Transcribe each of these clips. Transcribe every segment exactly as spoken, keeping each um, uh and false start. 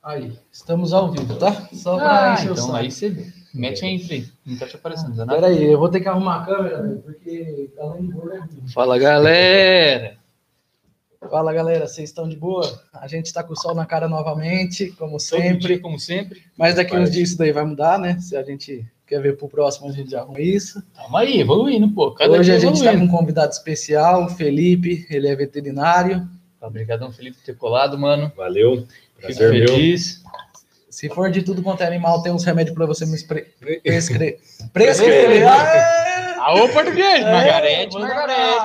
Aí, estamos ao vivo, tá? Só pra Ah, encher o então saco. aí você mete aí, Frei. Não tá te aparecendo, não. Pera aí, eu vou ter que arrumar a câmera, velho, porque além do bolo é ruim. Fala, galera! Fala, galera, vocês estão de boa? A gente está com o sol na cara novamente, como Todo sempre. dia, como sempre. Mas daqui Parte. uns dias isso daí vai mudar, né? Se a gente quer ver pro próximo, a gente já arruma isso. Calma aí, evoluindo, pô. Cada Hoje dia a gente está com evoluindo. um convidado especial, o Felipe, ele é veterinário. Obrigadão, Felipe, por ter colado, mano. Valeu. Fico Prazer meu. feliz. Se for de tudo quanto é animal, tem uns remédios para você me espre... prescrever. Prescrever. Prescrever! Ah, Aô, português! É, Margarete, manda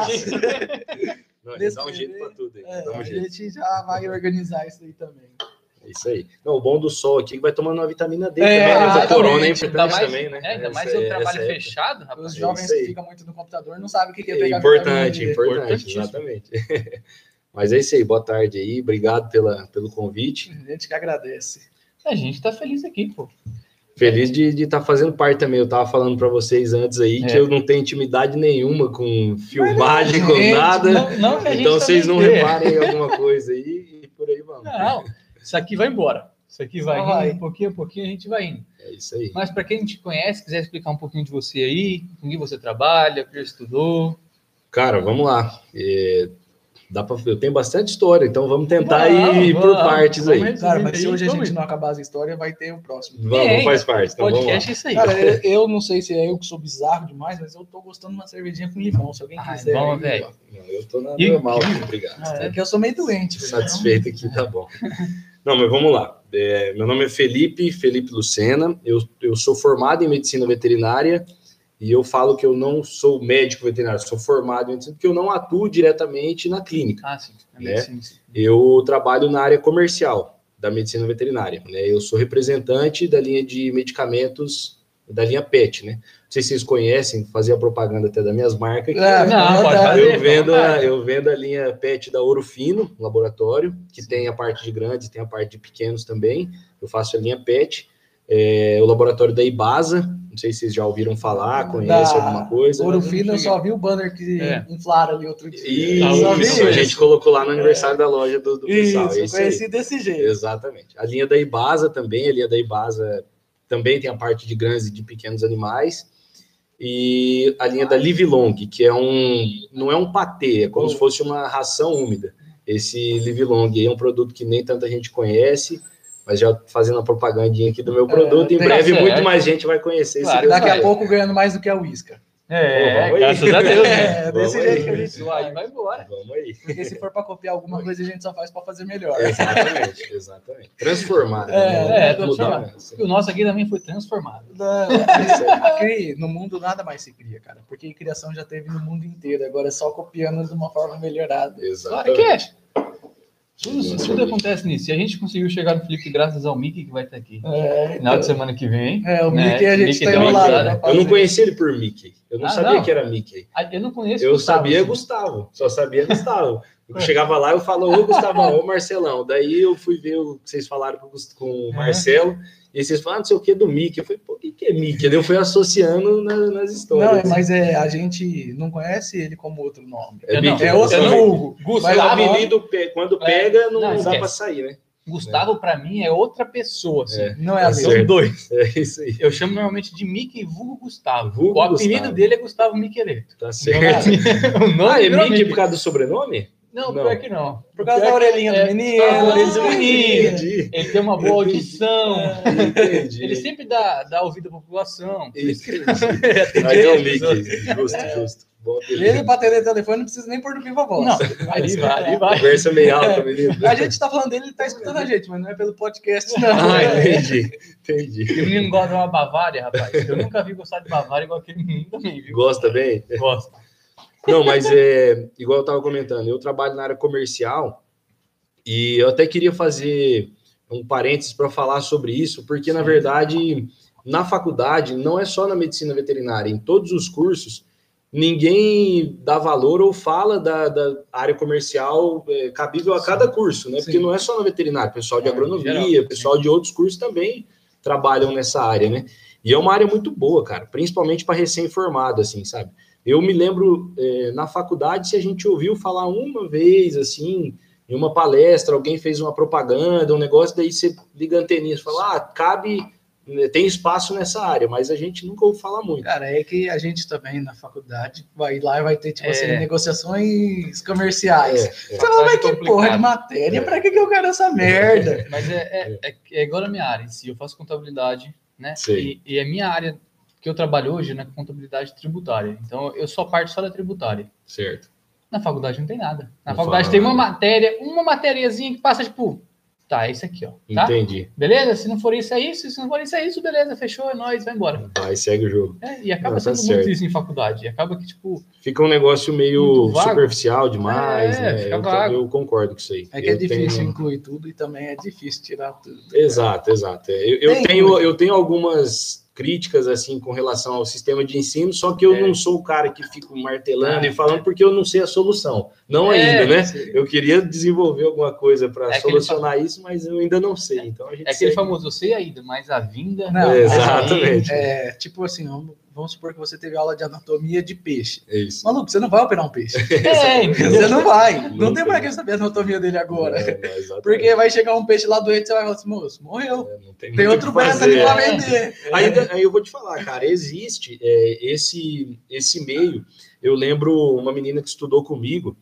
Margarete! Não, a gente dá um jeito pra tudo aí. É, dá um a jeito. gente já vai organizar isso aí também. É isso aí. Não, o bom do sol aqui é que vai tomando uma vitamina D É, também, né? exatamente. A corona é Ainda importante mais, também, né? é, ainda mais Essa- eu trabalho essa é- fechado, Os rapaz. jovens isso aí. que ficam muito no computador não sabem o que que é É pegar importante, vitamina D. importante, Importantíssimo. exatamente. Mas é isso aí, boa tarde aí, obrigado pela, pelo convite. A gente que agradece. A gente tá feliz aqui, pô. Feliz de estar fazendo parte também. Eu tava falando para vocês antes aí É. que eu não tenho intimidade nenhuma com filmagem, com gente, nada. Não, não que a gente Então vocês não também tenha. reparem em alguma coisa aí e por aí vamos. Não, isso aqui vai embora. Isso aqui vai Só indo, vai. um pouquinho a pouquinho a gente vai indo. É isso aí. Mas para quem não te conhece, quiser explicar um pouquinho de você aí, com quem você trabalha, o que você estudou. Cara, vamos lá. É, dá pra, eu tenho bastante história, então vamos tentar Vamos, ir por vamos, partes vamos aí. resumir Cara, mas se aí, hoje a vamos gente ir. não acabar as histórias, vai ter o próximo. Vamos, Tem, faz parte. Então vamos lá. Podcast é isso aí. Cara, eu, eu não sei se é eu que sou bizarro demais, mas eu tô gostando de uma cervejinha com limão. Se alguém Ai, quiser. bom, aí, velho. ó. Não, eu tô na E- normal, obrigado. Ah, é que eu sou meio doente. velho. Satisfeito aqui, tá bom. Não, mas vamos lá. É, meu nome é Felipe, Felipe Lucena. Eu, eu sou formado em medicina veterinária e eu falo que eu não sou médico veterinário, sou formado em medicina porque eu não atuo diretamente na clínica. Ah, sim. Né? Sim, sim. Eu trabalho na área comercial da medicina veterinária, né? Eu sou representante da linha de medicamentos da linha Pet, né? Não sei se vocês conhecem, fazia propaganda até das minhas marcas aqui. É, Não, pode tá. fazer. Eu vendo, a, vontade. eu vendo a linha Pet da Ouro Fino, laboratório, que tem a parte de grandes, tem a parte de pequenos também. Eu faço a linha Pet. É, o laboratório da Ibasa, não sei se vocês já ouviram falar, conhecem Da alguma coisa. Ouro Mas eu não Fino, eu cheguei. só vi o banner que É. inflaram ali outro dia. Isso, Só vi isso, a gente colocou lá no aniversário da loja do, do pessoal. Isso, é eu isso aí. conheci desse jeito. Exatamente. A linha da Ibasa também, a linha da Ibasa também tem a parte de grandes e de pequenos animais. E a linha da Live Long, que é um, não é um patê, é como se fosse uma ração úmida. Esse Live Long aí é um produto que nem tanta gente conhece, mas já fazendo a propagandinha aqui do meu produto, em tem breve certo. muito mais gente vai conhecer Claro, esse Daqui a detalhe. pouco ganhando mais do que a Whisca. É, Pô, vamos aí. graças a Deus. É, Né? desse Vamos jeito aí. que a gente Isso aí vai embora. Vamos aí. Porque se for para copiar alguma coisa, a gente só faz para fazer melhor. Exatamente, exatamente. Transformar. É, né? transformar. Mudar, assim. E o nosso aqui também foi transformado. Não, aqui, no mundo nada mais se cria, cara. Porque criação já teve no mundo inteiro. Agora é só copiando de uma forma melhorada. Claro Exatamente. que é. Tudo, tudo acontece nisso. E a gente conseguiu chegar no Felipe graças ao Mickey que vai estar aqui. É, Final de então, semana que vem. é, o né? Mickey a gente Mickey tá deu uma enrolado. entrada. pra Eu não fazer. conhecia ele por Mickey. Eu não Ah, sabia não? que era Mickey. Ah, eu não conheço. Eu Gustavo, sabia assim. Gustavo, só sabia Gustavo. Eu chegava lá, eu falava, ô Gustavão, ô Marcelão. Daí eu fui ver o que vocês falaram com, o Gus- com o Marcelo, e vocês falaram, não sei o que, do Mickey. Eu falei, pô, o que, que é Mickey? Daí eu fui associando na- nas Não, histórias. é, mas é, a gente não conhece ele como outro nome. É Eu não, Mickey, É outro eu não- vulgo. Mas o Gustavo, apelido, pe- quando pega, não, Não, não dá esquece. pra sair, né? Gustavo pra mim é outra pessoa. Assim. É. Não é Tá a certo. mesma. São dois. É isso aí, Eu chamo normalmente de Mickey vulgo Gustavo. Vulgo o apelido Gustavo. dele é Gustavo Miqueleto. tá certo. o nome Ah, é virou Mickey por causa do sobrenome? Não, Não. pior que não. Por causa Pior da que orelhinha do é- menino, Ah, a orelha do menino. Entendi. Ele tem uma boa audição. Entendi. Ele sempre dá, dá ouvido à população. Entendi. Atende Aí é o as pessoas. Mickey, justo, justo. Bom apelido. Ele, pra atender telefone, não precisa nem pôr no viva voz. Não, ali vai, ali vai. Conversa meio alta, menino. A gente tá falando dele, ele tá escutando a gente, mas não é pelo podcast, não. Ah, É. entendi. Entendi. E o menino gosta de uma Bavária, rapaz. Eu nunca vi gostar de Bavária igual aquele menino também, viu? Gosta bem? Gosta. Não, mas é igual eu estava comentando, eu trabalho na área comercial e eu até queria fazer um parênteses para falar sobre isso, porque na verdade na faculdade não é só na medicina veterinária, em todos os cursos ninguém dá valor ou fala da, da área comercial é, cabível a cada curso, né? Sim. Porque não é só na veterinária, pessoal de É, agronomia, geral, pessoal de outros cursos também trabalham nessa área, né? E é uma área muito boa, cara, principalmente para recém-formado, assim, sabe? Eu me lembro, é, na faculdade, se a gente ouviu falar uma vez, assim, em uma palestra, alguém fez uma propaganda, um negócio, daí você liga a anteninha e fala, ah, cabe, tem espaço nessa área, mas a gente nunca ouve falar muito. Cara, é que a gente também na faculdade vai lá e vai ter, tipo É. assim, negociações comerciais. É, é. Você fala, mas que complicado. porra de matéria, É. pra que, que eu quero essa merda? Mas é, é, é, é igual a minha área em si, eu faço contabilidade, né? Sei. E, e a minha área que eu trabalho hoje é na contabilidade tributária. Então, eu só parto só da tributária. Certo. Na faculdade não tem nada. Na Não faculdade fala tem uma nada. matéria, uma matériazinha que passa, tipo, tá, é isso aqui, ó. Tá? Entendi. Beleza? Se não for isso, é isso. Se não for isso, é isso. Beleza, fechou, é nóis, vai embora. Vai, segue o jogo. É, e acaba Não, tá sendo certo. muito isso em faculdade. E acaba que, tipo, Fica um negócio meio Muito vago. superficial demais, É, né? fica Eu, vago. eu concordo com isso aí. É que é Eu difícil tenho- incluir tudo e também é difícil tirar tudo. Exato, exato. É, Eu, eu Tem tenho, muito. eu tenho algumas críticas assim com relação ao sistema de ensino, só que eu É. não sou o cara que fico martelando Ah, e falando porque eu não sei a solução. Não É, ainda, né? sim. Eu queria desenvolver alguma coisa para É aquele solucionar isso, mas eu ainda não sei. Então a gente é aquele segue. famoso, eu sei a ida, mas a vinda... Não, É, exatamente. É, tipo assim, vamos, vamos supor que você teve aula de anatomia de peixe. É isso. Maluco, você não vai operar um peixe. É, entendeu? Você não vai. Não, Não tem tem. pra que saber a anatomia dele agora. É, não, exatamente. Porque vai chegar um peixe lá doente e você vai falar assim, moço, morreu. É, não tem Tem muito outro o que braço ali fazer. pra vender. Ainda, aí eu vou te falar, cara, existe é, esse, esse meio. Eu lembro uma menina que estudou comigo,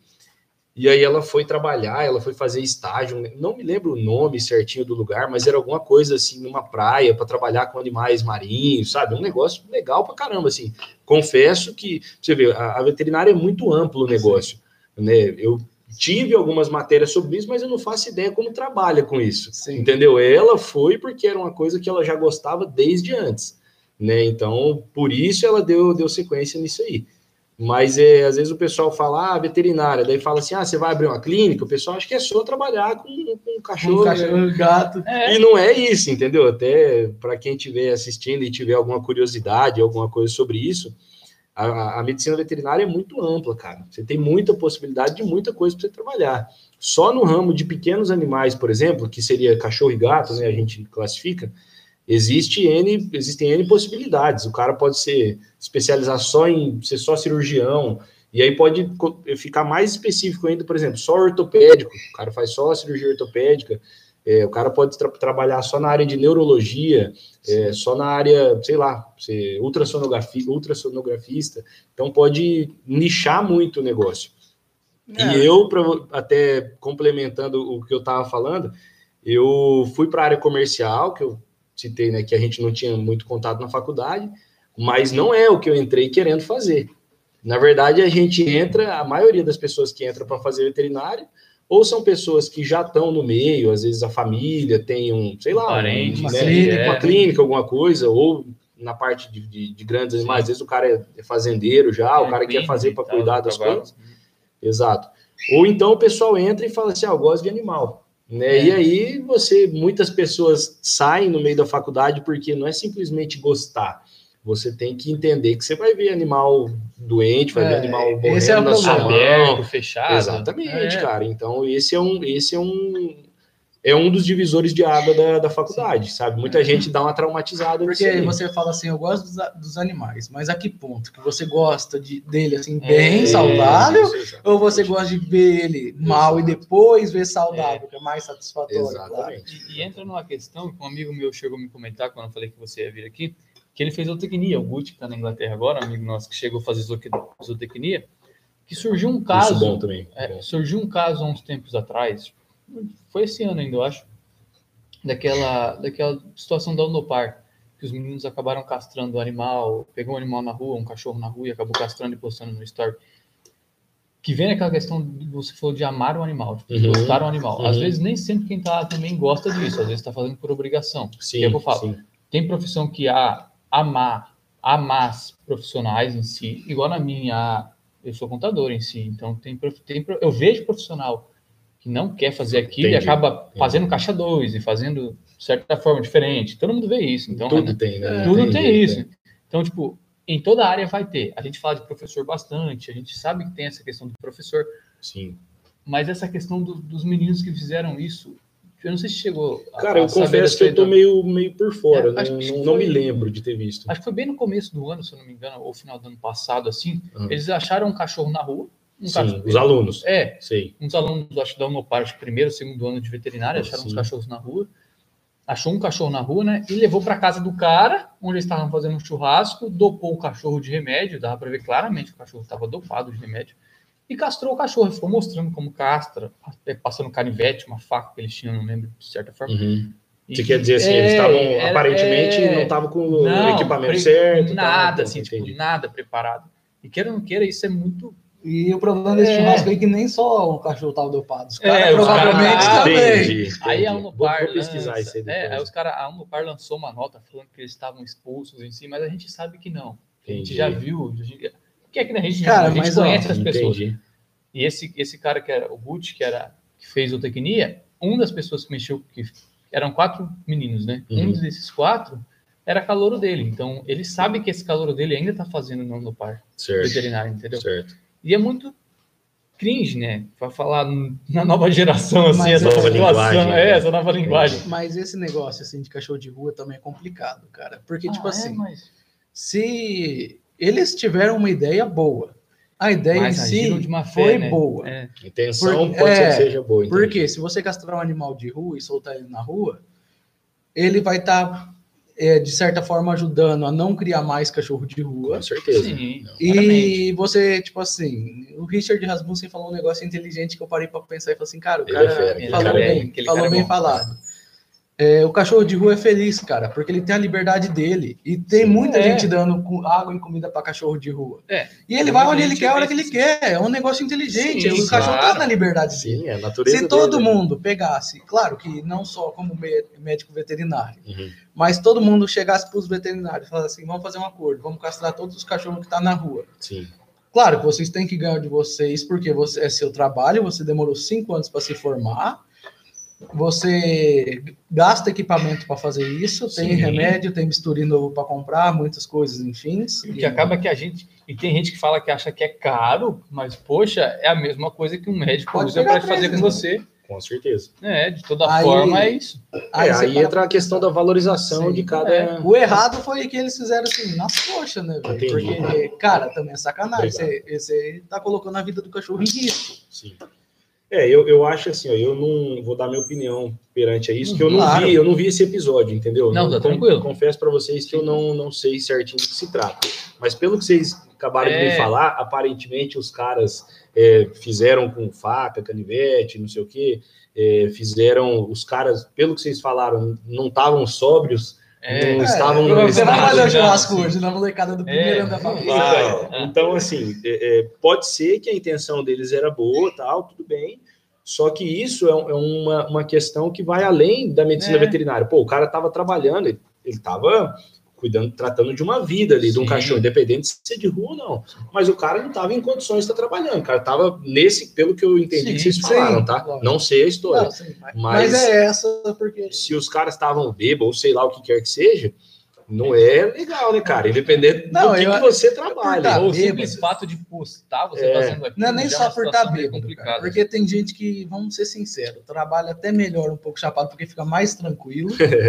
e aí ela foi trabalhar, ela foi fazer estágio, não me lembro o nome certinho do lugar, mas era alguma coisa assim, numa praia, para trabalhar com animais marinhos, sabe? Um negócio legal pra caramba, assim. Confesso que, você vê, a, a veterinária é muito amplo o negócio, né? Eu tive algumas matérias sobre isso, mas eu não faço ideia como trabalha com isso. Sim. Entendeu? Ela foi porque era uma coisa que ela já gostava desde antes, né? Então, por isso ela deu, deu sequência nisso aí. Mas é, às vezes o pessoal fala, ah, veterinária, daí fala assim, ah, você vai abrir uma clínica? O pessoal acha que é só trabalhar com, com cachorro. Um cachorro, gato. É, E não é isso, entendeu? Até para quem estiver assistindo e tiver alguma curiosidade, alguma coisa sobre isso, a, a medicina veterinária é muito ampla, cara. Você tem muita possibilidade de muita coisa para você trabalhar. Só no ramo de pequenos animais, por exemplo, que seria cachorro e gato, né? A gente classifica. Existe N, existem N possibilidades. O cara pode ser especializar só em ser só cirurgião, e aí pode ficar mais específico ainda, por exemplo, só ortopédico. O cara faz só cirurgia ortopédica. É, o cara pode tra trabalhar só na área de neurologia, é, só na área, sei lá, ser ultrassonografia, ultrassonografista. Então pode nichar muito o negócio. É. E eu, pra, até complementando o que eu estava falando, eu fui para a área comercial, que eu citei, né, que a gente não tinha muito contato na faculdade, mas não é o que eu entrei querendo fazer. Na verdade, a gente entra, a maioria das pessoas que entram para fazer veterinário, ou são pessoas que já estão no meio, às vezes a família tem um, sei lá, Parente, um, uma né, clínica, uma é. clínica, alguma coisa, ou na parte de, de, de grandes animais, às vezes o cara é fazendeiro já, o cara quer fazer para cuidar das coisas. Exato. Ou então o pessoal entra e fala assim, ah, eu gosto de animal. Né? É. E aí você, muitas pessoas saem no meio da faculdade porque não é simplesmente gostar. Você tem que entender que você vai ver animal doente, vai É, ver animal morrendo esse é o na sua problema. mão. Aberto, fechado. Exatamente, É. cara. Então esse é um, esse é um, é um dos divisores de água da, da faculdade, sabe? Muita gente dá uma traumatizada nisso Porque aí. você fala assim, eu gosto dos, dos animais, mas a que ponto? Que você gosta de, dele assim, É, bem Isso, saudável? exatamente. Ou você gosta de ver ele mal Exato. e depois ver saudável, que é mais satisfatório? Claro. Exatamente. E, e entra numa questão que um amigo meu chegou a me comentar quando eu falei que você ia vir aqui, que ele fez zootecnia, o Guti, que está na Inglaterra agora, um amigo nosso que chegou a fazer zootecnia, que surgiu um caso... Isso bom também. É, Bom. surgiu um caso há uns tempos atrás, foi esse ano ainda, eu acho, daquela, daquela situação da Unopar, que os meninos acabaram castrando o animal, pegou um animal na rua, um cachorro na rua, e acabou castrando e postando no story. Que vem aquela questão que você falou de amar o animal, tipo, de Uhum, gostar do animal. Às uhum. vezes nem sempre quem tá lá também gosta disso, às vezes está fazendo por obrigação. Sim, que é o que eu falo. sim. Tem profissão que há amar, amar as profissionais em si, igual na minha, eu sou contador em si, então tem, tem eu vejo profissional que não quer fazer aquilo Entendi. e acaba fazendo caixa dois e fazendo de certa forma diferente. Todo mundo vê isso. Então, Tudo né? tem, né? Tudo Não tem jeito, isso. né? Então, tipo, em toda área vai ter. A gente fala de professor bastante, a gente sabe que tem essa questão do professor, Sim. mas essa questão do, dos meninos que fizeram isso, eu não sei se chegou a Cara, eu a saber confesso dessa que eu tô ideia. meio, meio por fora, É, né? acho que não, foi- não me lembro de ter visto. Acho que foi bem no começo do ano, se eu não me engano, ou final do ano passado, assim. Ah. Eles acharam um cachorro na rua, Um Sim, cachorro, os alunos. É, Sei. uns alunos, acho que da Unopar, acho que primeiro, segundo ano de veterinária, acharam Sim. uns cachorros na rua. Achou um cachorro na rua, né? E levou para casa do cara, onde eles estavam fazendo um churrasco, dopou o cachorro de remédio, dava para ver claramente que o cachorro estava dopado de remédio, e castrou o cachorro. Ficou mostrando como castra, passando canivete, uma faca que eles tinham, não lembro, de certa forma. Uhum. E, Você quer dizer assim, é, eles estavam, era, aparentemente, é, não estavam com o não, equipamento pre, certo. Nada, tá, assim, entendi. tipo, nada preparado. E queira ou não queira, isso é muito... E o problema desse É. churrasco aí é que nem só o cachorro tava dopado. Os É, caras os provavelmente cara- também. Entendi, entendi. Aí a Vou, Unopar vou pesquisar lança, isso aí é, depois. aí os cara, a Unopar lançou uma nota falando que eles estavam expulsos em si, mas a gente sabe que não. A gente Entendi. já viu. A gente, porque é que a gente, Cara, a gente mas, conhece ó, as pessoas. Entendi. E esse, esse cara que era o Gucci, que, era, que fez o Tecnia, uma das pessoas que mexeu, que eram quatro meninos, né? Uhum. Um desses quatro era calouro dele. Então, ele sabe que esse calouro dele ainda está fazendo no Unopar Certo. veterinário, entendeu? Certo. E é muito cringe, né? Para falar na nova geração, assim, Mas essa nova situação, linguagem, é, né? essa nova linguagem. Mas esse negócio assim de cachorro de rua também é complicado, cara. Porque, tipo Ah, assim, é, mas... se eles tiveram uma ideia boa, a ideia mas em agiram si de má fé, foi né? boa. É. A intenção Porque- pode ser é, que seja boa. Entendi. Porque se você castrar um animal de rua e soltar ele na rua, ele vai estar, de certa forma, ajudando a não criar mais cachorro de rua. Com certeza. Sim, E claramente. você, tipo assim, o Richard Rasmussen falou um negócio inteligente que eu parei para pensar e falei assim, cara, o Ele cara é fera, falou cara é- bem, aquele falou cara é bem bom. falado. É, o cachorro de rua é feliz, cara, porque ele tem a liberdade dele. E tem Sim. muita É. gente dando com água e comida para cachorro de rua. É. E ele Tem vai muita onde ele gente quer, a hora que que ele pensa quer. É um negócio inteligente. Sim, o cachorro claro. tá na liberdade dele. Sim, é a natureza Se todo dele, né? mundo pegasse, claro que não só como mé- médico veterinário, Uhum. mas todo mundo chegasse para os veterinários e falasse assim, vamos fazer um acordo, vamos castrar todos os cachorros que estão na rua. Sim. Claro que vocês têm que ganhar de vocês, porque você, é seu trabalho, você demorou cinco anos para se formar, você gasta equipamento para fazer isso, tem Sim. remédio, tem bisturi novo para comprar, muitas coisas, enfim. E o que acaba que a gente... E tem gente que fala que acha que é caro, mas, poxa, é a mesma coisa que um médico Pode usa pegar para fazer três, com né? você. Com certeza. É, de toda Aí- forma é isso. Aí, é, você aí para entra a pra questão pensar. da valorização Sim. de cada... É. O errado foi que eles fizeram assim, nas coxas, né, velho? Entendi. Porque, cara, também é sacanagem. Obrigado. Você, você tá colocando a vida do cachorro em risco. Sim. É, eu, eu acho assim, ó, eu não vou dar minha opinião perante a isso, que eu não Claro. vi, eu não vi esse episódio, entendeu? Não, tá com- tranquilo. Confesso para vocês que eu não, não sei certinho do que se trata. Mas pelo que vocês acabaram de É. me falar, aparentemente os caras é, fizeram com faca, canivete, não sei o quê, é, fizeram, os caras, pelo que vocês falaram, não estavam sóbrios, É. não estavam... É, você vai fazer o Não, churrasco sim. hoje na molecada do primeiro É, ano da família. vai. Então, então, assim, é, é, pode ser que a intenção deles era boa, tal, tudo bem. Só que isso é, um- é uma, uma questão que vai além da medicina É. veterinária. Pô, o cara estava trabalhando, ele estava cuidando, tratando de uma vida ali, de um Sim. cachorro, independente de ser de rua ou não. Mas o cara não estava em condições de estar trabalhando. O cara estava nesse, pelo que eu entendi Sim, que vocês sim, falaram, tá? lógico. Não sei a história. Não, sim, mas, Mas- mas é essa, porque... Se os caras estavam bêbados, ou sei lá o que quer que seja, não é legal, né, cara? Independente Não, do que, eu- que você trabalha. Tá Ou o bêbado. simples fato de postar, você É. fazendo aquilo. Não é nem já só uma por situação estar meio bêbado, complicada. cara, porque tem gente que, vamos ser sinceros, trabalha até melhor um pouco chapado, porque fica mais tranquilo,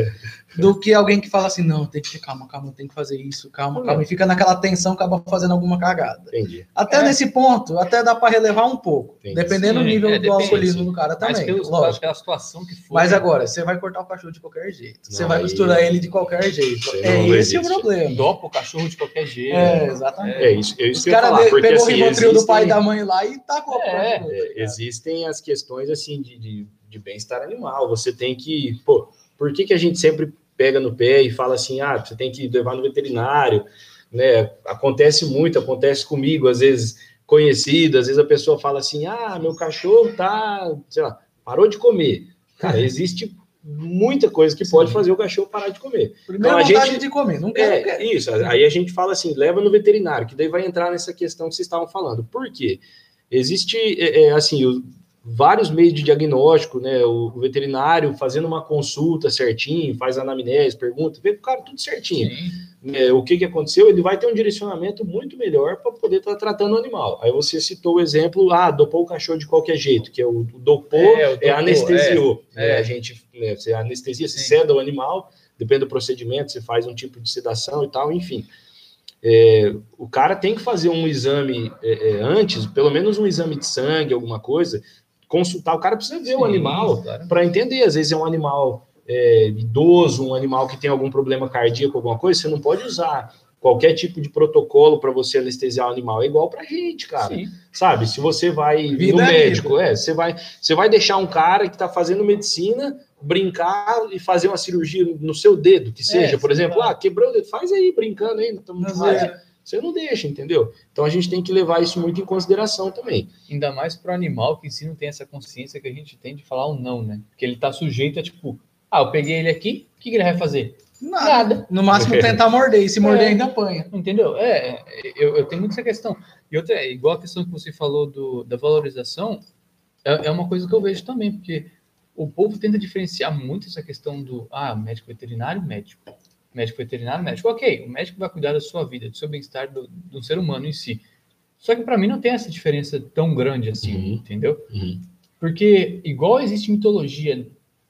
do que alguém que fala assim, não, tem que ter calma, calma, tem que fazer isso, calma, calma, e fica naquela tensão, acaba fazendo alguma cagada. Entendi. Até É. nesse ponto, até dá para relevar um pouco, Entendi. dependendo do Sim, nível é, do depende, alcoolismo sim. do cara Mas também, pelos, lógico. pela situação que foi. Mas agora, você vai cortar o cachorro de qualquer jeito, você Não, vai aí- misturar ele de qualquer jeito, Isso aí é não esse o existe. problema. dopa o cachorro de qualquer jeito. É, exatamente. É isso, é isso Os que eu ia caras falar, porque pegou assim, o Rivotril do pai e existem- da mãe lá e tacou É, pro cachorro, É, tá ligado? existem as questões assim de, de, de bem-estar animal. Você tem que, pô, por que, que a gente sempre pega no pé e fala assim, ah, você tem que levar no veterinário, né? Acontece muito, acontece comigo, às vezes conhecido, às vezes a pessoa fala assim, ah, meu cachorro tá, sei lá, parou de comer. Cara, existe muita coisa que pode fazer o cachorro parar de comer. Primeiro Então, a vontade gente- de comer, não quer, não É, quer. isso. Aí a gente fala assim, leva no veterinário, que daí vai entrar nessa questão que vocês estavam falando. Por quê? Existe, é, é, assim, o- vários meios de diagnóstico, né? O, o veterinário fazendo uma consulta certinho, faz anamnese, pergunta, vê com o cara tudo certinho. Sim. É, o que, que aconteceu? Ele vai ter um direcionamento muito melhor para poder estar tratando o animal. Aí você citou o exemplo, ah, dopou o cachorro de qualquer jeito, que é o, o dopou, É, o é, dopou, anestesiou. é, né? é. A gente, né, você anestesia, você Sim. seda o animal, depende do procedimento, você faz um tipo de sedação e tal, enfim. É, o cara tem que fazer um exame é, é, antes, pelo menos um exame de sangue, alguma coisa, consultar. O cara precisa ver Sim, o animal claro. para entender. Às vezes é um animal é, idoso, um animal que tem algum problema cardíaco, alguma coisa, você não pode usar qualquer tipo de protocolo para você anestesiar o animal. É igual pra gente, cara. Sim. Sabe? Se você vai vida no médico, é, você vai, você vai deixar um cara que está fazendo medicina brincar e fazer uma cirurgia no seu dedo, que seja, é, por exemplo, vai. ah, quebrou o dedo, faz aí, brincando aí, não faz. É. Você não deixa, entendeu? Então a gente tem que levar isso muito em consideração também. Ainda mais para o animal que em si não tem essa consciência que a gente tem de falar um não, né? Porque ele está sujeito a tipo, ah, eu peguei ele aqui, o que, que ele vai fazer? Nada. Nada. No máximo tentar morder, e se morder é, ainda apanha. Entendeu? É, eu, eu tenho muito essa questão. E outra, igual a questão que você falou do, da valorização, é, é uma coisa que eu vejo também, porque o povo tenta diferenciar muito essa questão do, ah, médico veterinário, médico. Médico veterinário, médico. Ok, o médico vai cuidar da sua vida, do seu bem-estar, do, do ser humano em si. Só que para mim não tem essa diferença tão grande assim, uhum. entendeu? Uhum. Porque igual existe mitologia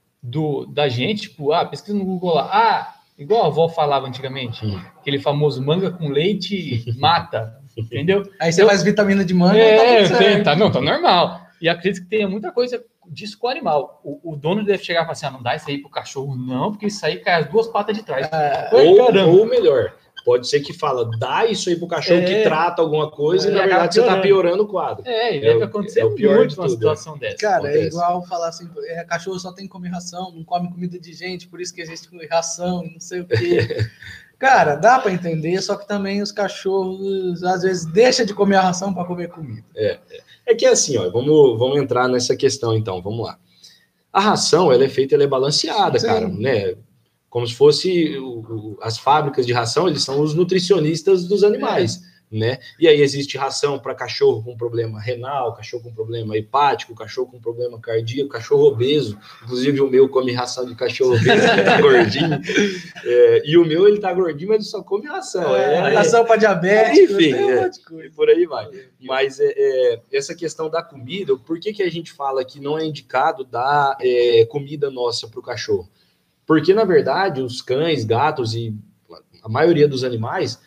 do, da gente, tipo, ah, pesquisa no Google lá, ah, igual a avó falava antigamente, uhum. aquele famoso manga com leite mata, entendeu? Aí você faz vitamina de manga, é, tá, tem, tá, não, tá normal. E acredito que tenha muita coisa disso com o animal. O, o dono deve chegar e falar assim, ah, não dá isso aí pro cachorro, não, porque isso aí cai as duas patas de trás. É, ou, ou melhor, pode ser que fala, dá isso aí pro cachorro é, que trata alguma coisa é, e na verdade você tá piorando o quadro. É, e deve é, acontecer é o pior muito de uma situação dessa. Cara, acontece. É igual falar assim, é, cachorro só tem que comer ração, não come comida de gente, por isso que existe ração e não sei o quê. Cara, dá para entender, só que também os cachorros às vezes deixam de comer a ração para comer comida. É, é que é assim, ó, vamos, vamos entrar nessa questão então, vamos lá. A ração, ela é feita, ela é balanceada, Sim. cara, né? Como se fosse o, o, as fábricas de ração, eles são os nutricionistas dos animais, é. né? E aí existe ração para cachorro com problema renal, cachorro com problema hepático, cachorro com problema cardíaco, cachorro obeso. Inclusive o meu come ração de cachorro obeso, que tá gordinho. É, e o meu, ele tá gordinho, mas ele só come ração. É, é, ração para diabetes, enfim, é, um monte de coisa. Por aí vai. Mas é, é, essa questão da comida, por que, que a gente fala que não é indicado dar é, comida nossa para o cachorro? Porque, na verdade, os cães, gatos e a maioria dos animais,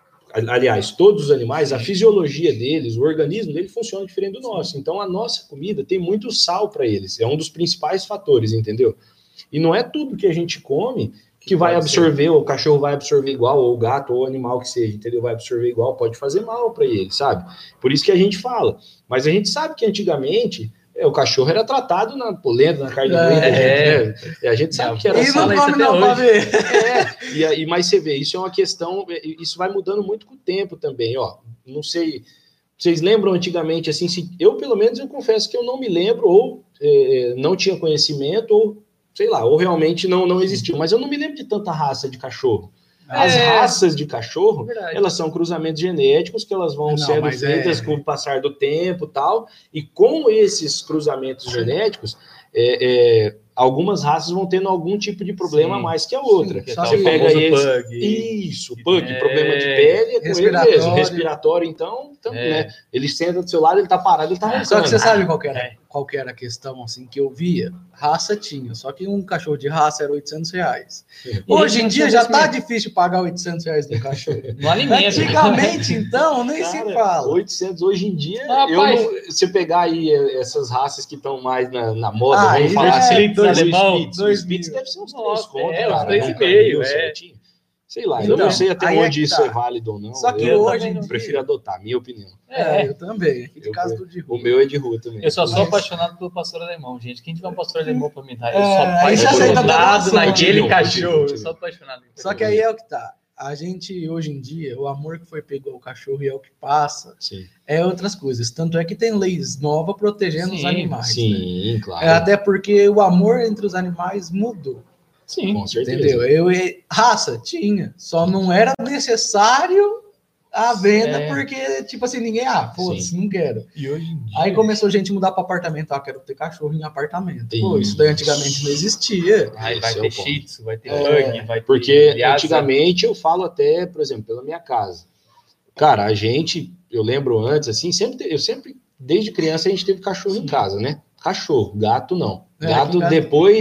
aliás, todos os animais, a fisiologia deles, o organismo dele funciona diferente do nosso. Então, a nossa comida tem muito sal para eles. É um dos principais fatores, entendeu? E não é tudo que a gente come que vai absorver, ou o cachorro vai absorver igual, ou o gato, ou o animal que seja, entendeu? Vai absorver igual, pode fazer mal para ele, sabe? Por isso que a gente fala. Mas a gente sabe que antigamente... É, o cachorro era tratado na polenta, na carne moída, é, né? E a gente sabe que era assim. E não come não pra ver. É, e aí, mas você vê, isso é uma questão, isso vai mudando muito com o tempo também, ó. Não sei, vocês lembram antigamente, assim, se, eu pelo menos eu confesso que eu não me lembro, ou é, não tinha conhecimento, ou sei lá, ou realmente não, não existiu, mas eu não me lembro de tanta raça de cachorro. As é, raças de cachorro, verdade. Elas são cruzamentos genéticos que elas vão não, sendo feitas é... com o passar do tempo e tal, e com esses cruzamentos Sim. genéticos, é, é, algumas raças vão tendo algum tipo de problema Sim. a mais que a outra. Sim, você pega eles... Pug. Isso, pug, é... problema de pele, é com ele mesmo. Respiratório, então, então é. né? Ele senta do seu lado, ele tá parado, ele tá roncando. Só que você sabe qual que era, qual que era a questão, assim, que eu via? Raça tinha, só que um cachorro de raça era oitocentos reais. E Hoje em dia já tá mesmo. difícil pagar oitocentos reais do cachorro. No alimento. Antigamente, então, nem Cara, se fala. oitocentos hoje em dia, ah, eu não, se pegar aí essas raças que estão mais na, na moda, ah, vamos falar é, assim, dois alemão, dois Spitz deve ser uns três contos, é, uns três e meio, é. Sei lá, então, eu não sei até onde é isso tá. é válido ou não. Só que eu hoje eu prefiro adotar, minha opinião. É, eu também. Aqui de eu, casa do de rua. O meu é de rua também. Eu só sou Mas... apaixonado pelo pastor alemão, gente. Quem tiver um pastor alemão pra me dar, eu é, sou apaixonado naquele um, cachorro. Eu sou apaixonado. Só que aí é o que tá. A gente, hoje em dia, o amor que foi pego ao cachorro e é o que passa, sim. é outras coisas. Tanto é que tem leis novas protegendo sim, os animais. Sim, né? claro. É, até porque o amor entre os animais mudou. Sim, com certeza. Entendeu? Eu, raça, tinha. Só não era necessário a venda, é. porque, tipo assim, ninguém, ah, foda-se, não quero. E hoje em dia... Aí começou a gente mudar para apartamento. Ah, quero ter cachorro em apartamento. Pô, isso daí antigamente não existia. Aí vai ter shih tzu, vai ter pug, é. vai ter... Porque viaça. Antigamente eu falo até, por exemplo, pela minha casa. Cara, a gente, eu lembro antes, assim, sempre, eu sempre, desde criança, a gente teve cachorro Sim. em casa, né? Cachorro, gato não. É, gato, gato depois...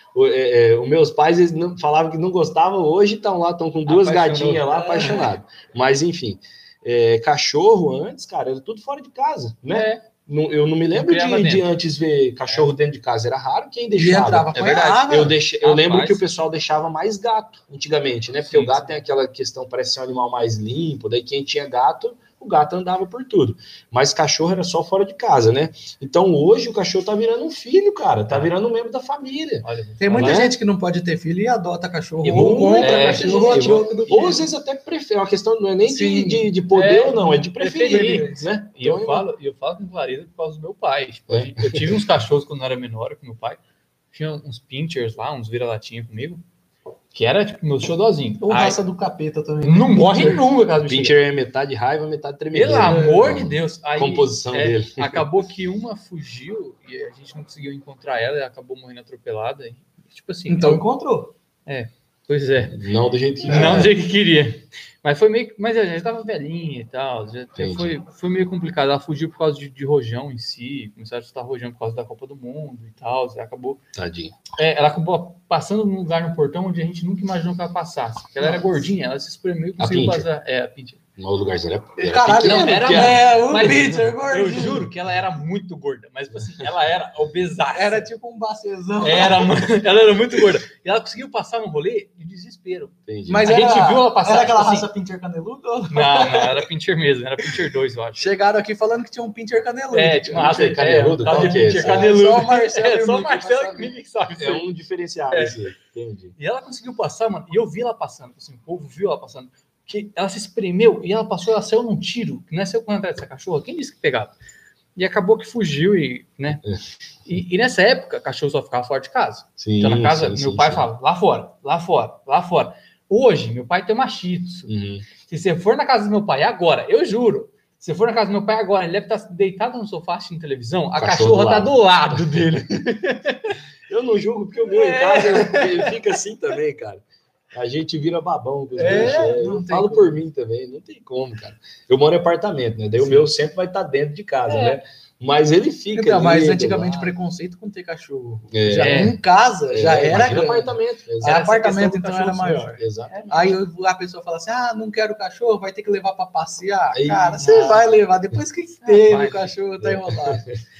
O, é, é, os meus pais eles não, falavam que não gostavam, hoje estão lá, estão com duas gatinhas lá, apaixonados. Mas, enfim, é, cachorro antes, cara, era tudo fora de casa, né? É. Não, eu não me lembro de, de antes ver cachorro é. dentro de casa, era raro quem deixava. É verdade. Eu, deixe, eu lembro que o pessoal deixava mais gato antigamente, né? Porque sim, o gato sim. tem aquela questão, parece ser um animal mais limpo, daí quem tinha gato, o gato andava por tudo. Mas cachorro era só fora de casa, né? Então hoje o cachorro tá virando um filho, cara, tá virando um membro da família. Olha, tem muita gente que não pode ter filho e adota cachorro, e ou compra é, cachorro, é, ou, ou, ou às vezes até prefere, é uma questão não é nem de, de, de poder é, ou não, é de preferir, preferir né? E então, eu, falo, eu falo com clareza por causa do meu pai. Tipo, é. Eu tive uns cachorros quando eu era menor com meu pai, tinha uns pinchers lá, uns vira-latinha comigo, que era tipo meu xodózinho. Ou raça do capeta também. Não morre nunca, cara. Pincher é metade raiva, metade tremedeira. Pelo amor de Deus. Aí, composição é, dele. Acabou que uma fugiu e a gente não conseguiu encontrar ela e acabou morrendo atropelada. E, tipo assim. Então encontrou. É, pois é. Não do jeito que queria. Não do jeito que queria. Mas foi meio. Mas a gente tava velhinha e tal. Já foi, foi meio complicado. Ela fugiu por causa de, de rojão em si. Começaram a estar rojão por causa da Copa do Mundo e tal. Acabou. Tadinho. É, ela acabou passando num lugar no portão onde a gente nunca imaginou que ela passasse. Ela era gordinha, ela se espremeu e conseguiu passar. É, a Pincher. No lugarzinho era, era Caralho, não, era é, um Pincher gordinho. Eu juro que ela era muito gorda, mas tipo assim, ela era obesa. Era tipo um bacezão. Era, ela era muito gorda. E ela conseguiu passar no rolê de desespero. Entendi. Mas a era, gente viu ela passar. Era aquela tipo raça assim, Pincher caneludo? Não, não, era Pincher mesmo, era Pincher dois, eu acho. Chegaram aqui falando que tinha um Pincher caneludo. É, tinha uma raça de caneludo. É, Qual que é Pincher caneludo. Só o Marcelo, é, só o Marcelo que ninguém sabe. É um diferenciado é. Esse. Entendi. E ela conseguiu passar, mano, e eu vi ela passando, assim, o povo viu ela passando. Que ela se espremeu e ela passou, ela saiu num tiro, que não é seu quando atrás dessa cachorra, quem disse que pegava? E acabou que fugiu e, né? E, e nessa época, cachorro só ficava fora de casa. Sim, então na casa, sim, meu sim, pai sim. fala, lá fora, lá fora, lá fora. Hoje, meu pai tem uma Shih Tzu. Uhum. Se você for na casa do meu pai agora, eu juro, se você for na casa do meu pai agora, ele deve estar deitado no sofá assistindo televisão, a cachorra tá do lado dele. Eu não julgo, porque o meu é. em casa ele fica assim também, cara. A gente vira babão com os é, bichos. É, eu falo como. Por mim também, não tem como, cara. Eu moro em apartamento, né? Daí Sim. o meu sempre vai estar dentro de casa, é. né? Mas ele fica. Então, mas antigamente lá. Preconceito com ter cachorro. É. Já em casa, é. já era. Era apartamento. Era apartamento, então era maior. Exatamente. Aí a pessoa fala assim: ah, não quero cachorro, vai ter que levar para passear. Aí, cara, você vai levar. Depois que teve ah, o cachorro, tá enrolado.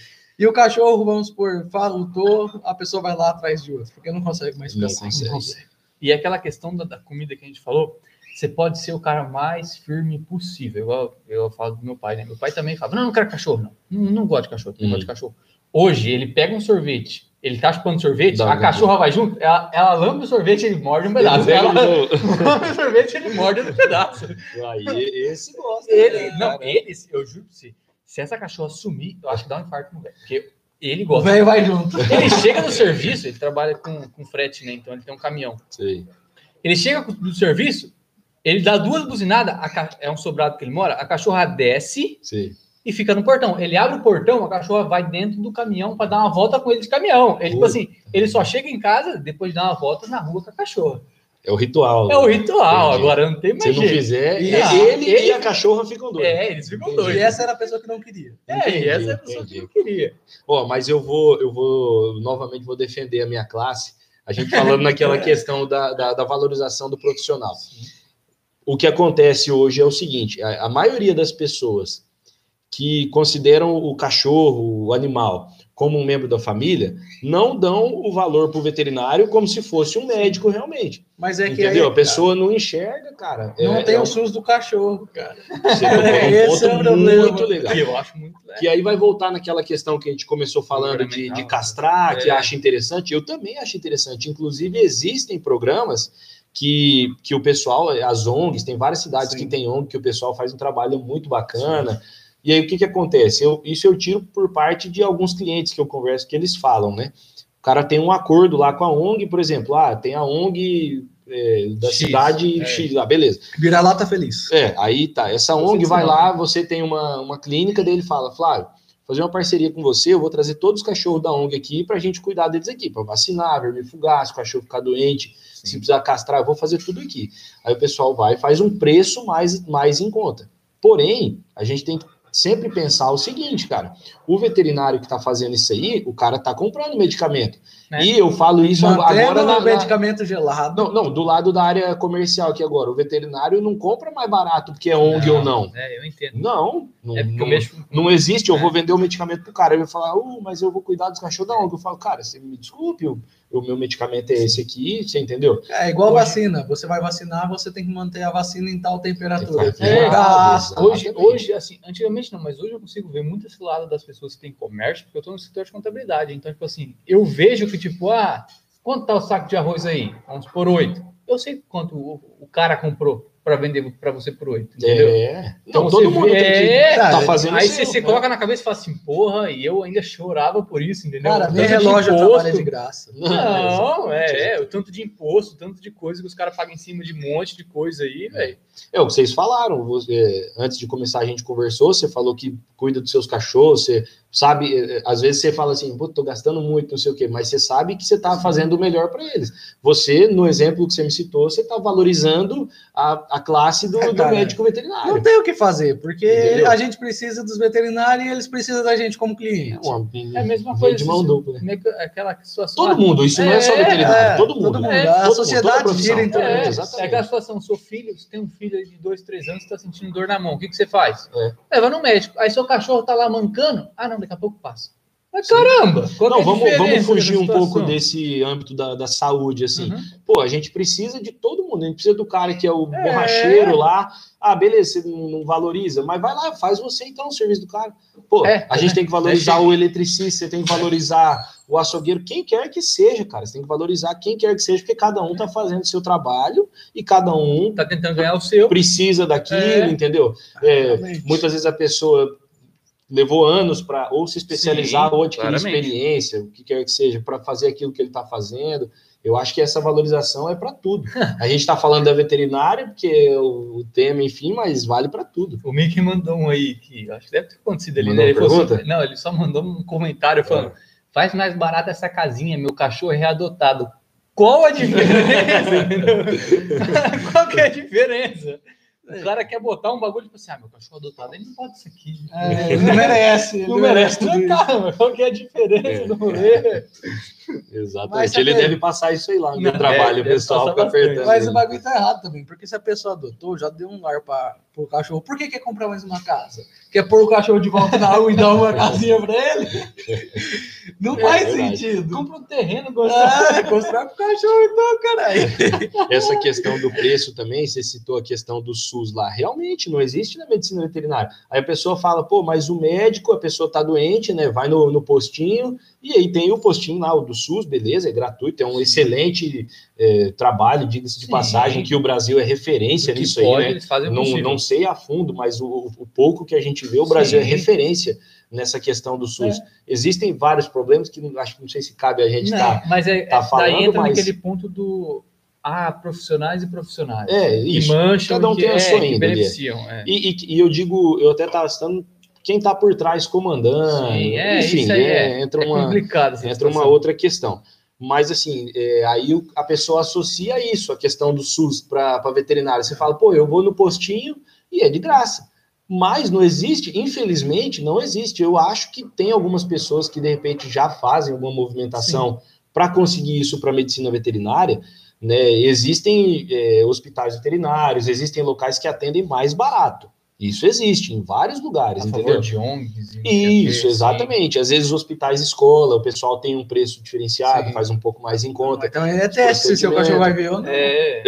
E o cachorro, vamos supor, faltou, a pessoa vai lá atrás de outro, porque não consegue mais ficar sem. Não consegue. E aquela questão da, da comida que a gente falou, você pode ser o cara mais firme possível. Igual eu falo do meu pai, né? Meu pai também fala, não, não quero cachorro, não. Não, não gosto de cachorro, não hum. gosto de cachorro. Hoje, ele pega um sorvete, ele tá chupando sorvete, Dá, a cachorra vai junto, ela, ela lambe o sorvete e ele morde um pedaço. Ela lambe o sorvete e ele morde um pedaço. Aí, esse gosta. Ele, né, não, ele, eu juro pra você, se essa cachorra sumir, eu acho que dá um infarto no velho. Porque ele gosta. O velho vai junto. Ele chega no serviço, ele trabalha com, com frete, né? Então ele tem um caminhão. Sim. Ele chega do serviço, ele dá duas buzinadas, a ca... é um sobrado que ele mora, a cachorra desce Sim. e fica no portão. Ele abre o portão, a cachorra vai dentro do caminhão para dar uma volta com ele de caminhão. Ele, tipo assim, ele só chega em casa depois de dar uma volta na rua com a cachorra. É o ritual. É o ritual, entendi. Agora não tem mais jeito. Se não fizer, e é, ele, ele e a cachorra ficam doidos. É, eles ficam doidos. E essa era a pessoa que não queria. É, entendi, e essa era a pessoa entendi. Que não queria. Ó, mas eu vou, eu vou, novamente, vou defender a minha classe, a gente falando naquela questão da, da, da valorização do profissional. Sim. O que acontece hoje é o seguinte, a, a maioria das pessoas que consideram o cachorro, o animal, como um membro da família, não dão o valor para o veterinário como se fosse um médico realmente. Mas é que entendeu? aí, a pessoa não enxerga, cara. Não é, tem é o um... SUS do cachorro, cara. Você é um ponto é um muito legal. Que eu acho muito legal. Que aí vai voltar naquela questão que a gente começou falando de, de castrar, é. que acha interessante. Eu também acho interessante. Inclusive, existem programas que, que o pessoal, as O N Gs, tem várias cidades Sim. que tem O N G, que o pessoal faz um trabalho muito bacana. Sim. E aí, o que que acontece? Eu, isso eu tiro por parte de alguns clientes que eu converso, que eles falam, né? O cara tem um acordo lá com a O N G, por exemplo, ah, tem a O N G é, da X, cidade é. X, lá, beleza. Vira-lata feliz. É, aí tá, essa O N G vai lá, você tem uma, uma clínica, daí ele fala, Flávio, fazer uma parceria com você, eu vou trazer todos os cachorros da O N G aqui pra gente cuidar deles aqui, pra vacinar, vermifugar, se o cachorro ficar doente, Sim. se precisar castrar, eu vou fazer tudo aqui. Aí o pessoal vai e faz um preço mais, mais em conta. Porém, a gente tem que sempre pensar o seguinte, cara, o veterinário que tá fazendo isso aí, o cara tá comprando medicamento. É. E eu falo isso Mantendo agora na... o medicamento gelado. Não, não, do lado da área comercial aqui agora, o veterinário não compra mais barato porque é O N G não, ou não. É, eu entendo. Não, não, é não, mexo... não existe, eu é. vou vender o medicamento pro cara, ele vai falar, uh, mas eu vou cuidar dos cachorros da O N G. Eu falo, cara, você me desculpe, o, o meu medicamento é esse aqui, você entendeu? É igual hoje... vacina, você vai vacinar, você tem que manter a vacina em tal temperatura. É, é, ah, hoje, hoje, assim, antigamente não, mas hoje eu consigo ver muito esse lado das pessoas que têm comércio, porque eu tô no setor de contabilidade, então, tipo assim, eu vejo que, tipo, ah, quanto tá o saco de arroz aí? Vamos por oito. Eu sei quanto o, o cara comprou para vender para você por oito, entendeu? É. Então, então todo mundo vê, tem que é, tá fazendo aí seu, você, você né? coloca na cabeça e fala assim, porra, e eu ainda chorava por isso, entendeu? Cara, nem relógio trabalha de graça. Não, não é, é, o tanto de imposto, o tanto de coisa que os caras pagam em cima de um monte de coisa aí, velho. É o que vocês falaram, você, antes de começar a gente conversou, você falou que cuida dos seus cachorros, você sabe, às vezes você fala assim, pô, tô gastando muito, não sei o quê, mas você sabe que você tá fazendo o melhor para eles. Você, no exemplo que você me citou, você tá valorizando a, a classe do, é, do médico veterinário. Não tem o que fazer, porque Entendeu? a gente precisa dos veterinários e eles precisam da gente como cliente. É, uma, é a mesma coisa de mão dupla. Né? Aquela situação. Todo mundo, isso é, não é só veterinário, é, todo mundo. Todo mundo. É, a todo sociedade mundo, gira em torno é, disso. É aquela situação, seu filho, você tem um filho de dois, três anos, está sentindo dor na mão, o que, que você faz? É. Leva no médico. Aí seu cachorro tá lá mancando, ah não, daqui a pouco passa. Mas caramba! Não, é vamos, vamos fugir um pouco desse âmbito da, da saúde, assim. Uhum. Pô, a gente precisa de todo mundo, a gente precisa do cara que é o é. borracheiro lá. Ah, beleza, você não valoriza, mas vai lá, faz você então o serviço do cara. Pô, é. a gente tem que valorizar é. o eletricista, você tem que valorizar o açougueiro, quem quer que seja, cara. Você tem que valorizar quem quer que seja, porque cada um tá fazendo o seu trabalho e cada um tá tentando ganhar o seu. Precisa daquilo, é. entendeu? É, muitas vezes a pessoa levou anos para ou se especializar Sim, ou adquirir claramente. experiência, o que quer que seja, para fazer aquilo que ele está fazendo. Eu acho que essa valorização é para tudo. A gente está falando da veterinária, porque é o tema, enfim, mas vale para tudo. O Mickey mandou um aí, que acho que deve ter acontecido ali. Né? Ele pergunta? Assim, não, ele só mandou um comentário falando, é. faz mais barato essa casinha, meu cachorro é readotado. Qual a diferença? Qual que é a diferença? O cara quer botar um bagulho tipo assim, ah, meu cachorro adotado, ele não pode isso aqui. É, ele não merece. Ele não merece tudo isso. Cara, qual que é a diferença é. do rolê? Exatamente. Ele deve passar isso aí lá no não, trabalho, é, o pessoal fica apertando. Mas ele. O bagulho tá errado também, porque se a pessoa adotou, já deu um lar para o cachorro, por que quer comprar mais uma casa? Quer pôr o cachorro de volta na rua e dar uma casinha para ele? Não é, faz é sentido. Compra um terreno, constrói. É, constrói pro cachorro então, caralho. Essa questão do preço também, você citou a questão do SUS lá, realmente não existe na medicina veterinária. Aí a pessoa fala, pô, mas o médico, a pessoa tá doente, né, vai no, no postinho, e aí tem o postinho lá, o do SUS, beleza, é gratuito, é um excelente é, trabalho, diga-se de Sim. passagem, que o Brasil é referência nisso pode, aí, né? Eles fazem não, não sei a fundo, mas o, o pouco que a gente vê, o Brasil Sim. é referência nessa questão do SUS. É. Existem vários problemas que acho que não sei se cabe a gente estar tá, mas é, tá falando, daí entra mas... naquele ponto do ah, profissionais e profissionais. É, isso. Que mancham, cada um que, tem a sua é, índole. beneficiam. É. E, e, e eu digo, eu até estava citando quem está por trás comandando, Sim, é, enfim, isso aí é, é, entra, é uma, complicado entra uma outra questão. Mas, assim, é, aí a pessoa associa isso, a questão do SUS para veterinária. Você fala, pô, eu vou no postinho e é de graça. Mas não existe, infelizmente, não existe. Eu acho que tem algumas pessoas que, de repente, já fazem alguma movimentação para conseguir isso para a medicina veterinária, né? Existem é, hospitais veterinários, existem locais que atendem mais barato. Isso existe em vários lugares, a entendeu? favor de O N Gs. Isso, exatamente. Às vezes hospitais escola, o pessoal tem um preço diferenciado, Sim. faz um pouco mais em conta. Então é teste se seu cachorro vai ver ou não. É,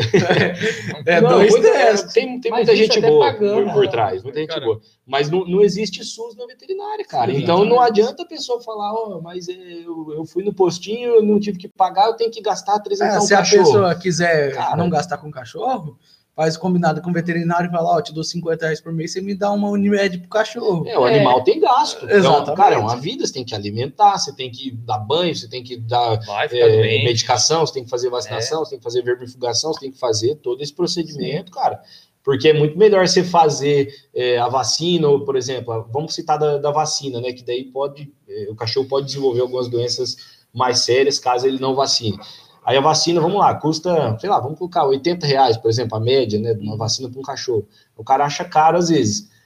é não, dois testes. Tem, tem muita gente boa pagando, por, por trás, muita gente cara. boa. Mas não, não existe SUS na veterinária, cara. Sim, então exatamente. Não adianta a pessoa falar, ó, oh, mas eu, eu fui no postinho, eu não tive que pagar, eu tenho que gastar trezentos reais. É, se cachorro. a pessoa quiser cara, não gastar com cachorro, faz combinado com o veterinário e fala, ó, oh, te dou cinquenta reais por mês, você me dá uma Unimed pro cachorro. É, o é. animal tem gasto. Exatamente. Então, cara, é uma vida, você tem que alimentar, você tem que dar banho, você tem que dar é, medicação, você tem que fazer vacinação, é. você tem que fazer vermifugação, você tem que fazer todo esse procedimento, Sim. cara. Porque é muito melhor você fazer é, a vacina, ou, por exemplo, vamos citar da, da vacina, né, que daí pode, é, o cachorro pode desenvolver algumas doenças mais sérias caso ele não vacine. Aí a vacina, vamos lá, custa, sei lá, vamos colocar oitenta reais, por exemplo, a média, né, de uma vacina para um cachorro. O cara acha caro às vezes.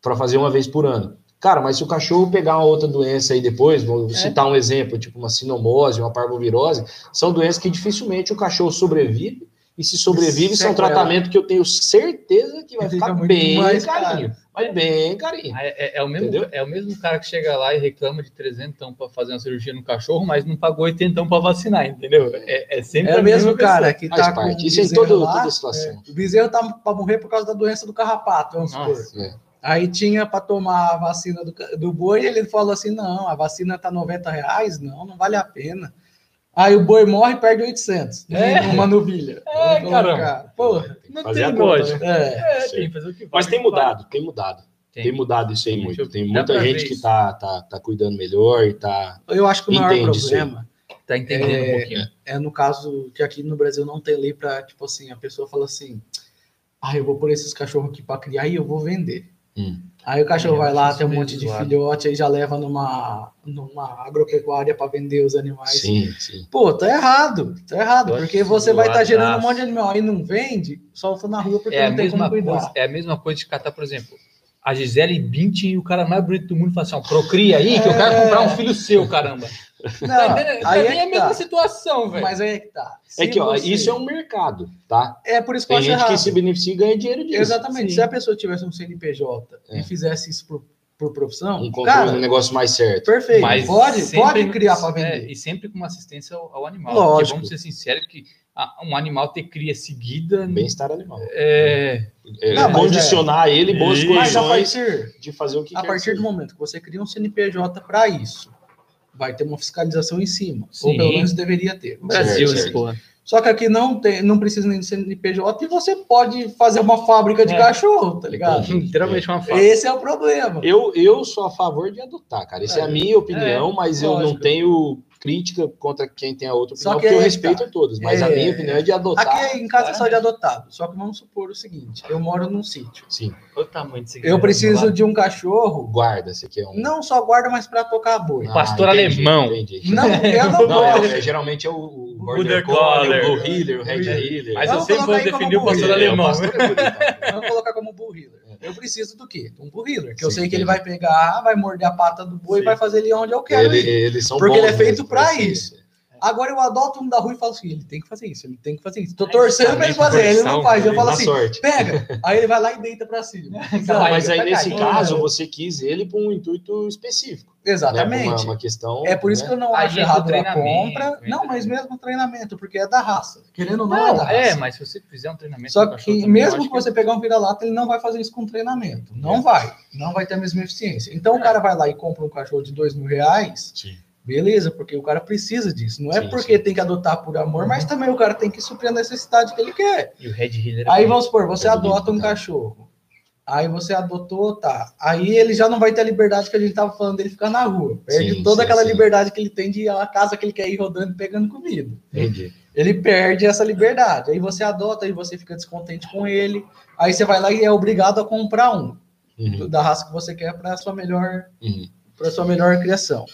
para fazer uma vez por ano. Cara, mas se o cachorro pegar uma outra doença aí depois, vou é. citar um exemplo, tipo uma sinomose, uma parvovirose, são doenças que dificilmente o cachorro sobrevive, e se sobrevive, são tratamento que eu tenho certeza que vai ficar bem carinho. Mas bem carinho. É, é, é, o mesmo, é o mesmo cara que chega lá e reclama de trezentão para fazer uma cirurgia no cachorro, mas não pagou oitentão para vacinar, entendeu? É, é sempre é o mesmo cara que tá com parte. Isso em todo, lá, toda a situação. É, o bezerro tá para morrer por causa da doença do carrapato, vamos supor. É. Aí tinha para tomar a vacina do, do boi, e ele falou assim, não, a vacina tá noventa reais, não, não vale a pena. Aí o boi morre e perde oitocentos. É. Uma novilha. É, caramba. Porra, não tem lógica. Né? É, é tem que fazer o que Mas tem mudado, tem mudado. Tem. tem mudado isso aí muito. Tem muita gente que tá, tá, tá cuidando melhor e tá... Eu acho que o maior problema... Tá entendendo é, um pouquinho. É no caso que aqui no Brasil não tem lei pra, tipo assim, a pessoa fala assim, ah, eu vou pôr esses cachorros aqui pra criar e eu vou vender. Hum. Aí o cachorro é, vai lá, tem um monte de zoado. filhote, aí já leva numa, numa agropecuária para vender os animais. Sim, sim. Pô, tá errado, tá errado, Pode porque você vai estar tá gerando um monte de animal, aí não vende, solta na rua porque é não tem como cuidar. Coisa, é a mesma coisa de catar, por exemplo, a Gisele Bündchen e o cara mais bonito do mundo fala assim, ó, procria aí que eu quero comprar um filho seu, caramba. Não, aí é, é a mesma tá. situação, velho. Mas aí é que tá. Se é que, ó, você... isso é um mercado, tá? É por isso que tem eu acho gente errado. que se beneficia e ganha dinheiro disso. Exatamente. Sim. Se a pessoa tivesse um C N P J é. e fizesse isso por, por profissão, um controle, um negócio mais certo. Perfeito. Mas pode, sempre, pode criar para vender. É, e sempre com uma assistência ao, ao animal. Lógico. Porque vamos ser sinceros que um animal ter cria seguida... Bem-estar animal. É... é não, condicionar é. ele boas mas condições a partir, de fazer o que a quer. A partir ser. do momento que você cria um C N P J para isso, vai ter uma fiscalização em cima. Sim. Ou pelo menos deveria ter. Brasil, certo, certo. Porra. Só que aqui não, tem, não precisa nem de C N P J e você pode fazer uma fábrica de é. cachorro, tá ligado? Literalmente uma fábrica. Esse é o problema. Eu, eu sou a favor de adotar, cara. Essa é, é a minha opinião, é, mas lógico. eu não tenho crítica contra quem tem a outra opinião, porque eu é, respeito tá. todos. Mas é, a minha opinião é de adotar. Aqui em casa é só de adotado. Só que vamos supor o seguinte, eu moro num sítio. Sim. O tamanho desse eu preciso de um cachorro. Guarda, você quer um... Não só guarda, mas para tocar boi. Ah, pastor entendi, alemão. Entendi. Não, eu não, não é, geralmente é o, o Border Collie, o Bull Heeler, o Red Heeler. Mas eu sempre vou definir o pastor alemão. Vamos colocar como Bull Heeler. Eu preciso do quê? Um Bull Heeler, que Sim, eu sei que ele vai pegar, vai morder a pata do boi Sim. e vai fazer ele onde eu quero ele, ir. Eles são porque bons, ele é feito para isso. Agora eu adoto um da rua e falo assim, ele tem que fazer isso, ele tem que fazer isso. Tô torcendo pra ele fazer, ele não faz. Eu falo assim, sorte. pega. Aí ele vai lá e deita pra cima. Não, mas aí nesse caso, você quis ele para um intuito específico. Exatamente. Né? Uma, uma questão, é por isso né? que eu não acho errado a compra. Não, mas mesmo treinamento, porque é da raça. Querendo ou não, não é da raça. É, mas se você fizer um treinamento... Só que mesmo que você que... pegar um vira-lata, ele não vai fazer isso com treinamento. Não é. vai. Não vai ter a mesma eficiência. Então é. o cara vai lá e compra um cachorro de dois mil reais... Sim. Beleza, porque o cara precisa disso. Não é sim, porque sim. tem que adotar por amor, mas também o cara tem que suprir a necessidade que ele quer. E o Red Heeler... Aí vamos supor, você adota um cachorro. Aí você adotou, tá. Aí ele já não vai ter a liberdade que a gente tava falando dele ficar na rua. Perde sim, toda sim, aquela sim. liberdade que ele tem de ir à casa que ele quer ir rodando e pegando comida. Entendi. Ele perde essa liberdade. Aí você adota, aí você fica descontente com ele. Aí você vai lá e é obrigado a comprar um. Uhum. Da raça que você quer para a sua melhor, uhum. para sua melhor criação.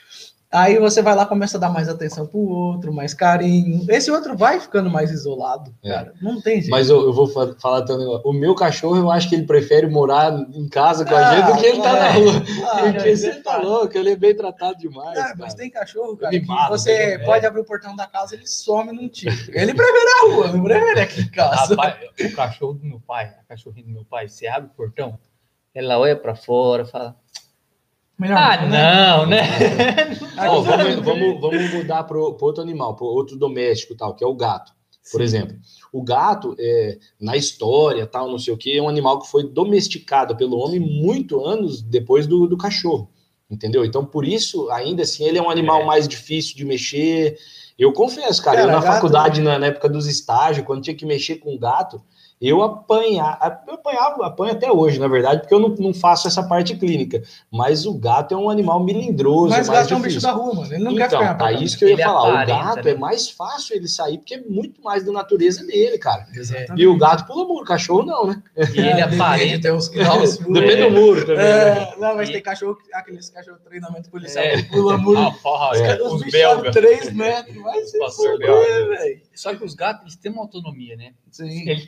Aí você vai lá, começa a dar mais atenção pro outro, mais carinho. Esse outro vai ficando mais isolado, é. cara. Não tem jeito. Mas eu, eu vou falar também, o meu cachorro, eu acho que ele prefere morar em casa com ah, a gente do que ele tá é. na rua. Ah, Porque é, você é, tá louco, ele é bem tratado demais. Ah, mas tem cachorro, cara, que mata, você pode abrir o portão da casa, ele some num tiro. Ele prefere a rua, não prefere aqui em casa. Rapaz, o cachorro do meu pai, a cachorrinha do meu pai, você abre o portão, ela olha pra fora, fala... Melhor ah, não, né? Ó, vamos, vamos, vamos mudar para outro animal, para outro doméstico, tal, que é o gato, por Sim. exemplo. O gato, é, na história, tal, não sei o que, é um animal que foi domesticado pelo homem muito anos depois do, do cachorro, entendeu? Então, por isso, ainda assim, ele é um animal é. mais difícil de mexer. Eu confesso, cara, cara eu na gato, faculdade, né? na época dos estágios, quando tinha que mexer com gato, eu apanhava, eu apanhava, apanho até hoje, na verdade, porque eu não, não faço essa parte clínica. Mas o gato é um animal melindroso. Mas o gato é um bicho da rua, mano. Ele não então, quer ficar. Tá isso que eu ia ele falar. Aparenta, o gato né? é mais fácil ele sair, porque é muito mais da natureza dele, cara. Exatamente. E o gato pula muro, o cachorro não, né? E ele é, aparenta. Deus, Deus, depende do muro também. É, né? Não, mas é. tem cachorro, aqueles cachorro de treinamento policial é. que pula muro. Ah, porra, é. Os, os belgas. três metros, vai ser foder, velho. Só que os gatos, eles têm uma autonomia, né? Sim. Ele tem um,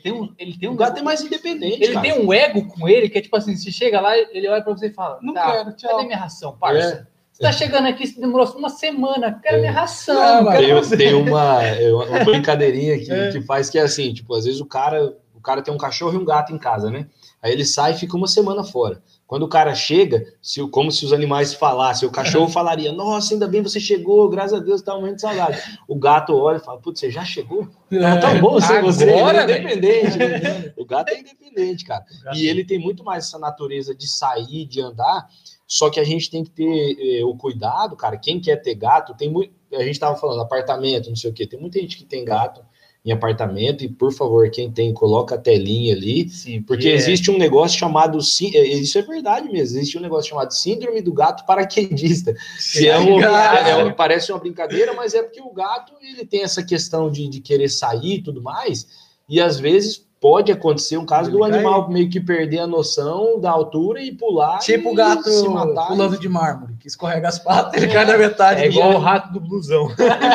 ele tem um... O gato é mais independente, Ele cara. tem um ego com ele, que é tipo assim, você chega lá, ele olha pra você e fala, Não tá, quero, tchau. cadê minha ração, parça? É. Você tá chegando aqui, você demorou uma semana, quero É. minha ração. Não, quero Tem, você. tem uma, é uma uma brincadeirinha que, É. que faz que é assim, tipo, às vezes o cara, o cara tem um cachorro e um gato em casa, né? Aí ele sai e fica uma semana fora. Quando o cara chega, se, o- como se os animais falassem, o cachorro falaria, nossa, ainda bem você chegou, graças a Deus, tá morrendo de saudade. O gato olha e fala, putz, você já chegou? É. Tá bom ser você, Agora, ele é independente. né? O gato é independente, cara. gato E é. ele tem muito mais essa natureza de sair, de andar, só que a gente tem que ter eh, o cuidado, cara. Quem quer ter gato, tem muito. A gente tava falando, apartamento, não sei o quê. Tem muita gente que tem gato em apartamento, e por favor, quem tem, coloca a telinha ali. Sim, Porque é- existe um negócio chamado. sí- eh, Isso é verdade mesmo. Existe um negócio chamado síndrome do gato paraquedista. Que é um, é um- parece uma brincadeira, mas é porque o gato ele tem essa questão de, de querer sair e tudo mais. E às vezes pode acontecer um caso Ele do cai. animal meio que perder a noção da altura e pular. Tipo e o gato se matar. pulando de mármore, que escorrega as patas, ele cai na metade. É do igual o jardim. rato do blusão.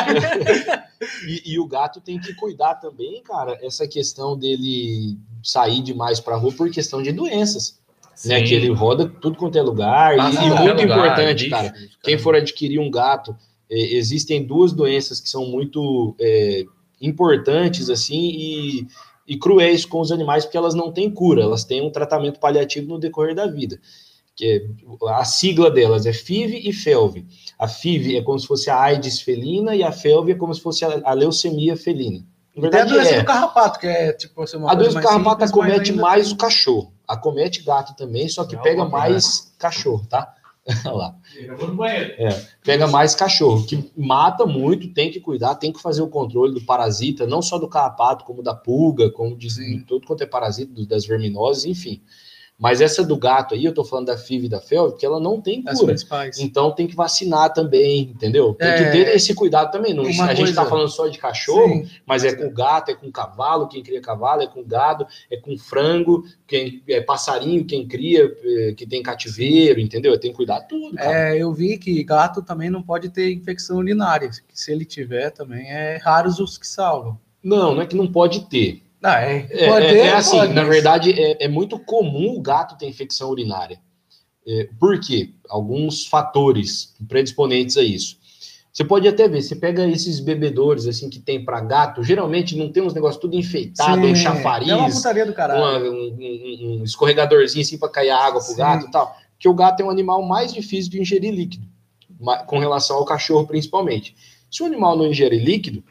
E, e o gato tem que cuidar também, cara, essa questão dele sair demais para rua por questão de doenças. Né, que ele roda tudo quanto é lugar. Passa E, em e qualquer muito lugar, importante, bicho, cara, bicho, quem for adquirir um gato, eh, existem duas doenças que são muito eh, importantes assim e, e cruéis com os animais, porque elas não têm cura, elas têm um tratamento paliativo no decorrer da vida. Que é- a sigla delas é F I V e F E L V. A F I V é como se fosse a AIDS felina e a F E L V é como se fosse a, a leucemia felina. Na E tem a verdade, doença é. do carrapato, que é tipo assim, uma A coisa doença do mais carrapato simples, mas acomete ainda mais tem- o cachorro. Acomete gato também, só que Não, pega não, mais cachorro, tá? Olha lá. Eu vou no banheiro. Pega mais cachorro, que mata muito, tem que cuidar, tem que fazer o controle do parasita, não só do carrapato, como da pulga, como de, Sim. de tudo quanto é parasita, do- das verminoses, enfim. Mas essa do gato aí, eu tô falando da F I V e da F E L V, porque ela não tem as cura. principais. Então tem que vacinar também, entendeu? Tem que É. ter esse cuidado também. Não, Uma a gente tá coisa- falando só de cachorro, Sim. mas é com gato, é com cavalo, quem cria cavalo, é com gado, é com frango, quem é passarinho, quem cria, eh, que tem cativeiro, entendeu? Tem que cuidar tudo, cara. É, eu vi que gato também não pode ter infecção urinária. Que se ele tiver também, é raros os que salvam. Não, não é que não pode ter. Ah, é. É, Pode é- ter, é assim, pode, na mas- verdade, é, é muito comum o gato ter infecção urinária. É, por quê? Alguns fatores predisponentes a isso. Você pode até ver, você pega esses bebedouros assim que tem para gato, geralmente não tem uns negócios tudo enfeitado, um Sim, chafariz, é uma putaria do caralho. uma- um, um- um escorregadorzinho assim para cair a água pro Sim. gato e tal. Porque o gato é um animal mais difícil de ingerir líquido, ma- com relação ao cachorro principalmente. Se o animal não ingere líquido,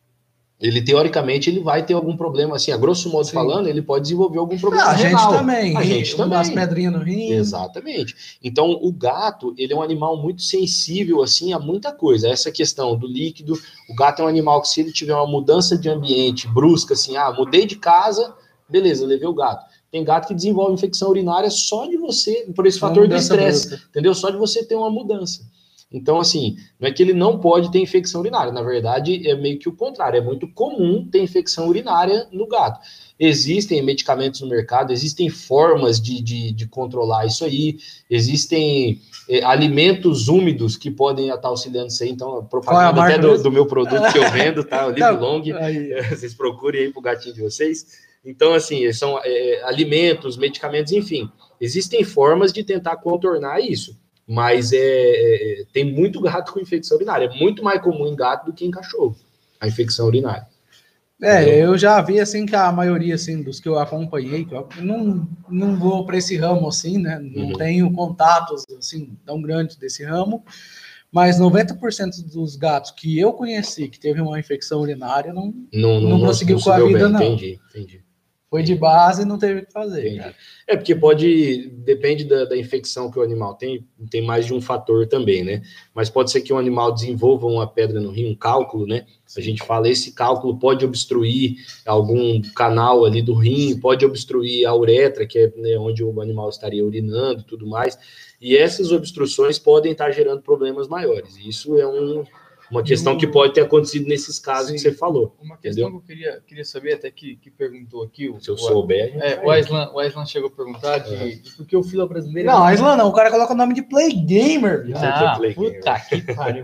ele teoricamente ele vai ter algum problema assim, a grosso modo Sim. falando, ele pode desenvolver algum problema Ah, a gente renal. também. A gente também. Umas pedrinhas no rim. Exatamente. Então, o gato, ele é um animal muito sensível, assim, a muita coisa. Essa questão do líquido, o gato é um animal que, se ele tiver uma mudança de ambiente brusca, assim, ah, mudei de casa, beleza, levei o gato. Tem gato que desenvolve infecção urinária só de você, por esse Uma fator do mudança estresse, brusca. entendeu? Só de você ter uma mudança. Então, assim, não é que ele não pode ter infecção urinária. Na verdade, é meio que o contrário. É muito comum ter infecção urinária no gato. Existem medicamentos no mercado, existem formas de, de, de controlar isso aí, existem eh, alimentos úmidos que podem estar auxiliando isso aí. Então, a Qual é a propaganda marca até do, mesmo? do meu produto que eu vendo, tá? O Live Não, Long. aí. Vocês procurem aí pro gatinho de vocês. Então, assim, são é, alimentos, medicamentos, enfim. Existem formas de tentar contornar isso. Mas é, é, tem muito gato com infecção urinária. É muito mais comum em gato do que em cachorro, a infecção urinária. É, Entendeu? eu já vi assim que a maioria assim dos que eu acompanhei, que eu não, não vou para esse ramo assim, né? Não Uhum. tenho contatos assim tão grandes desse ramo, mas noventa por cento dos gatos que eu conheci que teve uma infecção urinária não Não, Não conseguiu se com a deu vida, não. Entendi, entendi. foi de base e não teve o que fazer. Entendi. Cara. É porque pode, depende da, da infecção que o animal tem, tem mais de um fator também, né? Mas pode ser que um animal desenvolva uma pedra no rim, um cálculo, né? A gente fala, esse cálculo pode obstruir algum canal ali do rim, pode obstruir a uretra, que é, né, onde o animal estaria urinando e tudo mais. E essas obstruções podem estar gerando problemas maiores. E isso é um, uma questão que pode ter acontecido nesses casos Sim. que você falou. Uma questão Entendeu? que eu queria, queria saber, até que, que perguntou aqui, o, Se eu o, souber, a gente é, vai- o Aislan, o Aislan chegou a perguntar de, É. de por que o fila brasileiro... Não, a Isla não, o cara coloca o nome de Play Gamer. viado. Ah, Play puta que pariu.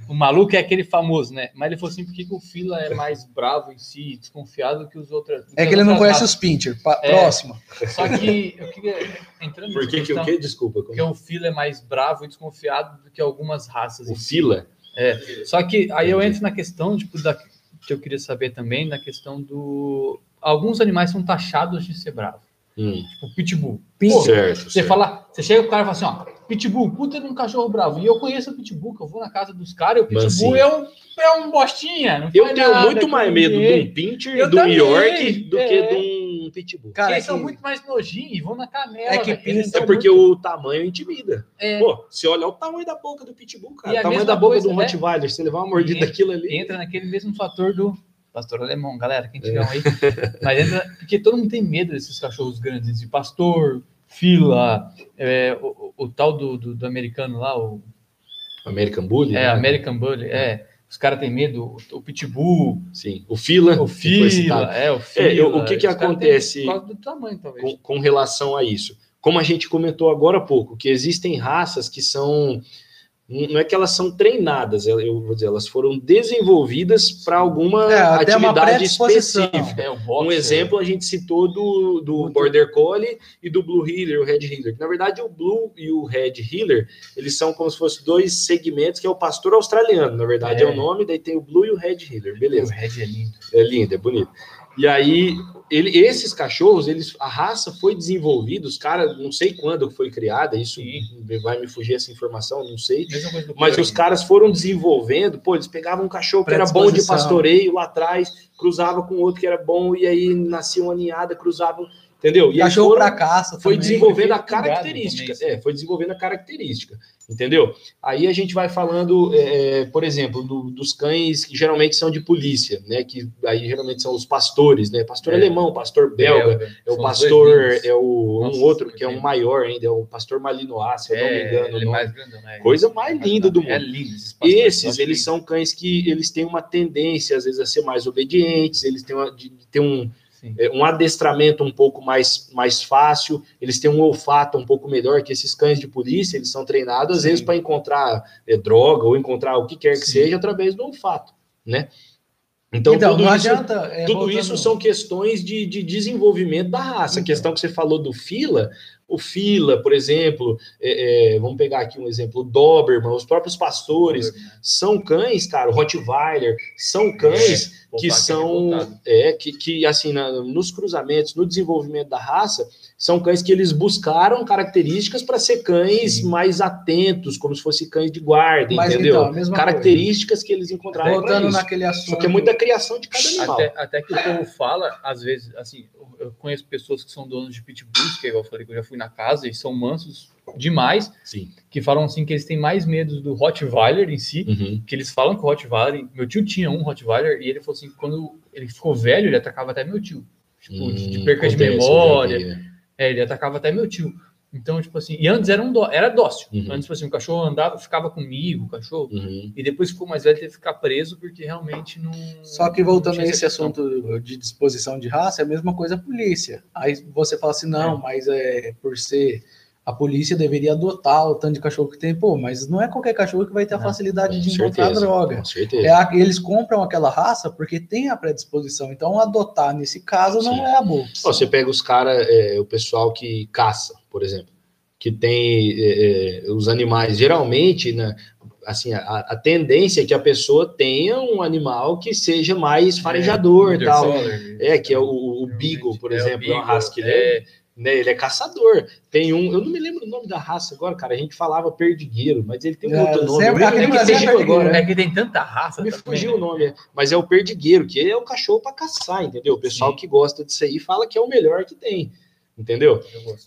O maluco é aquele famoso, né? Mas ele falou assim, por que, que o Fila é mais bravo em si, desconfiado que os outros... É que ele não conhece os Pinscher. É, próximo. Só que eu queria... Entrando por que que o quê? Desculpa. Como... Porque o Fila é mais bravo e desconfiado do que algumas raças. O Fila? É. Só que aí eu entro na questão, tipo, da, que eu queria saber também, na questão do... Alguns animais são taxados de ser bravos. Hum. Tipo, pitbull. Pô, certo, você certo. fala, você chega pro cara e fala assim, ó, pitbull, puta de um cachorro bravo. E eu conheço o pitbull, que eu vou na casa dos caras, e o pitbull é um, é um bostinha. Não eu tenho nada, muito mais medo de um pincher e do também, York do é. que de um pitbull. Cara, eles é são que... muito mais nojinhos e vão na canela. É que é porque muito... o tamanho intimida. É. Pô, se olhar o tamanho da boca do pitbull, cara, e o tamanho da boca coisa, do né? Rottweiler, você levar uma mordida entra, daquilo ali. Entra naquele mesmo fator do pastor alemão, galera, quem tiver um aí. Mas entra, porque todo mundo tem medo desses cachorros grandes, de pastor, Fila, é, o, o, o tal do, do, do americano lá, o American Bully. É, né? American Bully, é. Os caras têm medo, o, o Pitbull. Sim, o Fila. O Fila, é, o Fila. É, eu, o que que acontece por causa do tamanho, talvez. Com, com relação a isso? Como a gente comentou agora há pouco, que existem raças que são... Não é que elas são treinadas, eu vou dizer, elas foram desenvolvidas para alguma é, atividade específica. É, um exemplo a gente citou do, do Border Collie e do Blue Heeler, o Red Heeler. Na verdade, o Blue e o Red Heeler, eles são como se fossem dois segmentos, que é o pastor australiano, na verdade é, é o nome, daí tem o Blue e o Red Heeler, beleza. O Red é lindo. É lindo, é bonito. E aí, ele, esses cachorros, eles, a raça foi desenvolvida, os caras, não sei quando foi criada, isso Sim. vai me fugir essa informação, não sei. Mas os caras foram desenvolvendo, pô, eles pegavam um cachorro que era bom de pastoreio lá atrás, cruzava com outro que era bom, e aí nascia uma ninhada, cruzavam, entendeu? E cachorro para caça foi também, desenvolvendo a característica, também, é, foi desenvolvendo a característica, entendeu? Aí a gente vai falando, é, por exemplo, do, dos cães que geralmente são de polícia, né? Que aí geralmente são os pastores, né? Pastor é. alemão, pastor belga, belga. é o são pastor, é o Nossa, um outro que é um maior ainda, é o pastor malinois, se eu é, não me engano, ele é mais grandão, né? Coisa mais mais linda do mundo. É lindo. Esses, esses eles são cães que eles têm uma tendência às vezes a ser mais obedientes, eles têm uma, de, de ter um É, um adestramento um pouco mais, mais fácil, eles têm um olfato um pouco melhor que esses cães de polícia, eles são treinados às Sim. vezes para encontrar é, droga ou encontrar o que quer que Sim. seja através do olfato, né? Então, então tudo, não isso, adianta, é, tudo voltando... isso são questões de, de desenvolvimento da raça. Então. A questão que você falou do Fila, o Fila, por exemplo, é, é, vamos pegar aqui um exemplo, o Doberman, os próprios pastores, Doberman. São cães, cara, o Rottweiler, são cães é, que são, é, que, que assim, na, nos cruzamentos, no desenvolvimento da raça, são cães que eles buscaram características para ser cães Sim. mais atentos, como se fossem cães de guarda, Mas, entendeu? Então, características coisa. que eles encontraram. Voltando naquele assunto. Só que é muita criação de cada animal. Até, até que o povo fala, às vezes, assim, eu conheço pessoas que são donos de pitbulls, que eu falei que eu já fui na casa, e são mansos demais, Sim. que falam assim que eles têm mais medo do Rottweiler em si, uhum. que eles falam que o Rottweiler, meu tio tinha um Rottweiler, e ele falou assim, quando ele ficou velho, ele atacava até meu tio, tipo, hum, de perca acontece, de memória, é, ele atacava até meu tio. Então, tipo assim, e antes era, um dó, era dócil. Uhum. Antes, tipo assim, o cachorro andava, ficava comigo, o cachorro, uhum. e depois ficou mais velho, teve que ficar preso, porque realmente não... Só que voltando a esse assunto de disposição de raça, é a mesma coisa a polícia. Aí você fala assim, não, é. mas é por ser... A polícia deveria adotar o tanto de cachorro que tem, pô, mas não é qualquer cachorro que vai ter a facilidade de encontrar certeza, droga. Com certeza. É a, eles compram aquela raça porque tem a predisposição. Então, adotar nesse caso Sim. não é a boa. Ó, você pega os caras, é, o pessoal que caça, por exemplo, que tem é, os animais, geralmente, né, assim, a, a tendência é que a pessoa tenha um animal que seja mais farejador, é, tal. É, que é o, o Beagle, por é, exemplo, é uma raça que ele é... Né, ele é caçador. Tem um, eu não me lembro o nome da raça agora, cara. A gente falava perdigueiro, mas ele tem um é, outro nome. Sempre, me que fugiu agora. É que tem tanta raça. Me também, fugiu né? o nome, mas é o perdigueiro, que é o cachorro para caçar, entendeu? O pessoal Sim. que gosta disso aí fala que é o melhor que tem, entendeu?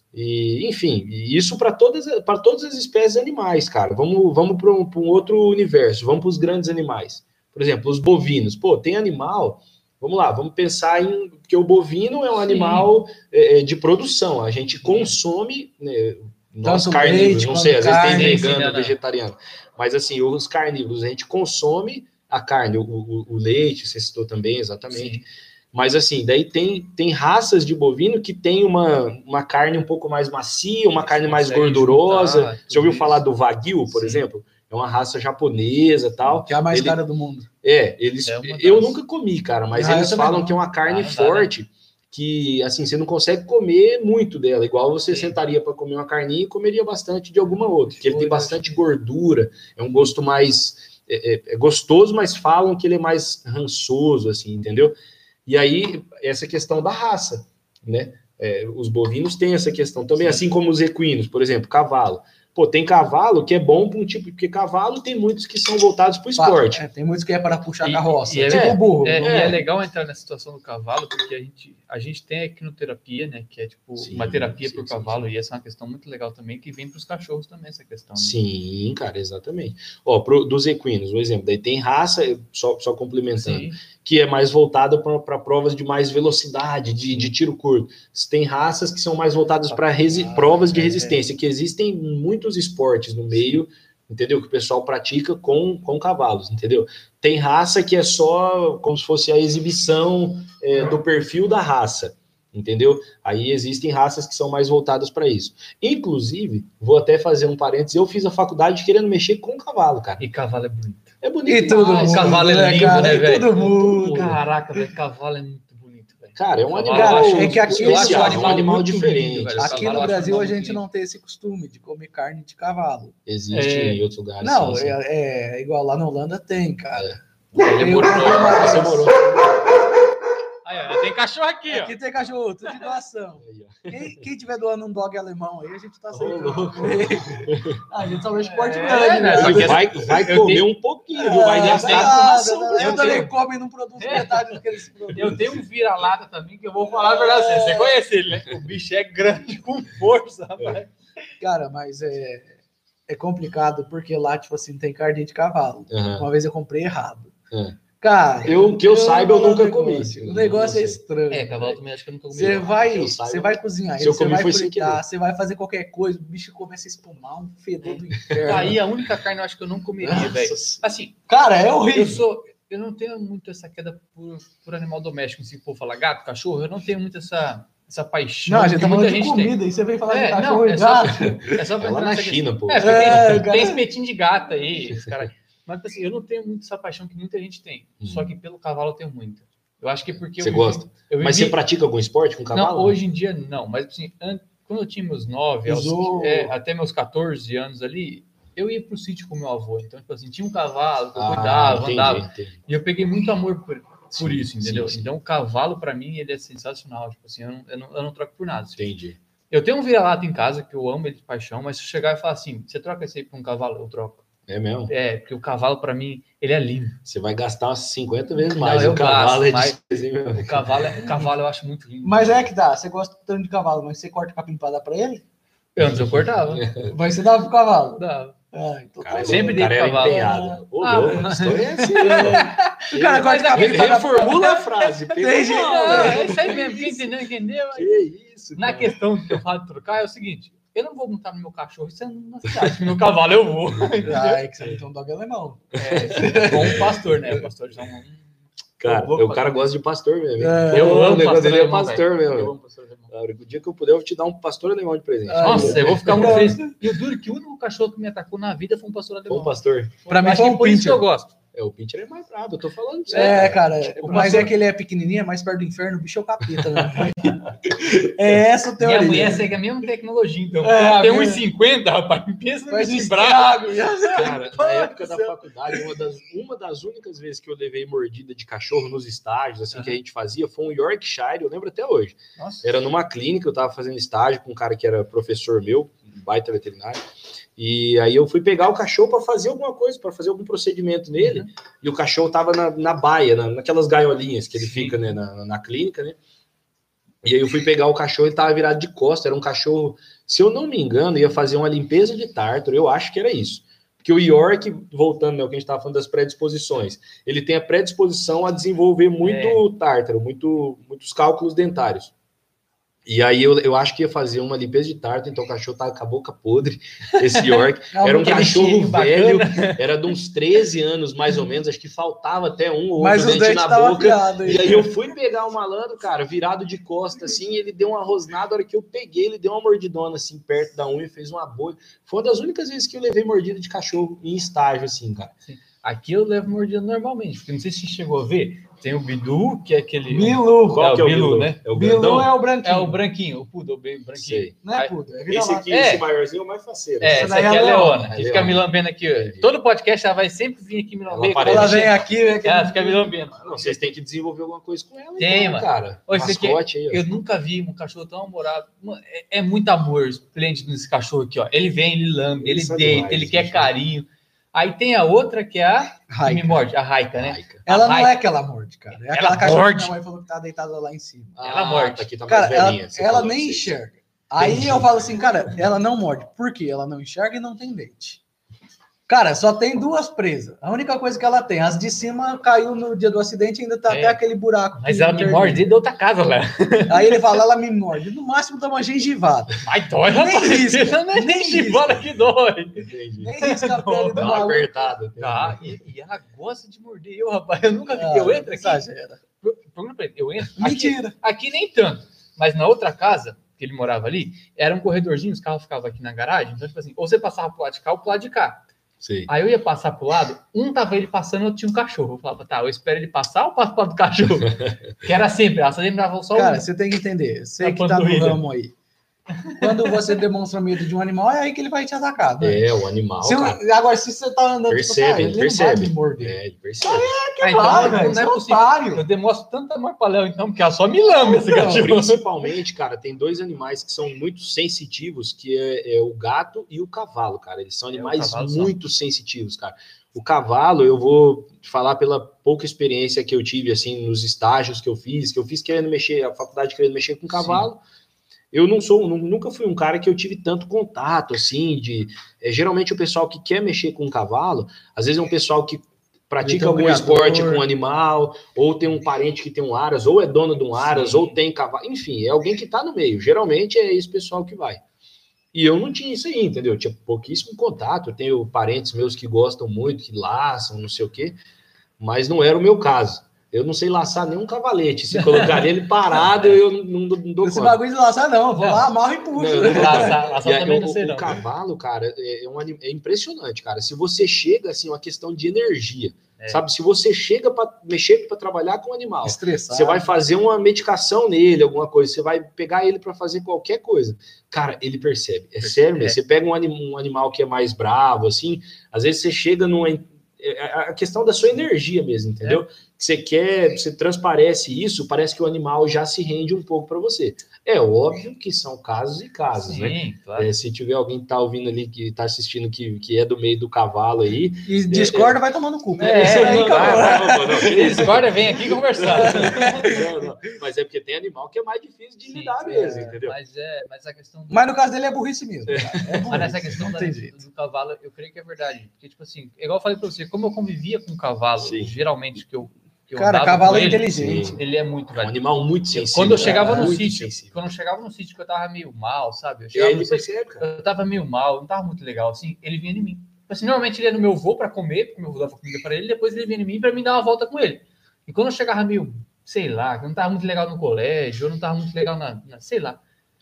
E enfim, isso para todas, para todas as espécies animais, cara. Vamos, vamos para um, um outro universo. Vamos para os grandes animais. Por exemplo, os bovinos. Pô, tem animal. Vamos lá, vamos pensar em... Porque o bovino é um Sim. animal é, de produção. A gente consome... Né, nós carnívoros, não sei, às vezes tem vegano, vegetariano. Mas assim, os carnívoros, a gente consome a carne, o, o, o leite, você citou também, exatamente. Sim. Mas assim, daí tem, tem raças de bovino que tem uma, uma carne um pouco mais macia, uma carne mais gordurosa. Juntar, você ouviu isso. falar do Wagyu, por Sim. exemplo? É é uma raça japonesa e tal. Que é a mais Ele, cara do mundo. É, eles, é das... eu nunca comi, cara, mas ah, eles falam não. que é uma carne ah, forte, dá, né? Que, assim, você não consegue comer muito dela, igual você Sim. sentaria para comer uma carninha e comeria bastante de alguma outra, que ele tem bastante gordura, é um gosto mais... É, é gostoso, mas falam que ele é mais rançoso, assim, entendeu? E aí, essa questão da raça, né? É, os bovinos têm essa questão também, Sim. assim como os equinos, por exemplo, cavalo. Pô, tem cavalo que é bom para um tipo, porque cavalo tem muitos que são voltados para o esporte. É, tem muitos que é para puxar e, carroça, e é, tipo o burro. É, é. é legal entrar nessa situação do cavalo, porque a gente, a gente tem a equinoterapia, né, que é tipo sim, uma terapia para o cavalo, sim. E essa é uma questão muito legal também, que vem para os cachorros também, essa questão. Né? Sim, cara, exatamente. Ó, pro, dos equinos, um exemplo, daí tem raça, só, só complementando, sim. que é mais voltada para provas de mais velocidade, de, de tiro curto. Tem raças que são mais voltadas para ah, provas de resistência, é. que existem muitos esportes no meio, entendeu? Que o pessoal pratica com, com cavalos, entendeu? Tem raça que é só como se fosse a exibição é, do perfil da raça, entendeu? Aí existem raças que são mais voltadas para isso. Inclusive, vou até fazer um parênteses, eu fiz a faculdade querendo mexer com cavalo, cara. E cavalo é bonito. É bonito. E todo mundo, cavalo é lindo, cara, né, velho? Todo mundo. Caraca, velho, cavalo é muito bonito, velho. Cara, é um cavalo, animal, cara, é que aqui eu acho é um animal diferente. Lindo, aqui no Brasil a gente não tem esse costume de comer carne de cavalo. Existe é... em outros lugares. Não, sim, sim. É, é igual lá na Holanda tem, cara. É. Ele morou, você morou. Aí, tem cachorro aqui, ó. Aqui tem cachorro, tudo de doação. Quem, quem tiver doando um dog alemão aí, a gente tá aceitando. Oh, a gente só vê esporte é, grande, né? Vai, vai comer tenho... um pouquinho, viu? Vai é, gastar nada, doação. Eu, eu também tenho... come e não produz é. metade do que eles produzem. Eu tenho um vira-lata também, que eu vou falar a verdade assim. Você conhece ele, né? O bicho é grande com força, rapaz. É. Cara, mas é, é complicado, porque lá, tipo assim, tem carne de cavalo. Uhum. Uma vez eu comprei errado. Uhum. Cara, eu, que eu, eu saiba, eu nunca comi. O negócio é estranho. É, cavalo também acho que eu nunca comi. Você vai, você vai cozinhar, se eu você comi, vai foi fritar, você vai fazer qualquer coisa, o bicho começa a espumar, um fedor do inferno. Aí a única carne eu acho que eu não comeria, velho. Assim, cara, é horrível. Eu, sou, eu não tenho muito essa queda por, por animal doméstico, se for falar gato, cachorro, eu não tenho muito essa... essa paixão. Não, a gente tá falando de comida, tem. E você vem falar é, de cachorro não, e é gato. Só, é só é lá na China, questão. pô. É, é, tem, tem espetinho de gata aí, esse cara. Mas assim, eu não tenho muito essa paixão que muita gente tem. Hum. Só que pelo cavalo eu tenho muita. Eu acho que é porque você eu gosta? Vivi, eu vivi... Mas você pratica algum esporte com cavalo? Não, hoje em dia não. Mas assim, quando eu tinha meus nove, aos, é, até meus quatorze anos ali, eu ia pro sítio com meu avô. Então, tipo assim, tinha um cavalo que eu ah, cuidava, entendi, andava. Entendi. E eu peguei muito amor por, por sim, isso, entendeu? Sim, sim. Então, o cavalo, para mim, ele é sensacional. Tipo assim, eu não, eu não, eu não troco por nada. Entendi. Eu tenho um vira-lata em casa que eu amo ele de paixão, mas se eu chegar e falar assim, você troca esse aí por um cavalo, eu troco. É mesmo? É, porque o cavalo, para mim, ele é lindo. Você vai gastar umas cinquenta vezes mais. Não, o cavalo gasto, é mas de... o, cavalo é, o cavalo eu acho muito lindo. Mas é que dá, você gosta tanto de cavalo, mas você corta o capim para dar para ele? Eu antes eu cortava. Mas você dava pro cavalo? Dava. Ah, então cara, tá sempre dei pro cavalo. Empenhado. Ô, ah, louco, história é assim. O cara corta o capim para dar pro reformula a frase. Tem jeito. É isso aí mesmo. Quem entendeu, entendeu. Que isso, na cara. Questão que eu falo de trocar é o seguinte. Eu não vou montar no meu cachorro, isso é na cidade. No meu cavalo eu vou. Ah, é que você tem um dog alemão. É, bom um pastor, né? O pastor já é um... Cara, o cara gosta de pastor mesmo. É, eu amo o negócio dele é pastor velho. mesmo. Eu amo pastor alemão. O dia que eu puder, eu vou te dar um pastor alemão de presente. Nossa, eu vou ficar muito feliz. E o duro que o único cachorro que me atacou na vida foi um pastor alemão. Foi um pastor. Pra mim foi um por isso que eu gosto. É, o Pincher é mais brabo, eu tô falando pra você. É, cara, o mas pastor... é que ele é pequenininho, é mais perto do inferno, o bicho é o capeta, né? É essa a teoria. Minha mulher segue a mesma tecnologia, então. É, tem uns cinquenta, rapaz, pensa no bicho bravo. Cara, na época da faculdade, uma das, uma das únicas vezes que eu levei mordida de cachorro nos estágios, assim, uhum. que a gente fazia, foi um Yorkshire, eu lembro até hoje. Nossa. Era numa clínica, eu tava fazendo estágio com um cara que era professor meu, um baita veterinário. E aí eu fui pegar o cachorro para fazer alguma coisa, para fazer algum procedimento nele, uhum. e o cachorro tava na, na baia, na, naquelas gaiolinhas que ele Sim. fica, né, na, na clínica, né? E aí eu fui pegar o cachorro, ele tava virado de costa, era um cachorro, se eu não me engano, ia fazer uma limpeza de tártaro, eu acho que era isso. Porque o York, voltando, né, o que a gente tava falando das predisposições, ele tem a predisposição a desenvolver muito é. tártaro, muito, muitos cálculos dentários. E aí eu, eu acho que ia fazer uma limpeza de tarto, então o cachorro tava com a boca podre, esse York. Era um cachorro velho, era de uns treze anos mais ou menos, acho que faltava até um ou outro dente na boca. E aí eu fui pegar o malandro, cara, virado de costa, assim, ele deu uma rosnada, a hora que eu peguei, ele deu uma mordidona, assim, perto da unha, fez uma bolha. Foi uma das únicas vezes que eu levei mordida de cachorro em estágio, assim, cara. Sim. Aqui eu levo mordida normalmente, porque não sei se você chegou a ver, tem o Bidu, que é aquele... Bilu. Qual é, que é o Bilu, Bilu, né? É o Bilu é o branquinho. É o branquinho, o Poodle, o branquinho. Sei. Não é Poodle, é esse aqui, é. esse maiorzinho é o mais faceiro. É, essa aqui é a Leona, que fica me lambendo aqui. Todo podcast ela vai sempre vir aqui me lamber. Ela, ela vem aqui, vem aqui. Ela fica me lambendo. Não, vocês têm que desenvolver alguma coisa com ela. Tem, então, mano. Cara. Esse aqui, aí, eu nunca vi um cachorro tão amoroso. É, é muito amor esplêndido nesse cachorro aqui, ó. Ele vem, ele lambe, ele, ele deita, demais, ele quer carinho. Aí tem a outra que é a que me morde, a Raika, né? Raika. Ela a não Raika. é que ela morde, cara. É aquela cachorra que minha mãe falou que tá deitada lá em cima. Ah, ela morde. Aqui tá cara, velhinha, ela, ela nem enxerga. Aí Entendi. eu falo assim, cara, ela não morde. Por quê? Ela não enxerga e não tem dente. Cara, só tem duas presas. A única coisa que ela tem, as de cima caiu no dia do acidente e ainda tá é. até aquele buraco. Mas ela me morde dentro da outra casa, velho. Aí ele fala, ela me morde. No máximo dá uma gengivada. Ai, dói, nem risca. Nem, nem gengivada que dói. Entendi. Nem risca a pele do maluco. Apertado. Tá, e, e ela gosta de morder eu, rapaz. Eu nunca vi. Ah, eu entro aqui. Exagera. Eu entro. Mentira. Aqui, aqui nem tanto. Mas na outra casa, que ele morava ali, era um corredorzinho, os carros ficavam aqui na garagem. Então, tipo assim, ou você passava pro lado de cá ou pro lado de cá. Sim. Aí eu ia passar pro lado, um tava ele passando, eu tinha um cachorro. Eu falava, tá, eu espero ele passar ou passo pro lado do cachorro? Que era sempre, ela sempre dava só Cara, um. você tem que entender, você que tá no ramo aí. Quando você demonstra medo de um animal, é aí que ele vai te atacar. Né? É, o animal. Se eu, agora, se você tá andando, percebe, tipo, cara, ele percebe. Vai me morder. É, ele percebe. Aí é que ah, então, vai, não, velho, não é possível. otário. Eu demonstro tanto amor pra Léo, então, porque ela só me lama esse cachorro. Principalmente, cara, tem dois animais que são muito sensitivos, que é, é o gato e o cavalo, cara. Eles são animais é, muito são. sensitivos, cara. O cavalo, eu vou falar pela pouca experiência que eu tive, assim, nos estágios que eu fiz, que eu fiz querendo mexer, a faculdade querendo mexer com cavalo. Sim. Eu não sou, nunca fui um cara que eu tive tanto contato, assim, de... É, geralmente o pessoal que quer mexer com um cavalo, às vezes é um pessoal que pratica algum esporte com um animal, ou tem um parente que tem um aras, ou é dono de um aras, Sim. ou tem cavalo, enfim, é alguém que tá no meio. Geralmente é esse pessoal que vai. E eu não tinha isso aí, entendeu? Eu tinha pouquíssimo contato, eu tenho parentes meus que gostam muito, que laçam, não sei o quê, mas não era o meu caso. Eu não sei laçar nenhum cavalete. Se colocar ele parado, eu não, não, não dou Esse conta. bagulho de laçar, não. Eu vou não. lá, amarro e puxo. Não, laçar, laçar aí, também o, não sei, o não. cavalo, cara, é, um, é impressionante, cara. Se você chega, assim, uma questão de energia, é. sabe? Se você chega para mexer, para trabalhar com o animal, Estressado. Você vai fazer uma medicação nele, alguma coisa, você vai pegar ele para fazer qualquer coisa. Cara, ele percebe. É sério, é. Você pega um, anim, um animal que é mais bravo, assim, às vezes você chega numa... A questão da sua energia mesmo, entendeu? É. Você quer, você transparece isso, parece que o animal já se rende um pouco para você. É óbvio que são casos e casos, Sim, né? Claro. É, se tiver alguém que tá ouvindo ali, que tá assistindo, que, que é do meio do cavalo aí... E é, discorda, é, vai tomar no cu. É, é, aí, não, não, não, não, discorda, vem aqui conversar. não, não. Mas é porque tem animal que é mais difícil de Sim, lidar mesmo, é, entendeu? Mas, é, mas a questão... Do... Mas no caso dele é burrice mesmo. É burrice, mas nessa questão da, do, do cavalo, eu creio que é verdade. Porque, tipo assim, igual eu falei pra você, como eu convivia com o cavalo, Sim. geralmente que eu Eu Cara, cavalo é ele, inteligente. Ele é muito velho. Um animal muito sensível. Quando eu chegava é, no sítio, sensível. quando eu chegava no sítio que eu tava meio mal, sabe? Eu, chegava ele no sítio, eu tava meio mal, não tava muito legal, assim, ele vinha em mim. Assim, normalmente ele ia no meu voo pra comer, porque meu avô dava comida pra ele, depois ele vinha em mim pra me dar uma volta com ele. E quando eu chegava meio, sei lá, que eu não tava muito legal no colégio, eu não tava muito legal na, na sei lá,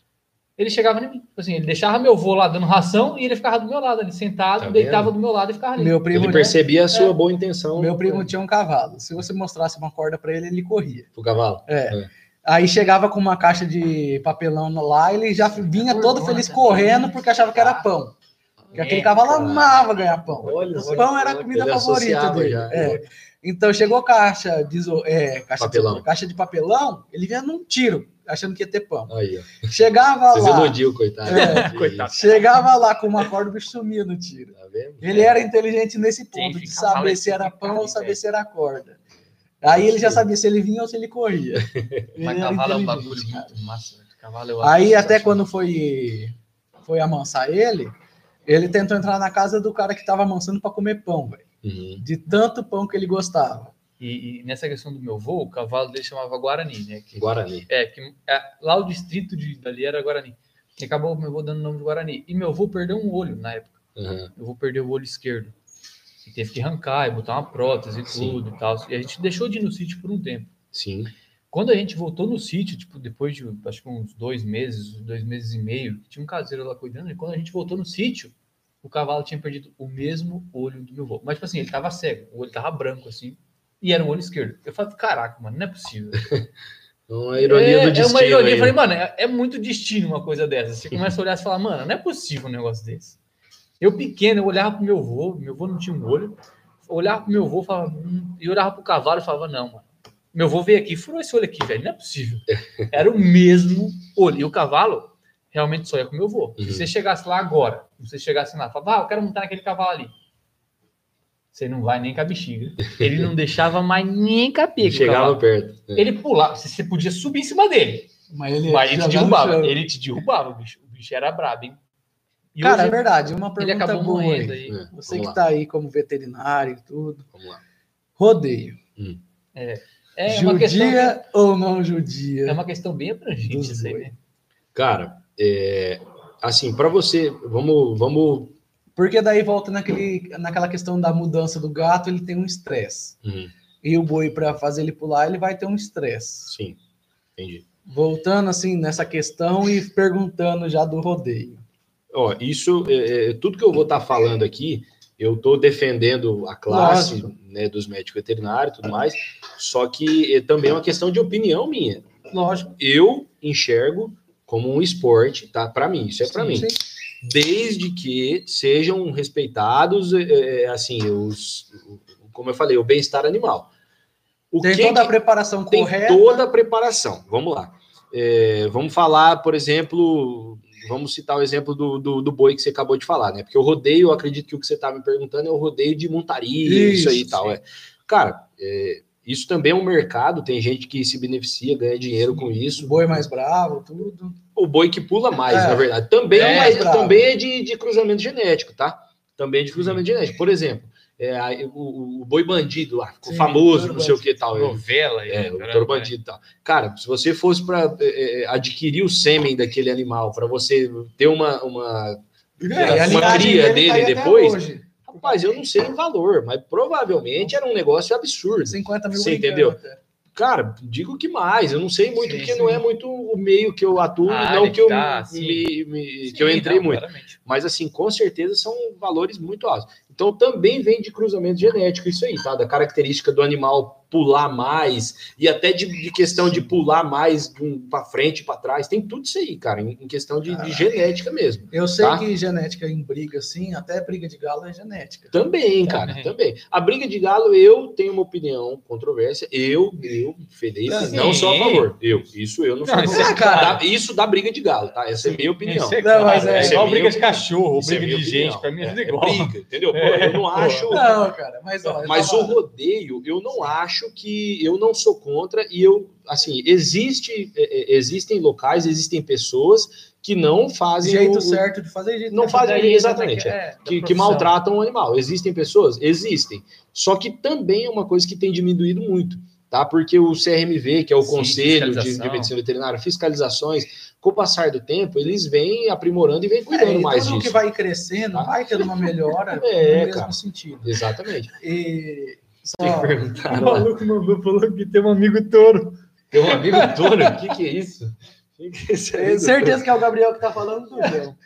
ele chegava em mim. Assim, ele deixava meu avô lá dando ração e ele ficava do meu lado ali, sentado, tá deitava do meu lado e ficava ali. Meu primo, ele percebia né? a sua é. boa intenção. Meu primo é. tinha um cavalo. Se você mostrasse uma corda para ele, ele corria. O cavalo? É. é. Aí chegava com uma caixa de papelão lá, ele já vinha todo feliz correndo porque achava que era pão. Porque aquele cavalo amava ganhar pão. Olha, o pão era a comida favorita dele. Já, é. Então chegou caixa de, é, caixa, papelão. De, caixa de papelão, ele vinha num tiro, achando que ia ter pão. Aí, chegava Vocês lá. Elogiam, coitado. É, coitado. Chegava lá com uma corda, o bicho sumia no tiro. Tá vendo? Ele era inteligente nesse ponto, de saber se era pão ou saber se era corda. Aí ele já sabia se ele vinha ou se ele corria. Mas cavalo é um bagulho muito massa. Cavalo eu Aí até quando foi, foi amansar ele, ele tentou entrar na casa do cara que tava amansando para comer pão, velho. Uhum. De tanto pão que ele gostava. E, e nessa questão do meu avô, o cavalo dele chamava Guarani, né? Que, Guarani. É, que é, lá o distrito de, dali era Guarani. E acabou meu avô dando o nome de Guarani. E meu avô perdeu um olho na época. Uhum. Meu avô perdeu o olho esquerdo. E teve que arrancar e botar uma prótese e Sim. tudo e tal. E a gente deixou de ir no sítio por um tempo. Sim. Quando a gente voltou no sítio, tipo, depois de, acho que uns dois meses, dois meses e meio, tinha um caseiro lá cuidando, e quando a gente voltou no sítio, o cavalo tinha perdido o mesmo olho do meu avô. Mas, tipo assim, ele tava cego, o olho tava branco, assim, e era o olho esquerdo. Eu falei, caraca, mano, não é possível. Uma ironia é, do destino. É uma ironia. Aí. Eu falei, mano, é, é muito destino uma coisa dessa. Você começa a olhar e fala, mano, não é possível um negócio desse. Eu pequeno, eu olhava pro meu avô, meu avô não tinha um olho, eu olhava pro meu avô falava, hum, e olhava pro cavalo e falava, não, mano. Meu avô veio aqui e furou esse olho aqui, velho. Não é possível. Era o mesmo olho. E o cavalo realmente só ia com o meu avô. Uhum. Se você chegasse lá agora, se você chegasse lá e falava, ah, eu quero montar naquele cavalo ali. Você não vai nem com a bexiga. Ele não deixava mais nem capê. Chegava perto. É. Ele pulava. Você podia subir em cima dele. Mas ele, mas ele te derrubava. Ele te derrubava, o bicho. O bicho era brabo, hein? E Cara, hoje, é verdade. Uma pergunta ele acabou boa morrendo aí. aí. Você que tá aí como veterinário e tudo. Vamos lá. Rodeio. Hum. É. É judia uma questão, ou não judia? É uma questão bem abrangente isso aí, né? Cara, é, assim, para você, vamos, vamos... Porque daí volta naquele, naquela questão da mudança do gato, ele tem um estresse. Uhum. E o boi, para fazer ele pular, ele vai ter um estresse. Sim, entendi. Voltando, assim, nessa questão e perguntando já do rodeio. Ó, isso, é, é, tudo que eu vou estar tá falando aqui, eu estou defendendo a classe, né, dos médicos veterinários e tudo mais, só que é, também é uma questão de opinião minha. Lógico. Eu enxergo como um esporte, tá? Para mim, isso é para mim. Sim. Desde que sejam respeitados, é, assim, os, como eu falei, o bem-estar animal. O tem que toda que, a preparação tem correta. Tem toda a preparação. Vamos lá. É, vamos falar, por exemplo... Vamos citar o exemplo do, do, do boi que você acabou de falar, né? Porque o rodeio, eu acredito que o que você estava me perguntando é o rodeio de montaria, isso, isso aí e tal. É. Cara, é, isso também é um mercado, tem gente que se beneficia, ganha dinheiro sim, com isso. O boi mais bravo, tudo. O boi que pula mais, é, na verdade. Também é, mais também é de, de cruzamento genético, tá? Também é de cruzamento sim. genético. Por exemplo, é, o, o boi bandido lá, ficou sim, famoso, não sei o que tal. Novela. É, o touro bandido e tal. Cara, se você fosse para é, adquirir o sêmen daquele animal, para você ter uma, uma, é, uma cria dele tá depois, rapaz, eu não sei o valor, mas provavelmente era um negócio absurdo. cinquenta mil você entendeu? Até. Cara, digo que mais, eu não sei muito, sim, porque sim. não é muito o meio que eu atuo, ah, não que eu, tá, me, me, sim, que eu entrei não, muito. Claramente. Mas, assim, com certeza são valores muito altos. Então, também vem de cruzamento genético isso aí, tá? Da característica do animal pular mais, e até de, de questão de pular mais um, para frente e para trás. Tem tudo isso aí, cara, em, em questão de, de genética mesmo. Eu sei tá? que genética em briga, assim, até briga de galo é genética. Também, cara, também. também. A briga de galo, eu tenho uma opinião controvérsia. Eu, eu, Felipe, Sim. não sou a favor. Eu, isso eu não sou não, a favor. Isso, cara, da, isso da briga de galo, tá? Essa Sim. é minha opinião. É claro, não, mas é, é igual briga de cachorro, briga de opinião. gente, pra mim é, é igual. É briga, entendeu? Pô, eu não acho... Não, cara, mas... Ó, mas o rodeio, eu não acho que... Eu não sou contra e eu, assim, existe, existem locais, existem pessoas que não fazem... Jeito o, certo de fazer, jeito Não fazem, daí, exatamente, é, que, que maltratam o animal. Existem pessoas? Existem. Só que também é uma coisa que tem diminuído muito, tá? Porque o C R M V, que é o Sim, Conselho de, de Medicina Veterinária, fiscalizações, com o passar do tempo, eles vêm aprimorando e vêm cuidando é, e mais disso. Tudo que vai crescendo, tá? vai tendo uma melhora é, no mesmo cara, sentido. Exatamente. E... Só... O maluco mandou, falou que tem um amigo touro. Tem um amigo touro? O que, que é isso? Que que é isso Tenho certeza que é o Gabriel que tá falando do João.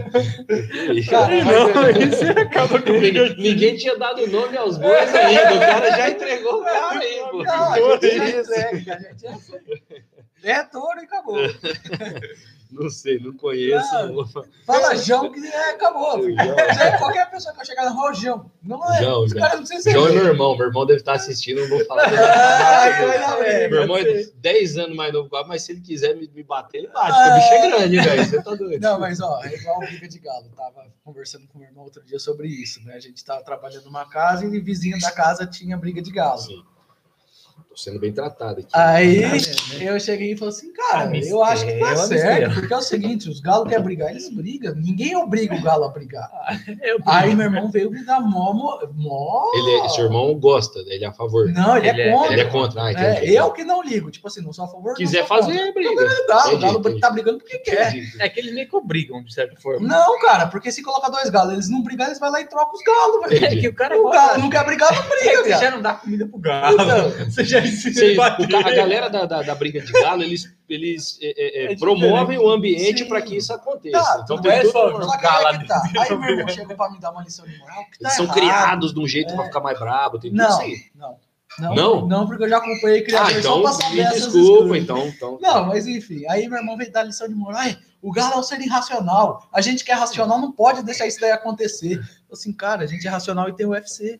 Cara, não, isso acaba com ninguém, ninguém tinha dado nome aos bois ainda. O cara já entregou o cara aí, pô. Não, a gente já entrega, a gente já é touro e acabou. Não sei, não conheço. Não, fala João que é, acabou. João. Qualquer pessoa que vai chegar no João. Não é. João, Os caras não sei se João é meu irmão. Meu irmão deve estar assistindo, não vou falar. Ah, é, meu irmão é dez anos mais novo, mas se ele quiser me, me bater, ele bate. Porque o bicho é grande, velho. Você tá doido. Não, mas ó, é igual o Briga de Galo. Tava conversando com o meu irmão outro dia sobre isso, né? A gente tava trabalhando numa casa e o vizinho da casa tinha briga de galo. Sim. Tô sendo bem tratado aqui. Aí eu cheguei e falei assim, cara, Ah, eu acho que tá mistério, certo, mistério. porque é o seguinte, os galos querem brigar, eles brigam. Ninguém obriga o galo a brigar. Eu Aí meu irmão veio me dar mó... mó... mó- Ele, seu irmão gosta, ele é a favor. Não, ele, Ele é é- contra. Ele é contra. Ah, É, entendi. eu que não ligo, tipo assim, não sou a favor, não Quiser sou contra. fazer, briga. O galo, o Entendi, galo entendi. tá brigando porque quer. Entendi. É que eles meio que obrigam, de certa forma. Não, cara, porque se colocar dois galos, eles não brigar, eles vão lá e trocam os galos, velho. É que o cara O gosta- galo não quer brigar, não briga, Você viado. já não dá comida pro galo. Então. Você já ensina Você- ele a bater. o ca- a galera da, da, da briga de galo, eles, eles é, é, É promovem o ambiente Sim. para que isso aconteça. Tá, então não tem é tudo só uma- Só que galo aí é que tá. ali. Aí o meu irmão chegou pra me dar uma lição de moral que tá eles são errado. criados de um jeito É. para ficar mais brabo. Tem tudo Não, isso aí. não, não. Não? Não, porque eu já acompanhei Ah, criador só então pra saber me essas desculpa, coisas. então, então. Não, mas enfim, aí meu irmão veio dar lição de moral. Ai, o galo é um ser irracional. A gente que é racional não pode deixar isso daí acontecer. Eu assim, cara, a gente é racional e tem o U F C.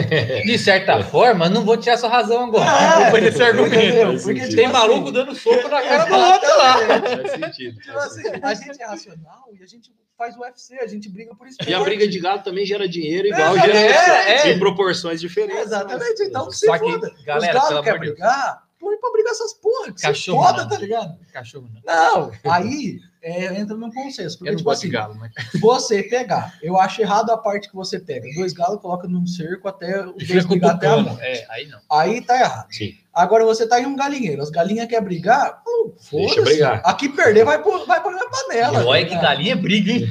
De certa forma, não vou tirar sua razão agora. É, Depois desse argumento. entendeu? Faz Porque, sentido. Tem tipo maluco assim, dando soco na cara do outro lá. Faz sentido. Tipo faz assim, sentido. a gente é racional e a gente faz o U F C, a gente briga por isso. E a briga de galo também gera dinheiro igual, É, gera é, é. em proporções diferentes. Exatamente, então que se Só que, foda. galera, Os pelo galos querem amor de Deus. brigar, põe pra brigar essas porra, que Cachorro se foda, não. tá ligado? Cachorro não. Não, aí é, entra num consenso. Porque, Eu não tipo gosto assim, de galo, mas... você pegar, eu acho errado a parte que você pega. Dois galos, coloca num cerco até os E dois fica brigar até a cutucando. morte. É, aí não. Aí tá errado. Sim. Agora você tá em um galinheiro, as galinhas querem brigar, pô, Deixa foda-se. brigar. Aqui perder vai pôr vai pôr minha panela. Olha tá que ligado? galinha briga, hein?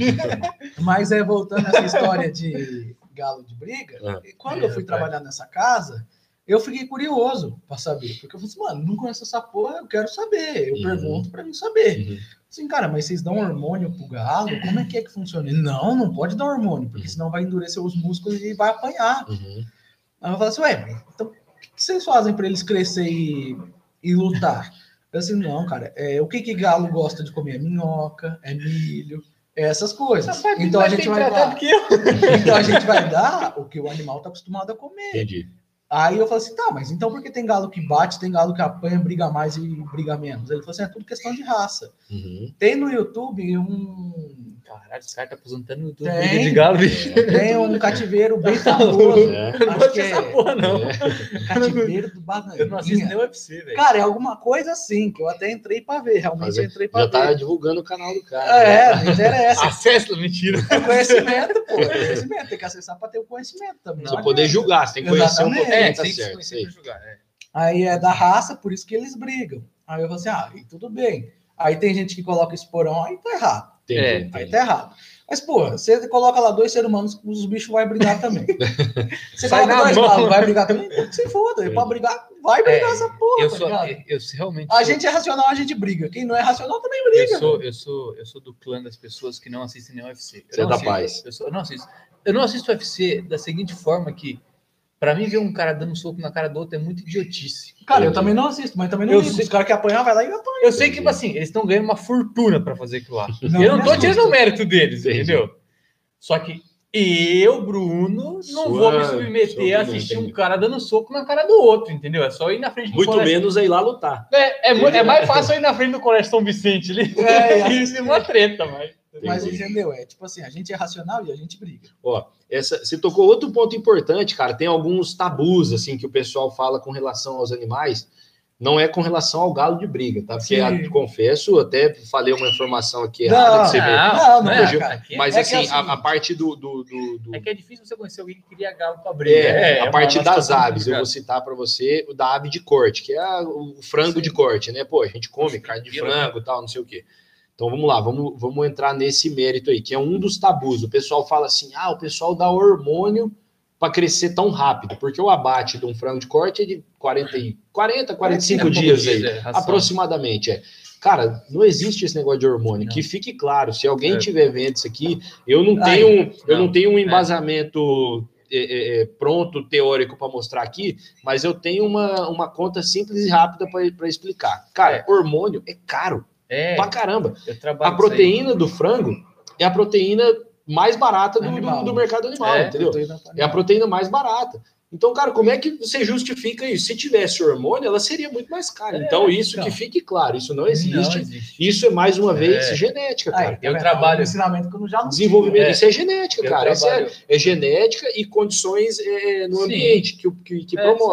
Mas é voltando a essa história de galo de briga, Ah. quando eu fui trabalhar nessa casa, eu fiquei curioso para saber. Porque eu falei assim, mano, não conheço essa porra, eu quero saber. Eu Uhum. pergunto para mim saber. Uhum. Assim, cara, mas vocês dão hormônio pro galo? Como é que é que funciona? Ele, não, não pode dar hormônio, porque Uhum. senão vai endurecer os músculos e vai apanhar. Uhum. Aí eu falei assim, ué, mas então o que que vocês fazem para eles crescer e, e lutar? Eu assim, não, cara, é, o que que galo gosta de comer? É minhoca, é milho, é essas coisas. Então a gente vai dar, que eu. então a gente vai dar o que o animal tá acostumado a comer. Entendi. Aí eu falei assim, tá, mas então por que tem galo que bate, tem galo que apanha, briga mais e briga menos? Ele falou assim, é tudo questão de raça. Uhum. Tem no YouTube um, Caralho, esse cara tá aposentando tudo. Tem. Briga de galo, bicho. tem um cativeiro bem famoso. É. Eu não Acho gosto que dessa é- porra, não. Cativeiro do Eu não assisto nem Bananinha. o U F C, velho. Cara, é alguma coisa assim, que eu até entrei pra ver, realmente Mas eu entrei pra já tá ver. divulgando o canal do cara. É, não interessa. Acesso, mentira. É conhecimento, pô. É conhecimento. Tem que acessar pra ter o conhecimento também. Pra Não poder adianta. julgar, você tem que conhecer um Exatamente. pouquinho, É, tá tem que se certo. conhecer sei. pra julgar. É. Aí é da raça, por isso que eles brigam. Aí eu falo assim, ah, e tudo bem. Aí tem gente que coloca esporão, aí tá errado. Entendi, É, Aí entendi. tá errado. Mas, pô, você coloca lá dois seres humanos, os bichos vão brigar também. Você Sai coloca na dois mão. galos, vai brigar também? Pô, que se foda. É pra brigar, vai brigar É, essa porra, Eu tá sou, ligado? eu, eu realmente A sou, gente é racional, a gente briga. Quem não é racional também eu briga. sou, eu sou, eu sou do clã das pessoas que não assistem nem o U F C. Eu Você é não da assisto, paz. Eu, sou, eu não assisto. Eu não assisto o U F C da seguinte forma que, pra mim, ver um cara dando soco na cara do outro é muito idiotice. Cara, eu Entendi. também não assisto, mas também não Eu ligo. sei- Os caras que apanham, vai lá e apanha. Eu sei que, Entendi. tipo assim, eles estão ganhando uma fortuna pra fazer aquilo lá. Não, eu não tô me tirando assusta. o mérito deles, Entendi. entendeu? Só que eu, Bruno, não Sua- vou me submeter sua a opinião, assistir entendi. um cara dando soco na cara do outro, entendeu? É só ir na frente do Muito colégio. menos aí lá lutar. É, é, mu- é mais fácil ir na frente do Colégio São Vicente ali. É, Isso é uma treta, mas. Mas Entendi. entendeu? É tipo assim, a gente é racional e a gente briga. Ó, essa, você tocou outro ponto importante, cara. Tem alguns tabus, assim, que o pessoal fala com relação aos animais. Não é com relação ao galo de briga, tá? Porque, Sim. a- confesso, até falei uma informação aqui errada, Não, que você vê. não, não é, fugiu. cara, aqui é- Mas, É que é assim, o a, seguinte. a parte do... do, do, do- É que é difícil você conhecer alguém que cria galo pra briga. É, a uma- parte uma das situação aves, eu vou complicada. citar para você o da ave de corte, que é a- o frango Sim. de corte, né? Pô, a gente come Nossa, carne de tranquilo, frango e tal, não sei o quê. Então vamos lá, vamos, vamos entrar nesse mérito aí, que é um dos tabus. O pessoal fala assim: ah, o pessoal dá hormônio para crescer tão rápido, porque o abate de um frango de corte é de quarenta, e- quarenta quarenta e cinco É pouco dias dias, aí, é, ração. aproximadamente. É. Cara, não existe esse negócio de hormônio. Não. Que fique claro, se alguém É. tiver vendo isso aqui, eu não Ai, tenho, eu não. não tenho um embasamento é, é, é, pronto, teórico para mostrar aqui, mas eu tenho uma, uma conta simples e rápida para explicar. Cara, hormônio é caro É, pra caramba. eu trabalho A proteína do frango é a proteína mais barata do, Animal. do, do mercado animal, É, entendeu? Eu tô indo na É a proteína mais barata. Então, cara, como é que você justifica isso? Se tivesse hormônio, ela seria muito mais cara. É, então, isso então. que fique claro, isso não Não existe. existe. Isso é, mais uma vez, É. genética, Aí, cara. tá eu vendo? trabalho- Um ensinamento que eu não já não Desenvolvimento, É. isso é genética, Eu cara. Isso é, trabalho- é genética e condições é, no Sim. ambiente que, o- que, que É, promove.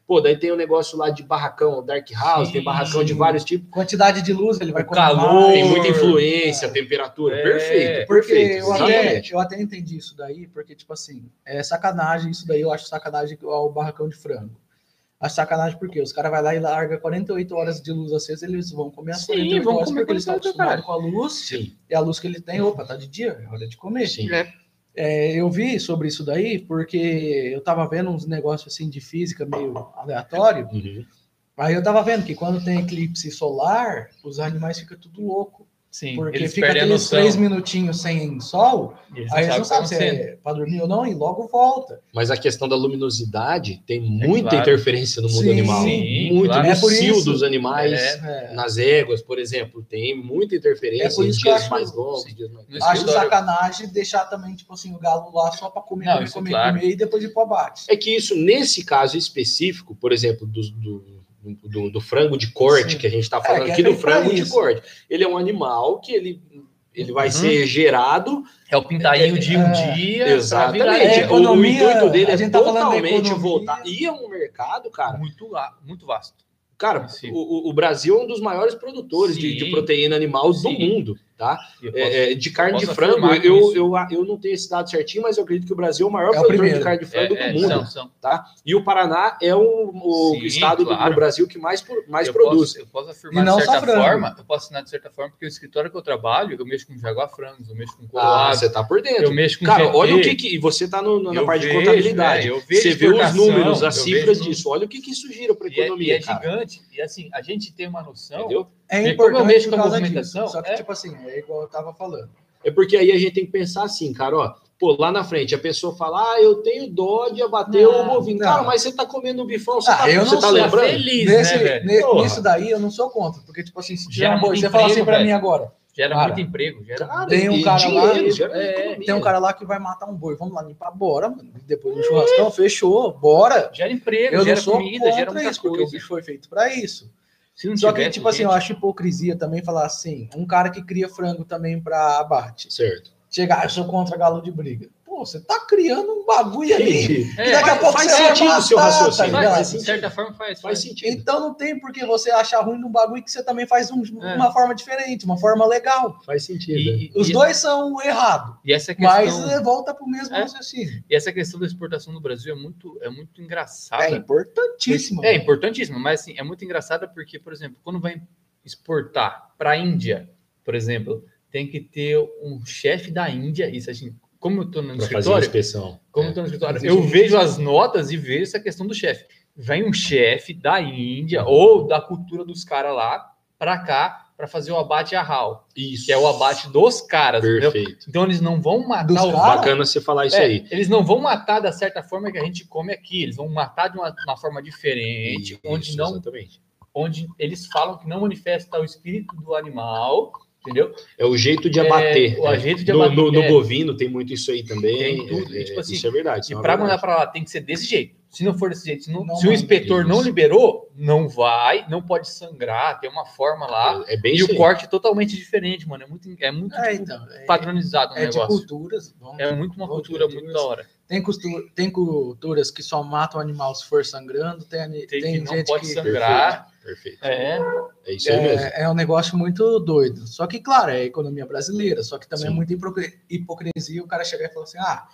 Pô, daí tem o um negócio lá de barracão, dark house, sim, tem barracão de vários tipos. Quantidade de luz, ele vai o calor, tem muita influência, é. temperatura. É. Perfeito, porque perfeito. Eu até, eu até entendi isso daí, porque, tipo assim, é sacanagem, isso daí eu acho sacanagem ao barracão de frango. Acho sacanagem porque os caras vão lá e largam quarenta e oito horas de luz acesa, eles vão comer as quarenta e oito horas porque eles estão acostumados com a luz. Sim. E a luz que ele tem, opa, tá de dia, é hora de comer. Sim. É. É, eu vi sobre isso daí porque eu tava vendo uns negócios assim de física meio aleatório. Uhum. Aí eu tava vendo que quando tem eclipse solar, os animais ficam tudo louco. Sim, porque eles fica aqueles três minutinhos sem sol, eles aí eles não sabem se é para dormir ou não e logo volta. Mas a questão da luminosidade tem muita é claro. interferência no mundo sim, animal. Sim, muito claro. no é cio dos animais, é, é. nas éguas, por exemplo, tem muita interferência é por isso em dias acho, mais longos. Dias mais... Acho sacanagem deixar também, tipo assim, o galo lá só para comer, não, comer, comer, claro. comer e depois ir pro abate. É que isso, nesse caso específico, por exemplo, do... do Do, do frango de corte, Sim. que a gente está falando é, aqui, é do frango de corte. Ele é um animal que ele, ele vai uhum. ser gerado... É o pintainho é, de um é, dia. Exatamente. É, economia, o intuito dele é tá totalmente voltar. E é um mercado, cara... Muito, muito vasto. Cara, o, o Brasil é um dos maiores produtores de, de proteína animal Sim. do mundo, tá? Posso, é, de carne de frango, eu, eu, eu não tenho esse dado certinho, mas eu acredito que o Brasil é o maior é produtor o de carne de frango é, do é, mundo, são, são. tá? E o Paraná é o, o Sim, estado claro. do Brasil que mais, mais eu produz. Posso, eu posso afirmar de certa forma, eu posso assinar de certa forma, porque o escritório que eu trabalho, eu mexo com jaguar frangos, eu mexo com colorado. Ah, você tá por dentro. Eu mexo com Cara, G T. olha o que que... você tá no, na eu parte vejo, de contabilidade. É, eu vejo você vê os números, as cifras vejo, disso. Olha o que que isso gira para a economia, e é, e é cara. gigante. E assim, a gente tem uma noção... Entendeu? É importante como eu mexo com a movimentação... Disso, só que, é... tipo assim, é igual eu tava falando. É porque aí a gente tem que pensar assim, cara, ó, pô, lá na frente a pessoa fala, ah, eu tenho dó de abater o bovino. Cara, mas você tá comendo um bifão, você ah, tá, eu você não tá sou lembrando? Feliz, Nesse, né, velho? Nisso daí eu não sou contra, porque, tipo assim, se tiver um boi, você fala assim pra velho. mim agora. Gera cara, muito emprego. Gera cara, tem um cara dinheiro, lá, é, tem um cara lá que vai matar um boi. Vamos lá limpar, bora, mano. Depois do churrascão, fechou, bora. Gera emprego, eu gera não sou comida, gera muita isso, coisa. Porque o bicho foi feito pra isso. Se Só que, tipo gente... assim, eu acho hipocrisia também falar assim, um cara que cria frango também pra abate. Certo. Chegar, eu sou contra galo de briga. Pô, você tá criando um bagulho ali. É, e daqui a pouco faz você sentido vai o seu raciocínio. Tá faz, de certa forma faz, faz sentido. Então não tem por que você achar ruim num bagulho que você também faz um, é. uma forma diferente, uma forma legal. Faz sentido. E, Os e, dois são errados. E essa questão, mas volta pro mesmo é. raciocínio. E essa questão da exportação no Brasil é muito, é muito engraçada. É importantíssima. É importantíssima, mas assim, é muito engraçada porque, por exemplo, quando vai exportar para a Índia, por exemplo, tem que ter um chefe da Índia, isso assim, como eu estou no pra escritório, fazer inspeção. como é. eu tô no escritório, eu vejo as notas e vejo essa questão do chefe. Vem um chefe da Índia ou da cultura dos caras lá para cá para fazer o abate arral, isso, que é o abate dos caras. Perfeito. Entendeu? Então eles não vão matar dos o cara? Bacana você falar isso é, aí. Eles não vão matar da certa forma que a gente come aqui. Eles vão matar de uma, uma forma diferente, isso, onde não, exatamente. onde eles falam que não manifesta o espírito do animal. Entendeu? É o jeito de abater. É, o jeito de no, abater. No, no é. bovino tem muito isso aí também. Tem tudo. É, e, tipo assim, isso é verdade. E para mandar para lá tem que ser desse jeito. Se não for desse jeito, se, não, não se o inspetor isso. não liberou, não vai, não pode sangrar, tem uma forma lá. É, é bem e isso o aí. corte é totalmente diferente, mano. É muito, é muito é, tipo, então, é, padronizado o é negócio. É de culturas. Vamos, é muito uma cultura muito da hora. Tem, costura, tem culturas que só matam o animal se for sangrando, tem, tem, tem que não gente pode que... sangrar. Perfeito. É, é isso aí mesmo. É, é um negócio muito doido. Só que, claro, é a economia brasileira, só que também Sim. é muita hipocrisia o cara chegar e falar assim, ah,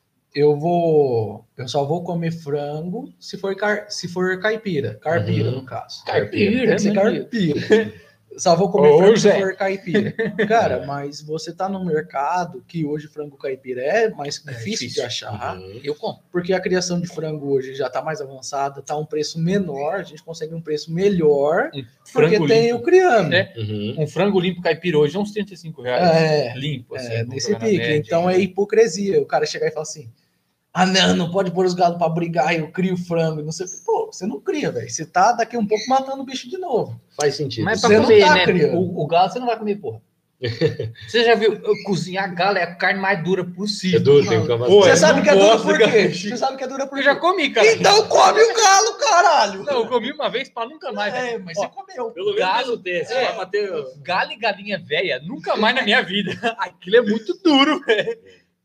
eu vou, eu só vou comer frango se for, car, se for caipira, carpira, uhum. no caso. Caipira, tem que ser caipira. Só vou comer Ô, frango Zé. se for caipira. Cara, mas você tá num mercado que hoje frango caipira é mais é difícil, difícil de achar. Uhum. Eu compro. Porque a criação de frango hoje já tá mais avançada, tá um preço menor, a gente consegue um preço melhor, um porque limpo. tem o criando. É. Uhum. Um frango limpo caipira hoje é uns trinta e cinco reais. É, limpo, assim. É, nesse pique. Então é hipocrisia. O cara chegar e falar assim, ah, não, não pode pôr os galos para brigar, eu crio frango, não sei o que. Pô, você não cria, velho. Você tá daqui um pouco matando o bicho de novo. Faz sentido. Mas você pra comer, não tá né? criando. O, o galo você não vai comer, porra. Você já viu eu cozinhar galo? É a carne mais dura possível. É duro, tem que ficar Você sabe que é dura por quê? Você sabe que é dura por quê? Eu já comi, cara. Então come o galo, caralho! Não, eu comi uma vez pra nunca mais. É, mas Ó, você comeu. Pelo galo desse, é, vai bater... Galo e galinha velha, nunca mais na minha vida. Aquilo é muito duro, velho.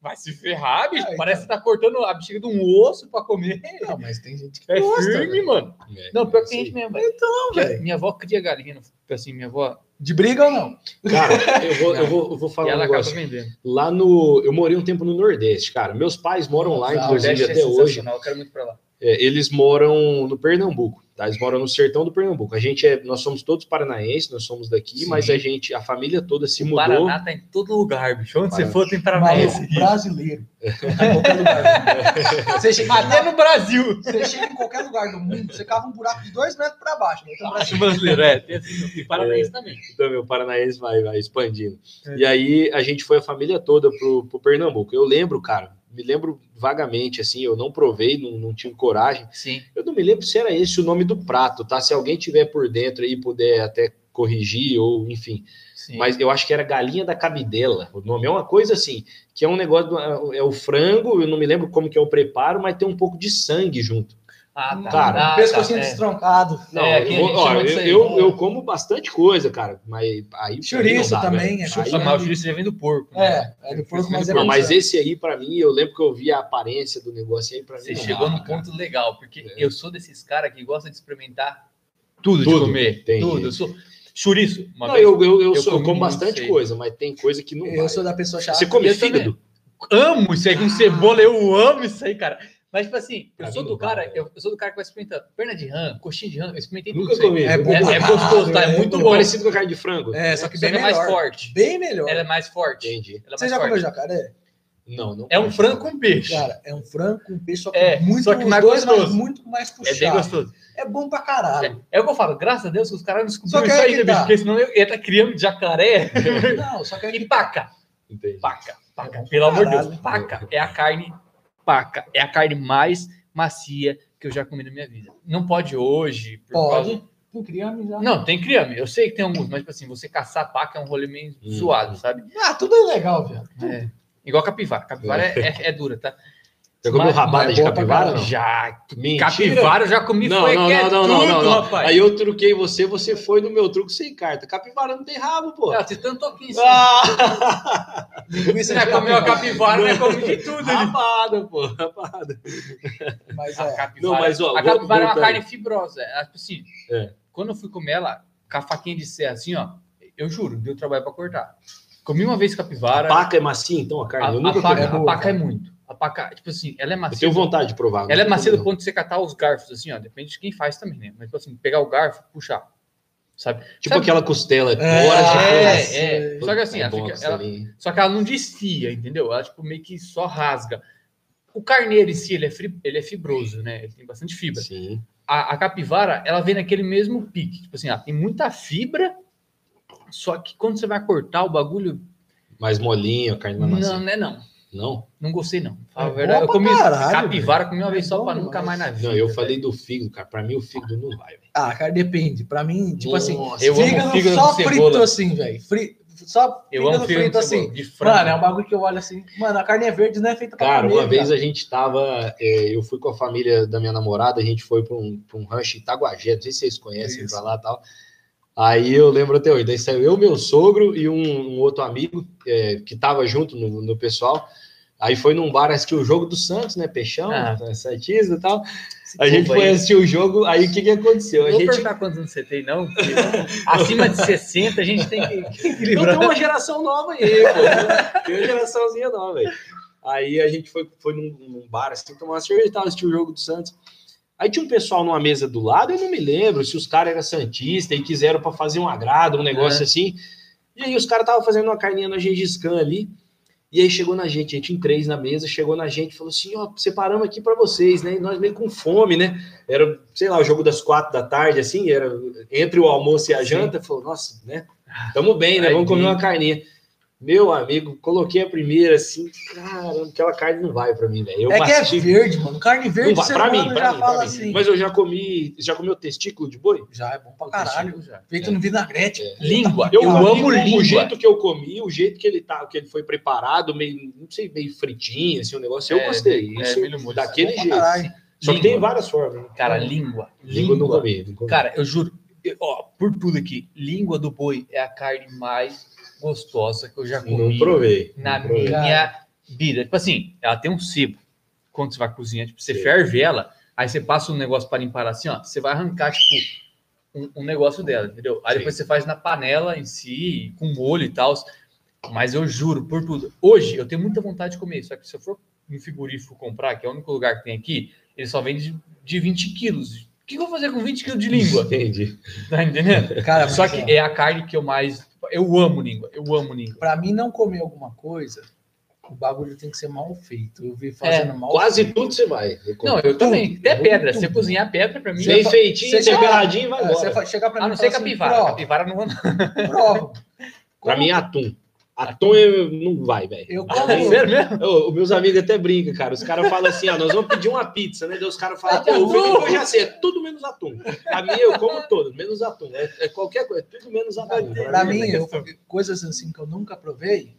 vai se ferrar, bicho. É, Parece então. que tá cortando a bexiga de um osso pra comer. Não, mas tem gente que É gosta. firme, velho. mano. É, Não, pior que isso tem aí. gente mesmo, velho. Então, Porque velho. minha avó cria galinha, assim, minha avó... De briga ou não? Cara, eu vou, eu Não. vou, eu vou E falar um ela acaba negócio. vendendo. Lá no... Eu morei um tempo no Nordeste, cara. Meus pais moram lá, Nossa, inclusive, Nordeste é até hoje. sensacional, eu quero muito pra lá. É, eles moram no Pernambuco, tá? Eles moram no sertão do Pernambuco. A gente é, nós somos todos paranaenses, nós somos daqui, Sim. mas a gente, a família toda se O mudou. Paraná tá em todo lugar, bicho. Onde Paraná. você for, tem Maluco paranaense. brasileiro. Tá em qualquer lugar. Você chega, Até no Brasil. você chega em qualquer lugar do mundo, você cava um buraco de dois metros pra baixo. Né? Então, Acho brasileiro, é. Tem assim, e paranaense também. Então, meu paranaense vai, vai expandindo. É. E aí, a gente foi a família toda pro, pro Pernambuco. Eu lembro, cara, me lembro vagamente, assim, eu não provei, não, não tive coragem. Sim. Eu não me lembro se era esse o nome do prato, tá? Se alguém tiver por dentro aí, puder até corrigir, ou enfim. Sim. Mas eu acho que era galinha da cabidela. O nome é uma coisa assim, que é um negócio, do- é o frango, eu não me lembro como que é o preparo, mas tem um pouco de sangue junto. Ah, tá. Cara, ah, pescocinho tá, é. destroncado. Não, É, eu, aqui a vou- gente ó, chama eu, disso aí. eu, eu como bastante coisa, cara, mas aí... Chouriço não dá, também, velho. é Aí- chouriço. Mas o juiz já vem do porco. né? É, é do porco, mas é Não, bom. mas esse aí, pra mim, eu lembro que eu vi a aparência do negócio aí, pra mim... Você não chegou dava, num cara. ponto legal, porque É. eu sou desses caras que gosta de experimentar tudo, Tudo, de comer. entendi. Tudo. Eu sou chouriço. Uma Não, vez. eu, eu, eu, eu sou, eu comi como muito bastante isso aí. coisa, mas tem coisa que não Eu vai. sou da pessoa chata. Você come Eu fígado? amo isso aí com cebola, eu amo isso aí, cara. Mas, tipo assim, eu Pra sou mim do não vai, cara, velho. eu, eu sou do cara que vai experimentando perna de rã, coxinha de rã, eu experimentei Nunca tudo isso aí. comi. É bom É, pra é gostoso, tá? É caralho, muito é bom. Parecido com a carne de frango? É, só que Só bem que é mais melhor. forte. Bem melhor. Ela é mais forte. Entendi. Ela é Você mais já comeu forte. jacaré? Não, não. É um frango com peixe. Cara, é um frango com peixe, só que É, muito só que mais os dois, mas gostoso. muito mais É puxado. bem gostoso. É bom pra É, caralho. é o que eu falo, graças a Deus que os caras não Só descobriram que isso aí aí, que né, bicho? tá. Porque senão eu ia estar criando jacaré Não, só que é e que paca. Entendi. Paca, paca. Pelo amor de Deus, Caralho. paca é a carne paca. É a carne mais macia que eu já comi na minha vida. Não pode hoje. Por pode. causa- Tem criame já. Não, tem criame. Eu sei que tem alguns, mas tipo assim, você caçar paca é um rolê meio Hum. zoado, sabe? Ah, tudo é legal, viado. É. Igual capivara. Capivara é, é- é dura, tá? Já comeu Mas- rabada mas de é boa pra capivara, caralho. não? Já. Mentira. Capivara eu já comi, Não, foi não, que é não, não, tudo, não, não, não. rapaz. Aí eu truquei você, você foi no meu truque sem carta. Capivara não tem rabo, pô. Ah, vocês tanto aqui em cima. Ah! Linguiça Você já comeu a capivara, né? Come de tudo. né? Rabada, pô. Rabada. Mas A é. capivara, Não, mas, ó, a capivara é uma voltando. carne fibrosa. É, tipo assim, É. quando eu fui comer ela, com a faquinha de serra, assim, ó, eu juro, deu trabalho pra cortar. Comi uma vez capivara. A paca é macia, então, a carne? A, eu a nunca paca, comi. é a boa, paca é cara. muito. A paca, tipo assim, ela é Eu macia. tenho vontade de provar. Ela é nunca macia do comi, ponto de você catar os garfos, assim, ó. Depende de quem faz também, né? Mas, tipo assim, pegar o garfo e puxar. Sabe? não. Tipo Sabe- aquela costela. É, horas de É, coisa. é. Só que assim, É ela bom a fica- ela- costelinha. só que ela não desfia, entendeu? Ela, tipo, meio que só rasga. O carneiro em si, ele é, fri- ele é fibroso, né? Ele tem bastante fibra. Sim. A, a capivara, ela vem naquele mesmo pique. Tipo assim, ela tem muita fibra, só que quando você vai cortar o bagulho... Mais molinho, a carne mais Não, macia. não é não. Não? Não gostei, não. Fala É a verdade. Eu bom comi pra caralho, capivara, velho. comi uma vez É só bom pra nunca mais na vida. Não, eu velho. falei do fígado, cara. Pra mim, o fígado não vai, velho. Ah, cara, depende. Pra mim, tipo assim, Nossa, eu amo fígado fígado só com frito cebola. assim, velho. Fri... Só Eu fígado amo fígado frito com assim. cebola, de frango. Mano, é um bagulho que eu olho assim. Mano, a carne é verde, não é feita pra Cara, comer. uma vez cara. a gente tava. é, eu fui com a família da minha namorada, a gente foi pra um, pra um rancho em Itaguajé, não sei se vocês conhecem Isso. pra lá e tal. Aí eu lembro até hoje. Daí saiu eu, meu sogro e um, um outro amigo é, que tava junto no, no pessoal. Aí foi num bar assistir o jogo do Santos, né? Peixão, Ah. Santista e tal. Esse A gente povo foi aí- assistir o jogo, aí o que, que aconteceu? Não A vou gente. perguntar quantos anos você tem, não. Porque acima de sessenta, a gente tem que, tem que Então livrar. tem uma geração nova aí, pô. Tem uma geraçãozinha nova, velho. Aí a gente foi, foi num, num bar, assim, tomar uma cerveja e tal, assistir o jogo do Santos. Aí tinha um pessoal numa mesa do lado, eu não me lembro se os caras eram santistas e quiseram para fazer um agrado, um negócio É. assim. E aí os caras estavam fazendo uma carninha na Gengis Khan ali. E aí chegou na gente, a gente em três na mesa, chegou na gente e falou assim, ó, separamos aqui para vocês, né? E nós meio com fome, né? Era, sei lá, o jogo das quatro da tarde, assim, era entre o almoço e a Sim. janta. Falou, nossa, né? Tamo bem, né? Ai, Vamos comer bem. uma carninha. Meu amigo, coloquei a primeira assim, caramba, aquela carne não vai pra mim, velho. Eu É que é masti- verde, mano. Carne verde, não vai, você pra mim, já pra mim, fala pra mim. assim. Mas eu já comi, já comeu testículo de boi? Já é bom pra caralho. Já. Feito no vinagrete. Língua. Eu, Eu, comi amo o- língua. O jeito que eu comi, o jeito que ele tá, que ele foi preparado, meio, não sei, meio fritinho, assim, o negócio. Eu É, gostei. é, Isso, milho molho, daquele Bom pra jeito. caralho. Só que Língua. tem várias formas. né? Cara, língua. Língua eu não Língua. comi, não comi. Cara, eu juro, eu- ó, por tudo aqui, língua do boi é a carne mais gostosa que eu já não comi provei. na não provei. minha Bira, tipo assim, ela tem um sebo. Quando você vai cozinhar, tipo, você Sim. ferve ela, aí você passa um negócio para limpar assim, ó, você vai arrancar, tipo, um, um negócio dela, entendeu? Aí Sim. depois você faz na panela em si, com molho e tal. Mas eu juro, por tudo. Hoje, eu tenho muita vontade de comer, só que se eu for no frigorífico comprar, que é o único lugar que tem aqui, ele só vende de, de vinte quilos. O que eu vou fazer com vinte quilos de língua? Entendi. Tá entendendo? Cara, Só mas, que ó, é a carne que eu mais... Eu amo língua, eu amo língua. pra mim não comer alguma coisa, o bagulho tem que ser mal feito. Eu vi fazendo mal Quase feito. tudo você vai. Não, eu também. Até tudo, pedra. tudo. Você cozinhar pedra, pra mim... Bem fa- feitinho, você chega- temperadinho, vai É, embora. você fa- chegar pra A mim não e ser falar assim, capivara. prova, Capivara não anda. prova. Pra Como- mim é atum. Atum eu, não vai, velho. Eu Ah, como... sério mesmo? Ô, Os meus amigos até brincam, cara. Os caras falam assim, ah, nós vamos pedir uma pizza, né? Daí os caras falam, pô, o Felipe eu já sei, é tudo menos atum. A minha eu como todo, menos atum. É, é qualquer coisa, tudo menos atum. Pra mim, é eu- questão. coisas assim que eu nunca provei,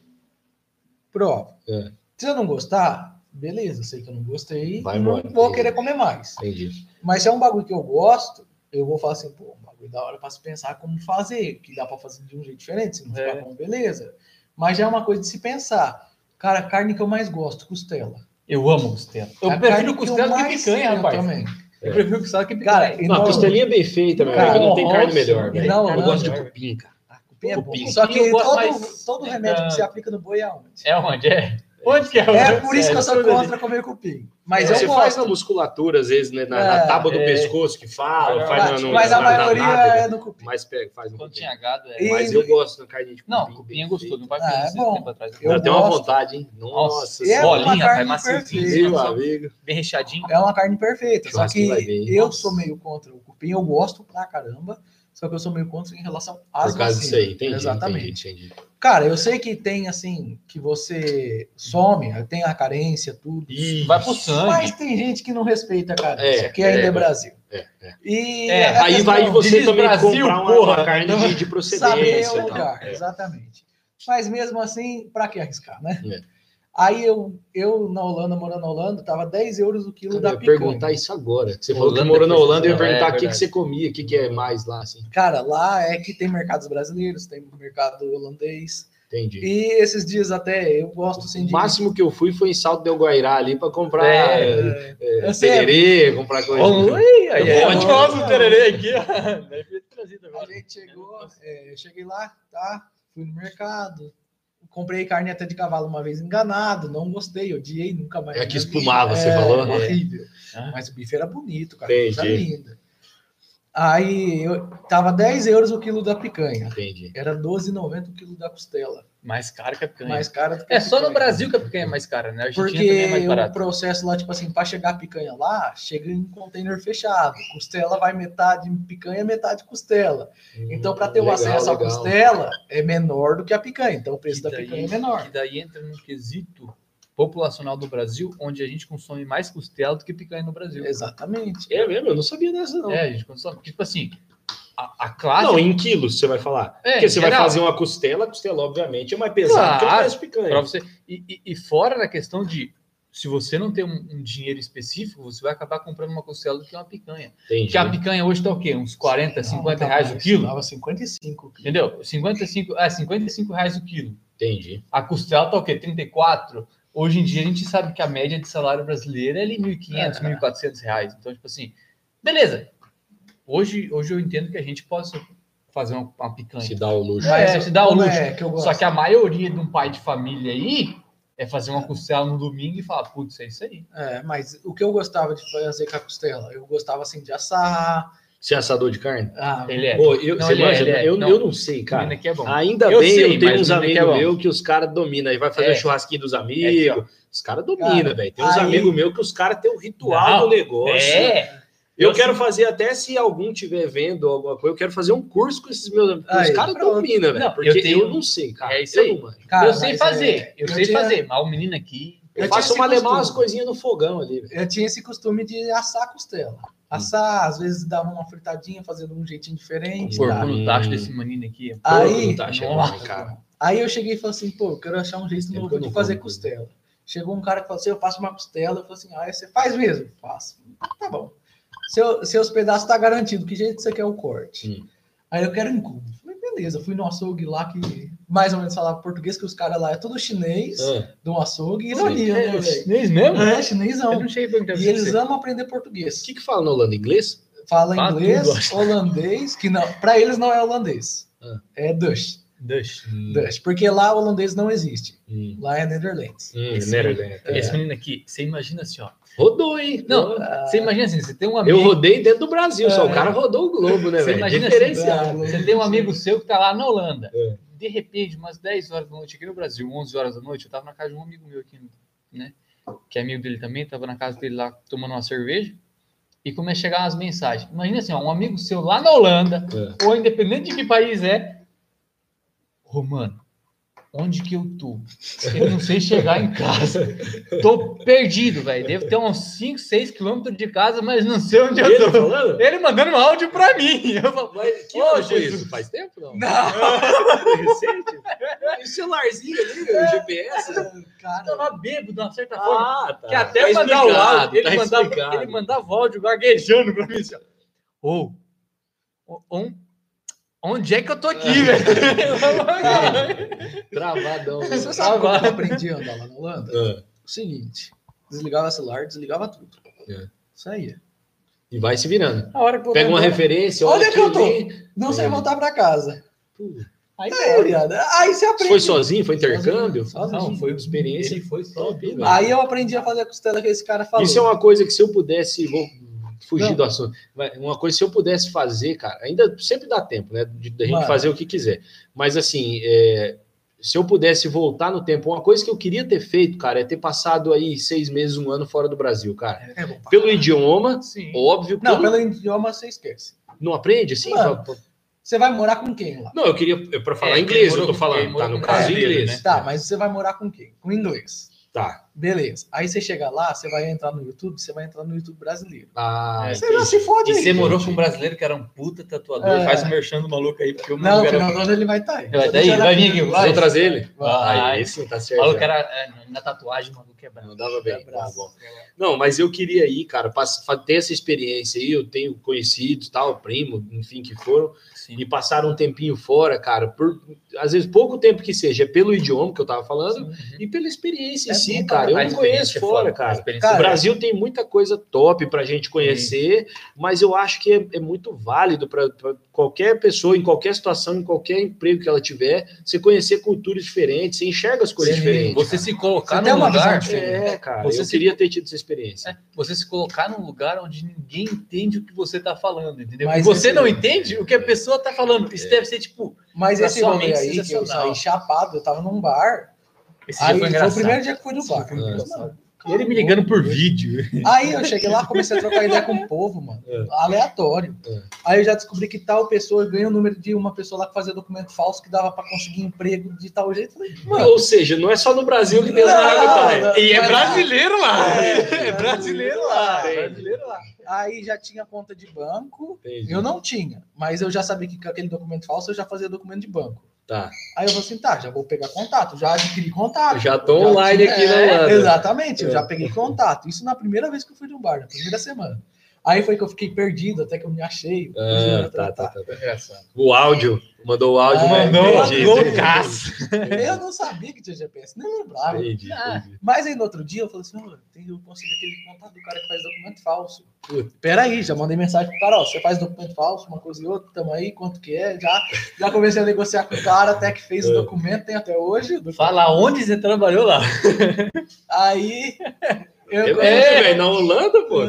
prova. É. Se eu não gostar, beleza, sei que eu não gostei, Vai não embora. vou querer comer mais. Entendi. Mas se é um bagulho que eu gosto, eu vou falar assim, pô, um bagulho da hora pra se pensar como fazer, que dá pra fazer de um jeito diferente, se não É. ficar bom, beleza. Mas já é uma coisa de se pensar. Cara, a carne que eu mais gosto, costela. Eu amo costela. Eu A prefiro carne que eu costela que mais picanha, sei, eu rapaz. também. Eu prefiro costela que picanha. Cara, e Não, a não- costelinha bem feita, meu Cara, amigo. Não tem carne nossa, melhor, e velho. não, Eu não, gosto de não. cupim, cara. Cupim é bom. Cupim. Só que Eu gosto todo, mais todo da- remédio que você aplica no boi é onde? É onde? É? Onde que é? É por isso que eu sou Sério. contra comer cupim. Mas É, eu você gosto. faz na musculatura, às vezes, né, na, na É, tábua do é. pescoço que fala, Mas- faz na, Mas, no, mas a na- na maioria nádega. é no cupim. Mas pega, faz no Quando cupim. tinha gado, é... E- Mas eu gosto da carne de cupim. Não, cupim é bem gostoso. feita. Meu pai Ah, fez é esse bom. tempo atrás. Eu Eu tenho uma gosto. vontade, hein? Nossa, E é senhora. uma bolinha, carne pai, maciozinho. perfeita. Meu amigo. Bem recheadinho. É uma carne perfeita. Só Churrasquinho que vai bem. eu Nossa. sou meio contra o cupim. Eu gosto pra caramba. Só que eu sou meio contra em relação às Por causa vacinas. disso aí, entendi, Exatamente. entendi, entendi. Cara, eu sei que tem assim, que você some, tem a carência, tudo. Ih, Vai pro sangue. Mas tem gente que não respeita a carência, É, que ainda é, é, Brasil. é, é. E É, a Aí questão vai você diz também Brasil, comprar uma, porra. uma carne de, de saber procedência. o e tal. lugar, É. exatamente. Mas mesmo assim, pra que arriscar, né? É. Aí eu, eu na Holanda, morando na Holanda, tava dez euros o quilo Cara, da eu ia picanha. perguntar isso agora. Você falou Holanda que morou na foi Holanda, eu ia sensacional, perguntar é o que, que verdade. você comia, o que, que é mais lá, assim. Cara, lá é que tem mercados brasileiros, tem mercado holandês. Entendi. E esses dias até eu gosto assim O de. máximo que eu fui foi em Salto del Guairá ali pra comprar É, é, é, eu sei. tererê, comprar coisa. Oi, aí é. Eu Onde vou- mostra o tererê aqui, ó. Deve ter trazido A agora. gente chegou, é, eu cheguei lá, tá? Fui no mercado, comprei carne até de cavalo uma vez enganado, não gostei, odiei, nunca mais. É na que minha espumava, vida. você É, falou? horrível. Ah. Mas o bife era bonito, cara, Entendi. coisa linda. Aí eu tava dez euros o quilo da picanha. Entendi. Era doze e noventa o quilo da costela. Mais caro que a picanha. Mais cara do que É a só no picanha. Brasil que a picanha é mais cara, né? A Argentina Porque também é mais o barato. processo lá, tipo assim, para chegar a picanha lá, chega em container fechado. Costela vai metade picanha, metade costela. Então, para ter o Legal, acesso à legal. costela, é menor do que a picanha. Então, o preço Que da daí- picanha é menor. Que daí entra num quesito populacional do Brasil, onde a gente consome mais costela do que picanha no Brasil. Exatamente. É mesmo? Eu não sabia dessa, não. É, a gente consome. Porque, tipo assim, a, a classe. Não, em quilos você vai falar. É, Porque você em vai geral. fazer uma costela, a costela, obviamente, é mais pesada que o Claro, preço de picanha. pra você, e, e- e fora da questão de se você não tem um, um dinheiro específico, você vai acabar comprando uma costela do que uma picanha. Entendi. Porque a picanha hoje tá o quê? Uns quarenta, cinquenta Não, reais o mais, quilo? Tava cinquenta e cinco. Entendeu? cinquenta e cinco, é, cinquenta e cinco reais o quilo. Entendi. A costela tá o quê? trinta e quatro? Hoje em dia a gente sabe que a média de salário brasileiro é ali mil e quinhentos, É. mil e quatrocentos reais. Então, tipo assim, beleza. Hoje, hoje eu entendo que a gente possa fazer uma, uma picanha. Se dá o luxo. É, se dá o como luxo. É, que eu gosto. Só que a maioria de um pai de família aí é fazer uma costela no domingo e falar, putz, é isso aí. É, mas o que eu gostava de fazer com a costela? Eu gostava, assim, de assar. Você é assador de carne? Ah, Ele é. Pô, eu, Não, você ele é, manja? ele é. Eu, Não. eu não sei, Cara, cara. aqui é bom. Ainda Eu bem, sei, eu tenho mas uns o menino aqui é amigos bom. meus que os caras dominam. Aí vai fazer É. o churrasquinho dos É aqui, amigos. Os caras dominam, Cara, velho. Tem uns aí- amigos meus que os caras têm o ritual Não, do negócio. É. Eu Eu quero sei. fazer, até se algum tiver vendo alguma coisa, eu quero fazer um curso com esses meus amigos. Os Aí, caras pronto. dominam, velho. Não, Porque eu eu, tenho- não sei, cara. É isso aí. Eu não manjo. cara, eu sei mas, fazer, é, eu, eu sei tinha- fazer, mas o menino aqui. Eu, Eu faço tinha uma esse alemã, umas costume. coisinhas no fogão ali, velho. Eu tinha esse costume de assar a costela. Assar, às vezes dava uma fritadinha, fazendo um jeitinho diferente. O porco tá? no tacho desse menino aqui. Aí, não tá chegando, nossa, cara. Aí eu cheguei e falei assim, pô, eu quero achar um jeito Tempo novo que eu de não fazer como costela. Chegou um cara que falou assim, eu faço uma costela. Eu falei assim, ah, você faz mesmo? Faço. Tá bom. Seu, seus pedaços tá garantido. Que jeito que você quer o corte? Hum. Aí eu quero em cubo. Falei, beleza. Fui no açougue lá que mais ou menos falava português, que os caras lá é tudo chinês, Ah. de um açougue, ironia, né, É velho? chinês mesmo? É, Eu chinesão. não cheguei a perguntar E pra eles você. amam aprender português. O que que fala na Holanda? Inglês? Fala Fala inglês, tudo, acho. holandês, que não, para eles não é holandês, Ah. é Dutch. Dutch. Dutch, porque lá o holandês não existe, Hum. lá é Netherlands. Hum, Esse, Netherlands. esse menino aqui, você imagina assim, ó. Rodou, hein? Não, Ah. você imagina assim, você tem um amigo. Eu rodei dentro do Brasil, só É. o cara rodou o globo, né, Você velho? imagina Diferenciado. assim, você tem um amigo seu que tá lá na Holanda. É. De repente, umas dez horas da noite aqui no Brasil, onze horas da noite, eu tava na casa de um amigo meu aqui, né? Que é amigo dele também, tava na casa dele lá tomando uma cerveja. E começa a chegar umas mensagens. Imagina assim, ó, um amigo seu lá na Holanda, É. ou independente de que país é. Romano, onde que eu tô? Eu não sei chegar em casa. Tô perdido, velho. Devo ter uns cinco, seis quilômetros de casa, mas não sei onde eu Ele tô. falando? Ele mandando um áudio pra mim. Eu falo, Mas que Ô, ano foi Jesus. isso? Faz tempo, não? Não, Recente? E o celularzinho ali, o G P S? eu cara, tava bêbado de uma certa forma. Ah, tá. Que até Tá mandar o explicado, áudio, ele, tá mandava, explicado. ele mandava o áudio gaguejando pra mim. Assim, ó. Ô, on- onde é que eu tô aqui, velho? Travadão. né? você sabe como eu aprendi a andar lá na Holanda? Ah, O seguinte, desligava o celular, desligava tudo. É. Isso aí. E vai se virando. A hora que eu Pega uma lembrei- referência, Onde olha é que eu tô? aquilo ali. Não sei Aí, voltar pra casa. Pô, Aí, Aí, viado, aí você Você aprende. foi sozinho? Foi intercâmbio? Sozinho. Não, foi uma experiência. Ele foi top, sozinho. velho. Aí eu aprendi a fazer a costela que esse cara falou. Isso é uma coisa que se eu pudesse, vou fugir Não. do assunto, mas uma coisa se eu pudesse fazer, cara, ainda sempre dá tempo, né, de, da gente Mano. fazer o que quiser, mas assim, é, se eu pudesse voltar no tempo, uma coisa que eu queria ter feito, cara, é ter passado aí seis meses, um ano fora do Brasil, cara, É bom pra pelo caralho. idioma, Sim. óbvio, Não, pelo- pelo idioma você esquece. não aprende, assim, Mano. pra- Você vai morar com quem lá? não, eu queria, para falar É, inglês, ele eu tô morou- ele falando, morou tá, no com caso, brasileiro, inglês, né? Tá, mas você vai morar com quem? Com inglês. tá, Beleza. Aí você chega lá, você vai entrar no YouTube, você vai entrar no YouTube brasileiro. ah, É, Você já se fode E aí. você morou entendi. com um brasileiro que era um puta tatuador. É. Faz um merchan do maluco aí, porque o Não, maluco no era... final do ano ele vai estar aí. Ele vai tá aí? Vai vir aqui, vai? Vou trazer ele? Vai. Aí, esse tá O certo. maluco já. era... é, na tatuagem, o maluco é brabo. Mandava bem, É brabo. bom, bom. Não, mas eu queria ir, cara, pass- fa- ter essa experiência aí. Eu tenho conhecidos, tal, primo, enfim, que foram Sim. e passaram um tempinho fora, cara, por às vezes pouco tempo que seja, é pelo idioma que eu tava falando Uhum. e pela experiência em É si, bom, cara. Eu A não experiência conheço é fora, foda, a cara. experiência O é Cara, Brasil tem muita coisa top pra gente conhecer, mas eu acho que é, é muito válido para qualquer pessoa, em qualquer situação, em qualquer emprego que ela tiver, você conhecer culturas diferentes, você enxerga as coisas Sim, diferentes. Você cara. se colocar Você tem num uma lugar... visão diferente. É, cara, Você eu se- queria ter tido essa experiência. É, você se colocar num lugar onde ninguém entende o que você tá falando, entendeu? Mas e você esse- não entende o que a pessoa tá falando. Isso deve ser, tipo... Mas Pra esse sua rolê mente, aí, que eu sensacional. saí chapado, eu tava num bar. Esse Aí dia foi foi o engraçado. primeiro dia que fui no Esse dia bar. foi Mas, engraçado. mano, E ele me ligando por vídeo. Aí eu cheguei lá, comecei a trocar ideia com o povo, mano. É. Aleatório. É. Aí eu já descobri que tal pessoa ganhou o número de uma pessoa lá que fazia documento falso que dava pra conseguir emprego de tal jeito. Eu falei, mano, Ou seja, não é só no Brasil que tem Não, essa maracutaia. não. E é Mas- brasileiro lá. É, É brasileiro lá. Entendi. Brasileiro lá. aí já tinha conta de banco. Entendi. Eu não tinha, mas eu já sabia que com aquele documento falso eu já fazia documento de banco. Tá. Aí eu falei assim, tá, já vou pegar contato, já adquiri contato. Eu já tô Já online tinha- aqui na é, Holanda. Exatamente, eu É. já peguei contato. Isso na primeira vez que eu fui no bar, na primeira semana. Aí foi que eu fiquei perdido, até que eu me achei. Ah, tá, tá, tá, tá. Engraçado. O áudio, mandou o áudio. Ah, né? Mandou Entendi, um entendi. loucaço. Eu não sabia que tinha G P S, nem lembrava. Entendi, Ah. entendi. Mas aí no outro dia eu falei assim, "Ô, tem- eu consegui aquele contato do cara que faz documento falso. Putz. Peraí, já mandei mensagem pro cara, ó, você faz documento falso, uma coisa e outra, tamo aí, quanto que é, já, já comecei a negociar com o cara, até que fez o É. documento, tem até hoje. o Fala onde você trabalhou lá. Aí eu, É, comecei, velho, na Holanda, pô.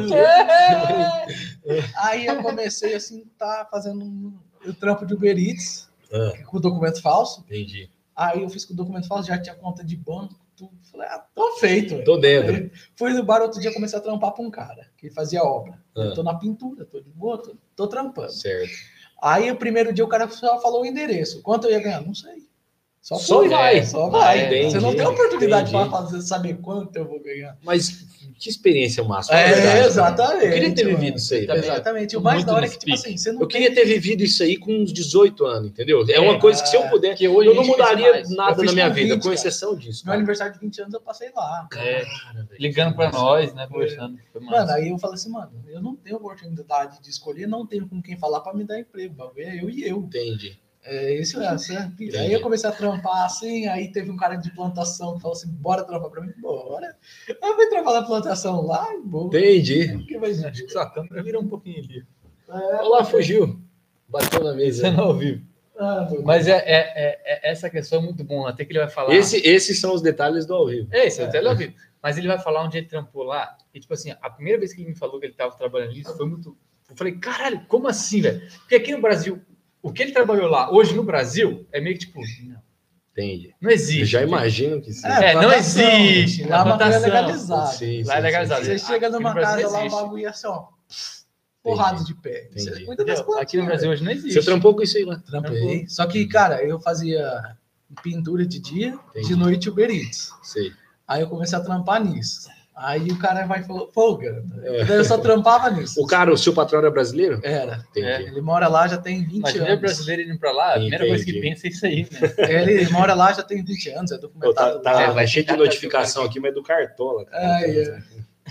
aí eu comecei assim, tá fazendo um, o trampo de Uber Eats, Ah, com o documento falso. entendi. Aí eu fiz com o documento falso, já tinha conta de banco, tudo. Falei, ah, tô feito. velho. Tô dentro. Aí fui no bar outro dia, comecei a trampar pra um cara que fazia obra. Ah. Eu tô na pintura, tô de boa, tô, tô trampando. Certo. Aí o primeiro dia o cara só falou o endereço. Quanto eu ia ganhar? Não sei. Só, Só foi, vai. Só Ah, vai. entendi, Você não tem oportunidade entendi. para fazer, saber quanto eu vou ganhar. Mas que experiência massa. É, na verdade, cara. exatamente, Eu queria ter mano. vivido isso aí. Também. velho. Exatamente. O Tô mais muito da hora é no que, tipo speak. assim, você não Eu queria ter vivido isso aí com uns dezoito anos, entendeu? É uma É, coisa que se eu puder, que hoje eu a não gente fez mudaria mais. Eu nada fiz na minha com vida, vinte, com cara. exceção disso. Meu Cara. aniversário de vinte anos eu passei lá. É, Cara, velho. ligando pra nós, né? Conversando. Foi massa. Mano, aí eu falei assim, mano, eu não tenho oportunidade de escolher, não tenho com quem falar para me dar emprego. O bagulho é eu e eu. Entendi. É, isso é, isso é. Aí eu comecei a trampar assim, aí teve um cara de plantação que falou assim, bora trampar pra mim, bora. Eu fui trampar na plantação lá e boa. Entendi. Porque vai, acho que sua câmera virou um pouquinho ali. É, Olha lá, fugiu. Bateu na mesa. Você não ouviu. ah, Mas é, é, é- é- essa questão é muito boa. Até que ele vai falar. Esse, esses são os detalhes do ao vivo. É, esse é o teleouvido. Mas ele vai falar onde ele trampou lá. E, tipo assim, a primeira vez que ele me falou que ele estava trabalhando nisso foi muito. Eu falei, caralho, como assim, velho? Porque aqui no Brasil, o que ele trabalhou lá, hoje no Brasil, é meio que tipo, não, Entendi. não existe. Eu já imagino que sim. É, não plantação. existe. Lá é uma coisa plantação. legalizada. Sim, Lá é sim, legalizado. sim, Você chega Aqui no numa Brasil casa não lá, o existe. bagulho ia assim, ó, porrado de pé. Você Entendi. cuida das Entendeu? plantinhas. Aqui no Brasil hoje não existe. Você trampou com isso aí lá. Trampei. Só que, cara, eu fazia pintura de dia, Entendi. de noite Uber Eats. Sei. Aí eu comecei a trampar nisso. Aí o cara vai e falou, folga. É. Daí eu só trampava nisso. O cara, o seu patrão era brasileiro? Era. Entendi. Ele mora lá já tem vinte Imagina anos. brasileiro indo pra lá, a primeira coisa que Entendi. pensa é isso aí, né? Ele mora lá já tem vinte anos, é Pô, tá, documentado. tá, lá. É, vai cheio de tentar notificação aqui, mas é do Cartola. Cara. Ai, é.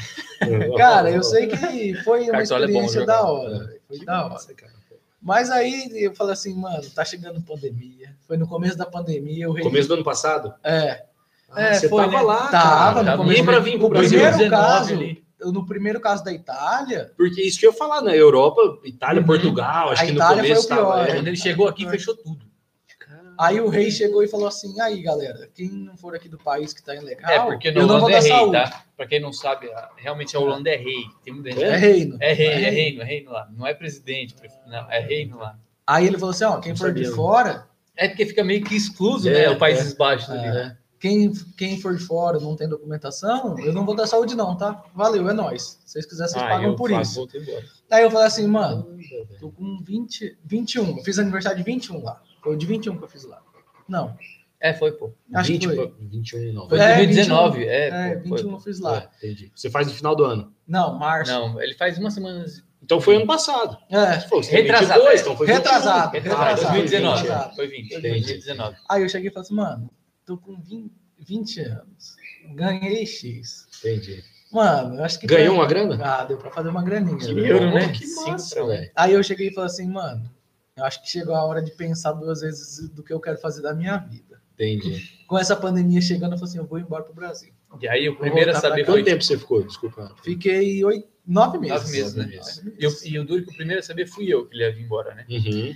Cara, eu sei que foi uma Cartola é bom experiência jogar. da hora. Foi Que da hora. massa, cara. Mas aí eu falei assim, mano, tá chegando pandemia. Foi no começo da pandemia. O rei... Começo do ano passado? É. Ah, É, você foi, tava né? lá, Tava, cara. no começo Nem do- pra vir pro o Brasil. primeiro dezenove caso, ali. eu, no primeiro caso da Itália, Porque isso que eu ia falar, né? Europa, Itália, Uhum. Portugal, acho A que no Itália começo foi o pior, tava. né? Quando ele chegou aqui, fechou tudo. aí o rei chegou e falou assim, aí galera, quem não for aqui do país que tá ilegal, É, porque na eu não vou Holanda é dar rei, saúde. tá? Pra quem não sabe, a- realmente a Holanda é rei. Tem muita gente- É reino. É rei, É é reino. reino, é reino lá. Não é presidente, não, é reino lá. Aí ele falou assim, ó, quem Não for de sabia. fora, É porque fica meio que excluso, É, né? O Países é. Baixos ali, É. né? quem, quem for de fora não tem documentação, eu não vou dar saúde não, tá? Valeu, é nóis. Se vocês quiserem, vocês Ah, pagam eu por faço, isso. voltei embora. Aí eu falei assim, mano, tô com vinte, vinte e um, eu fiz aniversário de vinte e um lá. Foi o de vinte e um que eu fiz lá. Não, É, foi, pô. acho vinte, que foi. vinte e um, não. Foi em É, dois mil e dezenove, é, É, pô, vinte e um foi. eu fiz lá. É, entendi. Você faz no final do ano. Não, março. Não, ele faz uma semana. Então foi ano passado. É, Pô, você tem Retrasado, vinte e dois, é. então foi Retrasado. vinte e um. Ah, Retrasado, dois mil e dezenove. retrasado. Foi vinte. Entendi. dois mil e dezenove. aí eu cheguei e falei assim, mano, tô com vinte, vinte anos, ganhei X. Entendi. Mano, eu acho que... Ganhou uma grana? Ah, deu pra fazer uma graninha. Que né? euro, né? Que Cinco massa, pra um. velho. Aí eu cheguei e falei assim, mano, eu acho que chegou a hora de pensar duas vezes do que eu quero fazer da minha vida. Entendi. Com essa pandemia chegando, eu falei assim, eu vou embora pro Brasil. E aí o Vou primeiro a voltar pra saber cá. foi. Quanto tempo você ficou? Desculpa. Fiquei oito, nove meses. Nove meses, né? Nove meses. Nove E, eu, meses. e o duro que o primeiro a saber fui eu que ele ia vir embora, né? Uhum.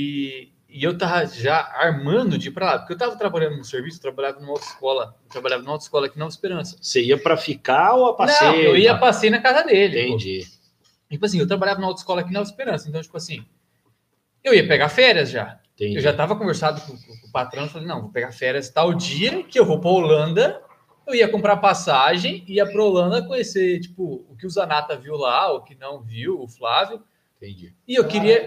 E, e eu tava já armando de ir pra lá, porque eu tava trabalhando no serviço, eu trabalhava numa autoescola, eu trabalhava numa autoescola aqui na Nova Esperança. Você ia pra ficar ou a passeio? Não, eu ia Tá. passei na casa dele. pô. Entendi. Tipo assim, eu trabalhava na autoescola aqui na Nova Esperança, então, tipo assim, eu ia pegar férias já. Entendi. Eu já tava conversado com, com- com o patrão, falei, não, vou pegar férias tal dia que eu vou pra Holanda, eu ia comprar passagem, ia pra Holanda conhecer, tipo, o que o Zanata viu lá, o que não viu, o Flávio, Entendi. e eu queria...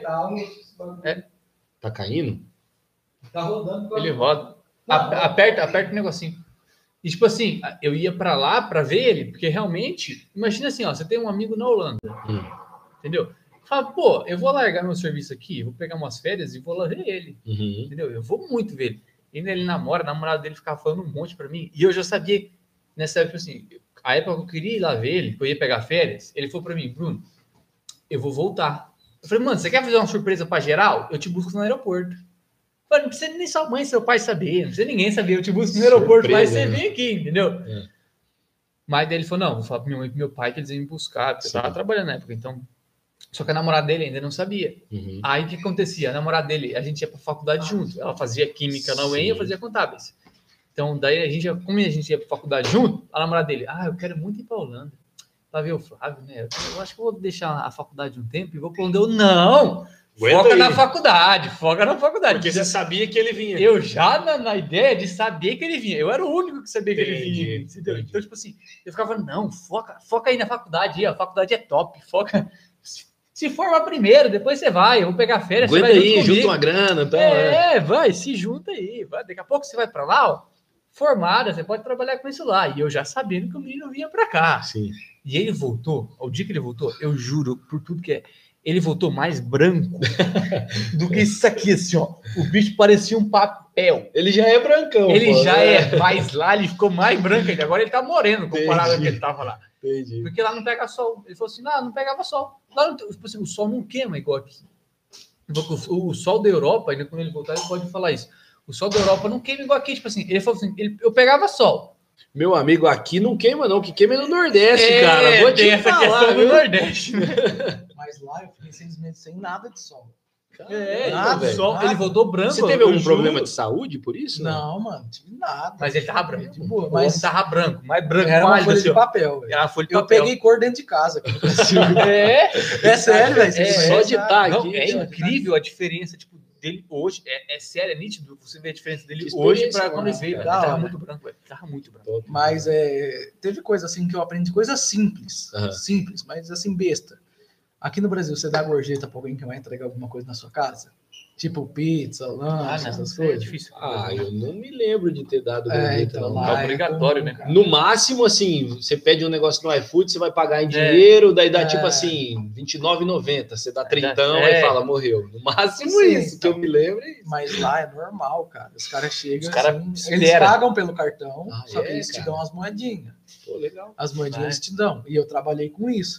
Tá, Tá caindo? tá rodando. Ele roda. A- Aperta, aperta o negocinho. E tipo assim, eu ia pra lá pra ver ele, porque realmente, imagina assim, ó, você tem um amigo na Holanda, Hum. entendeu? Fala, pô, eu vou largar meu serviço aqui, vou pegar umas férias e vou lá ver ele, Uhum. entendeu? Eu vou muito ver ele. E ainda ele namora, a namorada dele ficava falando um monte pra mim, e eu já sabia, nessa época assim, a época que eu queria ir lá ver ele, que eu ia pegar férias, ele falou pra mim, Bruno, eu vou voltar. Eu falei, mano, você quer fazer uma surpresa pra geral? Eu te busco no aeroporto. Eu falei, não precisa nem sua mãe e seu pai saber, não precisa ninguém saber, eu te busco no aeroporto, mas Surpresa, você né? vem aqui, entendeu? É. Mas daí ele falou, não, vou falar pra minha mãe e pro meu pai que eles iam me buscar, porque eu Sim. tava trabalhando na época, então... Só que a namorada dele ainda não sabia. Uhum. Aí o que acontecia? A namorada dele, a gente ia pra faculdade junto, ela fazia química na U E M e eu Sim. fazia contábeis. Então, daí a gente, ia- como a gente ia pra faculdade junto, a namorada dele, ah, eu quero muito ir pra Holanda, pra ver o Flávio, né? Eu acho que eu vou deixar a faculdade um tempo e vou pra Holanda. Eu, não! Aguenta Foca aí. na faculdade, foca na faculdade. Porque você sabia que ele vinha. Eu já na, na ideia de saber que ele vinha. Eu era o único que sabia que ele Entendi, vinha. Entendeu? entendi. Então, tipo assim, eu ficava, não, foca, foca aí na faculdade, a faculdade é top, foca. Se- Se forma primeiro, depois você vai, eu vou pegar férias, você Aguenta vai aí, junto junta comigo. uma grana, então. É. É, vai, se junta aí. Vai. Daqui a pouco você vai pra lá, ó, formada, você pode trabalhar com isso lá. E eu já sabendo que o menino vinha pra cá. Sim. E ele voltou, ao dia que ele voltou, eu juro, por tudo que é, ele voltou mais branco do que isso aqui, assim, ó. O bicho parecia um papel. Ele já é brancão. Ele pô, já né? é mais lá, ele ficou mais branco ainda. Agora ele tá moreno comparado ao que Entendi. ele tava lá. Entendi. Porque lá não pega sol. Ele falou assim, não, não pegava sol. Lá não, tipo assim, o sol não queima igual aqui. O, o sol da Europa, ainda quando ele voltar, ele pode falar isso. O sol da Europa não queima igual aqui, tipo assim, ele falou assim, ele, eu pegava sol. Meu amigo, aqui não queima não, que queima é no Nordeste, é, cara. Vou te essa falar, questão viu? do Nordeste. Mas lá eu fiquei seis meses sem nada de sol. É, nada, sol, nada. ele voltou branco. Você teve algum problema de saúde por isso? Não, não mano, tive nada. Mas ele tava branco. De boa, mas tava branco, mais branco. Era uma pálido, folha assim, de papel. Era uma folha de eu papel. peguei cor dentro de casa. Aqui no é, é sério, velho. É, só de estar não, aqui. É incrível a diferença, tipo, dele hoje. É, é sério, é nítido. Você vê a diferença dele hoje para quando ele veio. Ele tava muito branco, velho. Tava muito branco. Mas é, teve coisa assim que eu aprendi, coisas simples. Uhum. Simples, mas assim, besta. Aqui no Brasil, você dá gorjeta pra alguém que vai entregar alguma coisa na sua casa? Tipo pizza, lanche, ah, essas coisas? É difícil. Ah, eu não me lembro de ter dado é, gorjeta. então, não. É obrigatório, né? Cara. No máximo, assim, você pede um negócio no iFood, você vai pagar em dinheiro, é. daí dá é. tipo assim, vinte e nove reais e noventa centavos. Você dá trintão é. e fala, morreu. No máximo Sim, isso, então, que eu me lembro. É isso. Mas lá é normal, cara. Os caras chegam, Os cara assim, eles pagam pelo cartão, ah, só que é, eles cara. te dão as moedinhas. Pô, legal. As moedinhas ah, eles te dão. E eu trabalhei com isso.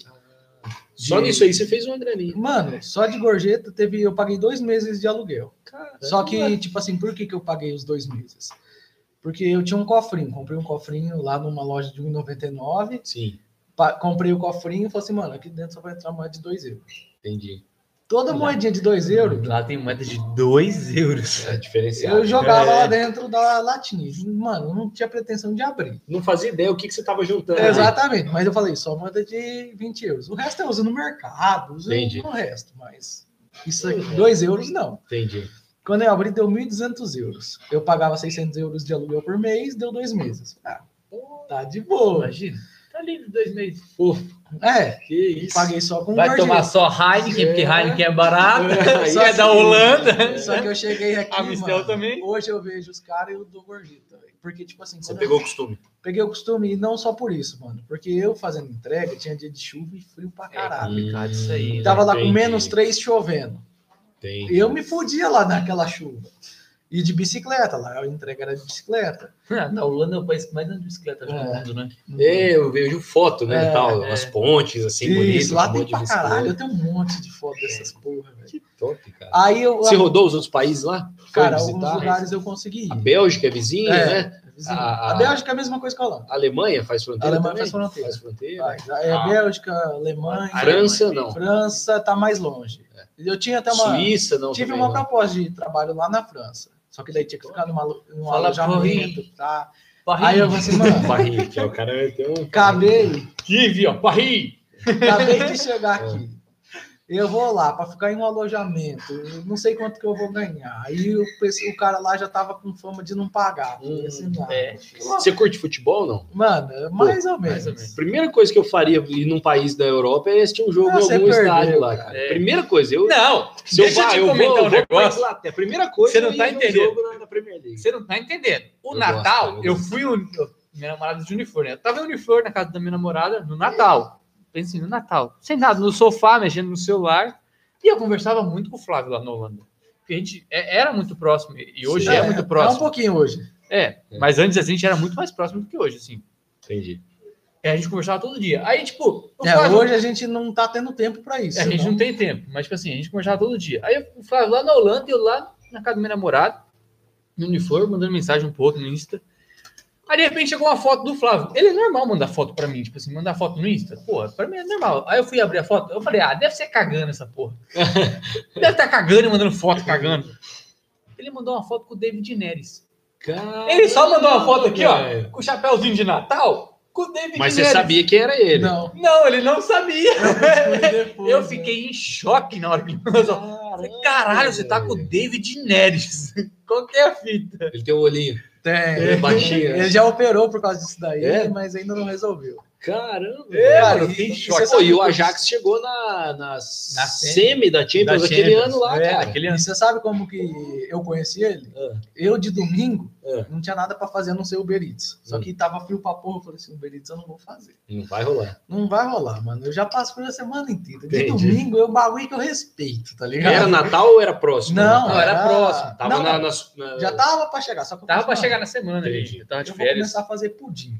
Só de... nisso aí você fez uma graninha. Mano, só de gorjeta teve, eu paguei dois meses de aluguel. Caramba. Só que, tipo assim, por que, que eu paguei os dois meses? Porque eu tinha um cofrinho, comprei um cofrinho lá numa loja de um real e noventa e nove centavos. Sim. Pa- comprei o cofrinho e falei assim, mano, aqui dentro só vai entrar moeda de dois euros. Entendi. Toda lá, moedinha de dois euros. Lá tem moeda de dois euros. É diferenciado. Eu jogava é. lá dentro da latinha. Mano, eu não tinha pretensão de abrir. Não fazia ideia o que, que você estava juntando. É, exatamente, mas eu falei, só moeda de vinte euros. O resto eu uso no mercado, uso Entendi. no resto, mas isso aqui, dois euros não. Entendi. Quando eu abri, deu mil e duzentos euros. Eu pagava seiscentos euros de aluguel por mês, deu dois meses. Ah, tá de boa. Imagina. Tá livre dois meses. Pô. É, que isso. Paguei só com Vai gorjeta. tomar só Heineken, é. porque Heineken é barato. É. Só é da Holanda. É. Só que eu cheguei aqui, a Mistel mano, também. Hoje eu vejo os caras e eu dou gorjeta. Porque, tipo assim... Você pegou eu... o costume. Peguei o costume, e não só por isso, mano. Porque eu fazendo entrega, tinha dia de chuva e frio pra caralho. É complicado isso aí. Tava lá Entendi. com menos três chovendo. Entendi. Eu me fudia lá naquela chuva. E de bicicleta, lá a entrega era de bicicleta. Ah, na Holanda é o país que mais anda de bicicleta do é. mundo, né? É, eu vejo foto, né, é, tal, é. as pontes, assim, Isso, bonitas. lá um tem monte pra de caralho, eu tenho um monte de foto dessas porra, velho. Que top, cara. Aí eu, Você rodou os outros países lá? Cara, alguns lugares eu consegui ir. A Bélgica é vizinha, é, né? É vizinha. A, a Bélgica é a mesma coisa que a Holanda. A Alemanha faz fronteira A Alemanha também? faz fronteira. Faz fronteira. Faz. É a Bélgica, a Alemanha... A França, não. França tá mais longe. É. Eu tinha até uma... Suíça, não. Tive também, uma não. proposta de trabalho lá na França. Só que daí tinha que ficar numa, num Fala alojamento, tá? Paris. Aí eu falei assim, mano... Paris, que é o cara tem um... Acabei... Tive, ó, Paris! Acabei de chegar aqui. Eu vou lá para ficar em um alojamento. Eu não sei quanto que eu vou ganhar. Aí o, o cara lá já tava com fama de não pagar. Hum, assim, ah, é. Você curte futebol, não? Mano, mais, Pô, ou, menos. mais ou menos. Primeira coisa que eu faria ir num país da Europa é assistir um jogo Não, em algum perdeu, estádio lá, cara. É. Primeira coisa, eu... Não, Se deixa eu, eu te eu comentar vou, um vou negócio. Lá, a primeira coisa Você não eu tá ir num entendendo. jogo na, na Premier League. Você não tá entendendo. O Eu Natal, gosto, eu eu fui... Um, minha namorada de Unifor, né? Eu tava em Unifor na casa da minha namorada no Natal. Pensei, no Natal. Sentado no sofá, mexendo no celular. E eu conversava muito com o Flávio lá na Holanda. Porque a gente é, era muito próximo. E hoje é, é muito próximo. É um pouquinho hoje. É, é, mas antes a gente era muito mais próximo do que hoje, assim. Entendi. E a gente conversava todo dia. Aí, tipo... É, Flávio, hoje a gente não tá tendo tempo para isso. É, a gente não... não tem tempo. Mas, tipo assim, a gente conversava todo dia. Aí o Flávio lá na Holanda e eu lá na casa do meu namorado, no Unifor, mandando mensagem um pouco no Insta. Aí, de repente, chegou uma foto do Flávio. Ele é normal mandar foto pra mim, tipo assim, mandar foto no Insta. Porra, pra mim é normal. Aí eu fui abrir a foto, eu falei, ah, deve ser cagando essa porra. Deve estar cagando e mandando foto cagando. Ele mandou uma foto com o David Neres. Caramba, ele só mandou uma foto aqui, ó, velho. com o chapéuzinho de Natal, com o David Mas Neres. você sabia que era ele. Não. Não, ele não sabia. Depois, eu fiquei né? em choque na hora que ele mandou. Falei, caralho, você tá com o David Neres. Qual que é a fita? Ele tem o um olhinho. Tem. É baixinho. Ele já operou por causa disso daí, é? mas ainda não resolveu. Caramba. É, cara, eu fiquei em e, choque. Pô, e o Ajax chegou na, na, na semi da Champions da aquele Champions. ano lá, é, cara. E você sabe como que eu conheci ele? Ah. Eu, de domingo, Ah. não tinha nada para fazer a não ser Uber Eats. Só Hum. que tava frio pra porra. Eu falei assim, Uber Eats eu não vou fazer. Não vai rolar. Não vai rolar, mano. Eu já passo por a semana inteira. De Entendi. domingo é o bagulho que eu respeito, tá ligado? Era Natal ou era próximo? Não, Não, era era próximo. Tava não, na, não. na, na- Já tava pra chegar. Só que eu Tava falei, pra chegar mano, na semana, Entendi. gente. Eu tava de eu vou férias. começar a fazer pudim.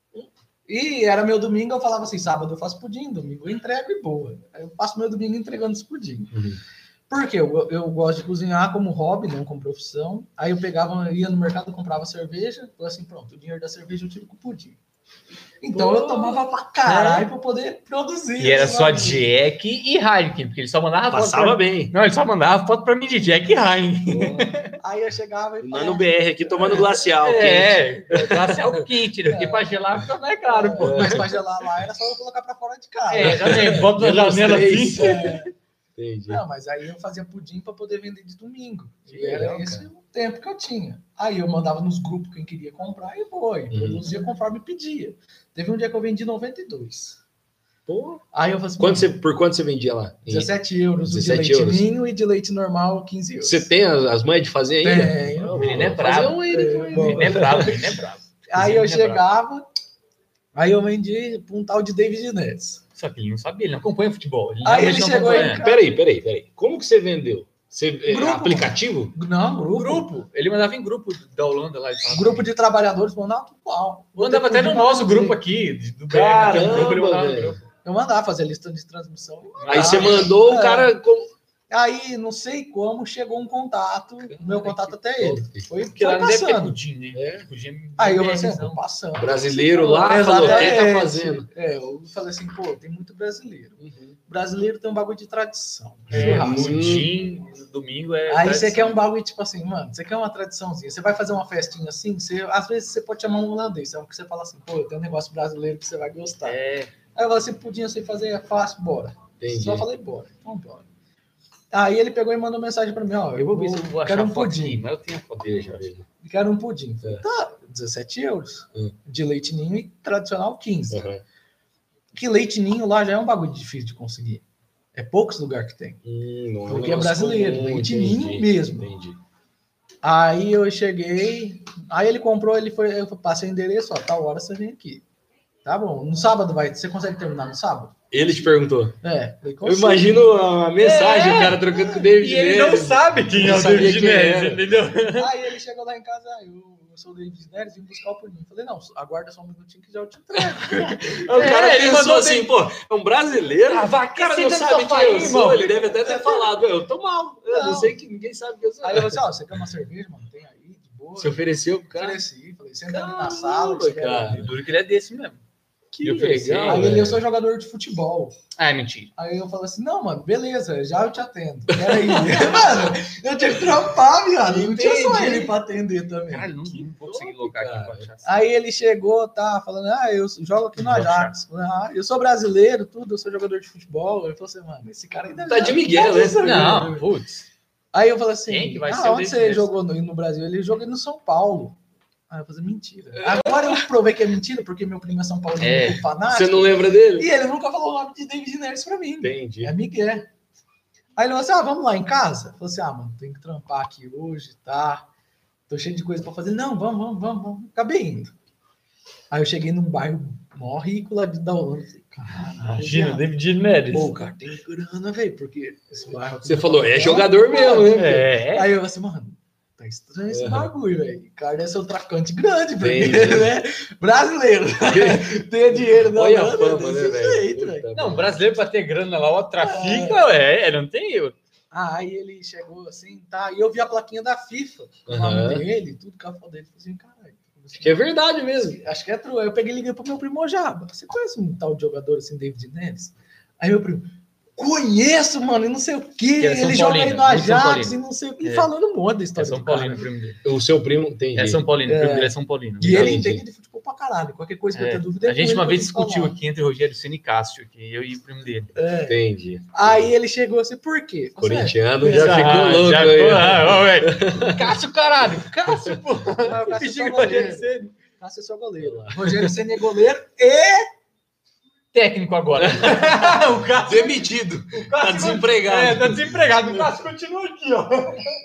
E era meu domingo, eu falava assim, sábado eu faço pudim, domingo eu entrego e boa. Aí eu passo meu domingo entregando esse pudim. Uhum. Porque eu, eu gosto de cozinhar como hobby, não como profissão. Aí eu pegava, ia no mercado, comprava cerveja, falei assim, pronto, o dinheiro da cerveja eu tiro com o pudim. Então Pô, eu tomava pra caralho é. pra poder produzir. E era só Jack e Heineken, porque ele só mandava Passava foto. Pra... bem. Não, ele só mandava foto pra mim de Jack e Heineken. Aí eu chegava e falava... no B R aqui tomando glacial. É, quente. Glacial quente, né? Porque é. pra gelar fica mais caro, é. pô. Mas pra gelar lá era só eu colocar pra fora de casa. É, já nem bota na janela assim. É. Entendi. Não, mas aí eu fazia pudim para poder vender de domingo. E era legal, esse cara. O tempo que eu tinha. Aí eu mandava nos grupos quem queria comprar e foi. Uhum. Produzia conforme pedia. Teve um dia que eu vendi noventa e dois. Pô. Aí eu falei assim, quanto você, por quanto você vendia lá? dezessete euros. dezessete de leite ninho e de leite normal, quinze euros. Você tem as, as manhas de fazer ainda? Tem. O menino é bravo. O menino é bravo, o menino é bravo. Aí eu chegava, aí eu vendi para um tal de David Neres. Só que ele não sabia, ele não acompanha futebol. Ele aí ele chegou aí. Peraí, peraí, peraí. Como que você vendeu? Você, grupo. Aplicativo? Não, grupo. Grupo. Ele mandava em grupo da Holanda lá. E grupo de trabalhadores, mandava tudo igual. Mandava até no nosso grupo aqui. Do Caramba, grupo, ele mandava no grupo. Eu mandava fazer lista de transmissão. Aí você mandou o cara... Aí, não sei como, chegou um contato, cara, meu contato até ele. Foi, porque foi lá passando. Deve ter pudim, né? É. Pudim, aí eu falei assim, vou passando. Brasileiro lá, é, falou, quem tá fazendo? É, eu falei assim, pô, tem muito brasileiro. Uhum. Brasileiro tem um bagulho de tradição. É, pudim, domingo é Aí tradição. Você quer um bagulho, tipo assim, mano, você quer uma tradiçãozinha. Você vai fazer uma festinha assim, você, às vezes você pode chamar um holandês, porque você fala assim, pô, tem um negócio brasileiro que você vai gostar. É. Aí eu falei assim, pudim, eu sei fazer, é fácil, bora. Entendi. Só falei, bora. Então, bora. Aí ele pegou e mandou mensagem pra mim, ó, eu vou ver se eu vou achar quero um pudim, pudim. mas eu tenho a foto dele já. Quero um pudim. É. Tá, dezessete euros. Hum. De leite ninho e tradicional quinze. Uhum. Que leite ninho lá já é um bagulho difícil de conseguir. É poucos lugares que tem. Hum, não porque é, é brasileiro, comum, leite entendi, ninho mesmo. Entendi. Aí eu cheguei, aí ele comprou, ele foi, eu passei o endereço, ó, tal hora você vem aqui. Tá bom, no sábado vai, você consegue terminar no sábado? Ele te perguntou. É. Eu imagino a mensagem, é, o cara trocando com o David Neres. E ele Neres. Não sabe quem é o David Neres, entendeu? Aí ele chegou lá em casa, eu, eu sou o David Neres, vim buscar o pudim. Falei, não, aguarda só um minutinho que já eu te entrego. O cara é, pensou assim, pô, é um brasileiro, ah, vai, o cara não sabe quem eu sou, irmão. Ele deve até ter falado, eu tô mal, eu não, não sei que ninguém sabe quem eu sou. Aí eu falei assim, ó, você quer uma cerveja, mano? Tem aí, de boa. Você ofereceu pro cara? Ofereci, falei, senta ali na sala. Cara, duro que ele é desse mesmo. Que legal. Aí ele, eu sou jogador de futebol. Ah, é mentira. Aí eu falei assim, não, mano, beleza, já eu te atendo. Peraí. Mano, eu tinha que trampar, viado. Não tinha só ele pra atender também. Caralho, não, não vou conseguir locar aqui pra achar. Aí ele chegou, tá, falando, ah, eu jogo aqui no Ajax. Ah, eu sou brasileiro, tudo, eu sou jogador de futebol. Ele falou assim, mano, esse cara ainda... Tá de Miguel, né? Não, putz. Aí eu falei assim, quem que vai ah, ser onde você desse? Jogou no, no Brasil? Ele jogou no São Paulo. Ah, eu falei, mentira. Agora eu provei que é mentira, porque meu primo é São Paulo é. é fanático. Você não lembra dele? E ele nunca falou o nome de David Neres pra mim. Entendi. É Miguel. Aí ele falou assim, ah, vamos lá em casa? Eu falei assim, ah, mano, tem que trampar aqui hoje, tá? Tô cheio de coisa pra fazer. Não, vamos, vamos, vamos, vamos. Acabei indo. Aí eu cheguei num bairro mó rico lá de da Holanda. Imagina, cara, David Neres. Pô, cara, tem grana, velho, porque esse bairro... Você falou, é jogador mesmo, né? É. Aí eu falei assim, mano, tá estranho esse uhum. bagulho, velho. O cara deve ser um tracante grande, velho. Né? Brasileiro. Tem dinheiro na Olha a fama, né, velho? Não, brasileiro pra ter grana lá, ó, trafica, é, é não tem eu. Ah, aí ele chegou assim, tá? E eu vi a plaquinha da FIFA, o nome uhum. dele, tudo, com a foto dele. Falei assim, caralho. Acho que é verdade mesmo. Acho que é true. Aí eu peguei e liguei pro meu primo Jaba. Você conhece um tal de jogador assim, David Neres? Aí meu primo, conheço, mano, e não sei o quê. Que ele joga aí no Ajax e não sei o quê. É. Falando um monte da história. É São Paulino, o primo dele. O seu primo tem. É São Paulino, o primo dele é São Paulino. E ele entende de futebol pra caralho. Qualquer coisa que é. eu tenha dúvida. A gente uma vez discutiu aqui entre Rogério Ceni e Cássio, que eu e o primo dele. É. Entendi. Aí ele chegou assim, por quê? Corintiano já, já ficou louco já aí. Ah, ó, Cássio, caralho. Cássio, pô. Cássio é Rogério Ceni. Cássio é seu goleiro. Rogério Ceni é goleiro e... técnico agora. O Cássio demitido. O Cássio tá desempregado. É, tá desempregado. O Cássio continua aqui, ó.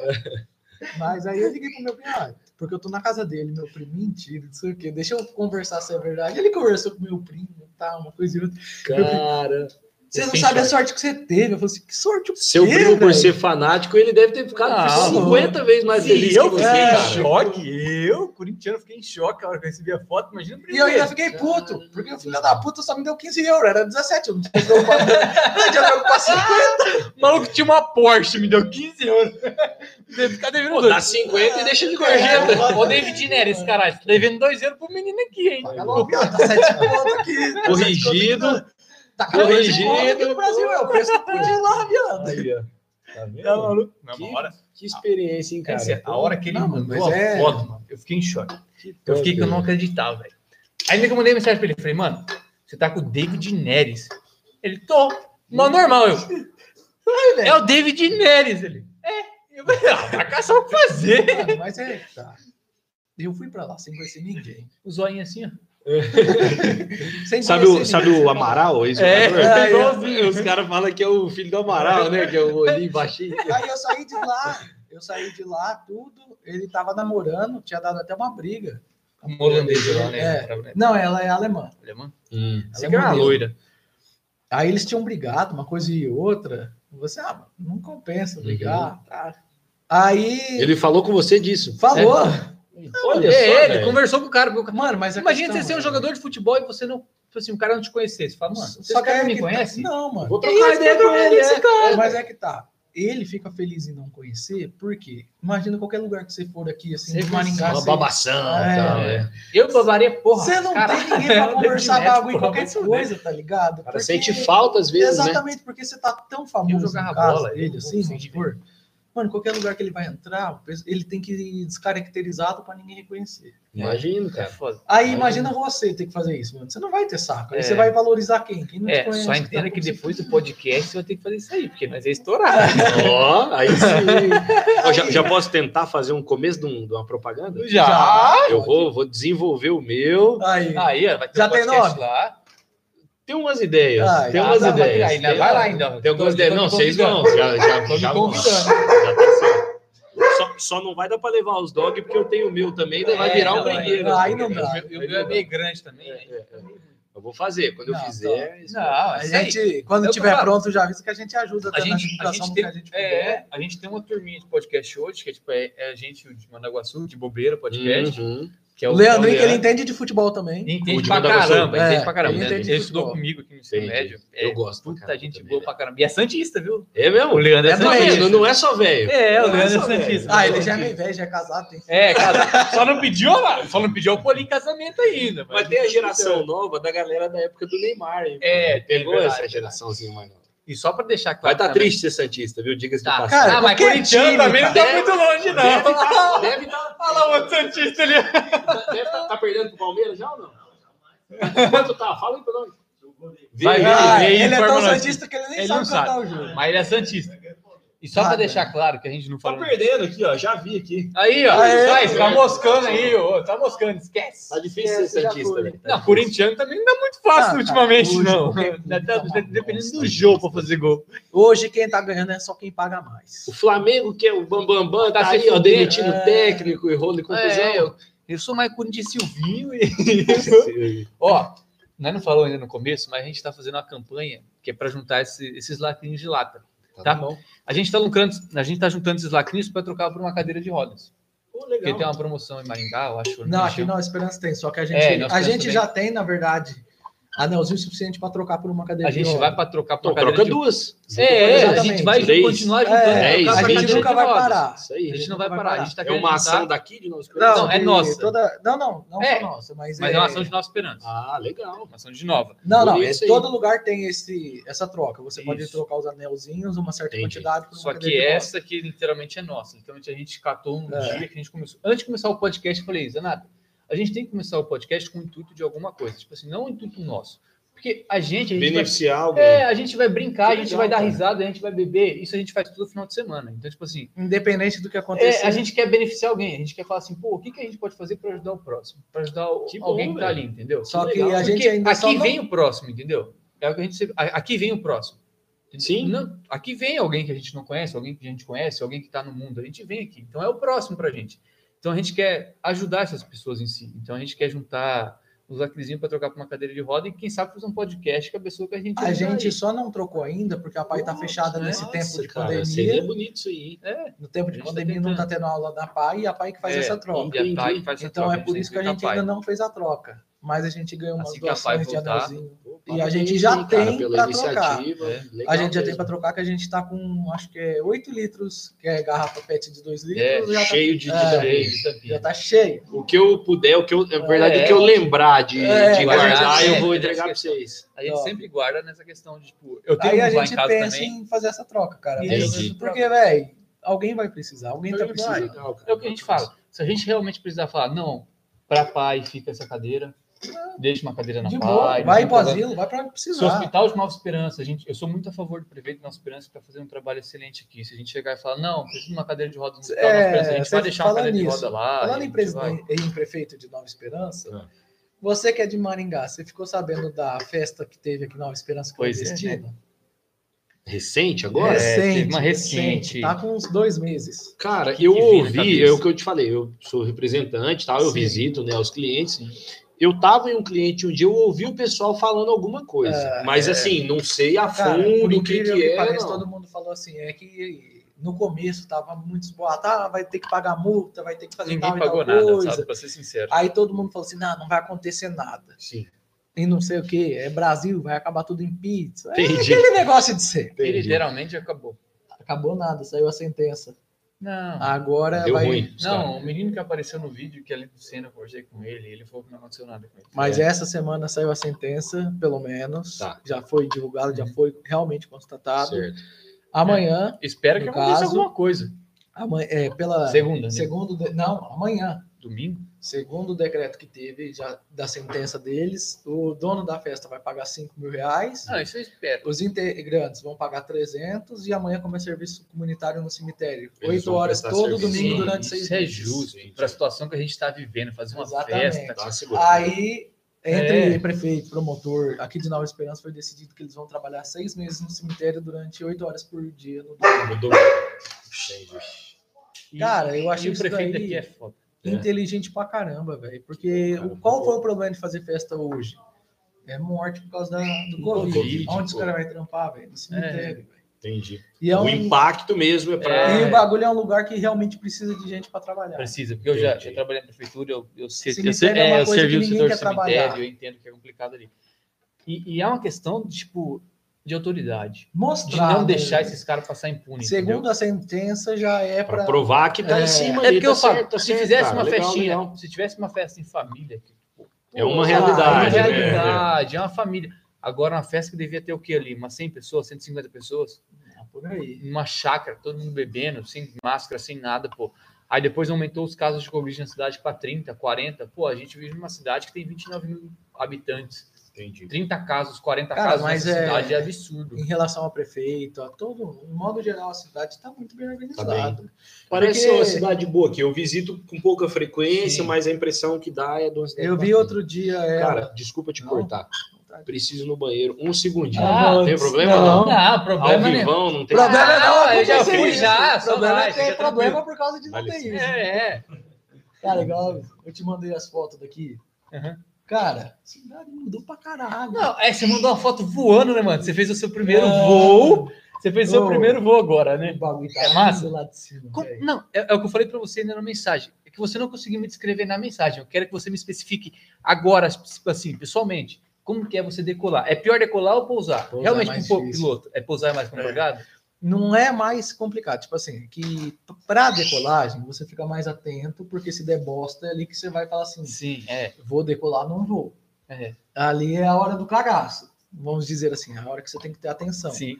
Mas aí eu liguei pro meu primo, ah, porque eu tô na casa dele, meu primo, mentira, não sei o quê. Deixa eu conversar se é verdade. Ele conversou com meu primo, tá, uma coisa e outra. Cara... Você não Sem sabe a sorte. sorte que você teve. Eu falei assim, que sorte o quê, Seu primo, por velho? ser fanático, ele deve ter ficado Ah, cinquenta vezes mais Se feliz eu que você, fiquei é, em cara. choque, eu, corintiano, fiquei em choque a hora que eu recebi a foto, imagina o E eu primeiro. ainda fiquei puto, porque o filho da puta só me deu quinze euros, era dezessete, eu não tinha preocupado, não tinha preocupado cinquenta. O maluco tinha uma Porsche, me deu quinze euros. Deve ficar devendo Pô, dois. dá cinquenta e deixa de É, gorjeta. Ô, David Neres, caralho, tá devendo dois euros pro menino aqui, hein? Paga logo, viado, tá sete pontos aqui. tá Corrigido. sete conto aqui, Tá catorze Corrigido. conto aqui no Brasil, é o preço que podia ir lá, viado. Aí, ó. Tá vendo? Tá maluco? Não, Que, uma hora. que experiência, hein, cara? Cara, a hora que ele Não, mandou mas a é- foto, mano, eu fiquei em choque. Que Eu fiquei top, que eu não velho. acreditava, velho. Ainda que eu mandei mensagem pra ele, falei, mano, você tá com o David Neres. Ele, tô. Mal normal, eu. É o David Neres, ele. É. Eu falei, ah, vai caçar o que fazer. Mano, mas é, tá. Eu fui pra lá sem conhecer ninguém. O zoinho assim, ó. Sem Sabe conhecer o, sabe ninguém. o Amaral? Esse É, jogador? é, igualzinho. Os caras falam que é o filho do Amaral, né? Que é o ali baixinho. Aí eu saí de lá, eu saí de lá, tudo. Ele tava namorando, tinha dado até uma briga. Um holandês lá, né? É. Não, ela é alemã. Alemã? Hum. Você Ela que é era uma modelo. loira. Aí eles tinham brigado, uma coisa e outra. Você, ah, mano, não compensa brigar. Tá. Aí Ele falou com você disso. falou. Olha é, só, ele velho. conversou com o cara. porque o- Mano, mas a Imagina questão você ser um é- jogador de futebol e você não. Tipo assim, o cara não te conhecer. Você fala, mano, você Só que cara é não me que conhece? Tá... Não, mano. Vou Que trocar isso, ideia tá com ele, esse é. cara? Mas é que tá. Ele fica feliz em não conhecer, porque imagina qualquer lugar que você for aqui, assim, Você de Maringá. Uma você- babação É. e tal, né? Eu babaria, porra. Você não cara, tem ninguém pra eu conversar David bagulho em Neres, qualquer porra, vai coisa, tá ligado? O cara Porque- sente falta às vezes, né? Exatamente, porque você tá tão famoso Eu jogava no caso bola, eu dele, não assim, vou vamos sentir. supor. Mano, qualquer lugar que ele vai entrar, ele tem que ir descaracterizado pra ninguém reconhecer. Imagino, É cara. foda. Aí Imagina. imagina você ter que fazer isso, mano. Você não vai ter saco. Aí É. você vai valorizar quem? Quem não te É, conhece. só tá entenda que com você. depois do podcast você vai ter que fazer isso aí, porque nós é estourar. Ó, aí sim. Ó, já, já posso tentar fazer um começo de, um- de uma propaganda? Já? Eu vou, vou desenvolver o meu. Aí. Aí, ó, vai ter Já um tem podcast nome? lá. Tem umas ideias. Ah, tem já, umas tá, vai ideias. Aí, ainda Tem- vai lá ainda. Tem algumas Tô- ideias. tô me Não, vocês vão. convidando. Já, já, Tô me já vão. convidando. Já tá certo. Só, só não vai dar pra levar os dog, porque eu tenho o meu também, daí vai É, virar um não, brinquedo. aí não dá. O meu- o meu é meio grande também. né? É, é, é. Eu vou fazer. Quando eu Não, fizer. isso- Não, A isso aí. gente, quando Eu tiver falo. pronto, já avisa que a gente ajuda A até na gente, a divulgação gente do tem, que a gente é, puder. a gente tem uma turminha de podcast hoje, que é, tipo, é, é a gente de Mandaguaçu, de Bobeira Podcast, Uhum. que é o O Leandrinho, é que ele entende de futebol também. Ele O entende de pra Mandaguaçu. caramba, É, entende pra caramba. ele Ele, entende de estudou futebol. comigo aqui no ensino Entendi. médio. Eu É, gosto pra Puta caramba gente também, boa né? pra caramba. E é Santista, viu? É mesmo? O Leandro é, É Tá doente. Santista. vendo? Não é só velho. É, o Não é Leandro é só velho. Santista. Ah, ele já é meio velho, já é casado, tem. É, cara, só não pediu, só não pediu o poli em casamento ainda. Mas tem a geração nova da galera da época do Neymar. Hein? É, Pegou é verdade, essa verdade. geraçãozinha mais nova. E só pra deixar Vai claro. estar também- triste ser Santista, viu? Diga-se de Tá. passagem. Cara, Ah, mas qualquer corintiano time, também não tá cara. muito longe, não. Deve estar. Deve estar. Olha lá o outro Santista ali. Deve estar tá perdendo pro Palmeiras já ou não? Quanto tá? Fala aí pra nós. Vai, Vê, vai. Ah, Ele ele é informa tão nós. santista que ele nem Ele sabe não cantar sabe. o jogo. Mas ele é Santista. E só pra Ah, deixar velho. claro que a gente não Tá falou. perdendo aqui, ó. Já vi aqui. Aí, ó. Aê, Sai, tá é. moscando aí, ó. Tá moscando, esquece. Tá difícil É, ser já Santista, foi. velho. Tá Não, difícil. corintiano também não dá muito fácil Ah, ultimamente, cara, não. hoje o Tá- tá- tá uma Dependendo bosta, do jogo pra fazer gol. Hoje quem tá ganhando é só quem paga mais. O Flamengo, que é o Bambambam, Bam, Bam, tá, Tá se aí, ó, fudendo. demitindo É. técnico e rolo de confusão. É, eu, eu sou mais Corinthians Silvinho e. Ó, nós não falou ainda no começo, mas a gente tá fazendo uma campanha que é pra juntar esse- esses lacrinhos de lata. Tá? bom. A gente tá lucrando, a gente tá juntando esses lacrinhos pra trocar por uma cadeira de rodas. Pô, Porque legal. tem uma promoção em Maringá, eu acho. Não, me aqui chama. não, a Esperança tem, só que a gente, É, nós a temos gente também. já tem, na verdade, anelzinho suficiente para trocar por uma cadeira A gente de vai roda. para trocar por Então, uma cadeira troca de duas. É, é, a Exatamente. gente vai Três. continuar juntando. É, dez, trocar a por vinte, gente cadeira nunca de vai rodas. parar. Isso aí. A gente não vai parar, a gente tá É querendo uma ação juntar, daqui de nós. Não, Não, é de nossa. Toda... Não, não, não É, só nossa, mas, mas é uma ação de Nova Esperança. Ah, legal. Uma ação de Nova. Não, não, Bonito é, isso aí. todo lugar tem esse, essa troca. Você pode Isso. trocar os anelzinhos, uma certa Entendi. quantidade por uma Só cadeira que de roda. essa aqui literalmente é nossa. Então a gente catou um É. dia que a gente começou. Antes de começar o podcast, eu falei, Zanata, a gente tem que começar o podcast com o intuito de alguma coisa. Tipo assim, não o intuito nosso. Porque a gente. A gente vai, Beneficiar alguém. é, a gente vai brincar, Que a gente legal, vai dar cara. risada, a gente vai beber. Isso a gente faz todo final de semana. Então, tipo assim, Independente do que acontecer. é, a gente quer beneficiar alguém. A gente quer falar assim, pô, o que, que a gente pode fazer para ajudar o próximo? Para ajudar o- Que bom, alguém que tá velho. ali, entendeu? Só que que legal. a gente Porque ainda só aqui não- vem o próximo, entendeu? É o que a gente sempre- a- aqui vem o próximo. Sim. Não, aqui vem alguém que a gente não conhece, alguém que a gente conhece, alguém que está no mundo. A gente vem aqui. Então é o próximo para a gente. Então a gente quer ajudar essas pessoas em si. Então a gente quer juntar Os lacrezinhos para trocar para uma cadeira de roda e quem sabe fazer um podcast com a pessoa que a gente A gente aí. só não trocou ainda porque a Pai tá fechada nesse Nossa, tempo de cara, pandemia. seria bonito isso aí. É, No tempo A de gente tá pandemia não tá tentando. tendo aula da Pai e a Pai que faz É, essa troca. e a Pai faz essa Então troca, é por isso que a gente ainda não fez a troca. Mas a gente ganhou umas Assim que a Pai doações de voltar, anelzinho. Pô, E a parabéns gente já aí, cara, tem pela pra iniciativa. É. Legal A gente já tem mesmo. para trocar, que a gente tá com, acho que é oito litros, que é garrafa pet de dois litros. É, já cheio de tá, é, tampinha. já tá cheio. O que eu puder, o que eu, na verdade, É, o que eu lembrar de, é, de guardar guardar, eu sempre vou nessa entregar para questão. vocês. a gente Top. sempre guarda nessa questão de, tipo, eu tenho Aí a uns lá em gente casa pensa também. em fazer essa troca, cara. Entendi. Porque, velho, alguém vai precisar, alguém tá Alguém vai. precisando. Legal, cara. É o que a gente fala. Se a gente realmente precisar falar, não, para Pai fica essa cadeira, deixa uma cadeira na De Pai. boa, não vai tem pro problema. asilo, vai pra onde Se o precisar. Hospital de Nova Esperança, a gente, eu sou muito a favor do prefeito de Nova Esperança para fazer um trabalho excelente aqui. Se a gente chegar e falar, não, precisa de uma cadeira de roda no Hospital de Nova Esperança, a gente É, vai deixar uma falando cadeira de nisso, roda lá. Falando e em, a gente vai. presidente, em prefeito de Nova Esperança, Ah. você que é de Maringá, você ficou sabendo da festa que teve aqui em Nova Esperança Pois é, clandestina? Recente agora? É, Recente, teve uma recente. Tá com uns dois meses. Cara, Que eu que veio na ouvi, cabeça? é o que eu te falei, eu sou representante, tal, eu Sim. visito, né, os clientes. Eu tava em um cliente um dia, eu ouvi o pessoal falando alguma coisa, É, mas é. assim, não sei a Cara, por fundo o que incrível que que é, pareça, não. todo mundo falou assim, é que no começo tava muito boato, ah, vai ter que pagar multa, vai ter que fazer Ninguém tal pagou e tal nada, coisa. sabe? Pra ser sincero. Aí todo mundo falou assim, não, não vai acontecer nada. Sim, E não sei o que, é Brasil, vai acabar tudo em pizza. É entendi. aquele negócio de ser. E entendi. literalmente acabou. Acabou nada, saiu a sentença. Não. Agora Deu vai. ruim. os caras. Não, o menino que apareceu no vídeo, que ali do Senna, eu conversei com ele, ele falou que não aconteceu nada com ele. Mas É. essa semana saiu a sentença, pelo menos. Tá. Já foi divulgado, já foi realmente constatado. Certo. Amanhã, Espero que No aconteça caso- alguma coisa. amanhã é, pela. Segunda, né? Segundo. de- Não, amanhã. Domingo? Segundo o decreto que teve já da sentença deles, o dono da festa vai pagar cinco mil reais. Não, isso eu espero. Os integrantes vão pagar trezentos e amanhã começa serviço comunitário no cemitério. Eles Oito vão horas prestar todo serviço. domingo Sim, durante seis isso é meses. justo. Sim, Para a sim. situação que a gente está vivendo, fazer uma Exatamente. festa. Tá segurando. Aí, entre É. prefeito e promotor aqui de Nova Esperança, foi decidido que eles vão trabalhar seis meses no cemitério durante oito horas por dia. No domingo. No domingo. Entendi. E- Cara, eu acho e o isso prefeito daí daqui é foda. É. inteligente pra caramba, velho. Porque Cara, o- qual pô. foi o problema de fazer festa hoje? É morte por causa da, do Covid. Covid, Onde os pô. caras vão trampar, velho? No cemitério, velho. Entendi. E, é o um, impacto mesmo é e para. o bagulho é um lugar que realmente precisa de gente pra trabalhar. Precisa, porque eu já, Entendi. já trabalhei na prefeitura, eu, eu, sei, eu, Cemitério sei, é uma é, eu coisa servi que o ninguém setor quer do cemitério, trabalhar. eu entendo que é complicado ali. E, e é uma questão, de, tipo, de autoridade. De Mostrar. não né? deixar esses caras passar impune. Segundo entendeu? a sentença, já é Para pra. provar que tá É. em cima É ali, porque tá eu falo, certo, tá se certo, fizesse cara. uma Legal, festinha, legal. se tivesse uma festa em família, que, pô, É uma pô, realidade, É uma né? realidade, é uma família. Agora, uma festa que devia ter o quê ali? Umas cem pessoas, cento e cinquenta pessoas? Ah, por aí. Numa chácara, todo mundo bebendo, sem máscara, sem nada, pô. Aí depois aumentou os casos de Covid na cidade para trinta, quarenta. Pô, a gente vive numa cidade que tem vinte e nove mil habitantes. Entendi. trinta casos, quarenta Cara, casos mas nessa é- cidade é absurdo. Em relação ao prefeito, a todo, em modo geral, a cidade está muito bem organizada. Parece Porque- uma cidade boa aqui. Eu visito com pouca frequência, Sim. mas a impressão que dá é de uma cidade Eu vi bacana. outro dia ela. Cara, desculpa te Não? cortar. Preciso ir no banheiro. Um segundinho. Ah, tem problema não. não? Não, Ao problema nenhum. vivão, não tem. Problema Ah, não, eu já acontecer fui isso. já, só problema vai, é ter fica problema tranquilo. por causa de Dá não ter licença. isso. É, é. Cara, igual eu te mandei as fotos daqui. Uhum. Cara, a cidade mudou pra caralho. Não, é, você mandou uma foto voando, né, mano? Você fez o seu primeiro É. voo. Você fez o seu Ô. primeiro voo agora, né? O bagulho tá É massa? lindo lá de cima. Como- velho. não, é, é o que eu falei pra você ainda na mensagem. É que você não conseguiu me descrever na mensagem. Eu quero que você me especifique agora, tipo assim, pessoalmente. Como que é você decolar? É pior decolar ou pousar? Pousar Realmente, é mais com o difícil. piloto. É pousar é mais complicado? Não é mais complicado. Tipo assim, que pra decolagem você fica mais atento, porque se der bosta é ali que você vai falar assim: Sim, é. vou decolar, não vou. É. Ali é a hora do cagaço. Vamos dizer assim, a hora que você tem que ter atenção. Sim.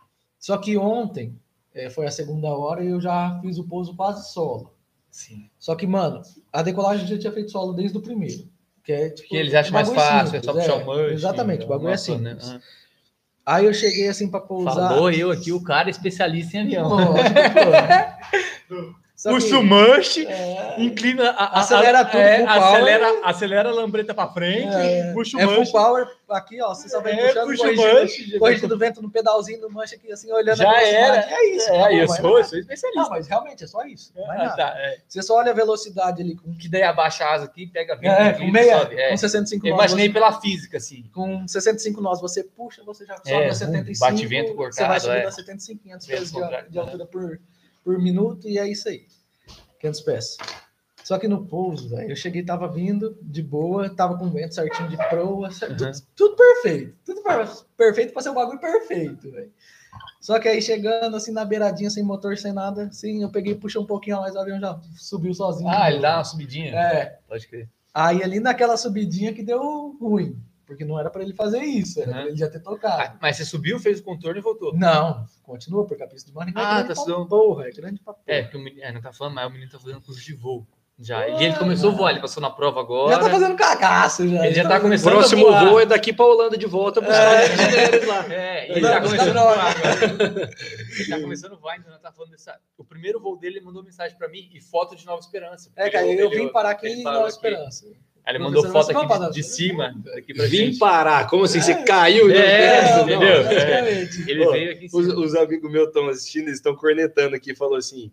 Só que ontem é, foi a segunda hora e eu já fiz o pouso quase solo. Sim. Só que, mano, a decolagem eu já tinha feito solo desde o primeiro. Que é, tipo, Porque eles acham mais bagulho fácil, é simples, só puxar o manche. Exatamente, o bagulho é Nossa, né? simples. Ah. Aí eu cheguei assim pra pousar. Falou eu aqui, o cara é especialista em avião. Lógico, pô. Só que- puxa o manche, É, inclina, a, a, Acelera a- tudo, é, full power. acelera, acelera a lambreta pra frente, É, puxa o é full manche. power aqui, ó. Você só vem É, puxando, puxa o corrigindo, manche. corrigindo o vento no pedalzinho do manche aqui, assim, olhando Já a velocidade. era. É isso. É, acabou, eu vai sou, nada. eu sou especialista. Não, mas realmente é só isso. Não é Ah, nada. tá, é. Você só olha a velocidade ali com, Que daí abaixa a asa aqui, pega vento, é, inclina com meia, e sobe. É. com sessenta e cinco Eu nós. imaginei Você, pela física, assim. com sessenta e cinco nós, você puxa, você já sobe É, a setenta e cinco. bate vento Você cortado, vai subindo é. a setenta e cinco, quinhentos Vento pés de, contrário, de altura por, por minuto e é isso aí. quinhentos pés. Só que no pouso, velho, eu cheguei, tava vindo de boa, tava com vento certinho de proa, certo, tudo, tudo perfeito. Tudo per- perfeito pra ser um bagulho perfeito, velho. Só que aí chegando assim na beiradinha, sem motor, sem nada, assim, eu peguei e puxei um pouquinho a mais, o avião já subiu sozinho. Ah, ele dá uma subidinha. É. Pode crer. Aí ali naquela subidinha que deu ruim, porque não era pra ele fazer isso, era Uhum. pra ele já ter tocado. Ah, mas você subiu, fez o contorno e voltou. Não, continua, porque a pista de Maringá Ah, é grande tá, pra senão- porra, é grande pra porra. É, porque o menino, é, não tá falando, mas o menino tá fazendo curso de voo. Já. E ele começou a voar, ele passou na prova agora. Já tá fazendo cagaço, já. Ele já tá O começando próximo a voar. voo é daqui pra Holanda de volta buscar os engenheiros lá. É, e ele Não, tá mas começando tá a voar droga. agora. Ele tá começando a voar, então nós tá falando dessa. O primeiro voo dele, ele mandou mensagem pra mim e foto de Nova Esperança. É, cara, Ele- eu ele- vim parar aqui ele em parou Nova aqui. Esperança. Aí ele Nova mandou Esperança, foto aqui não, de, de para- cima, daqui pra Vim gente. parar. Como assim? Você caiu? É, Não, não. entendeu? Praticamente. Ele Ô, veio aqui em Os, cima. os amigos meus estão assistindo, eles estão cornetando aqui, falou assim: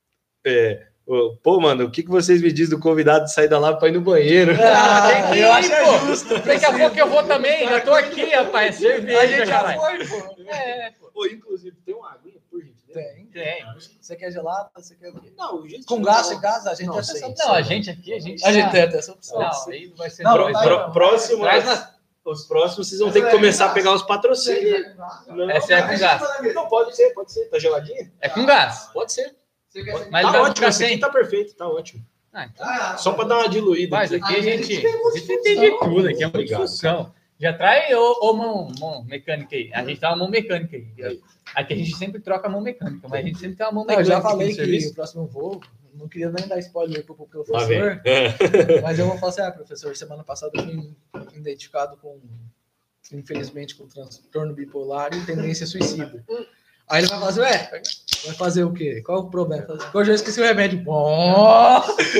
é, ô, pô, mano, o que, que vocês me dizem do convidado de sair da lá pra ir no banheiro? Ah, tem que eu ir, acho pô. justo. Daqui a pouco eu vou também, já tô aqui, rapaz. Cerveja, A gente já caralho. foi, pô. É, pô. Pô, inclusive, tem uma aguinha, por gentileza? Tem. Tem. Você quer gelada? Você quer o quê? Não, gente. Com gás, sem gás? A gente Não, tem essa sem- opção. Não, a gente aqui, a gente. A gente tá- tem até essa opção. Não, aí não vai ser. Não, Pro- não vai, pro- não. Próximo, Traz na- os próximos vocês vão ter que começar a pegar os patrocínios. Não, Essa é com gás. Não, pode ser, pode ser. Tá geladinha? É com gás. Pode ser. Você quer sem Mas tá vai ótimo, ficar esse aqui sem. tá perfeito, tá ótimo. Ah, então, Ah, Só pra dar uma diluída. mas aqui a a gente, gente tem a gente tem de tudo aqui, é uma Obrigado, discussão. Já traz ô, ô mão, mão mecânica aí. A gente tá uma mão mecânica aí. Aí. Aqui a gente sempre troca a mão mecânica, mas a gente sempre tem uma mão Não, eu mecânica. já falei aqui que no serviço. o próximo voo, não queria nem dar spoiler pro pro Lá vem. professor, É. mas eu vou falar assim, ah, professor, semana passada eu fui identificado com, infelizmente, com transtorno bipolar e tendência suicida. Aí ele vai falar assim, ué, vai fazer o quê? Qual o problema? Hoje eu já esqueci o remédio. Bom,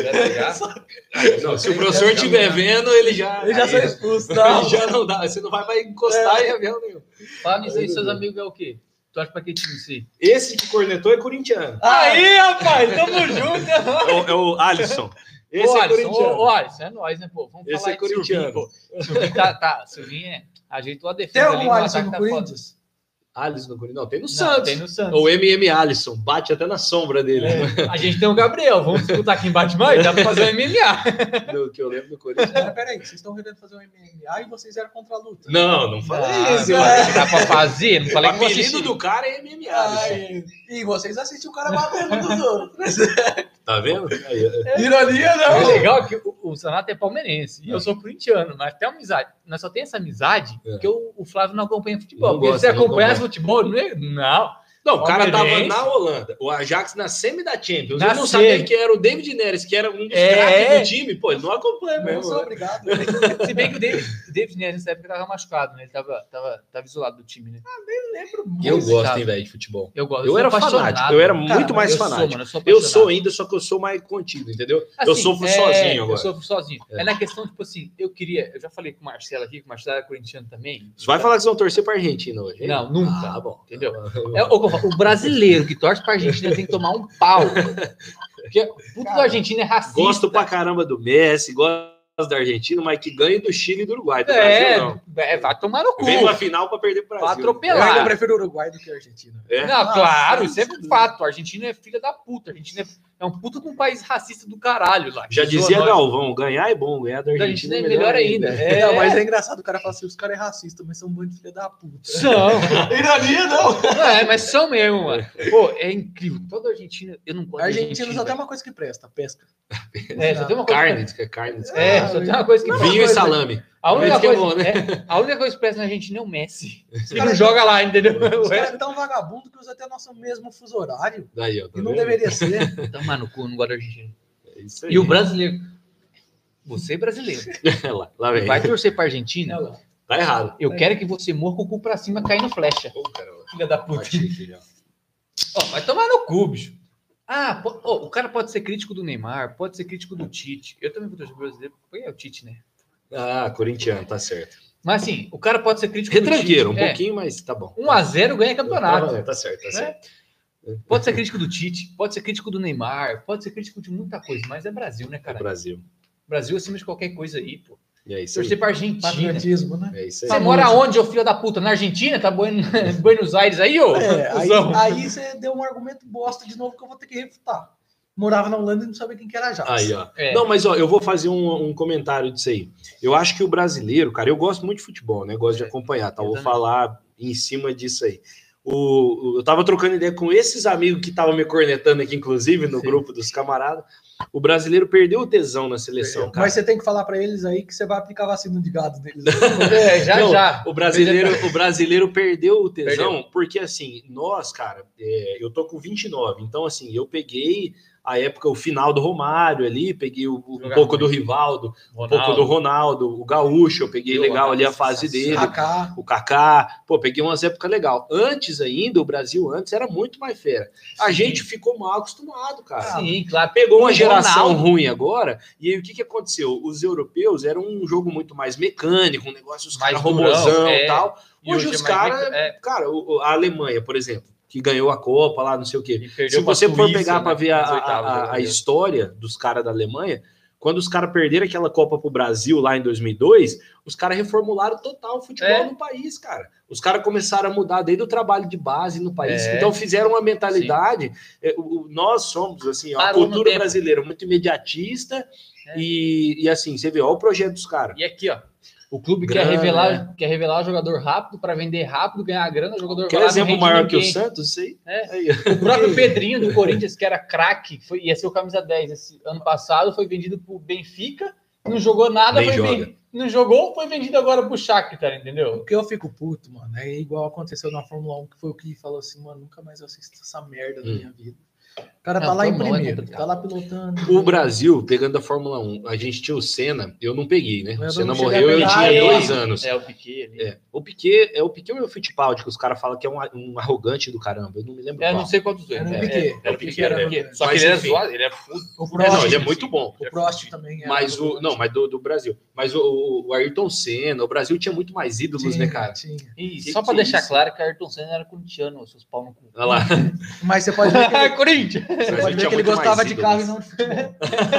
Não, se o professor estiver vendo, ele já. eu já sou aí- expulso. Não. Ele já não dá. Você não vai, vai encostar em avião nenhum. Fala nisso aí, seus amigos é o quê? Tu acha pra que time você? Esse que cornetou é corintiano. Aí, rapaz, tamo junto. É o, é o Alisson. Esse Ô, é Alisson, corintiano. ô, ô, Alisson, é nóis, né, pô? Vamos Esse falar é aí do Silvinho, corintiano. pô. Silvinho tá, tá, Silvinho é, ajeitou a Tem defesa ali, algum o Alisson ataque no tá foda. Corinthians? Alisson no Corinthians. Não, tem no Não, Santos. tem no Santos. O M M Alisson. Bate até na sombra dele. É, a gente tem o Gabriel, vamos disputar quem bate mais? Dá pra fazer o M M A. Do que eu lembro do Corinthians. Pera, peraí, vocês estão querendo fazer um M M A e vocês eram contra a luta. Não, não falei Ah, isso. eu acho que dá pra fazer, não O falei que vou apelido assistir. do cara é M M Alisson. Ai, e vocês assistem o cara batendo nos outros. Tá vendo? Aí, é. Ironia, É não. legal que o, o Sanato é palmeirense e eu sou corintiano, mas tem uma amizade. Nós só tem essa amizade É. porque o, o Flávio não acompanha futebol. Não Porque gosta, se não acompanhasse acompanha. futebol, não, é- não. Não, o cara tava Palmeirense. na Holanda, o Ajax na semi da Champions. Na Eu não semi. sabia que era o David Neres, que era um dos É. craques do time. Pô, ele não acompanha Eu mesmo. sou né? obrigado. Se bem que o David, o David Neres nessa época tava machucado, né? Ele tava, tava, tava isolado do time, né? Eu Muito, gosto, cara. hein, velho, de futebol. Eu gosto. Eu sou era apaixonado. fanático, eu era Cara, muito mais eu sou, fanático. mano, eu sou Eu apaixonado. sou ainda, só que eu sou mais contido, entendeu? eu Assim, sofro é, sozinho agora. Eu sofro sozinho. É. É. na questão, tipo assim, eu queria. Eu já falei com o Marcelo aqui, que o Marcelo é corintiano também. Você vai falar que vocês vão torcer pra Argentina hoje? hein? Não, nunca. Ah, bom. Entendeu? É, o, que eu falo, o brasileiro que torce pra Argentina tem que tomar um pau. Porque o puto da Argentina é racista. Gosto pra caramba do Messi, gosto da Argentina, mas que ganhe do Chile e do Uruguai. Do É, Brasil, é, vai tomar no cu. não. Vem pra final pra perder pro Pra Brasil. Eu atropelar. ainda prefiro o Uruguai do que a Argentina. É. Não, Nossa, claro, isso é isso um fato. A Argentina é filha da puta. A Argentina é, é um puta de um país racista do caralho lá. Já Que dizia zoa nós. Galvão, ganhar é bom, ganhar da Da Argentina, Argentina é melhor ainda. É, Não, mas é engraçado, o cara fala assim, os caras é racista, mas são um bando de filha da puta. São. Ironia, não. Não, é, mas são mesmo, mano. Pô, é incrível. Toda a Argentina, eu não gosto A da Argentina só tem velho. uma coisa que presta, pesca. É, só tem uma coisa. Carne, diz que é carne. diz que É, só tem uma coisa que Vinho e presta. salame. A única, Mas que é coisa, bom, né? é, a única coisa que presta na Argentina é o Messi. Que cara- não joga lá, entendeu? Os O caras resto são tão vagabundo que usa até nosso mesmo fuso horário. Daí, ó, tá E não vendo? deveria ser. Toma no cu, não gosto da Argentina. É isso aí. E o brasileiro. Você é brasileiro. lá, lá vem. Vai torcer pra Argentina. Olha lá. Tá errado. Eu quero que você morra com o cu pra cima caindo flecha. Ô, cara, Filha da puta. bati aqui já. Ó, vai tomar no cu, bicho. Ah, pô, oh, o cara pode ser crítico do Neymar, pode ser crítico do Tite. Eu também vou torcer pro brasileiro, porque é o Tite, né? Ah, corintiano, tá certo. Mas assim, o cara pode ser crítico Retranqueiro, do um Tite. pouquinho, é. mas tá bom. um a zero ganha campeonato. Tá, tá certo, tá certo. É. Pode ser crítico do Tite, pode ser crítico do Neymar, pode ser crítico de muita coisa, mas é Brasil, né, cara? É Brasil. Brasil acima de qualquer coisa aí, pô. E é isso Torcer aí. pra Argentina. Patriotismo, né? É isso aí. Você mora onde, ô filho da puta? Na Argentina? Tá Buenos, Buenos Aires aí, ô? É, aí, cuzão? aí você deu um argumento bosta de novo que eu vou ter que refutar. Morava na Holanda e não sabia quem que era Ajax. Aí, ó. É. Não, mas ó, eu vou fazer um, um comentário disso aí. Eu acho que o brasileiro, cara, eu gosto muito de futebol, né? Gosto de acompanhar, tá? Eu vou falar em cima disso aí. O, o, eu tava trocando ideia com esses amigos que estavam me cornetando aqui, inclusive, no Sim. grupo dos camaradas. O brasileiro perdeu o tesão na seleção, cara. Mas você tem que falar para eles aí que você vai aplicar vacina de gado deles. É, já, Não, já. O brasileiro, o brasileiro perdeu o tesão, Perdeu. Porque assim, nós, cara, é, eu tô com vinte e nove, então assim, eu peguei a época, o final do Romário ali, peguei o, um pouco muito. do Rivaldo, Ronaldo. um pouco do Ronaldo, o Gaúcho, eu peguei eu legal ali a fase dele, Kaká. o Kaká, pô, peguei umas épocas legal. Antes ainda, o Brasil antes era muito mais fera. A Sim. gente ficou mal acostumado, cara. Sim, claro. Pegou uma geração Ronaldo. ruim agora, e aí o que que aconteceu? Os europeus eram um jogo muito mais mecânico, um negócio, os caras robozão e é. tal. Hoje, hoje os caras, é. cara, a Alemanha, por exemplo, que ganhou a Copa lá, não sei o quê. Se você for Suíça, pegar né, para ver a, a, a história dos caras da Alemanha, quando os caras perderam aquela Copa pro Brasil lá em dois mil e dois, os caras reformularam total o futebol é. no país, cara. Os caras começaram a mudar desde o trabalho de base no país. É. Então fizeram uma mentalidade. É, o, nós somos, assim, a cultura brasileira muito imediatista é. e, e assim, você vê, olha o projeto dos caras. E aqui, ó. O clube grana, quer revelar, né? quer revelar o jogador rápido para vender rápido, ganhar grana. O jogador Quer exemplo maior ninguém. que o Santos? Sei. É. Aí. O próprio Pedrinho do Corinthians, que era craque, ia ser o camisa dez esse ano passado, foi vendido para o Benfica, não jogou nada, foi vendido, não jogou, foi vendido agora para o Shakhtar, entendeu? O que eu fico puto, mano, é igual aconteceu na Fórmula um, que foi o que falou assim, mano, nunca mais eu assisto essa merda hum. na minha vida. O cara tá não, lá em primeiro, é tá lá pilotando. O Brasil, pegando a Fórmula um, a gente tinha o Senna, eu não peguei, né? O Senna morreu, eu tinha é, dois anos. É, o Piquet. Ali. É, o Piquet, é o Piquet ou é o Fittipaldi, que os caras falam que é um, um arrogante do caramba, eu não me lembro É, qual. não sei qual dos dois. Era o é, Piquet. É, era o Piquet, era o Piquet. Só que ele era zoado, ele é puto. O Prost, é, não, ele é muito bom. O Prost também é. Mas o, não, mas do, do Brasil. Mas o, o Ayrton Senna, o Brasil tinha muito mais ídolos, tinha, né, cara? Tinha. E que só pra que deixar isso? claro que o Ayrton Senna era corintiano, seus pau no cu. Olha lá. Mas você pode ver que ele... Corinthians! Você pode ver que ele gostava de carro e não de futebol.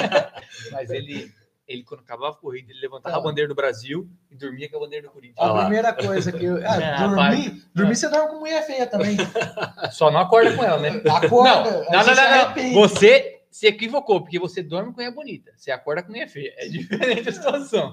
Mas ele, ele, quando acabava a corrida, ele levantava ah. a bandeira do Brasil e dormia com a bandeira do Corinthians. A ah, primeira coisa que eu... Ah, é, dormir, dormir você dorme com mulher feia também. Só não acorda com ela, né? Acorda. Não, não, não, não, não. Você se equivocou, porque você dorme com mulher bonita. Você acorda com mulher feia. É diferente a situação.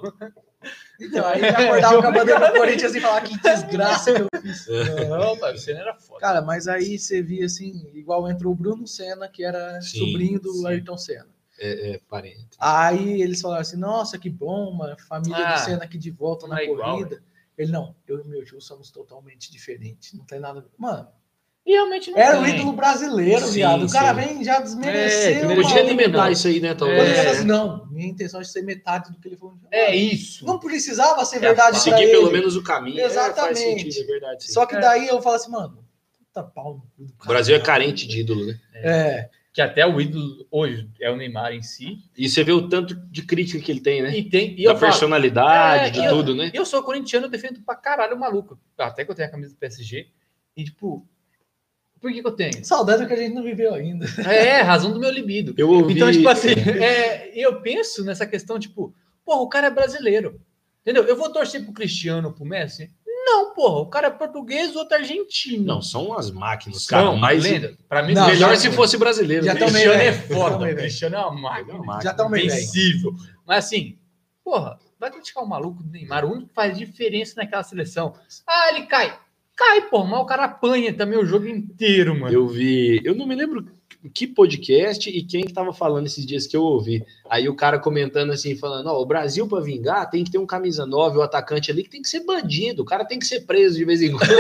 Então, aí acordava com a bandeira do Corinthians e falava que desgraça que eu fiz. Não, pai, o Senna era foda. Cara, mas aí você via assim, igual entrou o Bruno Senna, que era sim, sobrinho do sim. Ayrton Senna. É, é, parente. Aí eles falaram assim, nossa, que bom, uma família ah, do Senna aqui de volta na é corrida. Igual, né? Ele, não, eu e meu tio somos totalmente diferentes, não tem nada a ver. Mano, e realmente não era tem. o ídolo brasileiro, sim, viado. O cara sim. vem já desmereceu. É, podia alimentar isso aí, né, Tom? É. Assim, não, minha intenção é ser metade do que ele falou. É isso. Não precisava ser verdade. Seguir pra pelo ele. menos o caminho. Exatamente. É, faz sentido, é verdade. Sim. Só que daí eu falo assim, mano, puta pau no cu do cara. O Brasil é carente de ídolo, né? É. é. Que até o ídolo hoje é o Neymar em si. E você vê o tanto de crítica que ele tem, né? E tem. E da eu personalidade, falo, é, de eu, tudo, né? Eu sou corintiano, eu defendo pra caralho o maluco. Até que eu tenho a camisa do P S G. E, tipo, por que, que eu tenho? Saudade que a gente não viveu ainda. É, razão do meu libido. Eu ouvi... Então, tipo assim, é, eu penso nessa questão, tipo, porra, o cara é brasileiro. Entendeu? Eu vou torcer pro Cristiano, pro Messi? Não, porra, o cara é português, o outro é argentino. Não, são umas máquinas, cara. Não, mas lenda. Pra mim, não, melhor já, se fosse brasileiro. Já Cristiano é foda. O Cristiano é uma máquina. É uma máquina. Já tá meio invencível. Mas assim, porra, vai criticar o maluco do Neymar, o único que faz diferença naquela seleção. Ah, ele cai. Cai, pô, mas o cara apanha também o jogo inteiro, mano. Eu vi, eu não me lembro que podcast e quem que tava falando esses dias que eu ouvi. Aí o cara comentando assim, falando, ó, o Brasil para vingar tem que ter um camisa nove, o atacante ali que tem que ser bandido, o cara tem que ser preso de vez em quando.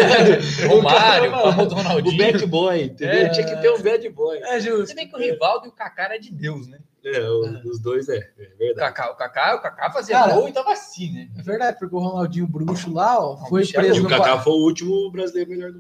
O Mário, o Ronaldinho. O bad boy, entendeu? É, tinha que ter um bad boy. É justo. Você vê que o Rivaldo e o Kaká era de Deus, né? É, o, os dois é, é verdade. O Kaká, o Kaká, o Kaká fazia cara, gol e tava assim, né? É verdade, porque o Ronaldinho bruxo lá, ó, foi preso. E o Kaká no... foi o último brasileiro melhor do mundo.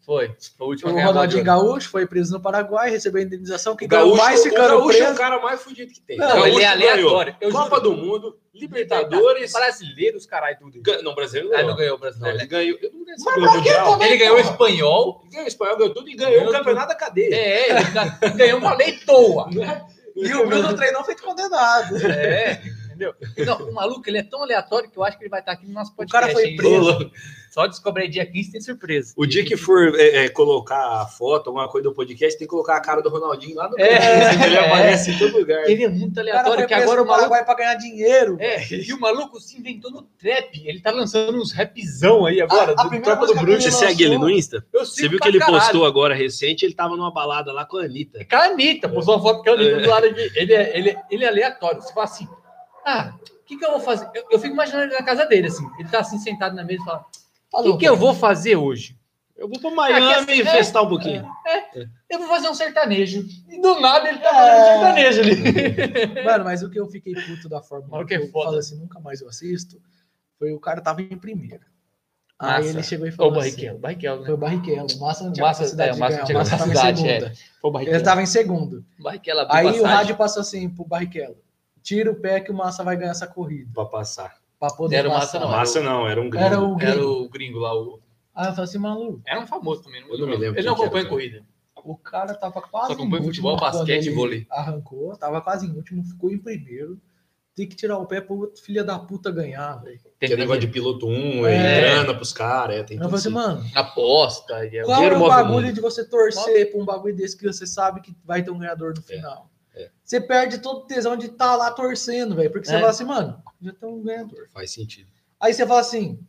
Foi. Foi o último O Ronaldinho Gaúcho foi preso no Paraguai, recebeu a indenização que ganhou mais ficando o Gaúcho preso. é o cara mais fudido que tem. Não, Gaúcho ele é aleatório. Eu Copa juro. do Mundo, Libertadores... Brasileiros, caralho, tudo. Não, brasileiro não. Ah, não ganhou o brasileiro. Não, ele ganhou... Eu não Mas pra que também, ele ganhou o porra? espanhol. Ele ganhou o espanhol, ganhou tudo e ganhou, ganhou o campeonato tudo. da cadeia. É, ele ganhou uma leitoa. E o Bruno treinou feito condenado. É, entendeu? Não, o maluco, ele é tão aleatório que eu acho que ele vai estar aqui no nosso podcast. O cara foi preso. Só descobre aí dia quinze, tem surpresa. O dia que for é, é, colocar a foto, alguma coisa do podcast, tem que colocar a cara do Ronaldinho lá no é, canto. Ele é, aparece em todo lugar. Ele é muito aleatório, que agora o maluco... maluco... vai pra ganhar dinheiro. É, e o maluco se inventou no trap. Ele tá lançando uns rapzão aí agora, a, a do Tropa do Bruxo. Você segue ele no Insta? Eu Você viu que ele caralho. postou agora recente, ele tava numa balada lá com a Anitta. Com a Anitta, postou uma foto com a Anitta do lado aqui. Ele é, ele, ele é aleatório. Você fala assim, ah, o que que eu vou fazer? Eu, eu fico imaginando ele na casa dele, assim. Ele tá assim, sentado na mesa e fala, o que, que eu vou fazer hoje? Eu vou pra Miami e festar um pouquinho. É, é, eu vou fazer um sertanejo. E do nada ele tá fazendo é... sertanejo ali. Mano, mas o que eu fiquei puto da Fórmula um, que é eu foda. falo assim, nunca mais eu assisto, foi o cara tava em primeiro. Massa. Aí ele chegou e falou o Barrichello, assim... Barrichello, né? Foi o Barrichello. Massa não tinha Massa, capacidade é, de Massa ganhar. tinha Massa tava em capacidade, segunda. é. Foi o Barrichello. Ele tava em segundo. Barrichello Aí passagem. o rádio passou assim pro Barrichello. Tira o pé que o Massa vai ganhar essa corrida. Pra passar. Pra poder Era o passar. Massa não. Massa não, era um gringo. Era o gringo. Era o gringo lá, o... Aí eu falei assim, maluco. Era um famoso também. Não eu não me lembro. Ele não acompanha corrida. O cara tava quase Só acompanha futebol, basquete e vôlei. Arrancou, tava quase em último, ficou em primeiro. Tem que tirar o pé pro outro filho da puta ganhar, velho. Tem negócio de piloto um, é. grana pros caras, é, tem eu tudo falei assim, mano, aposta. E é qual é o bagulho muito. de você torcer pra um bagulho desse que você sabe que vai ter um ganhador no final? É. É. Você perde todo o tesão de estar tá lá torcendo, velho. Porque você é. fala assim, mano, já tem um ganhador. Faz sentido. Aí você fala assim,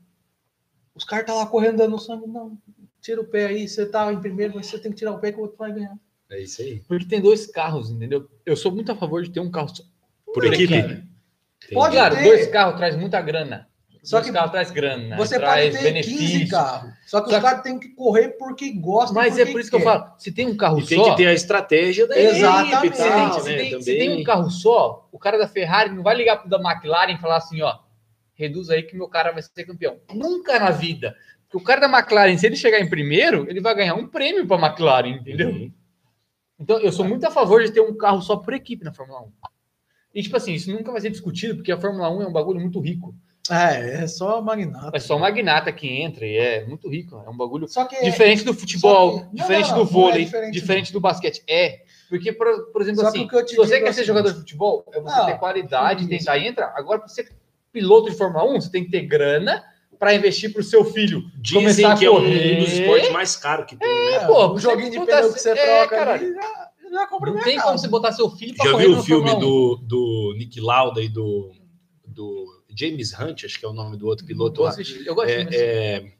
os caras tá lá correndo dando sangue, não, tira o pé aí, você tá em primeiro, mas você tem que tirar o pé que o outro vai ganhar. É isso aí. Porque tem dois carros, entendeu? Eu sou muito a favor de ter um carro só. Por equipe? Cara. Pode Claro, ter. dois carros traz muita grana. Só dois que carros traz grana. você traz pode ter benefício. quinze carros. Só que Só os caras têm que correr porque gostam. Mas porque é por isso que quer. eu falo, se tem um carro e só... tem que ter a estratégia da Exatamente. equipe, tal, se, né, tem, também. se tem um carro só, o cara da Ferrari não vai ligar pro da McLaren e falar assim, ó, reduz aí que meu cara vai ser campeão. Nunca na vida. Porque o cara da McLaren, se ele chegar em primeiro, ele vai ganhar um prêmio pra McLaren, entendeu? Uhum. Então, eu sou muito a favor de ter um carro só por equipe na Fórmula um. E, tipo assim, isso nunca vai ser discutido, porque a Fórmula um é um bagulho muito rico. É, é só magnata. É só magnata que entra e é muito rico. É um bagulho só que diferente do futebol, que... diferente não, não, do vôlei, não é diferente, diferente do basquete. É, porque, por, por exemplo, só assim, que se você quer assim, ser jogador de futebol, é você não, ter qualidade, isso. tentar entrar. Agora, para ser piloto de Fórmula um, você tem que ter grana para investir para o seu filho. Dizem que é um, um dos esportes mais caros que tem. É, né? pô, um joguinho de botar... pneu que você é, troca cara, ali, já, já compra não tem casa. como você botar seu filho para Já correr viu no o filme Fórmula um. do, do Nick Lauda e do, do James Hunt, acho que é o nome do outro piloto lá. Eu gosto é, de é...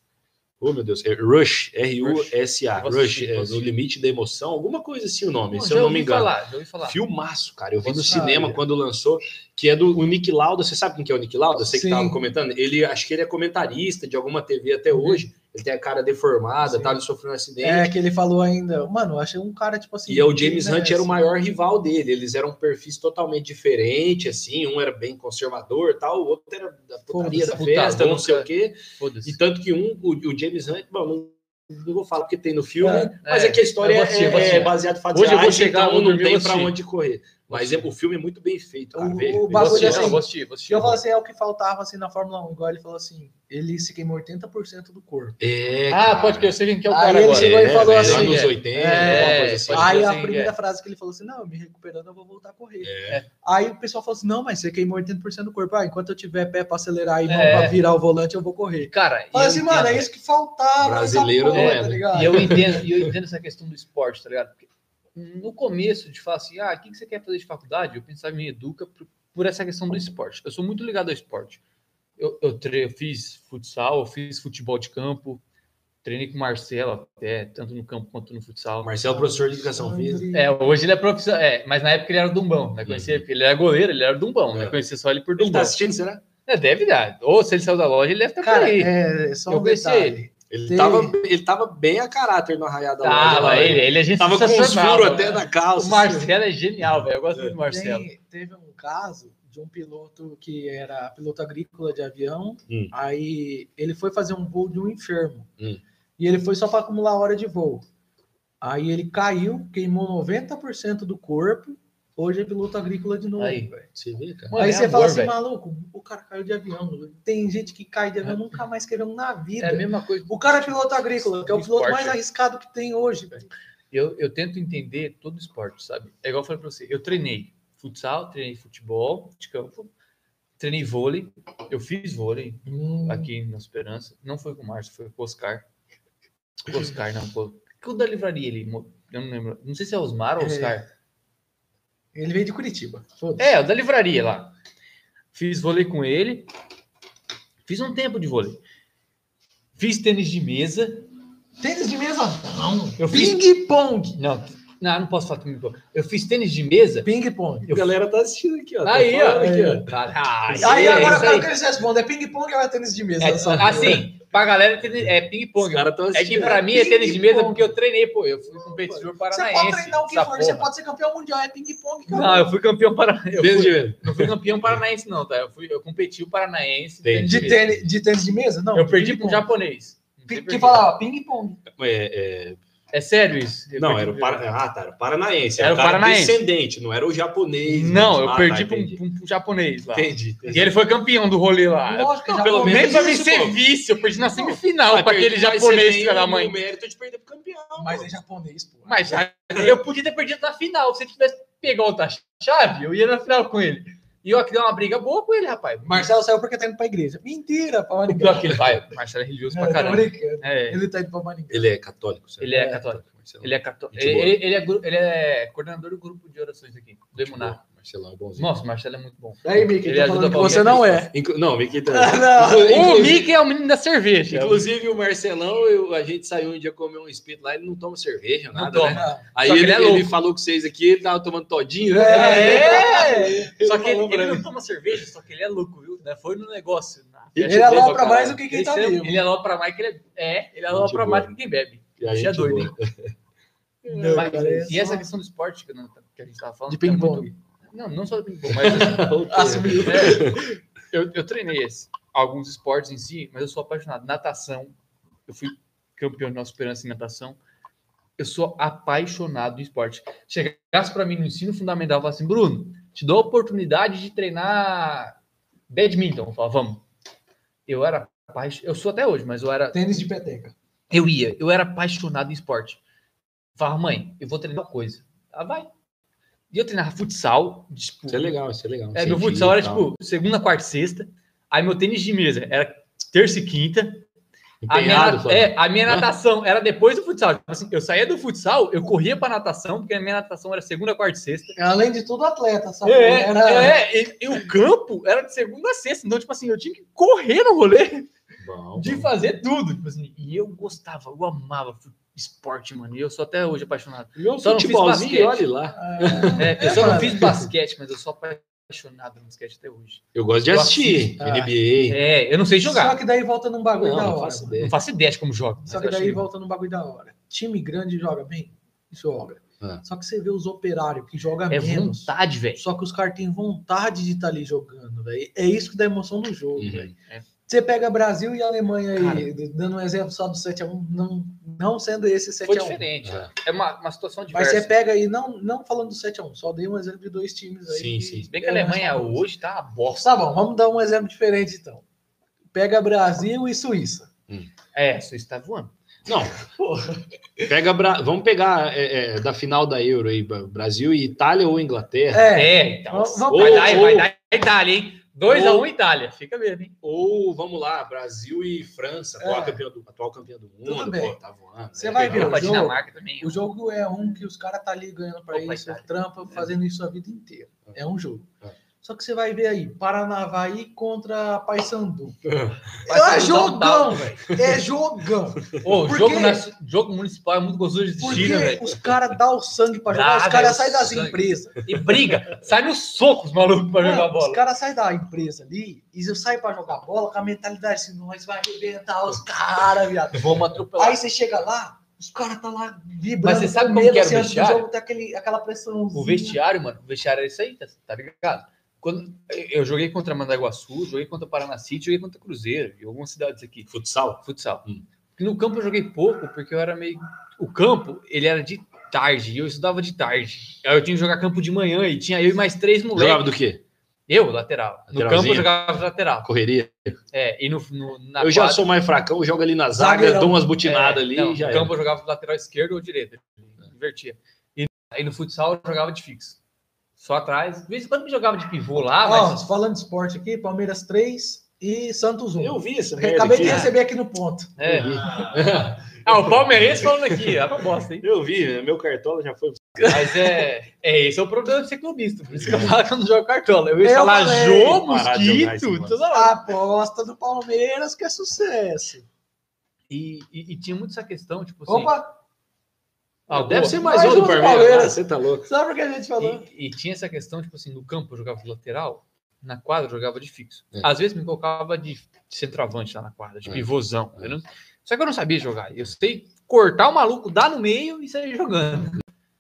Oh, meu Deus, é Rush, R U S A, Rush, Rush, assistir, é, no limite da emoção, alguma coisa assim o nome, Não, se eu não me engano. Falar, já ouvi falar. Filmaço, cara, eu vi no Nossa, cinema cara. quando lançou, que é do o Nick Lauda, você sabe quem que é o Nick Lauda? Você que Sim. tava comentando, ele, acho que ele é comentarista de alguma T V até Uhum. hoje, ele tem a cara deformada, Sim. tá, ele sofreu um acidente. É, que ele falou ainda, mano, eu achei um cara, tipo assim... E é o James né, Hunt era o assim, maior rival dele. Eles eram perfis totalmente diferentes, assim. Um era bem conservador, tal. O outro era da putaria da Puta festa, louca. não sei o quê. Foda-se. E tanto que um, o, o James Hunt, bom, não, não vou falar porque tem no filme, É, mas é. é que a história Eu vou assistir, é, eu vou assistir. é baseada em fatos Hoje eu vou reais, chegar, então vou não dormir, eu tem vou pra assistir. onde correr. Mas é, o filme é muito bem feito, cara. O- Vê, o vê. bagulho Vou assistir, assim, não, vou assistir, vou assistir. Eu falo assim, é o que faltava assim na Fórmula um, igual ele falou assim, ele se queimou oitenta por cento do corpo. É, Ah, cara. pode que eu sei quem que é o Aí cara ele agora. chegou e falou é, assim, anos é. oitenta, É, alguma coisa assim. pode Aí ser a assim, primeira é. frase que ele falou assim, não, me recuperando eu vou voltar a correr. É. Aí o pessoal falou assim, não, mas você queimou oitenta por cento do corpo. Ah, enquanto eu tiver pé pra acelerar e mão É. pra virar o volante, eu vou correr. Cara, e Falei eu assim, entendo, mano, é isso que faltava. Brasileiro nessa não porra, é, tá né? ligado? E eu entendo, e eu entendo essa questão do esporte, tá ligado? Porque no começo de falar assim, ah, o que que você quer fazer de faculdade? Eu pensava em educa por, por essa questão do esporte. Eu sou muito ligado ao esporte. Eu, eu, tre- eu fiz futsal, eu fiz futebol de campo, treinei com o Marcelo até, tanto no campo quanto no futsal. Marcelo, professor de educação física. É, hoje ele é profissional, é, mas na época ele era o Dumbão, né? Conhecia, porque ele era goleiro, ele era o Dumbão, né? É. Conhecia só ele por Ele Dumbão. tá assistindo, será? É, deve dar. Ou se ele saiu da loja, ele deve estar por Cara, aí. é só Eu um conheci detalhe. Ele Tem- tava, ele tava bem a caráter no arraiado da loja. Tava, lá, ele, ele é gente Tava com uns sensacional, furos velho. até na calça. O Marcelo é genial, velho. Eu gosto muito do Marcelo. Tem- teve um caso de um piloto que era piloto agrícola de avião, Hum. aí ele foi fazer um voo de um enfermo. Hum. E ele foi só para acumular hora de voo. Aí ele caiu, queimou noventa por cento do corpo. Hoje é piloto agrícola de novo. Aí, Você vê, cara. Mano, aí é você amor, fala assim, véio. maluco, o cara caiu de avião. Tem gente que cai de avião nunca mais querendo na vida. É a mesma coisa. O cara é piloto agrícola, que é o piloto Esporte. mais arriscado que tem hoje, velho. Eu, eu tento entender todo esporte, sabe? É igual eu falei pra você. Eu treinei futsal, treinei futebol de campo, treinei vôlei. Eu fiz vôlei Hum. aqui na Esperança. Não foi com o Márcio, foi com o Oscar. Com o Oscar, não. Com o da livraria ali. Eu não lembro. Não sei se é Osmar ou É. Oscar. Ele veio de Curitiba. Foda-se. É, o da livraria lá. Fiz vôlei com ele. Fiz um tempo de vôlei. Fiz tênis de mesa. Tênis de mesa, não. Eu fiz- Ping-pong. Não, não, não posso falar comigo. Eu fiz tênis de mesa. Ping-pong. A galera tá assistindo aqui, ó. Tá Aí, ó. falando aqui, ó. Tá, ah, Aí isso aí, agora eu isso quero aí. que eles respondam. É ping-pong ou é tênis de mesa? É, Só- assim, pra galera tênis- é Os ping-pong. caras tão É assistindo. que pra mim é tênis de mesa Ping-pong. porque eu treinei, pô. Eu fui competidor Você paranaense. pode treinar o que essa for, você porra. pode ser campeão mundial, é ping-pong. cara. Não, eu fui campeão paranaense. Eu Tênis de fui, mesa. não fui campeão paranaense, não, tá? Eu, fui, eu competi o paranaense. Entendi. De tênis, de tênis de mesa? Não. Eu perdi pro ping-pong. japonês. Não sei Pi- por Que quê. falava ping-pong. É, é... É sério isso? Eu Não, perdi era o, pro- para... ah, tá, era o paranaense. Era Era o o cara paranaense. descendente, não era o japonês. Não, eu Ah, perdi tá, pro, entendi. pro, pro japonês lá. Entendi. entendi. E ele foi campeão do rolê lá. Lógico, Não, já pelo foi. menos pra mim Isso, ser pô. vice, eu perdi na semifinal Mas pra aquele perdi- mas japonês você filho tem da o- mãe. o mérito de perder pro campeão. Mas pô. é japonês, pô. Mas já, eu podia ter perdido na final. Se ele tivesse pegado outra chave, eu ia na final com ele. E eu aqui dei uma briga boa com ele, rapaz. Marcelo saiu porque tá indo pra igreja. Mentira, pra O Maringá. pior que ele vai. Marcelo é religioso pra Não, tô caramba. brincando. É, Ele tá indo pra Maringá. Ele é católico, sabe? ele é É. católico. Marcelão. Ele é católico. Gente Ele, boa. ele- ele é, gru- ele é coordenador do grupo de orações aqui, do Emuná. Marcelão é bonzinho. Nossa, o Marcelo é muito bom. Aí, Mickey, Ele tá ajuda falando que qualquer você não pessoa. é. Inclu- Não, o Mickey tá... Não. O Inclusive- Mickey é o menino da cerveja. Inclusive, o Marcelão, eu- a gente saiu um dia comer um espeto lá, ele não toma cerveja, Não nada, toma. né? Aí Só que ele, ele é ele louco. falou com vocês aqui, ele tava tomando todinho, né? É! Só que ele, falou pra ele mim. não toma cerveja, só que ele é louco, viu? Né? Foi no negócio. na Ele Ele festa dele. alopra caralho. mais do que quem Esse tá é- vivo. Ele alopra mais que ele é. É, ele Gente alopra boa. mais do que quem bebe. E a Isso é gente doido, boa. hein? Não, Mas- cara, é e essa só- questão do esporte que, não- que a gente tava falando. De que é ping-pong. muito- Não, não só do ping-pong, mas assim, Assumiu. é, eu, eu treinei esse, alguns esportes em si, mas eu sou apaixonado. Natação, eu fui campeão de Nossa Esperança em natação. Eu sou apaixonado em esporte. Chegasse para mim no ensino fundamental e falasse assim, Bruno, te dou a oportunidade de treinar badminton. Eu falava, vamos. Eu era apaixonado, eu sou até hoje, mas eu era, Tênis de peteca. eu ia, eu era apaixonado em esporte. Falava, mãe, eu vou treinar uma coisa. Ela vai. E eu treinava futsal. Tipo, Isso é legal, isso é legal. é, meu Incentivo futsal era e tal. tipo segunda, quarta e sexta. Aí meu tênis de mesa era terça e quinta. A minha, Empenhado, Flávio. é, a minha natação era depois do futsal. Tipo assim, eu saía do futsal, eu corria pra natação, porque a minha natação era segunda, quarta e sexta. Além de tudo, atleta, sabe? É, Era- é, e, e o campo era de segunda a sexta. Então, tipo assim, eu tinha que correr no rolê Bom, de bom. fazer tudo. Tipo assim, e eu gostava, eu amava fu- esporte, mano. E eu sou até hoje apaixonado. Meu Só não fiz futebolzinho, basquete. olha lá. É, eu só não fiz basquete, mas eu sou apaixonado no basquete até hoje. Eu gosto de Eu assistir. assisto. N B A. É, eu não sei jogar. Só que daí volta num bagulho Não, da não hora. faço mano. ideia. Não faço ideia de como joga. Só mas que eu daí achei- volta num bagulho da hora. Time grande joga bem? Joga. Ah. Só que você vê os operários que jogam É menos. vontade, velho. Só que os caras têm vontade de estar ali jogando, velho. É isso que dá emoção no jogo, Uhum. velho. É. Você pega Brasil e Alemanha aí, Cara. dando um exemplo só do sete a um, não, não sendo esse sete Foi a um. diferente. É. É uma, uma situação Mas diversa. você pega aí, não, não falando do sete a um, só dei um exemplo de dois times aí. Sim, que- sim. Se bem que a Alemanha é, hoje tá uma bosta. Tá bom, vamos dar um exemplo diferente então. Pega Brasil e Suíça. É, isso está voando. Não. Pega Bra... Vamos pegar é, é, da final da Euro aí, Bra- Brasil e Itália ou Inglaterra. É, É, então. Vamos- vamos- vai, Ou- dar, ou- vai dar Itália, hein? dois a um ou- Itália. Fica mesmo, hein? Ou, vamos lá, Brasil e França, atual, É. campeã, do, atual campeã do Tudo mundo. bem. Pô, tá voando. Você né? vai Legal. ver, Pra o jogo- Dinamarca também. o jogo é um que os caras tá ali ganhando pra Opa, isso, Itália. trampa, fazendo isso a vida inteira. É um jogo. É. Só que você vai ver aí, Paranavaí contra Paysandu. Vai É ser jogão, total. velho. É jogão. Ô, o Por jogo, quê? na- jogo municipal é muito gostoso de assistir, né, Porque velho? os caras dão o sangue pra Dá, jogar, os velho, caras saem das sangue. empresas. E briga. Sai nos socos, maluco, pra jogar Mano, bola. Os caras saem da empresa ali e eu saio pra jogar bola com a mentalidade assim, nós vai arrebentar os caras, viado. Vamos atropelar. Aí você chega lá, os caras tá lá vibrando. Mas você sabe com como medo, que era o assim, antes do vestiário? jogo, tem aquele, aquela pressão. O vestiário, mano, o vestiário era isso aí, tá, tá ligado? Quando eu joguei contra Mandaguaçu, joguei contra Paraná City, joguei contra Cruzeiro e algumas cidades aqui. Futsal? Futsal. Hum. No campo eu joguei pouco, porque eu era meio... O campo, ele era de tarde, e eu estudava de tarde. Aí eu tinha que jogar campo de manhã, e tinha eu e mais três moleques. Jogava do quê? Eu, lateral. No campo eu jogava de lateral. Correria. É, e no, no, na eu já quadra, sou mais fracão, jogo ali na zaga, dou umas butinadas é, ali não, e já no era. campo eu jogava de lateral esquerdo ou direita. Invertia. E aí no futsal eu jogava de fixo. Só atrás. De vez em quando eu jogava de pivô lá, Ó, mas... falando de esporte aqui, Palmeiras três e Santos um. Eu vi essa Eu merda acabei aqui. de receber aqui no ponto. É. Ah, o palmeirense falando aqui, dá pra bosta, hein? Eu vi, meu cartola já foi... Mas é, é esse é o problema de ser clubista. Por isso que eu falo que eu não jogo cartola. Eu ia Eu falar falei, jogo, parar de jogar mosquito, esse toda A hora. aposta do Palmeiras que é sucesso. E, e, e tinha muito essa questão, tipo assim... Opa, ah, Deve boa. ser mais Mais um do um do Palmeiras. Palmeiras. Ah, você tá louco. sabe o que a gente falou? E, e tinha essa questão, tipo assim, no campo eu jogava de lateral, na quadra eu jogava de fixo. É. Às vezes me colocava de centroavante lá na quadra, de É. pivôzão. Eu não- Só que eu não sabia jogar. Eu sei cortar o maluco, dar no meio e sair jogando.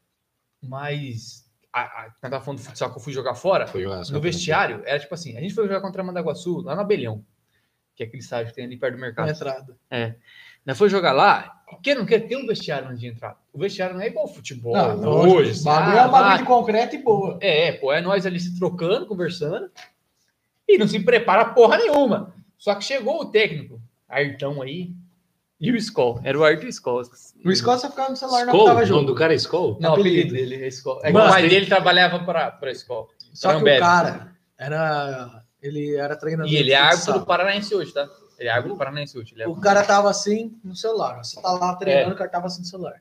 Mas, a, a, quando eu tava falando do futsal que eu fui jogar fora, Foi jogar só no pra- vestiário, era tipo assim, a gente foi jogar contra a Mandaguaçu, lá no Abelhão, que é aquele estádio que tem ali perto do Na mercado. entrada. Nós foi jogar lá, e quem não quer ter um vestiário antes de entrar? O vestiário não é igual ao futebol Não, hoje. hoje, bagulho ah, é um bagulho vai- de concreto e boa. É, pô, é nós ali se trocando, conversando, e não se prepara porra nenhuma. Só que chegou o técnico, Ayrton aí, e o Skol. Era o Ayrton e o Skol. O Scott só ficava no celular na Skol? octava O nome jogo. do cara é Skol? Não, o apelido apelido. dele é Skol. É que Mas o pai tem- dele trabalhava para a Skol. Só que Ambev. o cara era... Ele era treinador E ele de é árbitro futsal. do Paranaense hoje, tá? Ele é árbitro do Paranaense hoje. Ele é... O cara tava assim no celular. Você tá lá treinando, É. o cara tava assim no celular.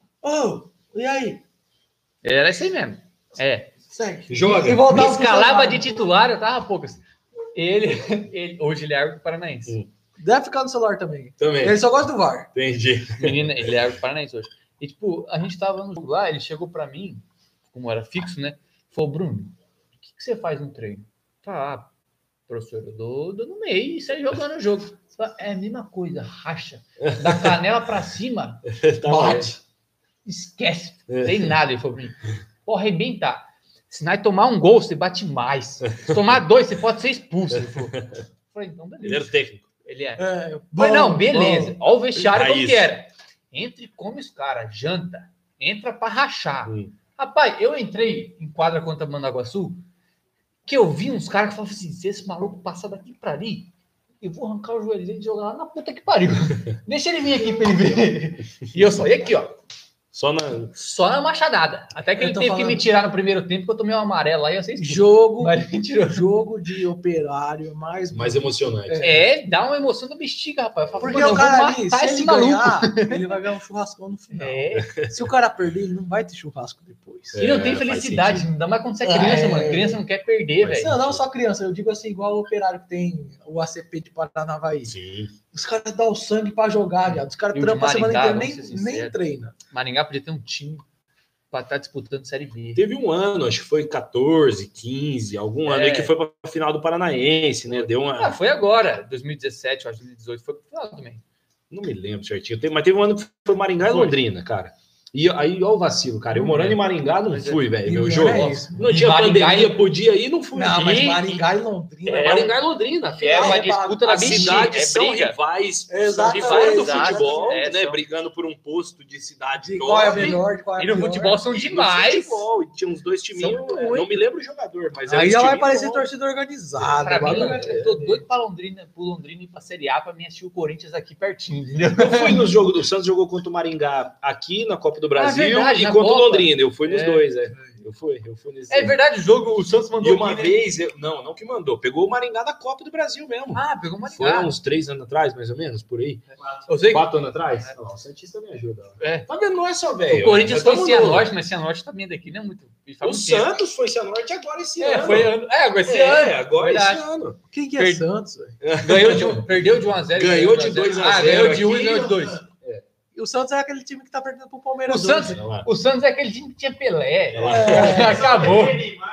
Ô, e aí? Ele era esse aí mesmo. É. Segue. Joga. E Me voltava pro escalava celular. de titular, eu tava poucas. Ele, ele, hoje ele é árbitro do Paranaense. Hum. Deve ficar no celular também. Também. Ele só gosta do V A R. Entendi. Menina, ele é árbitro do Paranaense hoje. E, tipo, a gente tava no jogo lá, ele chegou pra mim, como era fixo, né? Falou, Bruno, o que, que você faz no treino? Tá, professor, eu dou, dou no meio e sai jogando o jogo. Falei, é a mesma coisa, racha. Da canela pra cima, Tá bate. Esquece, não tem nada. Ele falou pra mim, pô, arrebentar. Se nós tomar um gol, você bate mais. Se tomar dois, você pode ser expulso. Ele falou. Eu falei, então beleza. Ele era o técnico. Ele é. É, Mas bom, não, beleza. bom. Olha o vestiário como Raiz. que era. Entra e come os caras, janta. Entra pra rachar. Hum. Rapaz, eu entrei em quadra contra Mandaguaçu, que eu vi uns caras que falavam assim, se esse maluco passar daqui pra ali, eu vou arrancar o joelho dele e jogar lá na puta que pariu. Deixa ele vir aqui pra ele ver. E eu só ia aqui, ó. Só na... Só na machadada. Até que Eu ele tô teve que falando- me tirar no primeiro tempo, que eu tomei um amarelo lá e eu sei expulso. Jogo, Mas ele me tirou. jogo de operário mais... mais emocionante. É, dá uma emoção da bexiga, rapaz. Eu falo, Porque mano, o eu vou cara ali, matar se esse ele maluco. ganhar, ele vai ganhar um churrascão no final. É. Se o cara perder, ele não vai ter churrasco depois. E não É, tem faz felicidade, sentido. ainda mais quando você é criança, É. mano. Criança não quer perder, Faz velho. Não, não só criança, eu digo assim, igual o operário que tem o A C P de Paranavaí. Sim. Os caras dão o sangue pra jogar, viado. Os caras E o de trampam a semana Maringá, inteira, vamos ser nem, nem sinceros. treina. Maringá podia ter um time pra estar disputando Série B. Teve um ano, acho que foi catorze, quinze, algum ano É. aí que foi pra final do Paranaense, né? Deu uma. Ah, foi agora, dois mil e dezessete, eu acho, dois mil e dezoito, foi pro final também. Não me lembro certinho. Teve- Mas teve um ano que foi Maringá e Foi. Londrina, cara. E aí, olha o vacilo, cara. Eu Não morando é. em Maringá, não Mas é- fui, velho. E Meu não jogo. é isso. Não tinha Maringá pandemia, e- podia ir, não fui. Não, mas E- Maringá e Londrina. É, Maringá e Londrina, É afinal. uma é disputa pra- da As bexiga, cidades é são briga. rivais, são Exatamente. rivais do Exato. futebol, É, né? são. Brigando por um posto de cidade De qual é a top. melhor, de qual é a E no pior. futebol são E no demais. futebol, e tinha uns dois timinhos, São é, dois. não me lembro o jogador, mas era Aí uns já vai timinhos parecer bons. torcida organizada. Pra mim, bagulho é- eu tô doido pra Londrina, pro Londrina ir pra Série A pra mim assistir o Corinthians aqui pertinho, entendeu? Eu fui no jogo do Santos, jogou contra o Maringá aqui na Copa do Brasil verdade, e na contra o Copa. Londrina. Eu fui nos É. dois, é. Eu fui, eu fui nesse. É verdade, o jogo, o Santos mandou E uma aqui, né? vez, eu- não, não que mandou, pegou o Maringá da Copa do Brasil mesmo. Ah, pegou uma Foi há uns três anos atrás, mais ou menos, por aí. Eu sei que Quatro anos atrás? Não, o Santista me ajuda. ó. É. Tá vendo? Não é só velho. o Corinthians nós foi tamo Cianorte, novo. mas Cianorte também daqui não é muito. O faz muito tempo. Santos foi Cianorte agora esse É, ano. foi ano. É, agora esse É, ano. agora Verdade. esse ano. Quem que é Per- Santos, velho? Ganhou de um, perdeu de um a zero. Ganhou de dois a Ah, zero ganhou de um aqui. e ganhou de dois. E o Santos é aquele time que tá perdendo pro Palmeiras. O Santos, hoje. Olha lá. o Santos é aquele time que tinha Pelé. Olha lá. É. Acabou.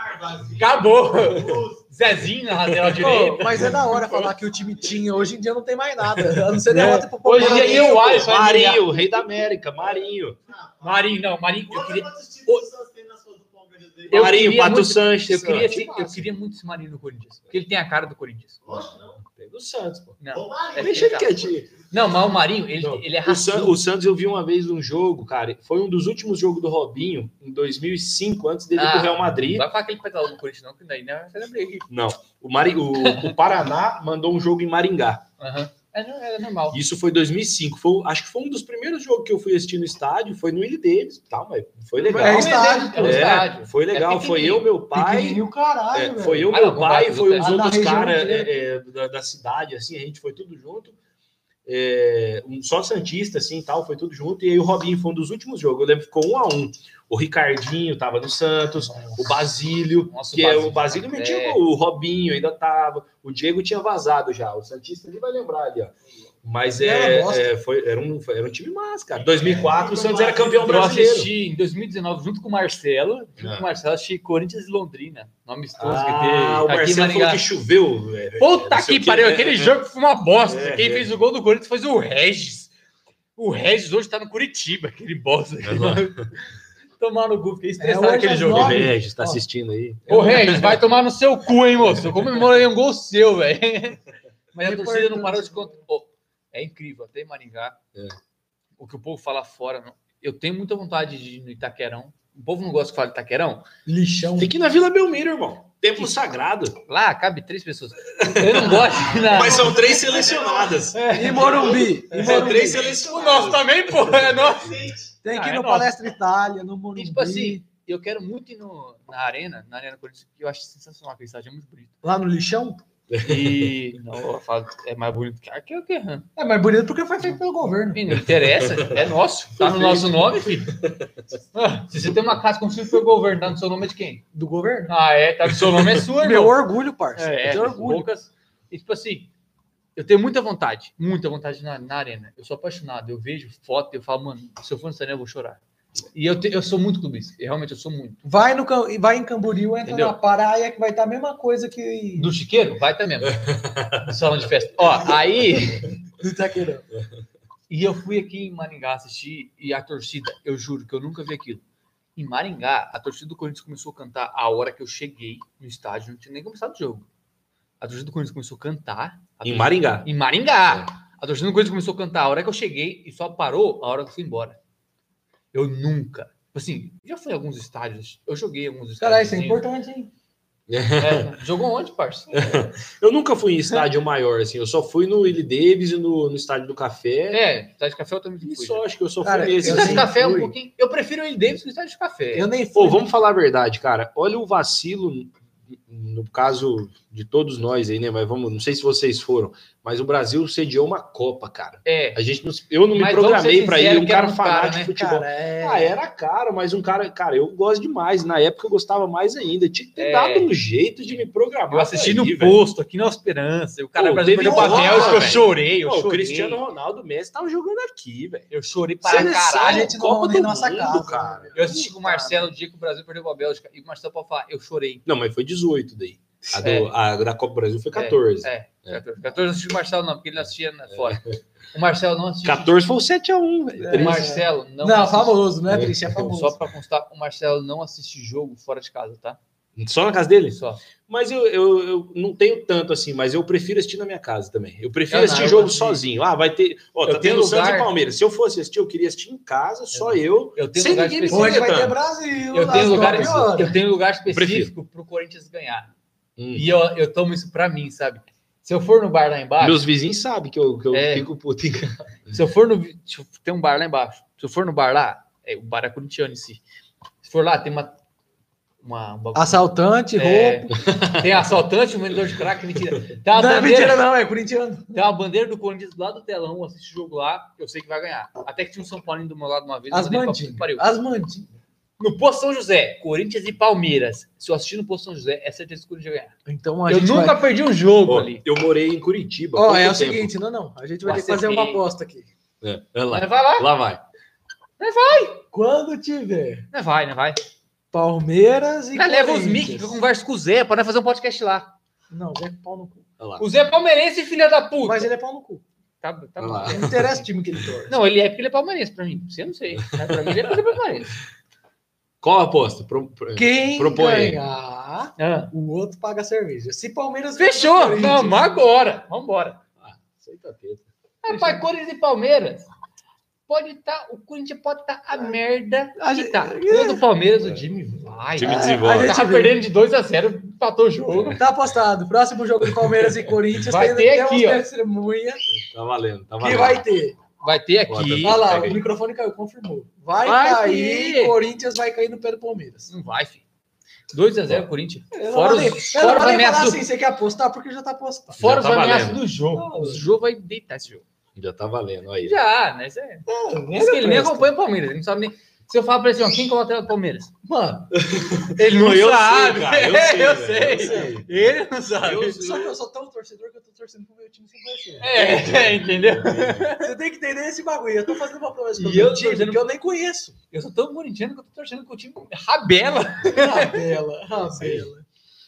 Acabou. Zezinho na lateral Pô, direita. mas é da hora falar que o time tinha. Hoje em dia não tem mais nada. A não ser É. derrota pro Hoje Palmeiras. em dia eu Alisson vai Marinho, rei da América, Marinho. Marinho, não, Marinho, eu queria. Marinho, Eu queria Pato muito- Sanches. Eu queria, Ah, esse- que eu massa. queria muito esse Marinho no Corinthians. Porque ele tem a cara do Corinthians. Pega o Santos, pô. Não, é deixa ele quietinho. Não, mas o Marinho, ele, não, ele é raçudo. O, o Santos eu vi uma vez um jogo, cara, foi um dos últimos jogos do Robinho, em dois mil e cinco, antes dele ah, ir pro Real Madrid. Não vai falar que ele pegou no Corinthians, não, que daí não vai lembrei. Não, o, Mari, o, o Paraná mandou um jogo em Maringá. Aham. Uhum. É, é normal. Isso foi em dois mil e cinco. Foi, acho que foi um dos primeiros jogos que eu fui assistir no estádio. Foi no Willie Davis, tá, mas foi legal. É, estádio, é, é estádio. Foi legal. É foi eu, meu pai. Caralho, é, foi eu, meu ah, pai, foi os outros caras é, é, da, da cidade, assim, a gente foi tudo junto. É, um, só Santista, assim, tal, foi tudo junto. E aí o Robinho foi um dos últimos jogos. Eu lembro que ficou um a um. O Ricardinho tava no Santos, Nossa. o Basílio, Nossa, que o Basílio, é o Basílio metia é. o Robinho, ainda tava. O Diego tinha vazado já. O Santista ele vai lembrar ali, ó. Mas é, é, foi, era, um, era um time massa, cara. Em dois mil e quatro, é, o Santos era campeão brasileiro. Eu assisti em dois mil e dezenove, junto com o Marcelo, junto ah. com o Marcelo, assisti Corinthians e Londrina. Nome amistoso ah, que teve. O Marcelo falou que choveu. Velho. Puta que pariu, aquele jogo foi uma bosta. É, Quem é. fez o gol do Corinthians foi o Regis. O Regis hoje tá no Curitiba, aquele bosta. Tomar no cu, fiquei estressado é, aquele jogo. O Regis tá assistindo aí. Ô, Regis, vai tomar no seu cu, hein, moço? Eu comemorei um gol seu, velho. Mas a torcida não parou de contar. Oh, é incrível, até em Maringá. É. O que o povo fala fora. Não. Eu tenho muita vontade de ir no Itaquerão. O povo não gosta que fala de Itaquerão. Lixão. Tem que ir na Vila Belmiro, irmão. Templo sagrado. Lá cabe três pessoas. Eu não gosto de ir na... Mas são três selecionadas. É. E Morumbi. E são três selecionadas. O nosso também, pô. É nosso. Tem que ir ah, no é Palestra Itália, no Morumbi. E, tipo assim, eu quero muito ir no, na Arena, na Arena Corinthians, que eu acho sensacional, aquele estádio é muito bonito. Lá no Lixão? E não, eu falo, é mais bonito que aqui, é o que? É mais bonito porque foi feito pelo governo. E não interessa, é nosso, tá no nosso nome, filho. Ah, se você tem uma casa construída pelo governo, tá no seu nome é de quem? Do governo. Ah, é, tá no seu nome é sua, Meu orgulho, parça. É, é orgulho. Poucas, e tipo assim, eu tenho muita vontade, muita vontade na, na arena. Eu sou apaixonado, eu vejo foto e eu falo, mano, se eu for no arena eu vou chorar. E eu, te, eu sou muito clubista, realmente eu sou muito. Vai, no, vai em Camboriú, entra Entendeu? na praia, que vai estar a mesma coisa que... Do Chiqueiro? Vai estar mesmo. No salão de festa. Ó, aí... Do Itaquerão. E eu fui aqui em Maringá assistir, e a torcida, eu juro que eu nunca vi aquilo. Em Maringá, a torcida do Corinthians começou a cantar a hora que eu cheguei no estádio, não tinha nem começado o jogo. A torcida do Corinthians começou a cantar... A em torcida, Maringá? Em Maringá. É. A torcida do Corinthians começou a cantar a hora que eu cheguei, e só parou a hora que eu fui embora. Eu nunca. Assim, já fui em alguns estádios. Eu joguei em alguns estádios. Caralho, isso é importante, hein? É, jogou onde, parça? Eu nunca fui em estádio maior, assim. Eu só fui no Willie Davis e no, no Estádio do Café. É, Estádio do Café eu também fui. E só, acho que eu só cara, fui nesse. Estádio do Café é um pouquinho... Eu prefiro o Willie Davis que o Estádio do Café. Eu nem fui. Pô, vamos falar a verdade, cara. Olha o vacilo, no caso de todos nós aí, né? Mas vamos, não sei se vocês foram, mas o Brasil sediou uma Copa, cara. É. A gente não, eu não me mas programei para ir, um cara fanático cara, né? de futebol. Cara, é... Ah, era caro, mas um cara, cara, eu gosto demais. Na época eu gostava mais ainda. Tinha que ter é. dado um jeito de me programar. Eu assisti aí, no velho. posto, aqui na Esperança. O cara Pô, Brasil perdeu o papel, eu chorei, eu Pô, chorei. O Cristiano Ronaldo, o Messi estavam jogando aqui, velho. Eu chorei para caralho. A gente não na nossa mundo, casa, cara. Eu assisti com o Marcelo o dia que o Brasil perdeu a Bélgica. E o Marcelo pode falar, eu chorei. Não, mas foi dezoito daí. A, do, é. a da Copa do Brasil foi quatorze. É, é. quatorze. quatorze não assistiu o Marcelo, não, porque ele não assistia fora. O Marcelo não assistiu. quatorze foi o sete a um, velho. É. O Marcelo não Não, assiste... famoso, né, Triste? É famoso. Só pra constar, o Marcelo não assiste jogo fora de casa, tá? Só na casa dele? Só. Mas eu, eu, eu não tenho tanto assim, mas eu prefiro assistir na minha casa também. Eu prefiro eu assistir não, jogo eu sozinho. Ah, vai ter. Ó, tá tendo lugar... Santos e Palmeiras. Se eu fosse assistir, eu queria assistir em casa, só eu. Eu tenho sem lugar ninguém me Hoje vai ter Brasil. Eu tenho, lugar, eu tenho lugar específico pro Corinthians ganhar. Hum. E eu, eu tomo isso pra mim, sabe? Se eu for no bar lá embaixo... Meus vizinhos sabem que eu, que eu é, fico puto em casa. Se eu for no... Tem um bar lá embaixo. Se eu for no bar lá... É, o bar é corintiano em si. Se for lá, tem uma... uma, uma assaltante, é, roubo. Tem assaltante, um vendedor de crack, mentira. Tem uma não bandeira, é mentira não, é corintiano. Tem uma bandeira do Corinthians do lado do telão, eu assisto o jogo lá, eu sei que vai ganhar. Até que tinha um São Paulinho do meu lado uma vez. As mandinhas. As mandinhas. No Posto São José, Corinthians e Palmeiras. Se eu assistir no Posto São José, é certeza que o Corinthians ganhar. Então, a eu gente nunca vai... perdi um jogo oh, ali. Eu morei em Curitiba. Ó, oh, é o tempo. seguinte, não, não. A gente vai, vai ter que fazer uma aposta aqui. É, é lá. Vai lá. Lá vai. Não vai. Quando tiver. Não vai, não vai. Palmeiras e Corinthians. Leva os mic que eu converso com o Zé, para fazer um podcast lá. Não, o Zé é pau no cu. O Zé é palmeirense, filha da puta. Mas ele é pau no cu. Tá, tá bom. Não interessa o time que ele torce. Não, ele é porque ele é palmeirense pra mim. Você não sei. Pra mim ele é porque ele é palmeirense. Qual a aposta? Pro, pro, Quem propõe aí. ganhar, Ah. o outro paga a cerveja. Se Palmeiras... Fechou! ganhar, Corinthians- Vamos agora! Vambora! Ah, isso aí tá teta. Rapaz, Corinthians e Palmeiras. Pode estar, o Corinthians pode estar a merda A que gente- tá. Contra o Palmeiras, o time vai. O time É, desenvolve. a gente Tava vê. perdendo de dois a zero, empatou o jogo. Tá apostado. Próximo jogo de Palmeiras e Corinthians. Vai tem, ter tem aqui, uns ó. testemunha Tá valendo, tá que valendo. vai ter. Vai ter aqui. Olha lá, Pega aí. o microfone caiu, confirmou. Vai, Vai cair, ter. Corinthians vai cair no pé do Palmeiras. Não vai, filho. dois a zero Corinthians. Eu não Fora vou nem, os, eu fora não os vou nem ameaças falar do, assim, você quer apostar porque já tá apostado. fora Já os tá ameaças valendo. do jogo. Não, O jogo vai deitar esse jogo. Já tá valendo, aí. Já, né? Isso é... Não, Isso que ele nem acompanha o Palmeiras. Ele não sabe nem... Se eu falar pra ele assim, ó, quem que é o lateral do Palmeiras? Mano, Ele não Eu sei, sabe. cara, eu É, sei, eu velho, sei. eu sei. Ele não sabe. Eu- só que eu sou tão torcedor que eu tô torcendo pro meu time sem conhecer. É, é, entendeu? Você tem que entender esse bagulho. Eu tô fazendo uma promessa pro E meu eu time torcendo- que eu nem conheço. Eu sou tão corintiano que eu tô torcendo que o time rabela. Rabela, rabela.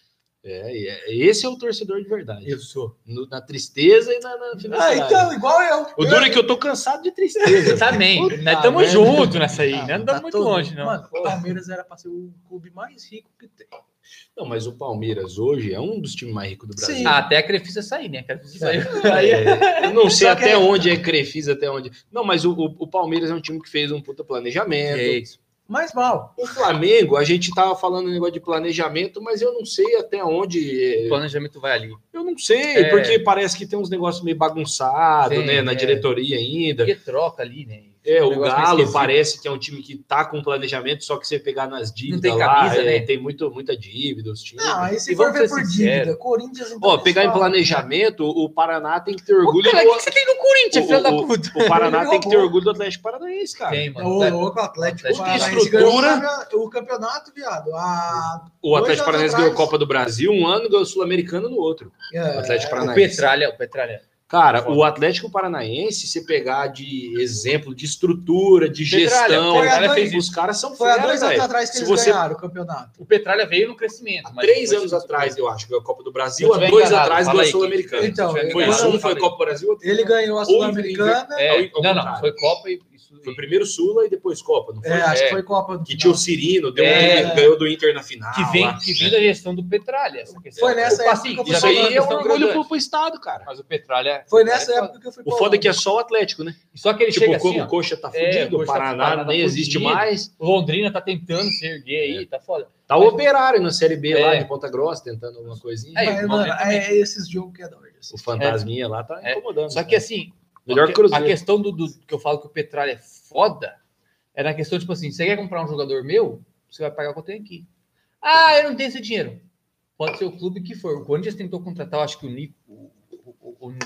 É, e é- esse é o torcedor de verdade. Eu sou. No- na tristeza e na, na Ah, felicidade. então, igual eu. O duro é que eu tô cansado de tristeza. Também. Puta Nós estamos merda. juntos nessa aí. Ah, Nós não tá estamos muito todo- longe, não. Mano, o Palmeiras era pra ser o clube mais rico que tem. Não, mas o Palmeiras hoje é um dos times mais ricos do Brasil. Sim. Ah, até a Crefisa sair, né? A Crefisa saiu. Aí, eu não sei Só que até é- onde é Crefisa, até onde. Não, mas o, o, o Palmeiras é um time que fez um puta planejamento. É isso. Mais mal. O Flamengo, a gente tava falando um negócio de planejamento, mas eu não sei até onde. O é, planejamento vai ali. Eu não sei, É. porque parece que tem uns negócios meio bagunçados, Sim, né? Na é. diretoria ainda. Porque troca ali, né? É, Um o negócio meio Galo esquisito. parece que é um time que tá com planejamento, só que você pegar nas dívidas tem lá, camisa, é, né? tem muito, muita dívida, os times. Não, aí se E for vamos ver ser por sinceros. dívida, Corinthians... então Ó, eles pegar em falam. planejamento, o Paraná tem que ter Ô, orgulho. cara, do- o que você tem no Corinthians, o, filho da o- puta? o Paraná Ele tem que ter roubou. orgulho do Atlético Paranaense, cara. Tem, mano. Ô, Tá- louco, o Atlético Atlético tem Paranaense estrutura. ganhou o campe- o campeonato, viado. A... O Dois Atlético anos Paranaense atrás. ganhou a Copa do Brasil um ano, ganhou o Sul-Americano no outro. É, O Atlético O Paranaense. Petralha, o Petralha. Cara, Foda. o Atlético Paranaense, se pegar de exemplo de estrutura, de Petralha, gestão, foi há cara, dois- os caras são Foi há feras, dois anos velho. atrás que Se eles você- ganharam o campeonato. O Petralha veio no crescimento. Há mas três foi- anos atrás, eu acho, ganhou a Copa do Se Brasil. eu Há tiver dois enganado, atrás, fala ganhou a aí, Sul-Americana. quem- Então, se eu tiver Foi enganado, isso, um fala foi aí. Copa do Brasil, outro Ele ganhou a Ou Sul-Americana. É, Ao- ao não, não, contrário. foi Copa e isso. Foi primeiro Sula e depois Copa, não foi? É, acho É. que foi Copa do Que final. tinha o Cirino, deu É. um- ganhou do Inter na final. Que vem, lá. que vem da gestão do Petralha. Essa questão. Foi nessa Opa, época sim, que eu fui já Isso veio aí uma é um questão orgulho grande. pro, pro Estado, cara. Mas o Petralha. Foi o nessa Petralha época que eu fui O pra foda é que é Holanda. só o Atlético, né? Só que ele Tipo, chega o, Co- assim, o ó, Coxa tá É, fudido, o o Coxa tá- Paraná Paraná tá nem existe fudido. mais. Londrina tá tentando se erguer aí, tá foda. Tá o Operário na Série B lá É. de Ponta Grossa, tentando alguma coisinha. É, Mas, o mano, momento também. é esses jogos que é da hora. assim. O Fantasminha lá tá É. incomodando. Só que cara. assim, Melhor a, que Cruzeiro. a questão do, do que eu falo que o Petralha é foda é na questão, tipo assim, você quer comprar um jogador meu, você vai pagar o que eu tenho aqui. Ah, eu não tenho esse dinheiro. Pode ser o clube que for. O Corinthians tentou contratar, eu acho que o Nico, o, o, o, o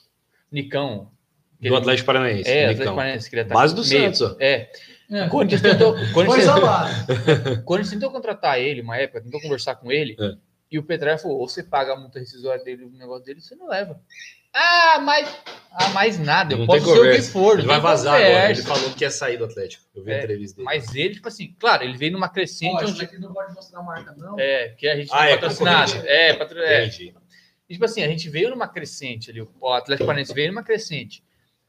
Nicão. Do Atlético Paranaense. É, Nicão. Atlético Paranaense, queria estar Base do meio. Santos, ó. É. É. O Corinthians tentou, o Foi Corinthians, isolado. o Corinthians tentou contratar ele uma época, tentou conversar com ele, É. e o Petralha falou: ou você paga a multa rescisória dele, o negócio dele, você não leva. Ah, mas, ah, mais nada, eu Não posso tem ser o que conversa. for. Ele não vai tem vazar agora. Ele conversa. falou que ia sair do Atlético. Eu vi a É, entrevista dele. Mas ele, tipo assim, claro, ele veio numa crescente Ó, isso onde. aqui não pode mostrar a marca, não. É, que a gente Ah, não é patrocinado. concorrente. É, patro... é. Entendi. E, tipo assim, a gente veio numa crescente ali, o Atlético Paranaense veio numa crescente.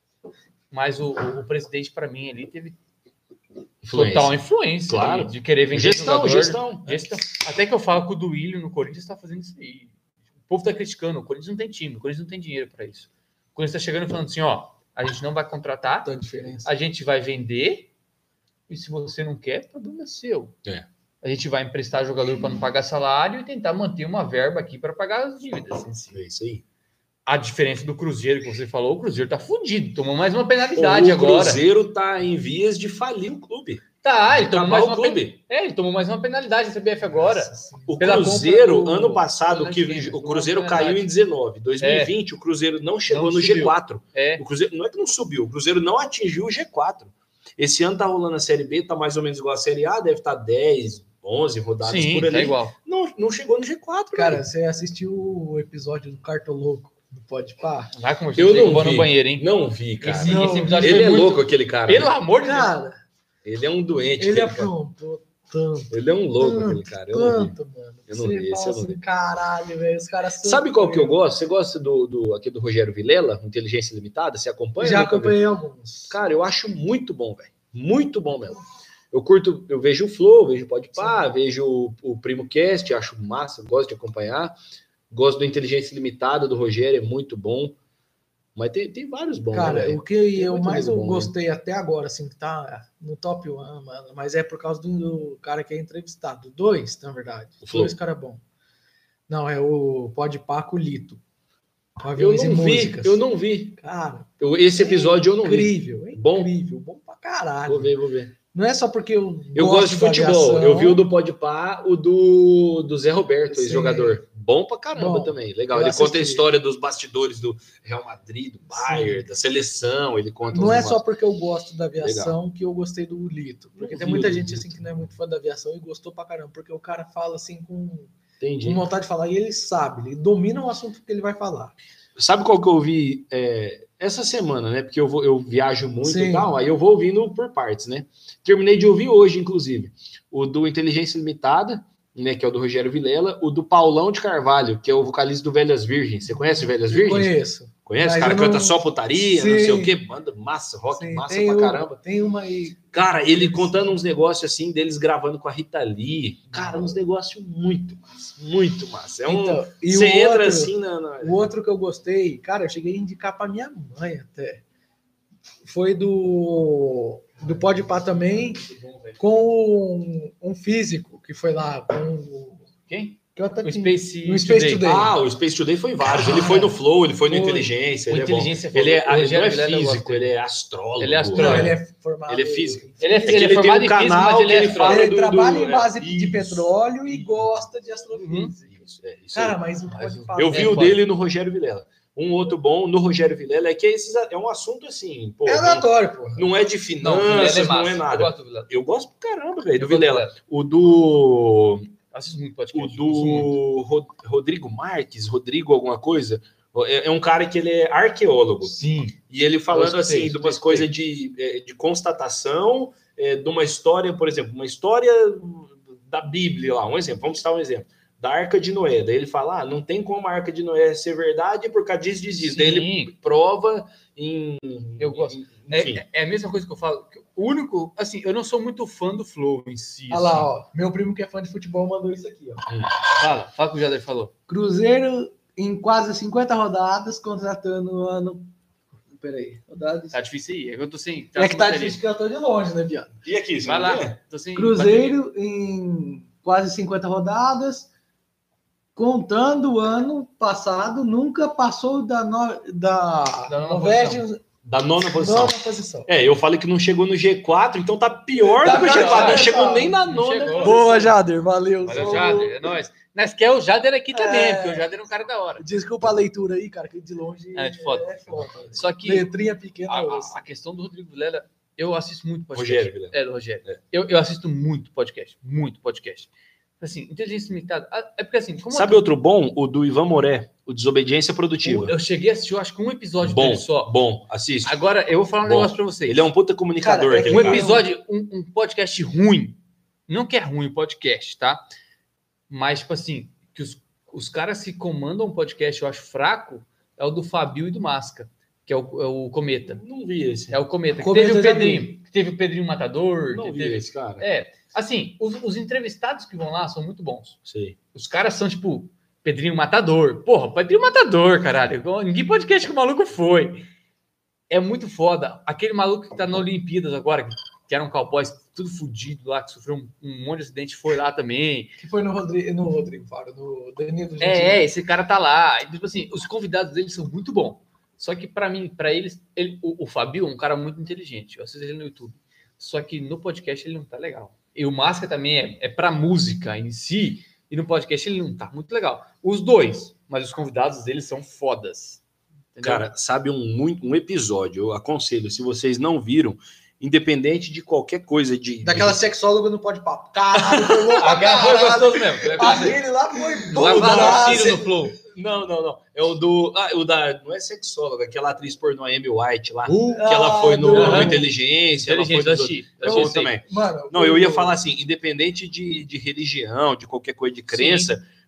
Mas o, o, o presidente, para mim, ali teve Influência. total influência Claro. de, de querer vender Gestão, jogador. gestão. Gestão. Até que eu falo que o Duílio no Corinthians está fazendo isso aí. O povo tá criticando, o Corinthians não tem time, o Corinthians não tem dinheiro para isso. O Corinthians tá chegando e falando assim, ó, a gente não vai contratar, Tanta diferença. a gente vai vender, e se você não quer, o problema é seu. É. A gente vai emprestar jogador para não pagar salário e tentar manter uma verba aqui para pagar as dívidas. É isso aí. A diferença do Cruzeiro que você falou, o Cruzeiro tá fudido, tomou mais uma penalidade o agora. Cruzeiro tá em vias de falir o clube. Tá, ele De tomou, acabar mais o uma clube. pen... é, ele tomou mais uma penalidade da C B F agora. O Pela Cruzeiro, compra do- ano passado, do que Atlético, o Cruzeiro uma caiu penalidade. em dezenove. dois mil e vinte, o Cruzeiro não chegou Não no subiu. G quatro. É, O Cruzeiro não é que não subiu, o Cruzeiro não atingiu o G quatro. Esse ano tá rolando a Série B, tá mais ou menos igual a Série A, deve estar dez, onze rodadas sim, por ali. é igual. Não, não chegou no G quatro, Cara, velho. você assistiu o episódio do Cartoloco do Podpah? Vai conversar Eu com você que não eu vou vi. no banheiro, hein? Não vi, cara. Esse, Não, esse episódio Ele foi é muito- louco, aquele cara. Pelo né? amor de Deus. Cara, Ele é um doente, ele aquele cara. aprontou tanto, Ele é um louco, aquele cara. Eu não vi. tanto, mano. Eu não Você vi, esse fala eu não assim, vi. caralho, velho, os caras são- Sabe qual que eu gosto? Você gosta do, do, aqui do Rogério Vilela, Inteligência Limitada? Você acompanha? Já Nunca viu? acompanhei alguns. Cara, eu acho muito bom, velho. Muito bom mesmo. eu curto, eu vejo o Flow, vejo o Podpah, vejo o, o Primo Cast, acho massa, gosto de acompanhar. Gosto do Inteligência Limitada, do Rogério, é muito bom. Mas tem, tem vários bons, cara, né, o que eu mais bom, gostei né? até agora, assim, que tá no top um, mano, mas é por causa do, do cara que é entrevistado. Dois, na verdade. O Flow. Dois cara bom. Não, é o Podpah com o Lito. Eu não vi, eu não vi. Cara, eu, esse episódio é eu não incrível, vi. É Bom? incrível, bom pra caralho. Vou ver, vou ver. Não é só porque eu Eu gosto de futebol. Eu vi o do Podpah, o do, do Zé Roberto, ex-jogador. Bom pra caramba Bom, também. Legal. eu Ele assisti. conta a história dos bastidores do Real Madrid, do Bayern, Sim. da seleção. Ele conta Não uns é negócios. só porque eu gosto da aviação Legal. Que eu gostei do Lito. Porque Não tem vi muita o gente Lito. assim que não é muito fã da aviação e gostou pra caramba. Porque o cara fala assim com, Entendi. com vontade de falar. E ele sabe, ele domina o assunto que ele vai falar. Sabe qual que eu ouvi é, essa semana, né? Porque eu, vou, eu viajo muito Sim. e tal, aí eu vou ouvindo por partes, né? Terminei de ouvir hoje, inclusive, o do Inteligência Limitada, né? Que é o do Rogério Vilela, o do Paulão de Carvalho, que é o vocalista do Velhas Virgens. Você conhece o Velhas Virgens? Conheço. Conhece? O cara canta só putaria, Sim. não sei o quê, banda massa, rock Sim, massa tem pra uma, caramba. Tem uma aí. Cara, ele contando uns negócios assim, deles gravando com a Rita Lee. Cara, uns negócios muito massa, muito massa. É um, então, e você o entra outro, assim na, na... O outro que eu gostei, cara, eu cheguei a indicar pra minha mãe até. Foi do, do Podpah também, com um, um físico que foi lá com Quem? Que eu até o tinha, Space, no Space Today. Today. Ah, o Space Today foi vários. Ele foi no Flow, ele foi no Foi. Inteligência. O Ele Inteligência é bom. foi- Ele, é, o ele Rogério não é Vilela eu físico, gosto ele é astrólogo. Ele é Não, astrólogo. ele é formado. Ele é físico. Ele é, É que ele é ele tem formado um em física, canal mas ele que ele é fala Ele do- trabalha do- em base é, de isso. petróleo e gosta de astrofísica. Isso, é, isso Cara, aí. mas o Mas Podpah Eu vi É, o foda. dele no Rogério Vilela. Um outro bom no Rogério Vilela é que esses, é um assunto assim, pô, é não, aleatório, pô. não é de Não, o Vilela finanças, não é massa. nada. Eu gosto do Vilela. Eu gosto pra caramba, velho, do Eu gosto do Vilela. Vilela. O do Assisto muito o podcast. ouço muito. do Ro- Rodrigo Marques, Rodrigo alguma coisa, é, é um cara que ele é arqueólogo. Sim. E ele falando Eu escutei, assim, de umas escutei. coisas de, é, de constatação, é, de uma história, por exemplo, uma história da Bíblia lá, um exemplo, vamos citar um exemplo, da Arca de Noé. Daí ele fala, ah, não tem como a Arca de Noé ser verdade por causa disso, disso, disso. Daí ele Sim. prova em... Eu gosto. em- enfim. É, é a mesma coisa que eu falo. que O único, assim, eu não sou muito fã do Flow em si. Olha lá, assim. ó. Meu primo que é fã de futebol mandou isso aqui, ó. Fala, fala o que o Jader falou. Cruzeiro em quase cinquenta rodadas, contratando o ano. Peraí, rodadas. Tá difícil aí. É que eu tô sem. É que tá sem difícil que eu tô de longe, né, Viado? E aqui, você Vai não lá. vê? Tô sem Cruzeiro em quase cinquenta rodadas, contando o ano passado, nunca passou da, no, da, Da nona Norvégia Da nona posição. nona posição. É, eu falei que não chegou no G quatro, então tá pior Tá do que o G pior, quatro. Não tá. chegou nem na Não nona. chegou. Boa, Jader, valeu. Valeu, Sou- Jader. É nóis. Nós quer o Jader aqui também, É. porque o Jader é um cara da hora. Desculpa a leitura aí, cara, que de longe É, de foto. é foda. Só que Letrinha pequena. a, eu a- ouço. a questão do Rodrigo Vilela, eu assisto muito podcast. Rogério Vilela. É, do Rogério. É. Eu, eu assisto muito podcast. Muito podcast. Assim, inteligência limitada. ah, É porque assim, como Sabe outro bom? O do Ivan Moré, o Desobediência Produtiva. eu cheguei a assistir, eu acho que um episódio Bom, dele só. bom, assiste. Agora, eu vou falar um Bom. negócio pra vocês. Ele é um puta comunicador. Cara, é aquele Um cara. episódio, um, um podcast ruim. Não que é ruim o podcast, tá? Mas, tipo assim, que os, os caras que comandam um podcast, eu acho fraco, é o do Fabio e do Masca, que é o, é o Cometa. Não vi esse. É o Cometa. Que Cometa teve o eu já Pedrinho. Que teve o Pedrinho Matador. Não que vi teve... esse, cara. É, assim, os, os entrevistados que vão lá são muito bons. Sei. Os caras são, tipo, Pedrinho Matador. Porra, Pedrinho Matador, caralho. Ninguém podcast que o maluco foi. É muito foda. Aquele maluco que tá na Olimpíadas agora, que, que era um cowboy tudo fudido lá, que sofreu um, um monte de acidente, foi lá também. Que foi no Rodrigo, no Rodrigo, Faro, no Danilo Gentili. É, é, esse cara tá lá. E, tipo assim, os convidados dele são muito bons. Só que pra mim, pra eles, ele, o, o Fabio é um cara muito inteligente. Eu assisto ele no YouTube. Só que no podcast ele não tá legal. E o Masca também é, é pra música em si. E no podcast ele não tá muito legal. Os dois, mas os convidados deles são fodas. Entendeu? Cara, sabe um, muito- um episódio, eu aconselho, se vocês não viram, independente de qualquer coisa de... Daquela sexóloga no Pode Papo. Caralho, foi bom pra Aquela foi caralho. gostoso mesmo. Aquele lá foi bom. Vai Não, dar não, um tiro cê- no Flow. Não, não, não. É o do... Ah, o da... Não é sexóloga, aquela atriz pornô Amy White lá, Uh, que ela foi no, ah, no do- Inteligência, ela foi Inteligente, eu no... assisti. É Eu bom assisti. também. Mano, Não, eu ia o- falar assim, independente de, de religião, de qualquer coisa de crença,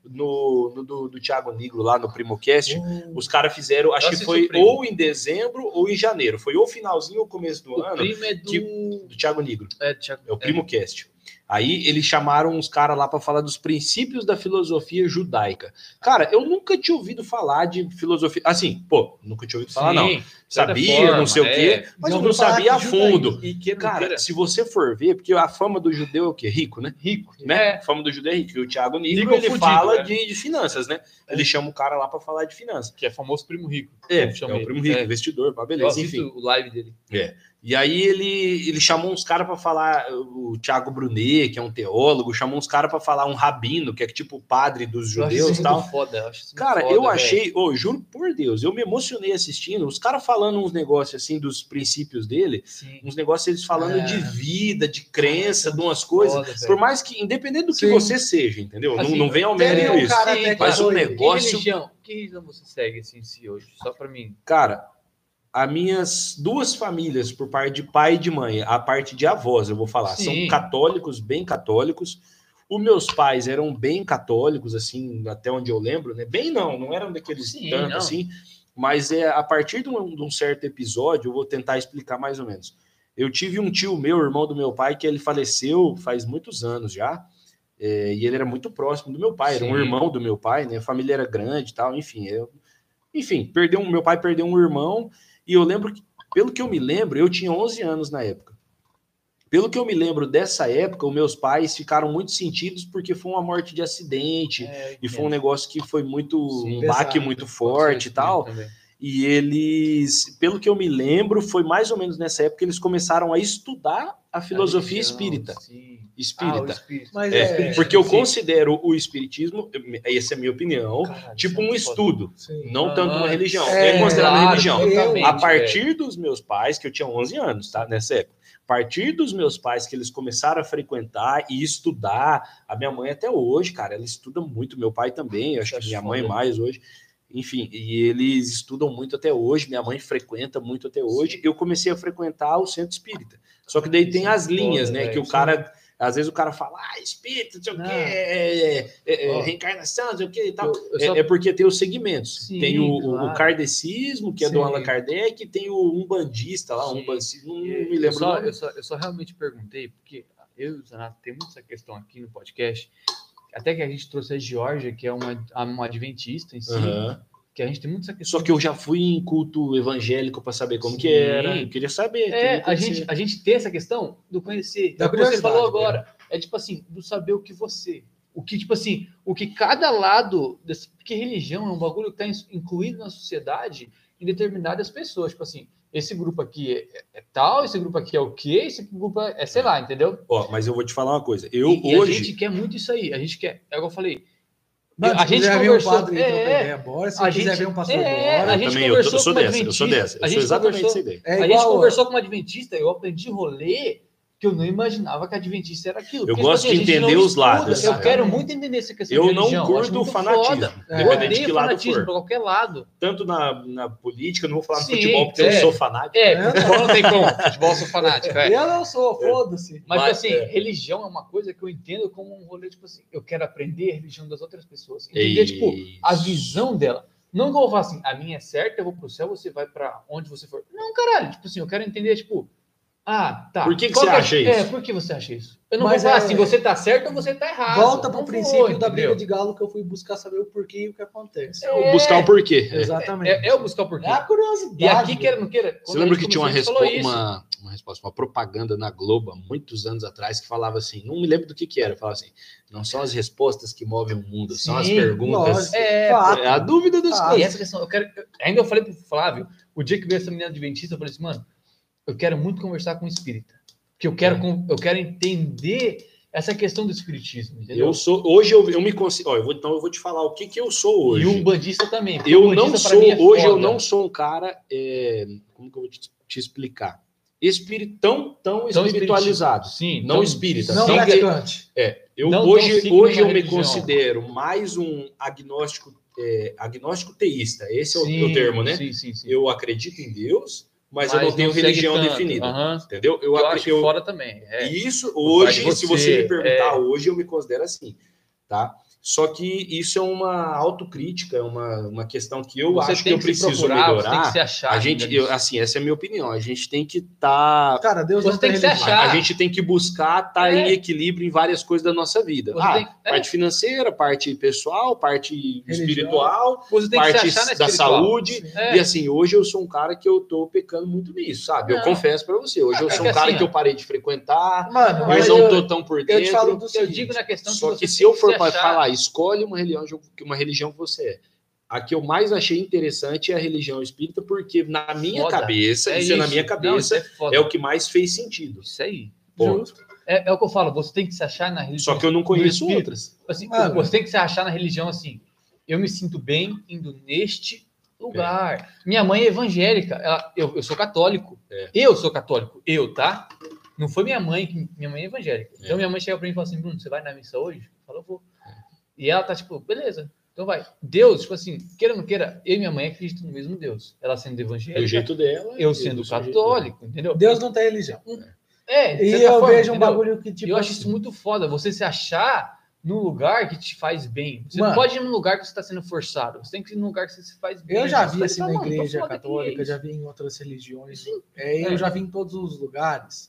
no, no do, do Thiago Nigro lá no PrimoCast, Uh, os caras fizeram, acho que foi ou em dezembro ou em janeiro. Foi ou finalzinho ou começo do o ano. primo é do... Que, do Thiago Nigro. É, Thiago... É o PrimoCast. Aí eles chamaram uns caras lá para falar dos princípios da filosofia judaica. Cara, eu nunca tinha ouvido falar de filosofia. Assim, pô, nunca tinha ouvido falar, Sim, não. Sabia, forma, não sei é. o quê, mas eu não sabia a fundo. E que, cara, se você for ver, porque a fama do judeu é o quê? Rico, né? Rico. Né? É. A fama do judeu é rico. E o Thiago Nigro, rico ele fudido, fala é. de, de finanças, né? É. Ele chama o cara lá para falar de finanças. Que é famoso primo rico. É, é o primo rico, é. investidor, pá, beleza, eu enfim. o live dele. É. E aí ele, ele chamou uns caras para falar, o Thiago Brunet, que é um teólogo, chamou uns caras para falar um rabino, que é tipo o padre dos judeus e tal. Foda, eu acho isso cara, foda, eu achei, oh, juro por Deus, eu me emocionei assistindo, os caras falando uns negócios assim dos princípios dele, Sim. uns negócios eles falando é. de vida, de crença, é. de umas coisas, foda, por mais que, independente do que Sim. você seja, entendeu? Assim, não, não vem ao mérito isso, Sim, mas um negócio... Que religião, que religião você segue assim em si hoje? Só para mim. Cara... As minhas duas famílias, por parte de pai e de mãe, a parte de avós, eu vou falar, Sim. são católicos, bem católicos. Os meus pais eram bem católicos, assim, até onde eu lembro, né? Bem não, não eram daqueles Sim, tanto não. assim, mas é a partir de um, de um certo episódio, eu vou tentar explicar mais ou menos. Eu tive um tio meu, irmão do meu pai, que ele faleceu faz muitos anos já, é, e ele era muito próximo do meu pai, Sim. era um irmão do meu pai, né? A família era grande e tal, enfim. Eu, enfim, perdeu um, meu pai perdeu um irmão. E eu lembro que, pelo que eu me lembro, eu tinha onze anos na época. Pelo que eu me lembro dessa época, os meus pais ficaram muito sentidos porque foi uma morte de acidente é, e foi um negócio que foi muito, Sim, um pesado, baque muito forte e tal. Também. E eles, pelo que eu me lembro, foi mais ou menos nessa época que eles começaram a estudar a filosofia a religião, espírita. Sim. Espírita. Ah, Mas é, é, porque eu sim. considero o espiritismo, essa é a minha opinião, Caralho, tipo um estudo, sim. não ah, tanto uma religião. É, é considerado claro, religião. Eu, a partir é. dos meus pais, que eu tinha onze anos, tá? Nessa época. A partir dos meus pais, que eles começaram a frequentar e estudar, a minha mãe até hoje, cara, ela estuda muito, meu pai também, eu acho que minha mãe mais hoje. Enfim, e eles estudam muito até hoje, minha mãe frequenta muito até hoje. Eu comecei a frequentar o centro espírita. Só que daí tem as linhas, né? Que o cara, às vezes o cara fala, ah, espírito, não sei o quê, é, é, é, reencarnação, não sei o quê e tal. Eu, eu só... é, é porque tem os segmentos. Sim, tem o, claro. o kardecismo, que é Sim. do Allan Kardec, e tem o umbandista lá, umbandista, não me lembro. Eu só, eu, só, eu só realmente perguntei, porque eu e o Zanato tem muito essa questão aqui no podcast, até que a gente trouxe a Georgia, que é uma, uma adventista em si, uhum. que a gente tem muito essa questão. Só que eu já fui em culto evangélico para saber como Sim. que era. Eu queria saber. É, a gente, a gente tem essa questão do conhecer. Da é o que você falou agora. É. é tipo assim, do saber o que você. O que, tipo assim, o que cada lado. Desse, porque religião é um bagulho que está incluído na sociedade em determinadas pessoas. Tipo assim, esse grupo aqui é, é tal, esse grupo aqui é o quê, esse grupo é, é sei lá, entendeu? Ó, mas eu vou te falar uma coisa. Eu e, hoje. E a gente quer muito isso aí. A gente quer. É o que eu falei. Mano, a gente conversou, um padre, é, é, bora, se a quiser gente, ver um pastor, é, bora. A gente também, conversou eu, eu sou com uma dessa, eu sou dessa, eu a sou gente exatamente essa ideia. É a gente conversou com uma adventista, eu aprendi rolê que eu não imaginava que a adventista era aquilo. Eu porque, gosto tipo, de entender os lados. Eu quero muito entender essa questão eu de religião. Eu não curto o fanatismo, é. Dependente de que lado for. Pra qualquer lado. Tanto na, na política, não vou falar Sim, no futebol, porque é. eu sou fanático. É, é futebol não tem como, futebol eu sou fanático. É. Eu não sou, foda-se. Mas, Mas assim, é. religião é uma coisa que eu entendo como um rolê, tipo assim, eu quero aprender a religião das outras pessoas. Entender, Isso. tipo, a visão dela. Não que eu vou falar assim, a minha é certa, eu vou pro céu, você vai pra onde você for. Não, caralho, tipo assim, eu quero entender, tipo, ah, tá. Por que, que você é... acha isso? É, por que você acha isso? Eu não Mas vou falar é... assim, você tá certo ou você tá errado. Volta pro princípio vou, da briga de galo que eu fui buscar saber o porquê e o que acontece. É... Buscar o porquê. Exatamente. É, é o buscar o porquê. É a curiosidade. E aqui, queira ou não queira... Você lembra que tinha uma, respo... uma, uma resposta, uma propaganda na Globo, há muitos anos atrás, que falava assim, não me lembro do que que era, falava assim, não são as respostas que movem o mundo, Sim, são as perguntas. Lógico, é, é a dúvida das ah, coisas. E essa questão, eu quero... Ainda eu falei pro Flávio, o dia que veio essa menina adventista, eu falei assim, mano, eu quero muito conversar com o espírita. Que eu quero, eu quero entender essa questão do espiritismo, entendeu? Eu sou, hoje eu, eu me considero, eu vou, então eu vou te falar o que que eu sou hoje. E um bandista também. Eu bandista não sou, é hoje eu não sou um cara, é, como que eu vou te, te explicar? Espírito, tão, tão, tão espiritualizado. Sim. Não tão, espírita. Não praticante. É, eu não hoje, hoje eu religião. me considero mais um agnóstico, é, agnóstico teísta. Esse é o, sim, o termo, né? Sim, sim, sim. Eu acredito em Deus, mas, mas eu não tenho não religião tanto. definida, uhum. entendeu? Eu, eu acho que fora também. É. Isso, hoje, você, se você me perguntar, é... hoje eu me considero assim, tá? Só que isso é uma autocrítica, é uma, uma questão que eu Você acho que eu que preciso procurar, melhorar. Você tem que se achar. A gente, eu, assim, essa é a minha opinião. A gente tem que estar. Tá, cara, Deus você não tem que se achar. A gente tem que buscar estar tá é. em equilíbrio em várias coisas da nossa vida. Você ah, tem, é. parte financeira, parte pessoal, parte Religião. espiritual, você tem parte que se achar da saúde. É. E assim, hoje eu sou um cara que eu tô pecando muito nisso, sabe? Não. Eu confesso para você. Hoje eu sou é um cara assim, que eu parei de frequentar, mano, mas eu não tô tão por dentro. Eu te falo do eu seguinte, digo na questão só que, que se eu for para falar, escolhe uma religião, uma religião que você é. A que eu mais achei interessante é a religião espírita, porque na minha foda. cabeça, é isso é na minha cabeça, não, é, é o que mais fez sentido. Isso aí. Justo. É, é o que eu falo, você tem que se achar na religião. Só que eu não conheço outras. Assim, ah, você tem que se achar na religião assim. Eu me sinto bem indo neste lugar. É. Minha mãe é evangélica, ela, eu, eu sou católico. É. Eu sou católico, eu, tá? Não foi minha mãe, que minha mãe é evangélica. É. Então minha mãe chega pra mim e fala assim, Bruno, você vai na missa hoje? Eu falo, eu vou. É. E ela tá tipo, beleza. Então vai. Deus, tipo assim, queira ou não queira, eu e minha mãe acreditam no mesmo Deus. Ela sendo evangélica. Do jeito dela. Eu sendo católico, entendeu? Deus não tem religião. É, e eu forma, vejo um entendeu? bagulho que, tipo. Eu acho isso muito foda. Você se achar num lugar que te faz bem. Você Mano, não pode ir num lugar que você está sendo forçado. Você tem que ir num lugar que você se faz bem. Eu já vi assim tá, na mano, igreja católica, é já vi em outras religiões. É, eu é. já vi em todos os lugares.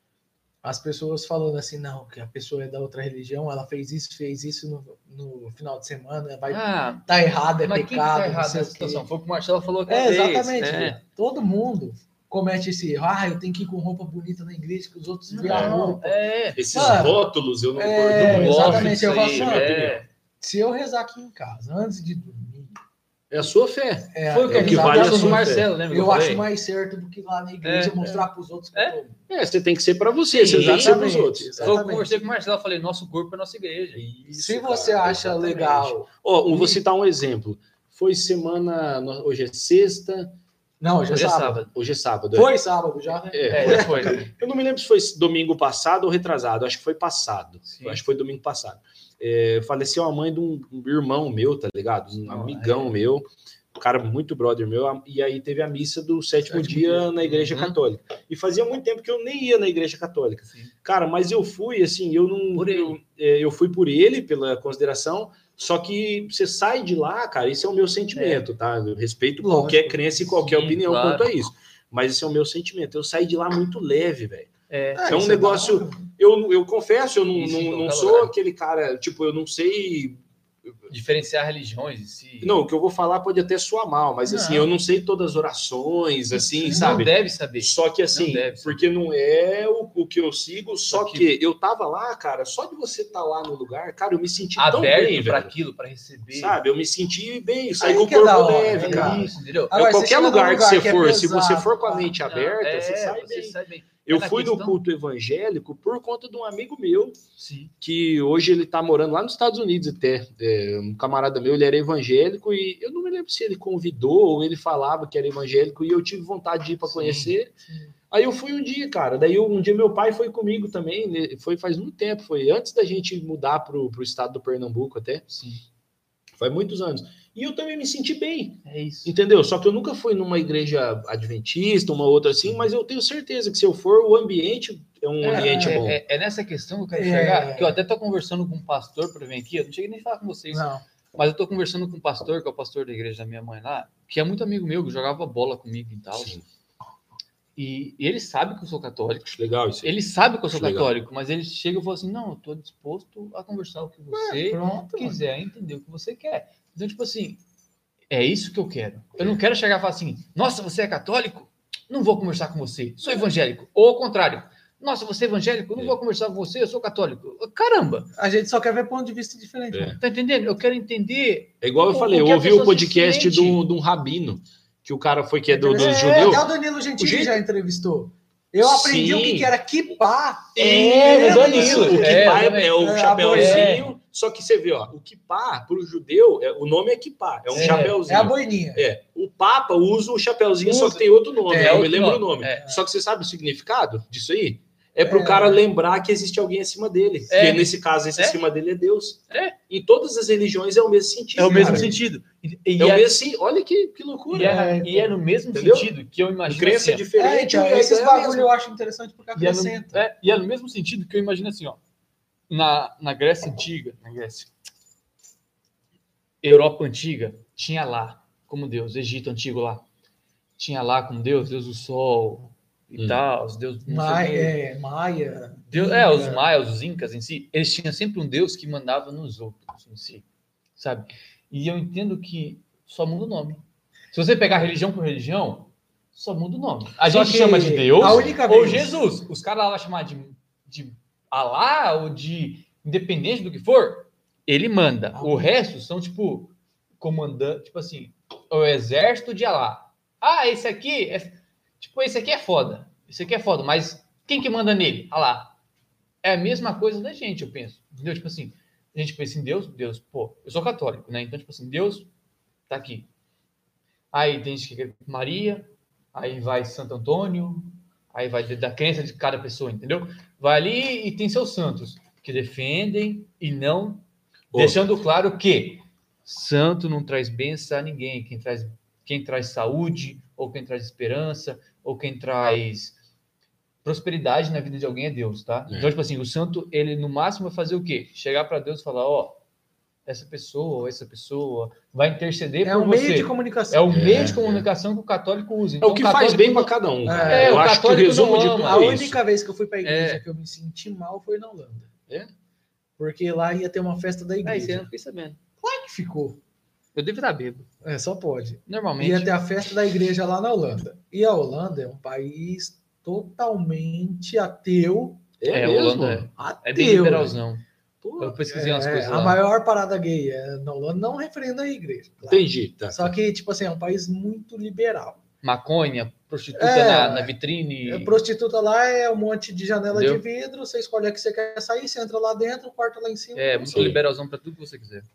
As pessoas falando assim, não, que a pessoa é da outra religião, ela fez isso, fez isso no, no final de semana, vai ah, tá errado, é mas pecado. Quem tá errado nessa situação? Foi o que o Marcelo falou que é, exatamente. É. Todo mundo comete esse erro. Ah, eu tenho que ir com roupa bonita na igreja, que os outros veem a roupa. É. Esses mano, rótulos eu não é, eu exatamente, eu gosto. É. Se eu rezar aqui em casa, antes de dormir, é a sua fé. É, Foi o que, é, que vale a sua Marcelo, lembra? Eu, eu acho mais certo do que lá na igreja é, mostrar para os outros. Que é. eu é, você tem que ser para você, você tem que ser para os outros. Exatamente. Eu conversei com o Marcelo, eu falei, nosso corpo é nossa igreja. Isso, Se você cara, acha exatamente. legal... Ó, oh, vou citar um exemplo. Foi semana... Hoje é sexta... Não, hoje é, hoje sábado. é sábado. Hoje é sábado. Foi sábado já, né? É, é, já foi. Eu não me lembro se foi domingo passado ou retrasado. Acho que foi passado. Sim. Acho que foi domingo passado. É, faleceu a mãe de um irmão meu, tá ligado? Um oh, amigão é. meu. Um cara muito brother meu. E aí teve a missa do sétimo, sétimo dia, dia na igreja uhum. católica. E fazia muito tempo que eu nem ia na igreja católica. Sim. Cara, mas eu fui, assim, eu não... Por ele. Eu, eu fui por ele, pela consideração... Só que você sai de lá, cara, esse é o meu sentimento, é. tá? Eu respeito Lógico. qualquer crença e qualquer Sim, opinião claro. quanto a isso. Mas esse é o meu sentimento. Eu saí de lá muito leve, velho. É, é um negócio... Eu, eu confesso, eu não, isso, não, não sou aquele cara... Tipo, eu não sei... diferenciar religiões em si. Não, o que eu vou falar pode até soar mal, mas não. assim, eu não sei todas as orações, assim, não sabe? Não deve saber. Só que assim, não porque não é o, o que eu sigo, só, só que... que eu tava lá, cara, só de você estar tá lá no lugar, cara, eu me senti aberto tão bem, para aquilo, para receber. Sabe? Eu me senti bem, saí com o corpo leve, cara. Isso, entendeu? Agora, qualquer lugar, lugar que você que for, é pesado, se você for com a mente não, aberta, é, você sai você bem. Sai bem. Eu fui questão... no culto evangélico por conta de um amigo meu, Sim. que hoje ele tá morando lá nos Estados Unidos até. É, um camarada meu, ele era evangélico e eu não me lembro se ele convidou ou ele falava que era evangélico e eu tive vontade de ir para conhecer. Sim. Aí eu fui um dia, cara. Daí um dia meu pai foi comigo também, foi faz muito tempo, foi antes da gente mudar pro, pro estado do Pernambuco até. Sim. Faz muitos anos. E eu também me senti bem. É isso. Entendeu? Só que eu nunca fui numa igreja adventista, uma outra assim, mas eu tenho certeza que se eu for, o ambiente é um é, ambiente é, bom. É, é nessa questão que eu quero é. chegar, que eu até tô conversando com um pastor para vir aqui, eu não cheguei nem a falar com vocês, não. mas eu tô conversando com um pastor, que é o pastor da igreja da minha mãe lá, que é muito amigo meu, que jogava bola comigo e tal. Sim. E, e ele sabe que eu sou católico. Legal isso. Ele sabe que eu sou Acho católico, legal. mas ele chega e fala assim, não, eu tô disposto a conversar o que você é, pronto, quiser, mano. Entender o que você quer. Então, tipo assim, é isso que eu quero. Eu não quero chegar e falar assim, nossa, você é católico? Não vou conversar com você. Sou evangélico. Ou ao contrário. Nossa, você é evangélico? Não é. vou conversar com você, eu sou católico. Caramba! A gente só quer ver ponto de vista diferente. É. Tá entendendo? Eu quero entender... É igual eu falei, eu ouvi o podcast de um rabino, que o cara foi que é do, do é, judeu. Até o Danilo Gentili o já entrevistou. Eu aprendi Sim. o que, que era kippah. É, é Danilo. O kippah é, é o é, chapéuzinho... Só que você vê, ó, o kippah, para o judeu, é, o nome é kippah, é um é, chapéuzinho. É a boininha. É. O Papa usa o chapéuzinho, usa. Só que tem outro nome, é, eu me lembro nome. o nome. É. Só que você sabe o significado disso aí? É para o é. cara lembrar que existe alguém acima dele. É. Que nesse caso, esse é. acima dele é Deus. É. Em todas as religiões é o mesmo sentido. É o mesmo cara. sentido. E, e é, é o mesmo sim. Olha que, que loucura. E é, e é no mesmo Entendeu? sentido que eu imagino. Crença assim, diferente. É, então, esses bagulho eu acho interessante porque acrescenta. E é, no, é, e é no mesmo sentido que eu imagino assim, ó. Na, na Grécia Antiga, na Grécia, Europa antiga tinha lá como Deus, Egito antigo lá. Tinha lá como Deus, Deus do Sol e Hum. tal, os Deus Maia, é, Maia. Deus, Inca. é, os maias, os incas em si, eles tinham sempre um Deus que mandava nos outros em si, sabe? E eu entendo que só muda o nome. Se você pegar religião por religião, só muda o nome. A Só gente que chama de Deus a única ou vez- Jesus. Os caras lá vão chamar de, de Alá ou de independente do que for, ele manda. Ah. O resto são, tipo, comandante, tipo assim, o exército de Alá. Ah, esse aqui é... Tipo, esse aqui é foda. Esse aqui é foda, mas quem que manda nele? Alá. É a mesma coisa da gente, eu penso. Entendeu? Tipo assim, a gente pensa em Deus, Deus, pô, eu sou católico, né? Então, tipo assim, Deus tá aqui. Aí tem gente que quer Maria, aí vai Santo Antônio, aí vai da crença de cada pessoa, entendeu? Vai ali e tem seus santos, que defendem e não, Pô. deixando claro que santo não traz bênção a ninguém. Quem traz, quem traz saúde, ou quem traz esperança, ou quem traz prosperidade na vida de alguém é Deus, tá? É. Então, tipo assim, o santo, ele no máximo vai fazer o quê? Chegar para Deus e falar, ó, essa pessoa ou essa pessoa vai interceder É por um você. meio de comunicação. É o É, meio de é. comunicação que o católico usa. É Então, o que católico faz bem não- para cada um. É, cara. é, eu o acho que o católico resumo não de ama. tudo A é única vez que eu fui pra igreja É. que eu me senti mal foi na Holanda. É? Porque lá ia ter uma festa da É, isso aí eu igreja. não fiquei sabendo. Como que ficou? Eu devo estar bêbado. É, só pode. Normalmente. Ia ter a festa da igreja lá na Holanda. E a Holanda é um país totalmente ateu. É, É, a mesmo? Holanda Ateu. é bem liberalzão. Pô, Eu pesquisei umas É, coisas a lá. maior parada gay é na Holanda, não referendo à igreja. claro. entendi. Tá. Só que, tipo assim, é um país muito liberal. Maconha, prostituta É, na, na vitrine. A prostituta lá é um monte de janela Entendeu? de vidro, você escolhe a que você quer sair, você entra lá dentro, quarto lá em cima. É, muito Sim. liberalzão pra tudo que você quiser.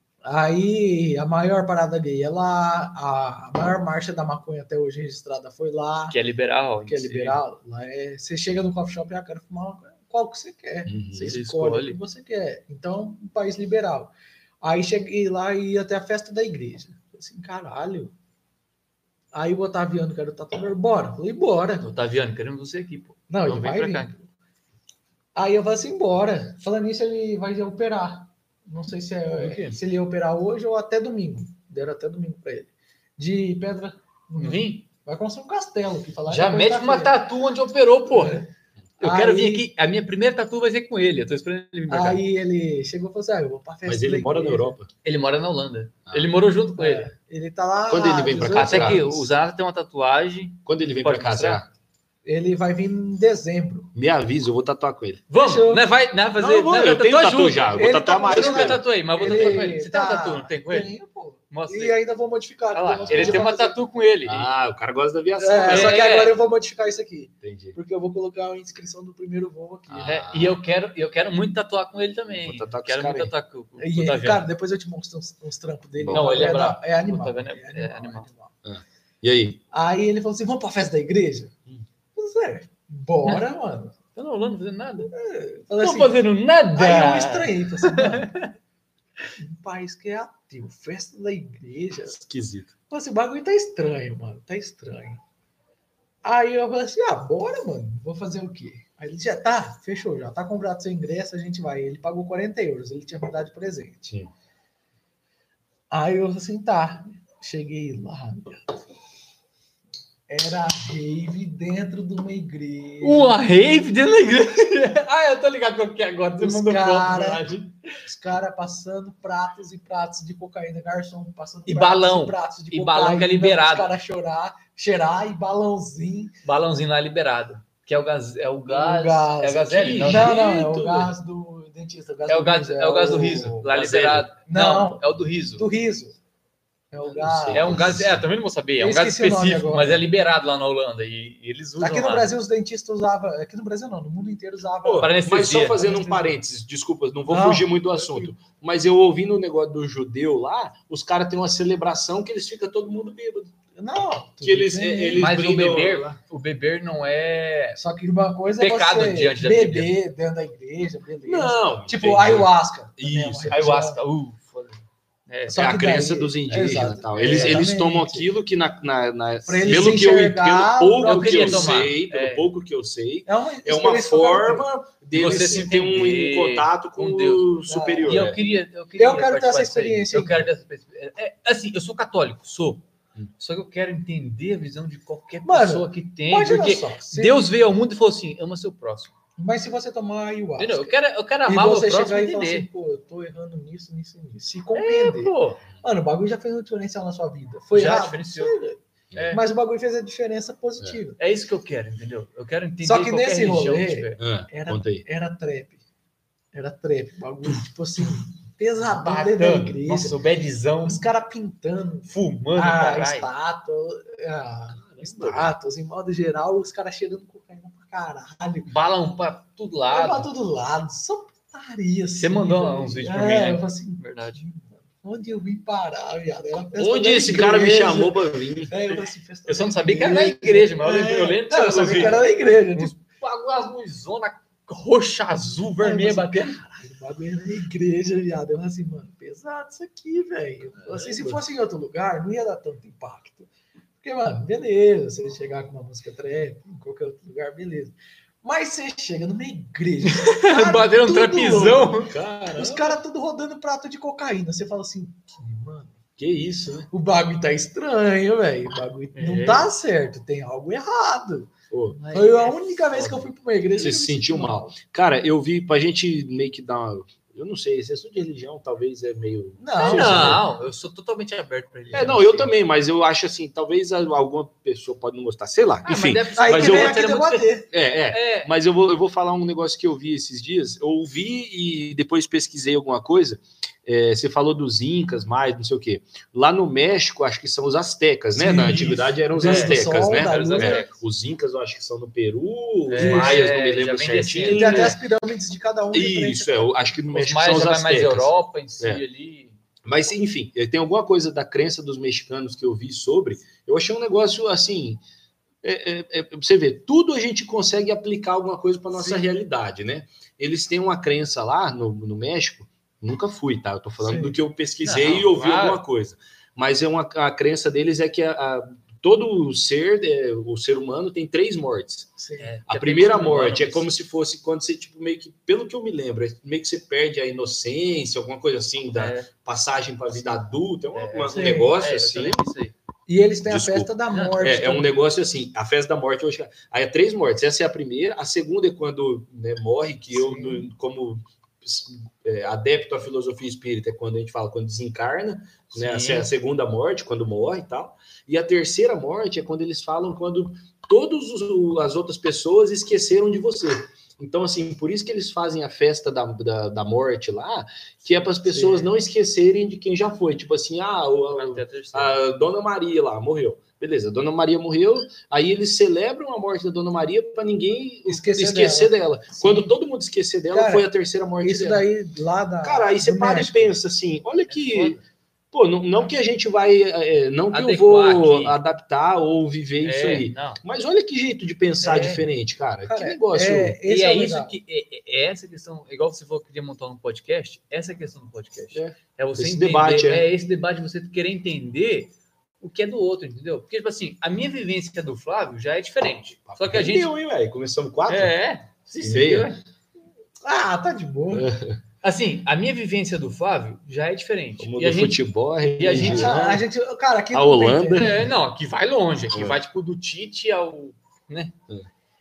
Aí a maior parada gay é lá, a, a maior marcha da maconha até hoje registrada foi lá, Que é liberal. que é em si. liberal. Lá é, você chega no coffee shop e ah, quero fumar uma, qual que você quer. Uhum. Você Você escolhe, escolhe. o que você quer. Então, um país liberal. Aí cheguei lá e ia até a festa da igreja. Falei assim, caralho. Aí o Otaviano, que era o tatuador, bora. Falei, bora. Otaviano, queremos você aqui, pô. Não, Então ele vem vai pra vir. cá. Aí eu falei assim, bora. Falando nisso, ele vai operar. Não sei se, O é, quê? se ele ia operar hoje ou até domingo. Deram até domingo pra ele. De pedra. Vim. Vai construir um castelo. Que falar Já que a mete coisa tá uma feia. tatu onde operou, porra. Eu Aí- quero vir aqui. A minha primeira tatu vai ser com ele. Eu tô esperando ele vir pra cá. Aí ele chegou e falou assim: ah, eu vou pra festa. Mas da ele mora na igreja. Europa. Ele mora na Holanda. Ah. Ele morou junto com ele. É, ele tá lá. Quando ele vem pra cá, dezoito Até que anos. o Zanata tem uma tatuagem. Quando ele vem Pode para casar, Ele vai vir em dezembro. me avisa, eu vou tatuar com ele. Vamos, Fechou. né? Vai, né? Fazer. Não, eu vou, né, eu tenho tatuar tatu junto. já, eu vou Ele tatuar tá mais Você não com vai ele. tatuar aí, mas vou tatuar com ele. Você tem uma tatu, não tem com ele? Tenho, pô. Mostra E aí. ainda vou modificar. Olha lá, Tem umas ele coisas tem uma pra fazer. tatu com ele. Ah, o cara gosta da aviação. É, né? só que É. agora eu vou modificar isso aqui. Entendi. Porque eu vou colocar a inscrição do primeiro voo aqui. Ah. É, e eu quero, eu quero muito tatuar com ele também. Vou tatuar com quero esse muito cara tatuar com, com, E, com o Otaviano. cara, depois eu te mostro uns, uns trampos dele. Não, ele é da- brabo. É animal. O Otaviano É é- é animal. animal. é animal. E aí? Aí ele falou assim: vamos pra festa da igreja? Hum. Pois é, bora, mano. Tá na Holanda fazendo nada. Falei Não assim, tô fazendo nada. aí eu estranhei, falei assim, mano, um país que é ateu, festa da igreja. Esquisito. Falei assim, o bagulho tá estranho, mano, tá estranho. Aí eu falei assim, ah, bora, mano, vou fazer o quê? Aí ele já tá, fechou, já tá comprado seu ingresso, a gente vai. Ele pagou quarenta euros, ele tinha me dado de presente. Sim. Aí eu falei assim, tá, cheguei lá, era rave dentro de uma igreja. Uma rave dentro da igreja. Ah, eu tô ligado com o que é agora. Você Os mandou cara- foto pra gente. Os caras passando pratos e pratos de cocaína, garçom passando E pratos balão. e pratos de E balão que é liberado. Os caras chorar, cheirar e balãozinho. Balãozinho lá liberado. Que é o gás. É o gás. O gás. É o gás L? Não, Não, não, é jeito, o gás do dentista. É o gás, é o gás do riso. Lá gás liberado. Não, Não. é o do riso. Do riso. É o não gás. sei. É um gás. É, também não vou saber. É Eu um gás esqueci o nome específico, agora. mas é liberado lá na Holanda. E, e eles usam. Aqui no lá. Brasil os dentistas usavam. Aqui no Brasil não, no mundo inteiro usava. Pô, Para mas só anestesia. fazendo um parênteses, desculpa, não vou Não. fugir muito do assunto. Mas eu ouvindo o negócio do judeu lá, os caras têm uma celebração que eles ficam todo mundo bêbado. Não. Que eles, tudo bem. eles Mas o brindam beber, lá. o beber não é. Só que uma coisa Pecado é você diante da beber dentro da igreja, beleza. Não, Tipo entendi. ayahuasca. também é uma Isso, religião. Ayahuasca. Uh, foda. É, é a crença daí, dos indígenas exato, e tal. Eles, é, eles tomam aquilo que na, na, na pelo que eu pelo pouco eu que eu tomar. sei, pelo é. pouco que eu sei, é uma, é uma forma deles você se ter um, um contato com, com Deus o superior. E eu queria, eu queria eu quero ter essa experiência. Eu quero ter essa experiência. É, assim, eu sou católico, sou. Hum. Só que eu quero entender a visão de qualquer Mano, pessoa que tem, porque só, Deus veio ao mundo e falou assim: ama seu próximo. Mas se você tomar ayahuasca... Eu quero, eu quero amar o próximo e chegar e falar assim, pô, eu tô errando nisso, nisso e nisso. Se compreender. É, pô. Mano, o bagulho já fez uma diferencial na sua vida. Foi já errado, diferenciou. É. Mas o bagulho fez a diferença positiva. É. é isso que eu quero, entendeu? Eu quero entender Só que nesse religião rolê, que ah, era, era trap. Era trap. Bagulho, tipo assim, pesadão dentro da igreja. Nossa, o badzão. Os caras pintando. Fumando, a estátua. A estátuas, em modo geral, os caras cheirando cocaína pra caralho. Balão pra todo lado. Pra todo lado. Só putaria. Você assim, mandou velho. uns vídeos pra mim, é, né? Eu falei assim, verdade. Onde eu vim parar, viado? Onde esse igreja. cara me chamou pra vir? É, eu, assim, eu só não sabia que era na igreja, mas é, eu lembro que eu sabia que era na igreja. Uns as luzonas roxa, azul, vermelha, batendo. Caralho, o bagulho era na igreja, viado. Eu falei assim, mano, pesado isso aqui, velho. Assim, se fosse em outro lugar, não ia dar tanto impacto. Porque, mano, beleza, você chegar com uma música trap, em qualquer outro lugar, beleza. Mas você chega numa igreja. Batendo um trapizão. Os caras tudo rodando prato de cocaína. Você fala assim, mano. Que isso, né? O bagulho tá estranho, velho. O bagulho é. não tá certo. Tem algo errado. Pô, foi a única é vez que eu fui pra uma igreja. Você se sentiu mal. mal. Cara, eu vi, pra gente meio que dar uma. Eu não sei, esse assunto de religião talvez é meio... Não, não, né? Eu sou totalmente aberto para religião. É, não, eu também, mas eu acho assim, talvez alguma pessoa pode não gostar, sei lá, ah, enfim. Mas, aí mas eu vou aqui debater. É, é, é, mas eu vou, eu vou falar um negócio que eu vi esses dias, eu ouvi e depois pesquisei alguma coisa, é, você falou dos incas mais, não sei o quê. Lá no México, acho que são os astecas, né? Sim. Na antiguidade eram os é, astecas, né? Os, é, os incas, eu acho que são no Peru, os é, maias, não me lembro certinho. Tem até as pirâmides de cada um. Isso, é, eu acho que no México são os astecas. Mais Europa em si, é. ali. Mas, enfim, tem alguma coisa da crença dos mexicanos que eu vi sobre, eu achei um negócio, assim, é, é, é, você vê, tudo a gente consegue aplicar alguma coisa para nossa Sim. realidade, né? Eles têm uma crença lá no, no México, nunca fui, tá? Eu tô falando Sim. do que eu pesquisei Não, e ouvi claro. alguma coisa. Mas é uma, a crença deles é que a, a, todo ser, é, o ser humano tem três mortes. É, a primeira morte é como se fosse quando você, tipo, meio que, pelo que eu me lembro, é meio que você perde a inocência, alguma coisa assim, da é. passagem para a vida adulta, é um, é, um negócio assim. E eles têm Desculpa. a festa da morte. É, é um negócio assim, a festa da morte, eu acho que aí é três mortes. Essa é a primeira, a segunda é quando né, morre, que Sim. eu, como é, adepto à filosofia espírita, é quando a gente fala, quando desencarna, né, essa é a segunda morte, quando morre e tal. E a terceira morte é quando eles falam quando todas as outras pessoas esqueceram de você. Então, assim, por isso que eles fazem a festa da, da, da morte lá, que é para as pessoas Sim. não esquecerem de quem já foi. Tipo assim, ah, a, a, a Dona Maria lá morreu. Beleza, a Dona Maria morreu, aí eles celebram a morte da Dona Maria para ninguém esquecer, esquecer dela. dela. Quando todo mundo esquecer dela, Cara, foi a terceira morte isso dela. Isso daí lá da... Cara, aí você para e pensa assim, olha que... Pô, não, não que a gente vai... É, não que Adequar eu vou aqui. adaptar ou viver é, isso aí. Não. Mas olha que jeito de pensar é. diferente, cara. cara. Que negócio. É, e é, é isso que... É, é essa questão... Igual você falou que queria montar um podcast, essa é a questão do podcast. É, é você esse entender... Debate, é. é esse debate de você querer entender... o que é do outro, entendeu? Porque, tipo assim, a minha vivência do Flávio já é diferente. Só que a gente... Deu, hein, velho? Começamos quatro? É. Se meia. Ah, tá de boa. Assim, a minha vivência do Flávio já é diferente. Como e a do gente, futebol, a e a gente, a, a gente, cara, aqui a Holanda. É, não, aqui vai longe. Aqui é. vai, tipo, do Tite ao... né? É.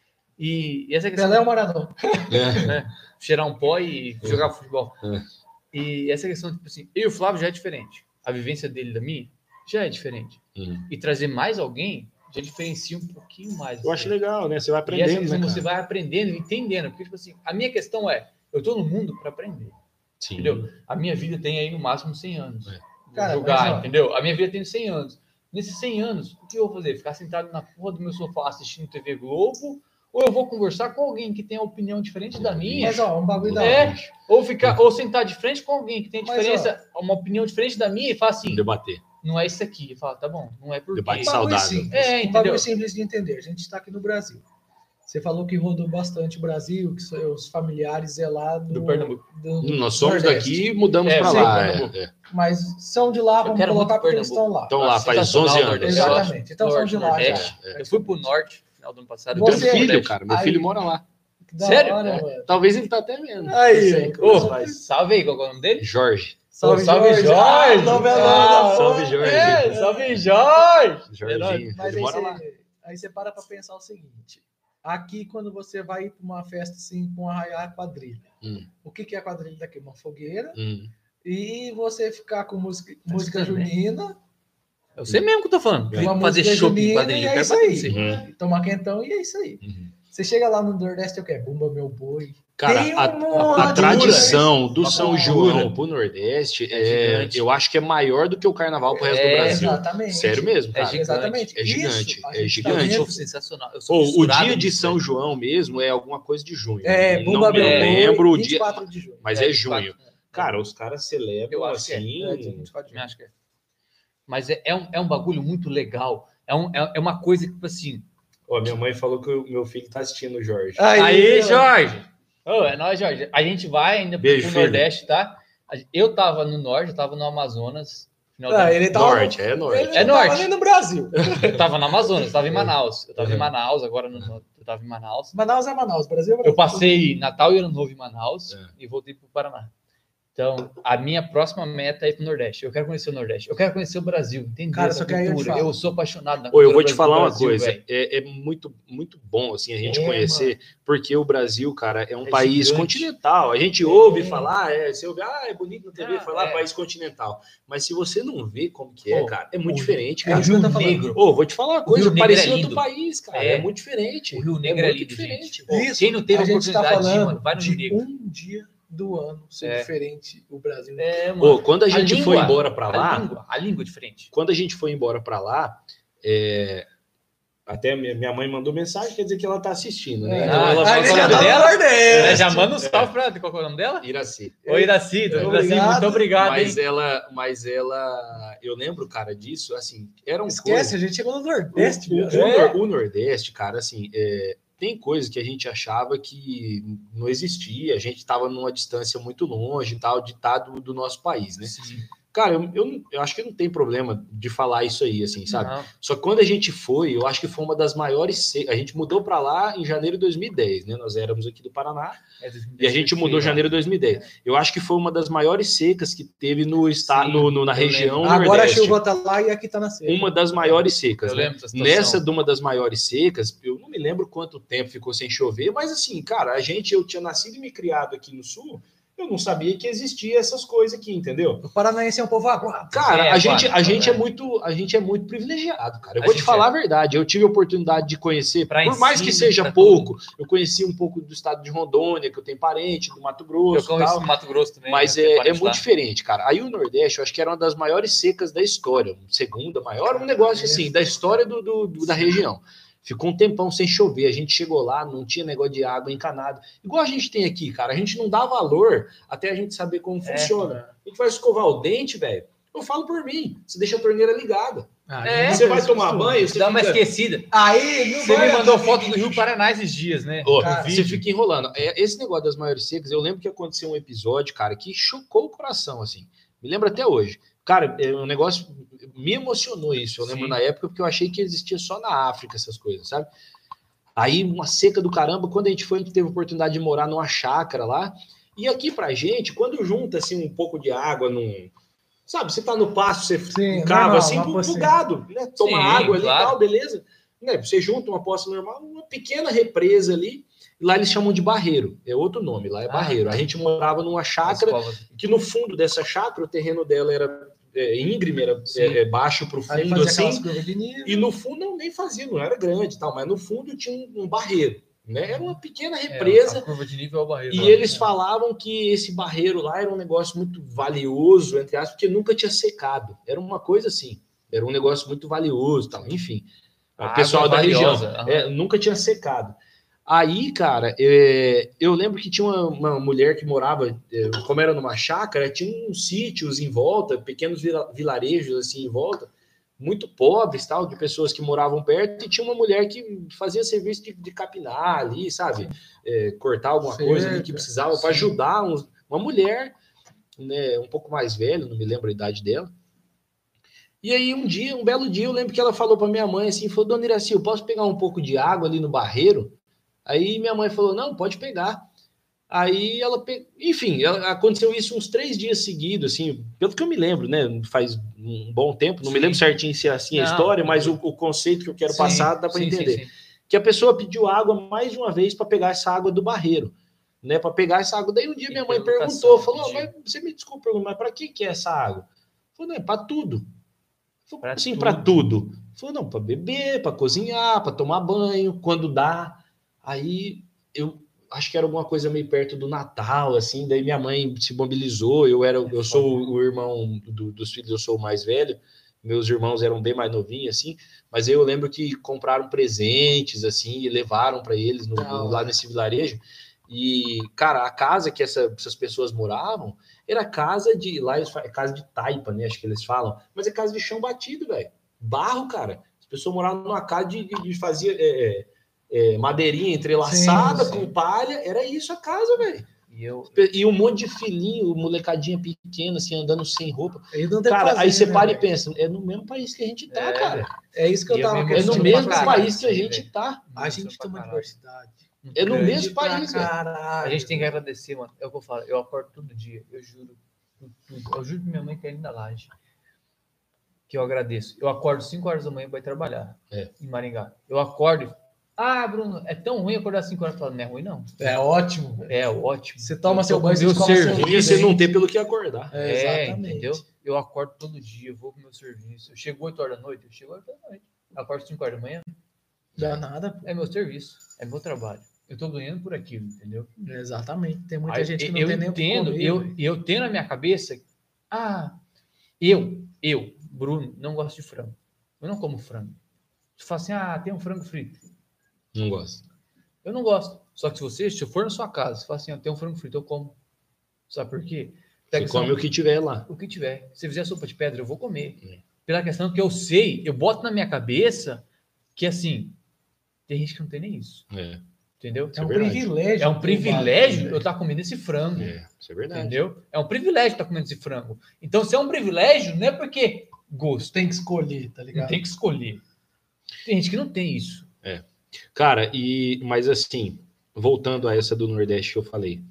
E, e essa questão... Pelé é o Maradona. É. É. Cheirar um pó e é. jogar futebol. É. E essa questão, tipo assim, eu e o Flávio já é diferente. A vivência dele da minha já é diferente. Uhum. E trazer mais alguém já diferencia um pouquinho mais. Eu assim. acho legal, né? Você vai aprendendo, e essa questão, né, você vai aprendendo, entendendo. Porque, tipo assim, a minha questão é, eu tô no mundo para aprender. Sim. Entendeu? A minha vida tem aí no máximo cem anos. É. Cara, jogar, entendeu? A minha vida tem cem anos. Nesses cem anos, o que eu vou fazer? Ficar sentado na porra do meu sofá assistindo T V Globo? Ou eu vou conversar com alguém que tem uma opinião diferente da minha? Mas, ó, um bagulho da é, ou ficar, ou sentar de frente com alguém que tem diferença, Mas, ó, uma opinião diferente da minha e falar assim... Debater. Não é isso aqui. Fala, tá bom, não é porque... Debate saudável. Simples, é, um bagulho simples de entender. A gente está aqui no Brasil. Você falou que rodou bastante o Brasil, que seus familiares é lá do, Do Pernambuco. do- Nós somos Nordeste. daqui e mudamos É, para sim, lá. Pernambuco. É, é. Mas são de lá, vamos quero colocar muito porque eles Pernambuco. estão lá. Então lá, faz Sensacional, onze anos. Nordeste. Exatamente. Então são Norte, de lá Nordeste. já. Eu fui pro norte no final do ano passado. Eu tenho Você- um filho, Nordeste. cara. Meu Aí- filho mora lá. Que da Sério? hora, É. mano. Talvez ele tá até vendo. Aí, Não sei, ó. que meus Ô, pais. salve aí, qual é o nome dele? Jorge. Salve, Ô, salve, Jorge. Jorge. Ah, novelão Ah, da salve, porra. Jorge. É, salve, Jorge! Jorginho. Mas Ele aí mora lá. você, aí você para pra pensar o seguinte. Aqui, quando você vai para uma festa assim, com a quadrilha. Hum, O que, que é a quadrilha daqui? Uma fogueira. hum. E você ficar com música, música escutando, né? junina, Eu sei mesmo que eu tô falando. É. uma Fazer música shopping, junina, quadrilha. e Eu é quero isso bater aí. isso aí. Uhum. Tomar quentão e é isso aí. Uhum. Você chega lá no Nordeste, é o quê? Bumba Meu Boi. Cara, Tem a, uma a- a tradição do Uma São cultura. João pro Nordeste, É é, gigante. eu acho que é maior do que o Carnaval pro resto É, do Brasil. Exatamente. Sério mesmo, É cara. gigante. Exatamente. É gigante, Isso, a é gente gigante. tá Eu vendo. sou sensacional. Eu sou Ou o fissurado dia de nisso, São velho. João mesmo é alguma coisa de junho. É, não Bumba me Meu lembro Boi, o dia, vinte e quatro de junho. mas É, é de junho. fato. Cara, os caras celebram Eu acho que é. assim. É, dia vinte e quatro de Eu junho. acho que é. Mas é, é, um, é um bagulho muito legal. É, um, é, é uma coisa que, tipo assim. Ó, minha mãe falou que o meu filho tá assistindo o Jorge. Aí, Jorge! Ô, é nóis, Jorge. A gente vai ainda Beijo, pro filho. Nordeste, tá? Eu tava no Norte, eu tava no Amazonas. Final do Ah, ano. ele tava, Norte, é norte. Ele É não tava norte. nem no Brasil. Eu tava no Amazonas, eu tava em Manaus. Eu tava Uhum. em Manaus, agora no, no- eu tava em Manaus. Manaus é Manaus, Brasil é Brasil. Eu passei Natal e Ano Novo em Manaus É. e voltei pro Paraná. Então, a minha próxima meta é ir pro Nordeste. Eu quero conhecer o Nordeste. Eu quero conhecer o Brasil, entender Cara, essa só que aí eu te cultura. falo. Eu sou apaixonado na Ô, cultura eu vou te do falar uma Brasil, coisa, velho. é, é muito, muito bom assim a gente É, conhecer, porque o Brasil, cara, é um É país gigante. continental. A gente É. ouve falar, é, você ouve, ah, é bonito na T V, Ah, falar é. país continental. Mas se você não vê como que é, Pô, cara, é muito o- diferente, é cara. isso que eu tô Rio falando. Negro. Ô, vou te falar uma O coisa, Rio Negro parecia é outro lindo. país, cara, É. é, muito diferente. O Rio Negro é, muito lindo, diferente. gente. Pô, Isso, quem não teve a a gente tá oportunidade de ir, falando mano, vai no de Rio Negro. um dia do ano ser É. diferente o Brasil. É, mano. Ô, quando a gente língua, foi embora pra a lá, língua, a língua é diferente. quando a gente foi embora pra lá, é, até minha minha mãe mandou mensagem, quer dizer que ela tá assistindo, né? É. Então Ah, ela ah, vai ele já já saber. tá no dela? Nordeste. É, já manda um salve pra ela. Qual que é o nome dela? Iraci. Oi, Iraci. Dona Iraci, Obrigado. muito obrigado, Mas hein? ela, mas ela, eu lembro, cara, disso, assim, eram Esquece, a coisas... gente chegou no O, Nordeste. o- viu? o É. Nor- o Nordeste, cara, assim, é, tem coisas que a gente achava que não existia, a gente estava numa distância muito longe e tal, de estar do, do nosso país, né? Sim. Cara, eu, eu, não- eu acho que não tem problema de falar isso aí, assim, sabe? Não. Só que quando a gente foi, eu acho que foi uma das maiores... se- A gente mudou para lá em janeiro de dois mil e dez, né? Nós éramos aqui do Paraná, É dois mil e e a dez gente foi mudou em feio, janeiro de dois mil e dez. Eu acho que foi uma das maiores secas que teve no estado, Sim, no, no- na eu região lembro. Agora a Nordeste. chuva tá lá e aqui tá na seca. Uma das maiores secas, Eu né? lembro dessa situação. Nessa de uma das maiores secas, eu não me lembro quanto tempo ficou sem chover, mas assim, cara, a gente, eu tinha nascido e me criado aqui no Sul, eu não sabia que existia essas coisas aqui, entendeu? O paranaense é um povo aguado. Cara, É, a gente, claro, a gente é é. muito, a gente é muito privilegiado, cara. Eu A vou te gente falar é. a verdade. Eu tive a oportunidade de conhecer, Pra por mais que ensino, seja pra pouco, eu conheci um pouco do estado de Rondônia, que eu tenho parente, do Mato Eu Grosso, e conheço tal. o Mato Grosso também. Mas né? Tem é, é parente muito lá. diferente, cara. Aí o Nordeste, eu acho que era uma das maiores secas da história, segunda maior, um negócio assim, da história do, do- do- da região. Ficou um tempão sem chover, a gente chegou lá, não tinha negócio de água encanado. Igual a gente tem aqui, cara, a gente não dá valor até a gente saber como É. funciona. A gente vai escovar o dente, velho. Eu falo por mim, você deixa a torneira ligada. Ah, É, não Você tem vai esse tomar costume. banho, você Dá uma fica... esquecida. Aí, não Você vai me mandou dar- foto do Rio Paraná esses dias, né? Ô, Cara, você fica enrolando. É, esse negócio das maiores secas, eu lembro que aconteceu um episódio, cara, que chocou o coração, assim. Me lembro até hoje. Cara, é um negócio me emocionou isso. Eu lembro Sim. na época porque eu achei que existia só na África essas coisas, sabe? Aí uma seca do caramba, quando a gente foi, a gente teve a oportunidade de morar numa chácara lá. E aqui pra gente, quando junta assim um pouco de água num, sabe, você tá no pasto, você Sim, cava normal, assim uma pro, pro pocinha. gado, né? Toma Sim, água ali claro. e tal, beleza? Né? Você junta uma poça normal, uma pequena represa ali. E lá eles chamam de barreiro, é outro nome, lá é Ah, barreiro. tá. A gente morava numa As chácara, covas. que no fundo dessa chácara, o terreno dela era é, íngreme, era Sim. é, é, baixo pro Aí fundo, fazia assim. aquelas curvas de nível. E no fundo não nem fazia, não era grande e tal, mas no fundo tinha um, um barreiro, né? Era uma pequena represa. É, a curva de nível é o barreiro. E lá. eles falavam que esse barreiro lá era um negócio muito valioso, entre aspas, porque nunca tinha secado. Era uma coisa assim, era um negócio muito valioso, tal. Enfim. O A pessoal água da valiosa, região aham. é, nunca tinha secado. Aí, cara, é, eu lembro que tinha uma, uma mulher que morava, é, como era numa chácara, tinha uns sítios em volta, pequenos vila- vilarejos assim em volta. muito pobres, tal, de pessoas que moravam perto, e tinha uma mulher que fazia serviço de, de capinar ali, sabe? É, cortar alguma certo, coisa ali que precisava para ajudar uns, uma mulher, né, um pouco mais velha, não me lembro a idade dela. E aí um dia, um belo dia, eu lembro que ela falou para minha mãe assim, falou, dona Iraci, eu posso pegar um pouco de água ali no barreiro? Aí minha mãe falou, não, pode pegar. Aí ela, pe... enfim, aconteceu isso uns três dias seguidos, assim, pelo que eu me lembro, né? Faz um bom tempo, não sim. me lembro certinho se é assim a não, história, mas o, o conceito que eu quero sim, passar dá para entender. Sim, sim. Que a pessoa pediu água mais de uma vez para pegar essa água do barreiro, né? Para pegar essa água. Daí um dia minha mãe perguntou, falou, oh, mas você me desculpa, mas para que que é essa água? Falou, não, é para tudo. Falou, pra assim, para tudo. Falou, não, para beber, para cozinhar, para tomar banho, quando dá. Aí eu acho que era alguma coisa meio perto do Natal, assim, daí minha mãe se mobilizou, eu era, eu sou o irmão do, dos filhos, eu sou o mais velho, meus irmãos eram bem mais novinhos, assim, mas eu lembro que compraram presentes, assim, e levaram para eles no, no, lá nesse vilarejo, e, cara, a casa que essa, essas pessoas moravam, era casa de, lá eles falam, é casa de taipa, né, acho que eles falam, mas é casa de chão batido, velho, barro, cara, as pessoas moravam numa casa de, de, de fazer... É, É, madeirinha entrelaçada sim, sim. com palha, era isso a casa, velho. E, eu... e um monte de filhinho, molecadinha pequena, assim, andando sem roupa. Cara, fazer, aí você né, para véio? E pensa, é no mesmo país que a gente tá, é, cara. É isso que eu tava É no mesmo país que a gente véio. tá. A gente tem uma diversidade. É no mesmo país, velho. A gente tem que agradecer, mano. É o que eu falo, eu acordo todo dia, eu juro. Eu juro pra minha mãe que é linda laje. Que eu agradeço. Eu acordo cinco horas da manhã pra ir trabalhar é. em Maringá. Eu acordo. Ah, Bruno, é tão ruim acordar cinco horas. Não é ruim, não. É ótimo. Véio. É ótimo. Você toma seu banho, seu serviço, você não tem pelo que acordar. É, é, exatamente. Entendeu? Eu acordo todo dia, eu vou pro meu serviço. Eu chego oito horas da noite, eu chego oito horas da noite. Eu acordo cinco horas da manhã. Dá nada. É meu serviço, é meu trabalho. Eu tô ganhando por aquilo, entendeu? Exatamente. Tem muita Aí, gente que não eu tem nem entendo, eu, eu tenho na minha cabeça, ah, eu, eu, Bruno, não gosto de frango. Eu não como frango. Você fala assim, ah, tem um frango frito. Não gosto. Eu não gosto. Só que se você, se eu for na sua casa, você fala assim, ó, tem um frango frito, eu como. Sabe por quê? Pega você come só, o que tiver lá. O que tiver. Se fizer sopa de pedra, eu vou comer. É. Pela questão que eu sei, eu boto na minha cabeça que, assim, tem gente que não tem nem isso. É. Entendeu? É um privilégio. É um privilégio eu estar comendo esse frango. É, isso é verdade. Entendeu? É um privilégio estar comendo esse frango. Então, se é um privilégio, não é porque gosto. Tem que escolher, tá ligado? Tem que escolher. Tem gente que não tem isso. É. Cara, e mas assim, voltando a essa do Nordeste que eu falei,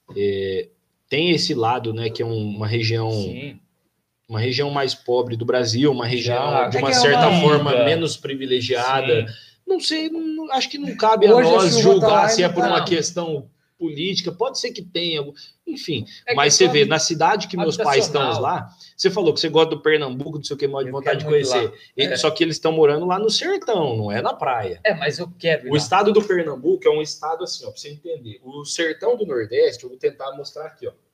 é, tem esse lado, né, que é um, uma região, Sim. uma região mais pobre do Brasil, uma região Já, de uma é certa é uma forma vida. menos privilegiada. Sim. Não sei, não, acho que não cabe Hoje a nós julgar tá se é por uma questão política, pode ser que tenha, enfim, é mas você vê, na cidade que meus pais estão lá, você falou que você gosta do Pernambuco, não sei o que, mal de vontade de conhecer, é. Só que eles estão morando lá no sertão, não é na praia. É, mas eu quero. O estado do Pernambuco é um estado assim, ó, pra você entender, o sertão do Nordeste, eu vou tentar mostrar aqui, ó,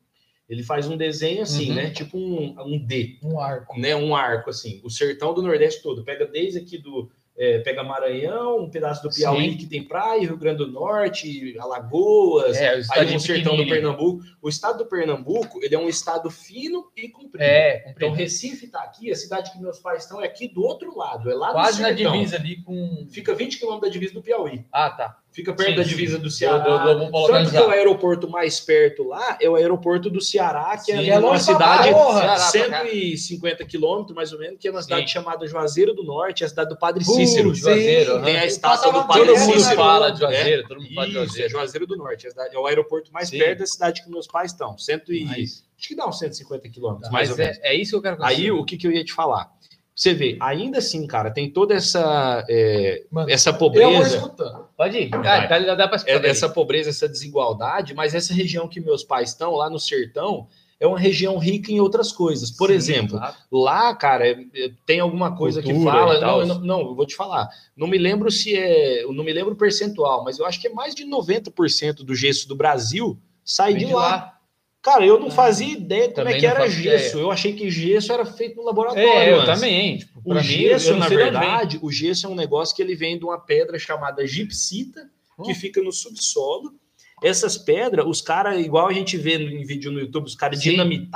ele faz um desenho assim, uhum. né, tipo um, um D. Um arco. Né, um arco, assim, o sertão do Nordeste todo, pega desde aqui do... É, pega Maranhão, um pedaço do Piauí Sim. que tem praia, Rio Grande do Norte, Alagoas, é, aí o sertão do Pernambuco. O estado do Pernambuco, ele é um estado fino e comprido. É, comprido. Então, Recife está aqui, a cidade que meus pais estão é aqui do outro lado, é lá Quase do sertão. na divisa ali com... Fica vinte quilômetros da divisa do Piauí. Ah, tá. Fica perto sim, da divisa sim. do Ceará. Eu, eu, eu Tanto que o aeroporto mais perto lá é o aeroporto do Ceará, que sim, é, é uma cidade de cento e cinquenta quilômetros, mais ou menos, que é uma cidade sim. chamada Juazeiro do Norte, é a cidade do Padre Cícero. Uh, Juazeiro. Uhum. Tem a estátua do Padre Cícero. Todo mundo fala de Juazeiro, é? todo mundo fala de Isso, Juazeiro. É Juazeiro do Norte, é, cidade, é o aeroporto mais sim. perto da cidade que meus pais estão. Cento e, acho que dá uns cento e cinquenta quilômetros, mais Mas ou é, menos. É isso que eu quero Aí, o que, que eu ia te falar? Você vê, ainda assim, cara, tem toda essa, é, Mano, essa pobreza. Eu vou escutando. Pode ir. Ah, dá, dá pra escutar. Essa pobreza, essa desigualdade, mas essa região que meus pais estão, lá no sertão, é uma região rica em outras coisas. Por Sim, exemplo, claro. lá, cara, tem alguma coisa Cultura que fala. Não, não, não, eu vou te falar. Não me lembro se é. Eu não me lembro o percentual, mas eu acho que é mais de noventa por cento do gesso do Brasil sai de, de lá. lá. Cara, eu não fazia ideia como é que era gesso. Ideia. Eu achei que gesso era feito no laboratório. É, eu antes. também. Tipo, o gesso, mim, na verdade, o gesso é um negócio que ele vem de uma pedra chamada gipsita, oh. que fica no subsolo. Essas pedras, os caras, igual a gente vê em vídeo no YouTube, os caras dinamitar,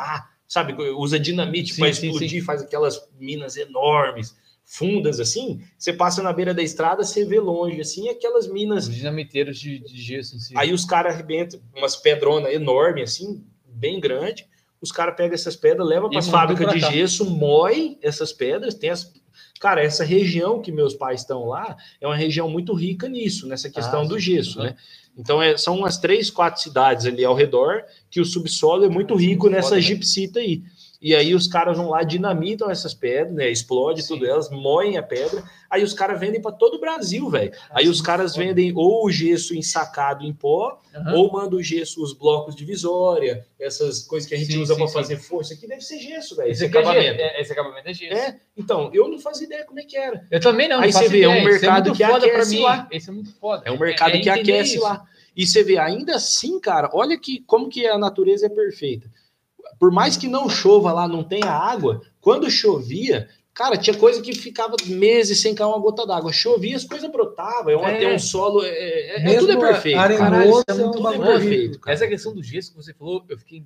sabe, usa dinamite para explodir, sim, sim. faz aquelas minas enormes, fundas assim, você passa na beira da estrada, você vê longe, assim, aquelas minas... Os dinamiteiros de, de gesso em si. Aí os caras arrebentam umas pedronas enormes, assim, bem grande, os caras pegam essas pedras, levam para as fábricas de cá. gesso, moem essas pedras, tem as... Cara, essa região que meus pais estão lá é uma região muito rica nisso, nessa questão ah, do gesso, uhum. né? Então, é, são umas três, quatro cidades ali ao redor que o subsolo é muito rico nessa foda, gipsita aí. E aí os caras vão lá, dinamitam essas pedras, né? Explode tudo elas, moem a pedra. Aí os caras vendem para todo o Brasil, velho. Aí os caras vendem ou o gesso ensacado em pó, uhum. ou mandam o gesso, os blocos divisória, essas coisas que a gente sim, usa para fazer força. Aqui deve ser gesso, velho. Esse, esse acabamento. É, esse acabamento é gesso. É, então, eu não fazia ideia como é que era. Eu também não. Aí não você vê, ideia. é um mercado é que aquece lá. Esse é muito foda. É um mercado é, é que aquece isso. lá. E você vê, ainda assim, cara, olha que, como que a natureza é perfeita. Por mais que não chova lá, não tenha água, quando chovia, cara, tinha coisa que ficava meses sem cair uma gota d'água. Chovia, as coisas brotavam, é, uma, é. é um solo, é, é, é tudo é perfeito. Arenoso, é muito tudo é perfeito. Cara. Essa questão do gesso que você falou, eu fiquei...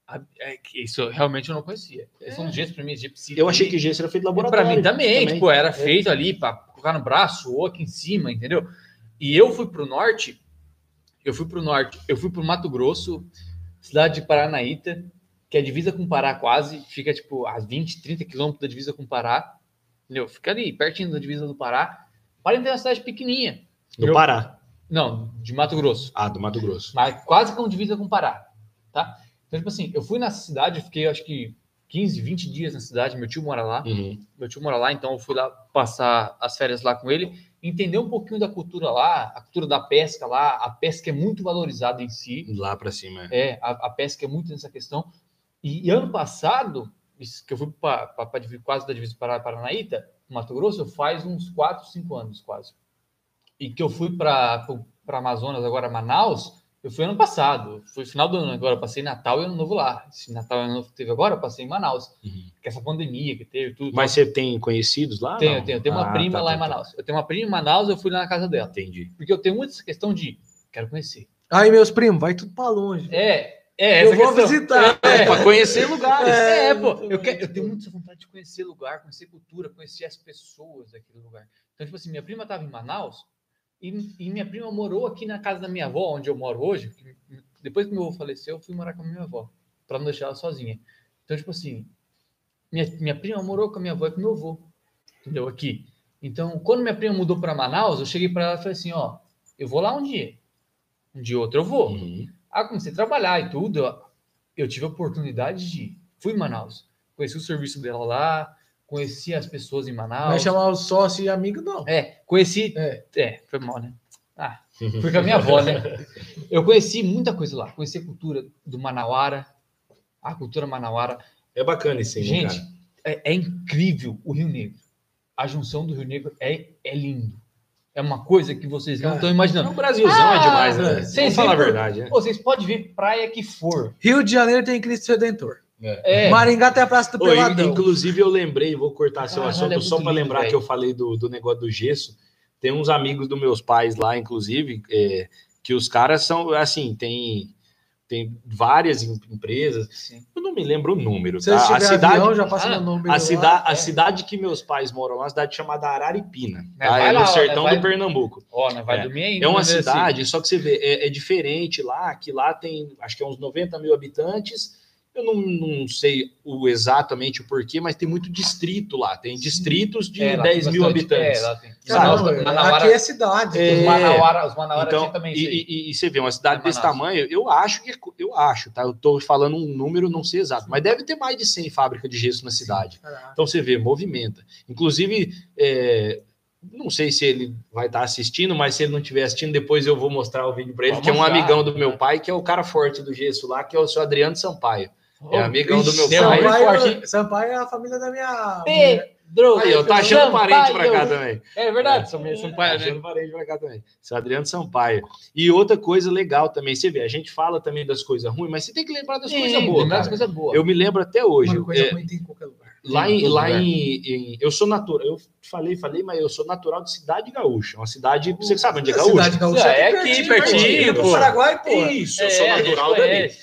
É, isso realmente eu não conhecia. A questão é. do gesso, pra mim, gipsita. Eu achei que gesso era feito no laboratório. Pra mim também, também. Tipo, era é. feito ali pra colocar no braço ou aqui em cima, entendeu? E eu fui pro norte, eu fui pro norte, eu fui pro Mato Grosso, cidade de Paranaíta, que é divisa com o Pará quase, fica tipo a vinte, trinta quilômetros da divisa com o Pará, entendeu? Fica ali, pertinho da divisa do Pará. Paranaíta é uma cidade pequenininha. Do eu... Pará? Não, de Mato Grosso. Ah, do Mato Grosso. Mas quase com divisa com o Pará, tá? Então, tipo assim, eu fui nessa cidade, fiquei acho que quinze, vinte dias na cidade, meu tio mora lá, uhum. meu tio mora lá, então eu fui lá passar as férias lá com ele, entender um pouquinho da cultura lá, a cultura da pesca lá, a pesca é muito valorizada em si. Lá para cima. É, é a, a pesca é muito nessa questão. E, e ano passado, que eu fui para quase da divisa para Paranaíta, Mato Grosso, faz uns quatro, cinco anos quase. E que eu fui para Amazonas, agora Manaus, eu fui ano passado. Foi final do ano agora, eu passei Natal e Ano Novo lá. Esse Natal e Ano Novo que teve agora, eu passei em Manaus. Uhum. Que essa pandemia que teve tudo. Mas você tem conhecidos lá? Tenho, eu tenho. Eu tenho uma ah, prima tá, lá tá, em Manaus. Tá. Eu tenho uma prima em Manaus, eu fui lá na casa dela. Entendi. Porque eu tenho muito essa questão de, quero conhecer. Aí, meus primos, vai tudo para longe. É. É, eu vou questão. visitar. É, é para conhecer lugares. É, é pô. Eu, quero, eu tenho muita vontade de conhecer lugar, conhecer cultura, conhecer as pessoas daquele lugar. Então, tipo assim, minha prima estava em Manaus e, e minha prima morou aqui na casa da minha avó, onde eu moro hoje. Que, depois que meu avô faleceu, eu fui morar com a minha avó, para não deixar ela sozinha. Então, tipo assim, minha, minha prima morou com a minha avó e com meu avô, entendeu? Aqui. Então, quando minha prima mudou para Manaus, eu cheguei para ela e falei assim, ó, eu vou lá um dia. Um dia ou outro eu vou. Uhum. Ah, comecei a trabalhar e tudo, eu tive a oportunidade de ir. Fui em Manaus, conheci o serviço dela lá, conheci as pessoas em Manaus. Vai chamar o sócio e amigo, não. É, conheci... É, é foi mal, né? Ah, fui com a minha avó, né? Eu conheci muita coisa lá. Conheci a cultura do Manauara, a cultura Manauara. É bacana isso aí, gente, cara. É, é incrível o Rio Negro. A junção do Rio Negro é, é lindo. É uma coisa que vocês não estão imaginando. O Brasilzão ah, é demais, né? Vamos falar a verdade, né? Vocês podem ver praia que for. Rio de Janeiro tem Cristo Redentor. É. É. Maringá tem a Praça do Ô, Peladão. Inclusive, eu lembrei, vou cortar seu ah, assunto, é só para lembrar véio. que eu falei do, do negócio do gesso. Tem uns amigos dos meus pais lá, inclusive, é, que os caras são, assim, tem... Tem várias empresas, Sim. eu não me lembro o número. Se tá? a cidade, avião, já passa ah, meu nome a, cida lá, a é. cidade que meus pais moram lá é uma cidade chamada Araripina. Tá? É lá, no sertão vai, do Pernambuco. Ó, não vai é. dormir ainda. É uma cidade, assim. Só que você vê, é, é diferente lá, que lá tem, acho que é uns noventa mil habitantes. Eu não, não sei o, exatamente o porquê, mas tem muito distrito lá. Tem distritos de é, dez mil habitantes. É, lá tem. Não, não, Manauara, aqui é cidade. É, os Manauara, os Manauara então, também. E, e, e você vê, uma cidade é desse tamanho, eu acho que eu acho, tá? Eu tô falando um número, não sei exato, mas deve ter mais de cem fábricas de gesso na cidade. Sim. Então você vê, movimenta. Inclusive, é, não sei se ele vai estar assistindo, mas se ele não estiver assistindo, depois eu vou mostrar o vídeo para ele, Vamos que é um mostrar, amigão do meu né? pai, que é o cara forte do gesso lá, que é o seu Adriano Sampaio. É amigão Ixi, do meu pai. Sampaio, Sampaio é a família da minha... Pedro! Aí, eu tô achando um parente pra cá também. É verdade, sou meu Sampaio, né? Achando parente pra cá também. Seu Adriano Sampaio. E outra coisa legal também, você vê, a gente fala também das coisas ruins, mas você tem que lembrar das Sim, coisas boas. Das coisas boas. Eu me lembro até hoje. Uma coisa ruim tem em qualquer lugar. Lá, em, lá em, em... Eu sou natural... Eu falei, falei, mas eu sou natural de Cidade Gaúcha. Uma cidade... Você sabe onde é Gaúcha? Cidade Gaúcha é aqui, pertinho. Do Paraguai, pô. Isso, eu sou natural dali.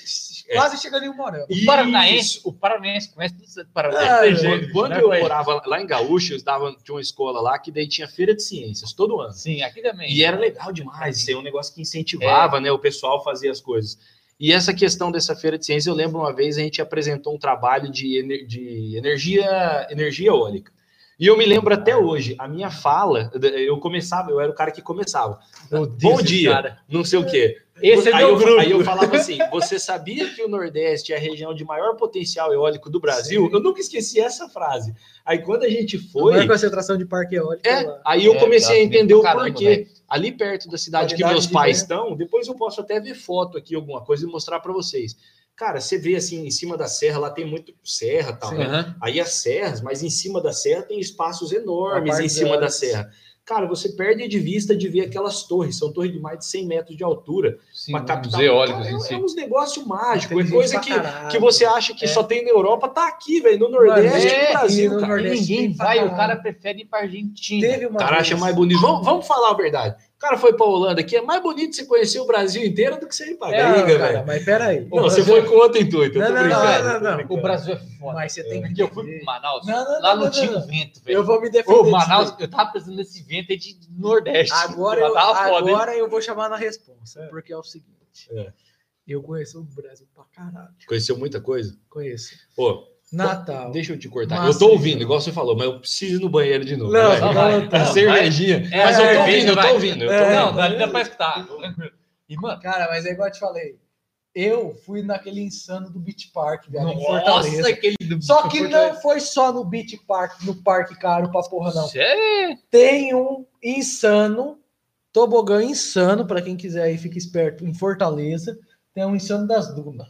quase chegando em Umuarama. O Paranaense, o Paranaense conhece tudo do Paranaense. É, quando quando eu morava lá em Gaúcho, eu estava, tinha uma escola lá que daí tinha feira de ciências todo ano. Sim, aqui também. E era legal demais, ser um negócio que incentivava, é. né, o pessoal a fazer as coisas. E essa questão dessa feira de ciências, eu lembro uma vez a gente apresentou um trabalho de, ener de energia, energia eólica. E eu me lembro até hoje, a minha fala, eu começava, eu era o cara que começava. Bom dia, cara. Não sei o quê. Esse é aí, meu eu, grupo. aí eu falava assim, você sabia que o Nordeste é a região de maior potencial eólico do Brasil? Sim. Eu nunca esqueci essa frase. Aí quando a gente foi... A maior concentração de parque eólico. É, lá. Aí eu comecei é, a entender o caramba, porquê. Véio. Ali perto da cidade Qualidade que meus pais estão, depois eu posso até ver foto aqui, alguma coisa, e mostrar para vocês. Cara, você vê assim, em cima da serra, lá tem muito serra e tal, né? Uhum. Aí as serras, mas em cima da serra tem espaços enormes em cima da serra. Cara, você perde de vista de ver aquelas torres, são torres de mais de cem metros de altura. Sim, uma capital, eólicos cara, é, em si. É uns negócios mágicos, é coisa que, que você acha que é. só tem na Europa, tá aqui, velho, no Nordeste e no Brasil, no cara. Nordeste ninguém vai, o cara prefere ir pra Argentina. Teve uma o cara vez. acha mais bonito. Vamos, vamos falar a verdade. O cara foi pra Holanda aqui, é mais bonito você conhecer o Brasil inteiro do que você ir pra é, gringa, velho. Mas peraí. Não, você foi com outro intuito. Não, não, não, não, não. O Brasil é foda. Mas você tem que. Eu fui pro Manaus, não, não, lá não, não tinha não. vento, velho. Eu vou me defender. Ô, Manaus, eu tava pensando nesse vento aí de Nordeste. Agora, eu, agora eu vou chamar na responsa, é. porque é o seguinte. É. Eu conheço o Brasil pra caralho. Conheceu muita coisa? Conheço. Pô. Natal. Deixa eu te cortar. Massa, eu tô ouvindo, igual você falou, mas eu preciso ir no banheiro de novo. Não, vai, não, vai. Vai. Não, cervejinha. É, mas eu tô é, ouvindo, eu tô vai. ouvindo. Eu tô é, ouvindo. Não, dá, dá pra escutar. E, mano, cara, mas é igual eu te falei. Eu fui naquele insano do Beach Park, velho, em Fortaleza. Aquele do... Só que não foi só no Beach Park, no parque caro pra porra, não. Sério? Tem um insano, tobogã insano, pra quem quiser aí, fica esperto, em Fortaleza. Tem um insano das dunas.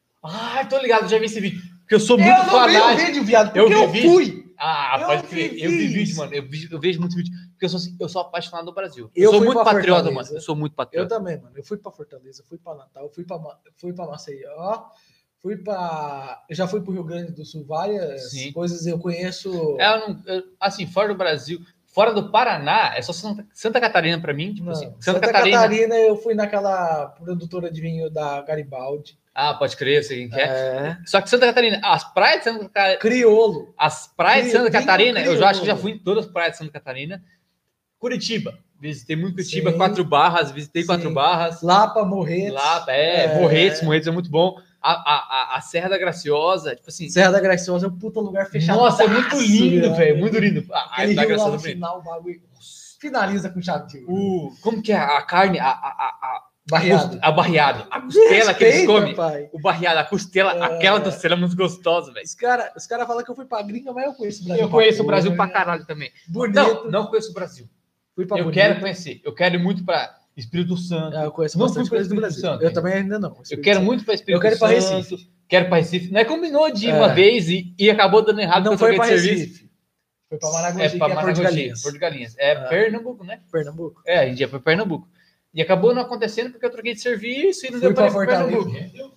Ah, tô ligado, já vi esse vídeo. Porque eu sou muito fanático. Eu não fanático. vi vídeo, viado, porque eu, eu vi fui. Vídeo. Ah, eu pode crer. vi Eu vi vídeo, mano. Eu, vi, eu vejo muito vídeo. Porque eu sou, eu sou apaixonado do Brasil. Eu, eu sou muito patriota, Fortaleza. mano. Eu sou muito patriota. Eu também, mano. Eu fui pra Fortaleza, fui pra Natal, fui pra, fui pra Maceió, fui pra... Eu já fui pro Rio Grande do Sul, várias Sim. coisas eu conheço... É, eu não, eu, assim, fora do Brasil... Fora do Paraná, é só Santa, Santa Catarina pra mim. Tipo não, assim, Santa, Santa Catarina. Catarina, eu fui naquela produtora de vinho da Garibaldi. Ah, pode crer, sei quem que é. é. Só que Santa Catarina, as praias de Santa Catarina... Criolo. As praias de Santa Catarina, crioulo. eu já acho que já fui em todas as praias de Santa Catarina. Curitiba. Visitei muito Curitiba, Sim. Quatro Barras, visitei Sim. Quatro Barras. Lapa, Morretes. Lapa, é, é. Morretes, Morretes é muito bom. A, a, a Serra da Graciosa, tipo assim... Serra da Graciosa é um puta lugar fechado. Nossa, é muito lindo, velho, muito lindo. A, a da Graciosa no final, o bagulho finaliza com chave de ouro. Uh, como que é a carne, a... a, a barreado. A barreado. A costela Respeita, que eles comem. Pai. O barreado, a costela, é... aquela costela é muito gostosa, velho. Os caras os cara falam que eu fui pra gringa, mas eu conheço o Brasil. Eu conheço o Brasil pra caralho também. Bonito. Não, não conheço o Brasil. Fui pra eu bonito. quero conhecer. Eu quero ir muito pra Espírito Santo. É, eu conheço não bastante coisa do Brasil. Santo, eu também ainda não. Eu quero Santo. muito pra Espírito Eu quero ir pra Santo. Recife. Quero pra Recife. Não é combinou de ir é. uma vez e, e acabou dando errado. Não foi pra Recife. Serviço. Foi pra Maragogi, é pra que é Porto de Galinhas. Porto de Galinhas. É ah. Pernambuco, né? Pernambuco. É, a gente ia pra Pernambuco. E acabou não acontecendo porque eu troquei de serviço e não Fui deu pra ir pra pra Pernambuco.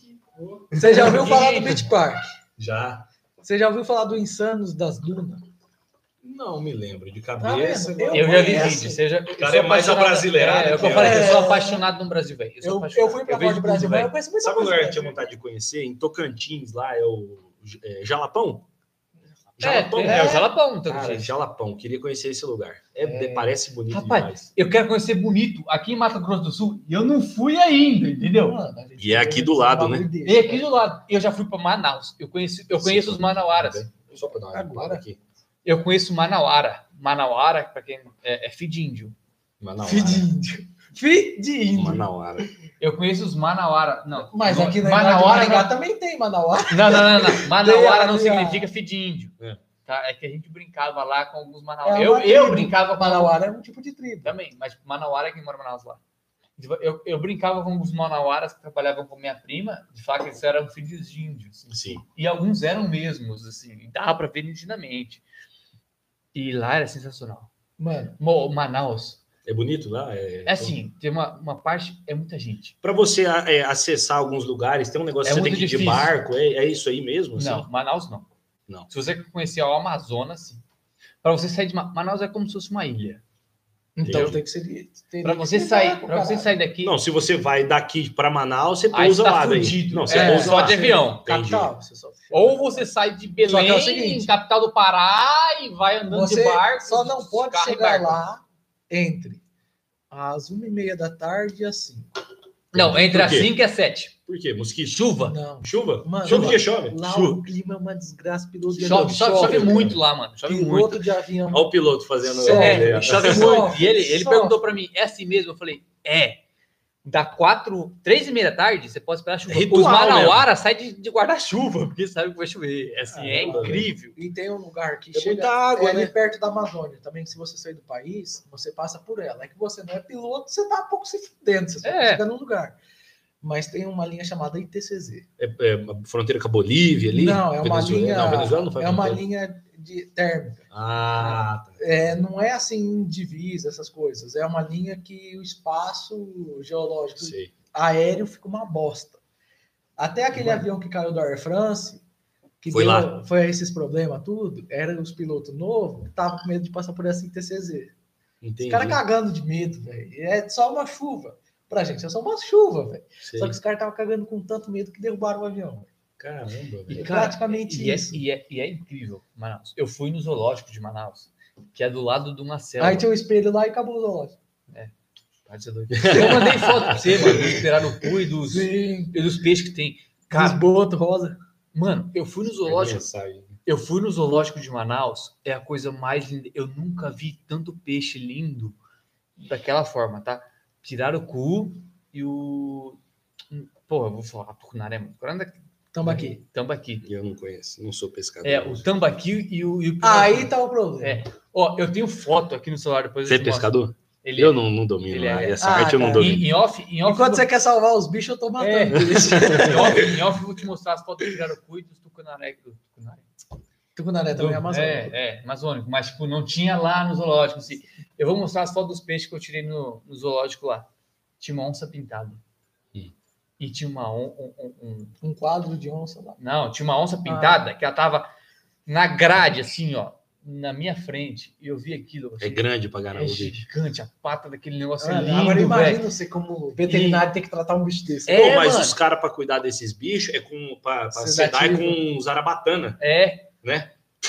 Você já ouviu falar do Beach Park? Já. Você já ouviu falar do Insanos das Dunas? Não me lembro de cabeça. Ah, eu, eu já vi vídeo. Seja, o cara é mais abrasileirado. É, é o que eu falei, é, eu sou apaixonado no Brasil, velho. Eu, eu, eu fui pra fora do Brasil, mas eu conheço muita Sabe coisa. Sabe o lugar que eu tinha vontade de conhecer? Em Tocantins, lá é o é, Jalapão? Jalapão? É, é o Jalapão. Cara, Jalapão. Queria conhecer esse lugar. É, é. Parece bonito Rapaz, demais. Eu quero conhecer bonito aqui em Mato Grosso do Sul e eu não fui ainda, entendeu? Mano, e é aqui do lado, né? E é aqui do lado. Eu já fui para Manaus. Eu conheço, eu conheço Sim, os manauaras. Só para dar uma agora aqui. Eu conheço Manauara. Manauara, para quem é, é filho de índio. Manauara. Filho de índio. Filho de índio. Manauara. Eu conheço os Manauara. Não, mas aqui na Manauara não... também tem Manauara. Não, não, não, não. Manauara não significa filho de índio. É. Tá? É que a gente brincava lá com alguns Manauara. É eu, eu brincava com Manauara, é um tipo de tribo. Também, mas Manauara é quem mora em Manaus lá. Eu, eu brincava com os manauaras que trabalhavam com minha prima, de fato eles eram filhos de índios. Assim. Sim. E alguns eram mesmos, assim, dava para ver nitidamente. E lá era sensacional. Mano. Manaus. É bonito lá? É, é assim, tem uma, uma parte, é muita gente. Para você é, acessar alguns lugares, tem um negócio é que você tem que ir de barco, é, é isso aí mesmo? Assim? Não, Manaus não. Não. Se você conhecer o Amazonas, sim. Para você sair de Manaus é como se fosse uma ilha. Então Entendeu? tem que ser. Para você sair, para você sair daqui, Não, se você vai daqui para Manaus, você aí pousa tá lá daí. fudido. Não, você É, pousa só lá. de avião. Entendi. Capital. Você só... Ou você sai de Belém, Só que é o seguinte, capital do Pará, e vai andando Você de barco. só não pode carro e chegar barco. lá entre as uma e meia da tarde e as cinco. Não, entre Por as quê? cinco e as sete. Por quê? Mosquito? Chuva. Não. Chuva? Mano, Chuva que chove? Lá Chuva. o clima é uma desgraça. Piloto de Chove, avião chove, chove cara. muito lá, mano. Chove Piloto muito. de avião. Olha o piloto fazendo. Só, É, é, chove Só, muito. E ele, ele só. perguntou pra mim, é assim mesmo? Eu falei, é. Da quatro, três e meia da tarde, você pode esperar chuva. Ritual Os manauara saem de, de guarda-chuva, porque sabe que vai chover. É assim, é Caramba, incrível. E tem um lugar que É chega muita água, é ali né? perto da Amazônia. Também, se você sair do país, você passa por ela. É que você não é piloto, você tá um pouco se fudendo. Você só É. chega num lugar. Mas tem uma linha chamada I T C Z. É, é uma fronteira com a Bolívia ali? Não, é uma Venezuela? linha. Não, Venezuela não faz é uma fronteira. linha de térmica. Ah, tá. É, não é assim divisa, essas coisas. É uma linha que o espaço geológico Sei. aéreo fica uma bosta. Até aquele Mano. avião que caiu da Air France, que Foi deu, lá. foi esses problemas tudo, eram os pilotos novos que estavam com medo de passar por essa I T C Z. Entendi. Os caras cagando de medo, velho. É só uma chuva. Pra gente, é só uma chuva, velho. Sei. Só que os caras estavam cagando com tanto medo que derrubaram o avião. Véio. Caramba, E velho. Cara, praticamente e é, isso. e, é, e é incrível, Manaus. Eu fui no zoológico de Manaus, que é do lado de uma selva. Aí tinha um espelho lá e acabou o zoológico. Pode ser doido. Eu mandei foto pra você, mano, do pirarucu e dos, Sim. e dos peixes que tem. Cara, Cara, boto rosa. mano, eu fui no zoológico. Mensagem. Eu fui no zoológico de Manaus, é a coisa mais linda. Eu nunca vi tanto peixe lindo daquela forma, tá? Pirarucu e o. Pô, eu vou falar tucunaré, mano. Tambaqui. Tambaqui. Eu não conheço, não sou pescador. É, o tambaqui e o. E o Aí tá o problema. É. Ó, eu tenho foto aqui no celular depois. Você é eu te mostro. pescador? Ele Eu é. não, não domino. Ele é. lá. Essa Ah, parte eu não cara. domino. Em, em off, em off, Enquanto você quer salvar os bichos, eu tô matando É. eles. em off, em off, eu vou te mostrar as fotos do pirarucu e dos tucunaré. Do tucunaré. Tucunaré também é Do- amazônico. É, é, amazônico, mas tipo, não tinha lá no zoológico. Assim. Eu vou mostrar as fotos dos peixes que eu tirei no, no zoológico lá. Tinha uma onça pintada. Hum. E tinha uma on, um, um- um- Um quadro de onça lá. Não, tinha uma onça pintada que ela tava na grade, assim, ó, na minha frente. E eu vi aquilo. eu É achei, grande pra caramba é o bicho. gigante, a pata daquele negócio é Ah, lindo, agora imagina velho. você como veterinário ter que tratar um bicho desse. É, Pô, mas mano. os caras, pra cuidar desses bichos, é com. Pra, pra Sedativo. sedar é com zarabatana, É. né?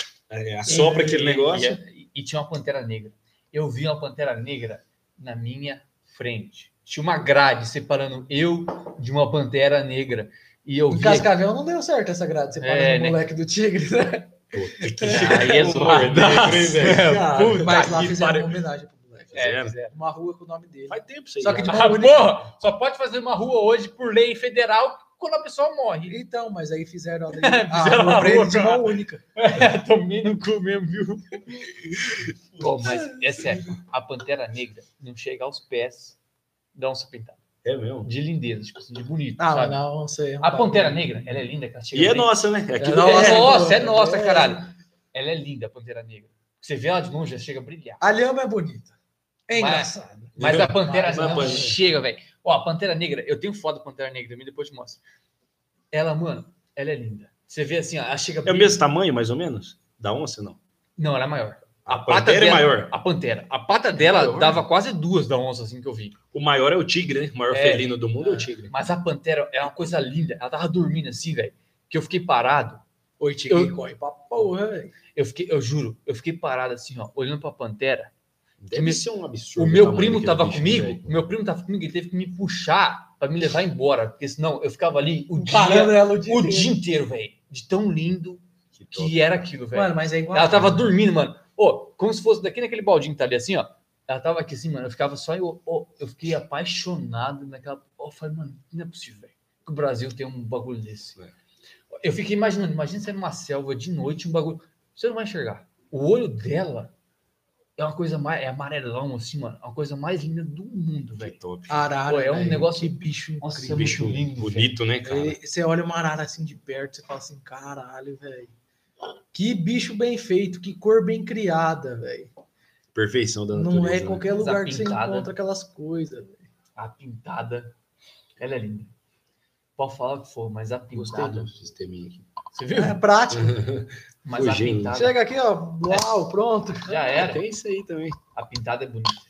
É, assopra E- aquele negócio. E, e tinha uma pantera negra. Eu vi uma pantera negra na minha frente. Tinha uma grade separando eu de uma pantera negra. E eu Em vi. Cascavel não deu certo essa grade. Você fala É, do né? moleque do tigre, né? Puta que Aí é zoado. Nossa, hein, velho? Cara, Puta Mas lá que fizeram pariu. uma homenagem pro moleque. Fizeram. É, fizeram. Uma rua com o nome dele. Faz tempo isso aí. Só que já. de Ah, uma única- porra, só pode fazer uma rua hoje por lei federal quando a pessoa morre. Então, mas aí fizeram ali Fizeram a rua a pra ele rua, de mão cara. única. Tomei no cu mesmo, viu? Pô, mas é sério, a Pantera Negra não chega aos pés da onça pintada. É mesmo. De lindeza, tipo assim, de bonito, Ah, sabe? não, não sei. A Pantera Negra, ela é linda, que ela chega E é bem- nossa, né? Aqui É do- É nossa, nossa, é pô. nossa, É. caralho. Ela é linda, a Pantera Negra. Você vê ela de longe, ela chega a brilhar. A lhama é bonita. É Mas- engraçado. Mas a Pantera Mas a Negra Pantera- chega, velho. Ó, a Pantera Negra, eu tenho foto da Pantera Negra também, depois eu te mostro. Ela, mano, ela é linda. Você vê assim, ó, ela chega É o bem- mesmo tamanho, mais ou menos? Da onça, não? Não, ela é maior. A pata pantera é dela- maior. A Pantera. A pata dela Maior? dava quase duas da onça, assim, que eu vi. O maior é o tigre, né? O maior É. felino do mundo é o tigre. Mas a Pantera é uma coisa linda. Ela tava dormindo assim, velho, que eu fiquei parado. Oi, tigre, Eu- corre pra porra, velho. Eu fiquei, eu juro, eu fiquei parado assim, ó, olhando pra Pantera. Deve me- ser um absurdo. O meu tamanho primo daquele tava bicho, comigo, velho. o meu primo tava comigo, ele teve que me puxar pra me levar embora, porque senão eu ficava ali o Parando dia, ela o dia o inteiro. dia inteiro, velho, de tão lindo Que top. que era aquilo, velho. Mano, mas é igual. Ela tava dormindo, mano. Ô, como se fosse daqui naquele baldinho que tá ali assim, ó. Ela tava aqui assim, mano. Eu ficava só. Eu, ó, eu fiquei apaixonado naquela. Ó, eu falei, mano, não é possível, velho. Que o Brasil tem um bagulho desse. É. Eu fiquei imaginando, imagina você numa selva de noite, um bagulho. Você não vai enxergar. O olho dela é uma coisa mais. É amarelão, assim, mano. É uma coisa mais linda do mundo, Que velho. top. Arara, Pô, é um velho, negócio- Que bicho Nossa, incrível. é Bicho muito lindo, bonito, né, cara? Ele- Você olha uma arara assim de perto, você fala assim, caralho, velho. Que bicho bem feito, que cor bem criada, velho. Perfeição da Não natureza. é né? qualquer Mas a lugar que você pintada- encontra aquelas coisas. velho. A pintada. Ela é linda. Pode falar o que for, mas a Gostei pintada. do sisteminha aqui. Você viu? É prático. Mas Foi a gênio. pintada. Chega aqui, ó, uau, pronto. Já era. Tem isso aí também. A pintada é bonita. A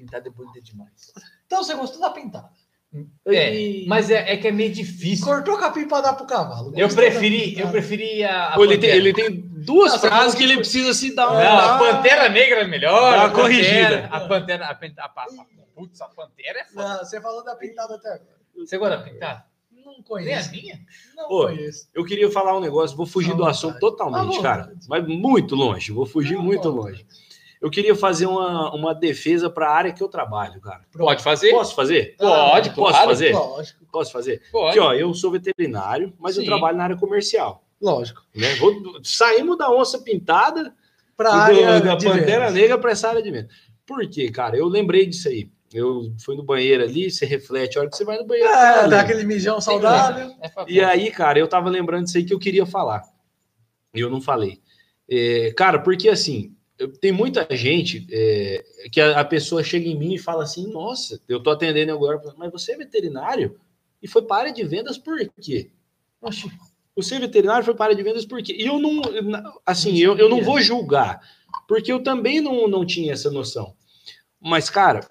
pintada é bonita demais. Então você gostou da pintada. É, E- mas é, é que é meio difícil. Cortou capim pra dar pro cavalo. Eu Gostou da preferi, pintada. eu preferi a, a Pô, ele, tem, Pantera. ele tem duas Não, você frases falou que ele que- precisa se dar uma. Não, a Pantera Negra é melhor. Dá uma a Pantera- corrigida. A Pantera... A, Pantera- a, a, putz, a Pantera é foda. Não, você falou da pintada até agora. Você gosta de pintar? Não Nem a conheço. minha? Não Ô, conheço. Eu queria falar um negócio, vou fugir À do vontade. assunto totalmente, À cara. vontade. Mas muito longe, vou fugir À muito vontade. longe. Eu queria fazer uma, uma defesa para a área que eu trabalho, cara. Pode fazer? Posso fazer? Pode, Posso claro. fazer? Lógico, Posso fazer? Pode. Aqui, ó, eu sou veterinário, mas eu Sim. trabalho na área comercial. lógico. Né? Vou, saímos da onça pintada Pra do- área da de Pantera vendas. Negra para essa área de venda. Por quê, cara? Eu lembrei disso aí. Eu fui no banheiro ali, você reflete, a hora que você vai no banheiro. É, cara, dá aquele mijão saudável. É favor. E aí, cara, eu tava lembrando disso aí que eu queria falar. E eu não falei. É, cara, porque assim, eu- tem muita gente é, que a, a pessoa chega em mim e fala assim: nossa, eu tô atendendo agora, mas você é veterinário? E foi para a área de vendas por quê? Oxe, você é veterinário foi para a área de vendas por quê? E eu não, assim, eu, eu não vou julgar, porque eu também não, não tinha essa noção. Mas, cara,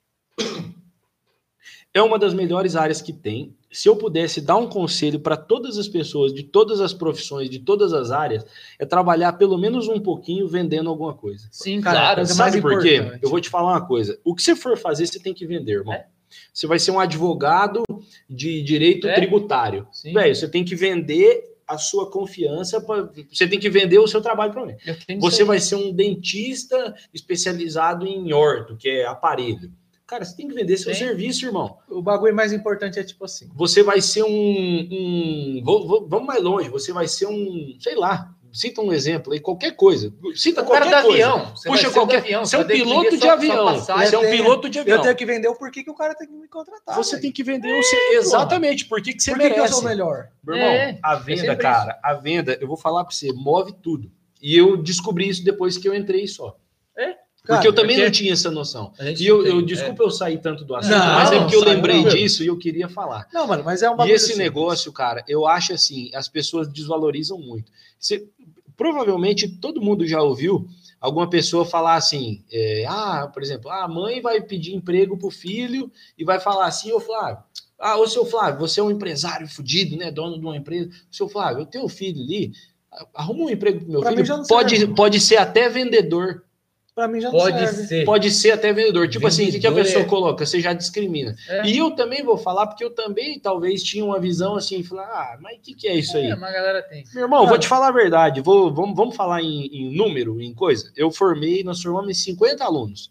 é uma das melhores áreas que tem. Se eu pudesse dar um conselho para todas as pessoas, de todas as profissões, de todas as áreas, é trabalhar pelo menos um pouquinho vendendo alguma coisa. Sim, Cara, claro. coisa Sabe mais por quê? importante. Eu vou te falar uma coisa. O que você for fazer, você tem que vender, irmão. É. Você vai ser um advogado de direito É. tributário. Sim. Velho, você tem que vender a sua confiança, pra... você tem que vender o seu trabalho para mim. Eu tenho Você isso aí. vai ser um dentista especializado em orto, que é aparelho. Cara, você tem que vender seu Sim. serviço, irmão. O bagulho mais importante é tipo assim. Você vai ser um. um... vou- vou- Vamos mais longe. Você vai ser um. Sei lá. Cita um exemplo aí, qualquer coisa. Cita O cara qualquer do coisa. avião. Você Puxa vai ser qualquer. do avião. Você é um vai ter que piloto vender de sua- sua avião. passagem. Você é um Eu tenho- piloto de avião. Eu tenho que vender o porquê que o cara tem que me contratar. Você velho. tem que vender o seu. Exatamente. Por que, que você Por que, que eu merece? sou o melhor? Meu irmão, É, a é venda, sempre cara, a venda, eu vou falar pra você, move tudo. E eu descobri isso depois que eu entrei só. Porque Cara, eu também porque não tinha essa noção. A gente E eu, não tem, eu é. desculpa eu sair tanto do assunto, Não, mas é porque eu saiu lembrei não. disso e eu queria falar. Não, mano, mas é um E bagulho esse simples. negócio, cara, eu acho assim, as pessoas desvalorizam muito. Você, provavelmente todo mundo já ouviu alguma pessoa falar assim, é, ah, por exemplo, ah, a mãe vai pedir emprego pro filho e vai falar assim, ô Flávio, ah, ô seu Flávio, você é um empresário fudido, né, dono de uma empresa. Seu Flávio, eu tenho um filho ali, arruma um emprego pro meu Pra mim filho, já não pode, serve. pode ser até vendedor. Pra mim já não Pode serve. ser. Pode ser até vendedor. Tipo assim, o que, que a Vendedor pessoa é- coloca? Você já discrimina. É. E eu também vou falar, porque eu também talvez tinha uma visão assim, falar, ah, mas o que, que é isso aí? É, mas a galera tem. Meu irmão, Cara, vou te falar a verdade. Vou, vamos, vamos falar em, em número, em coisa. Eu formei, nós formamos cinquenta alunos.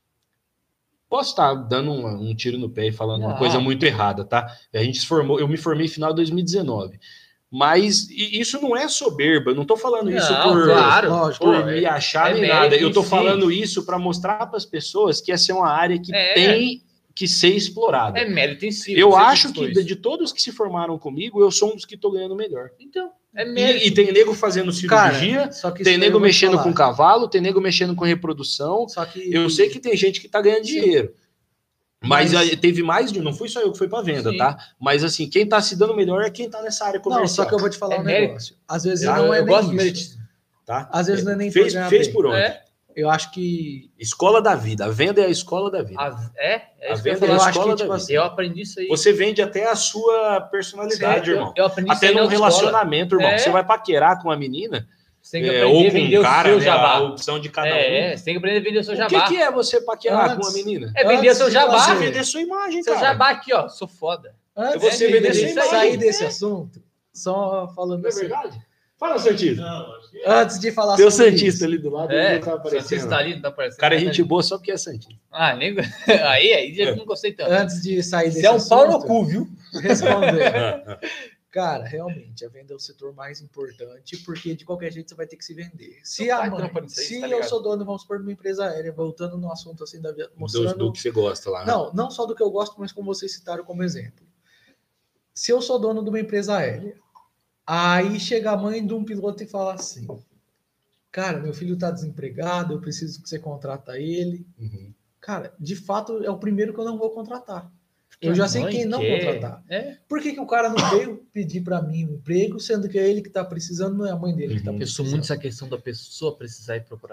Posso estar dando um, um tiro no pé e falando uma Não. coisa muito errada, tá? A gente se formou, eu me formei no final de dois mil e dezenove. Mas e- isso não é soberba, eu não tô falando isso Não, por, claro. lógico, por Pô, me é- achar é nem mérito nada. Eu em tô si. falando isso para mostrar para as pessoas que essa é uma área que É. tem que ser explorada. É mérito em si. eu você acho que dispôs. de, de todos que se formaram comigo, eu sou um dos que tô ganhando melhor. Então, é mérito. E, e tem nego fazendo cirurgia, Cara, só que tem isso aí eu nego vou te mexendo falar. com cavalo, tem nego mexendo com reprodução. Só que Eu sei que tem gente que tá ganhando Sim. dinheiro. Mas, Mas- aí teve mais de um, não fui só eu que fui para venda, Sim. tá? Mas assim, quem tá se dando melhor é quem tá nessa área Não, comercial. só que eu vou te falar É um mérito. negócio. Às vezes Ah, não é eu nem gosto de isso. mérito. tá? Às vezes não é nem fez, por ganhar fez bem. por onde? É, Eu acho que Escola da vida. A venda é a escola da vida. a- é, é A isso que eu ia venda é a falar. acho escola que, tipo da assim, vida. Eu aprendi isso aí. Você vende até a sua personalidade, Sim, irmão. Eu aprendi isso Até aí na num autoescola. relacionamento, irmão. É. Você vai paquerar com uma menina, Você tem que é, aprender ou a com vender um o cara, seu né, jabá. a opção de cada É, um. você tem que aprender a vender o seu O jabá. que, que é você paquerar Antes- com uma menina? É vender o seu Antes de jabá. Você fazer- vender sua imagem, Seu cara. jabá aqui, ó. Sou foda. antes É você de vender sua imagem. sair desse assunto, só falando Não é assim, verdade? Fala, Santista. antes de falar Tem o sobre Santista isso, ali do lado, É, ele tá você aparecendo. está ali, não tá aparecendo. Cara, é Tá gente ali. boa só porque é Santista. Ah, nem... aí, aí já não gostei tanto. antes de sair desse Você é um assunto, pau no cu, viu? responder. Cara, realmente, a venda é o setor mais importante, porque de qualquer jeito você vai ter que se vender. Se Seu a pai mãe, trampa nisso aí, se tá eu ligado? sou dono, vamos supor, de uma empresa aérea, voltando no assunto assim da vida, Do, mostrando do que você gosta lá. né? Não, não só do que eu gosto, mas como vocês citaram como exemplo. Se eu sou dono de uma empresa aérea, aí chega a mãe de um piloto e fala assim: cara, meu filho está desempregado, eu preciso que você contrata ele. Uhum. Cara, de fato, é o primeiro que eu não vou contratar. Porque Eu já a sei mãe quem não quer. contratar. É. Por que, que o cara não veio pedir para mim um emprego, sendo que é ele que está precisando, não é a mãe dele que está Uhum. Eu sou precisando? muito essa questão da pessoa precisar ir procurar.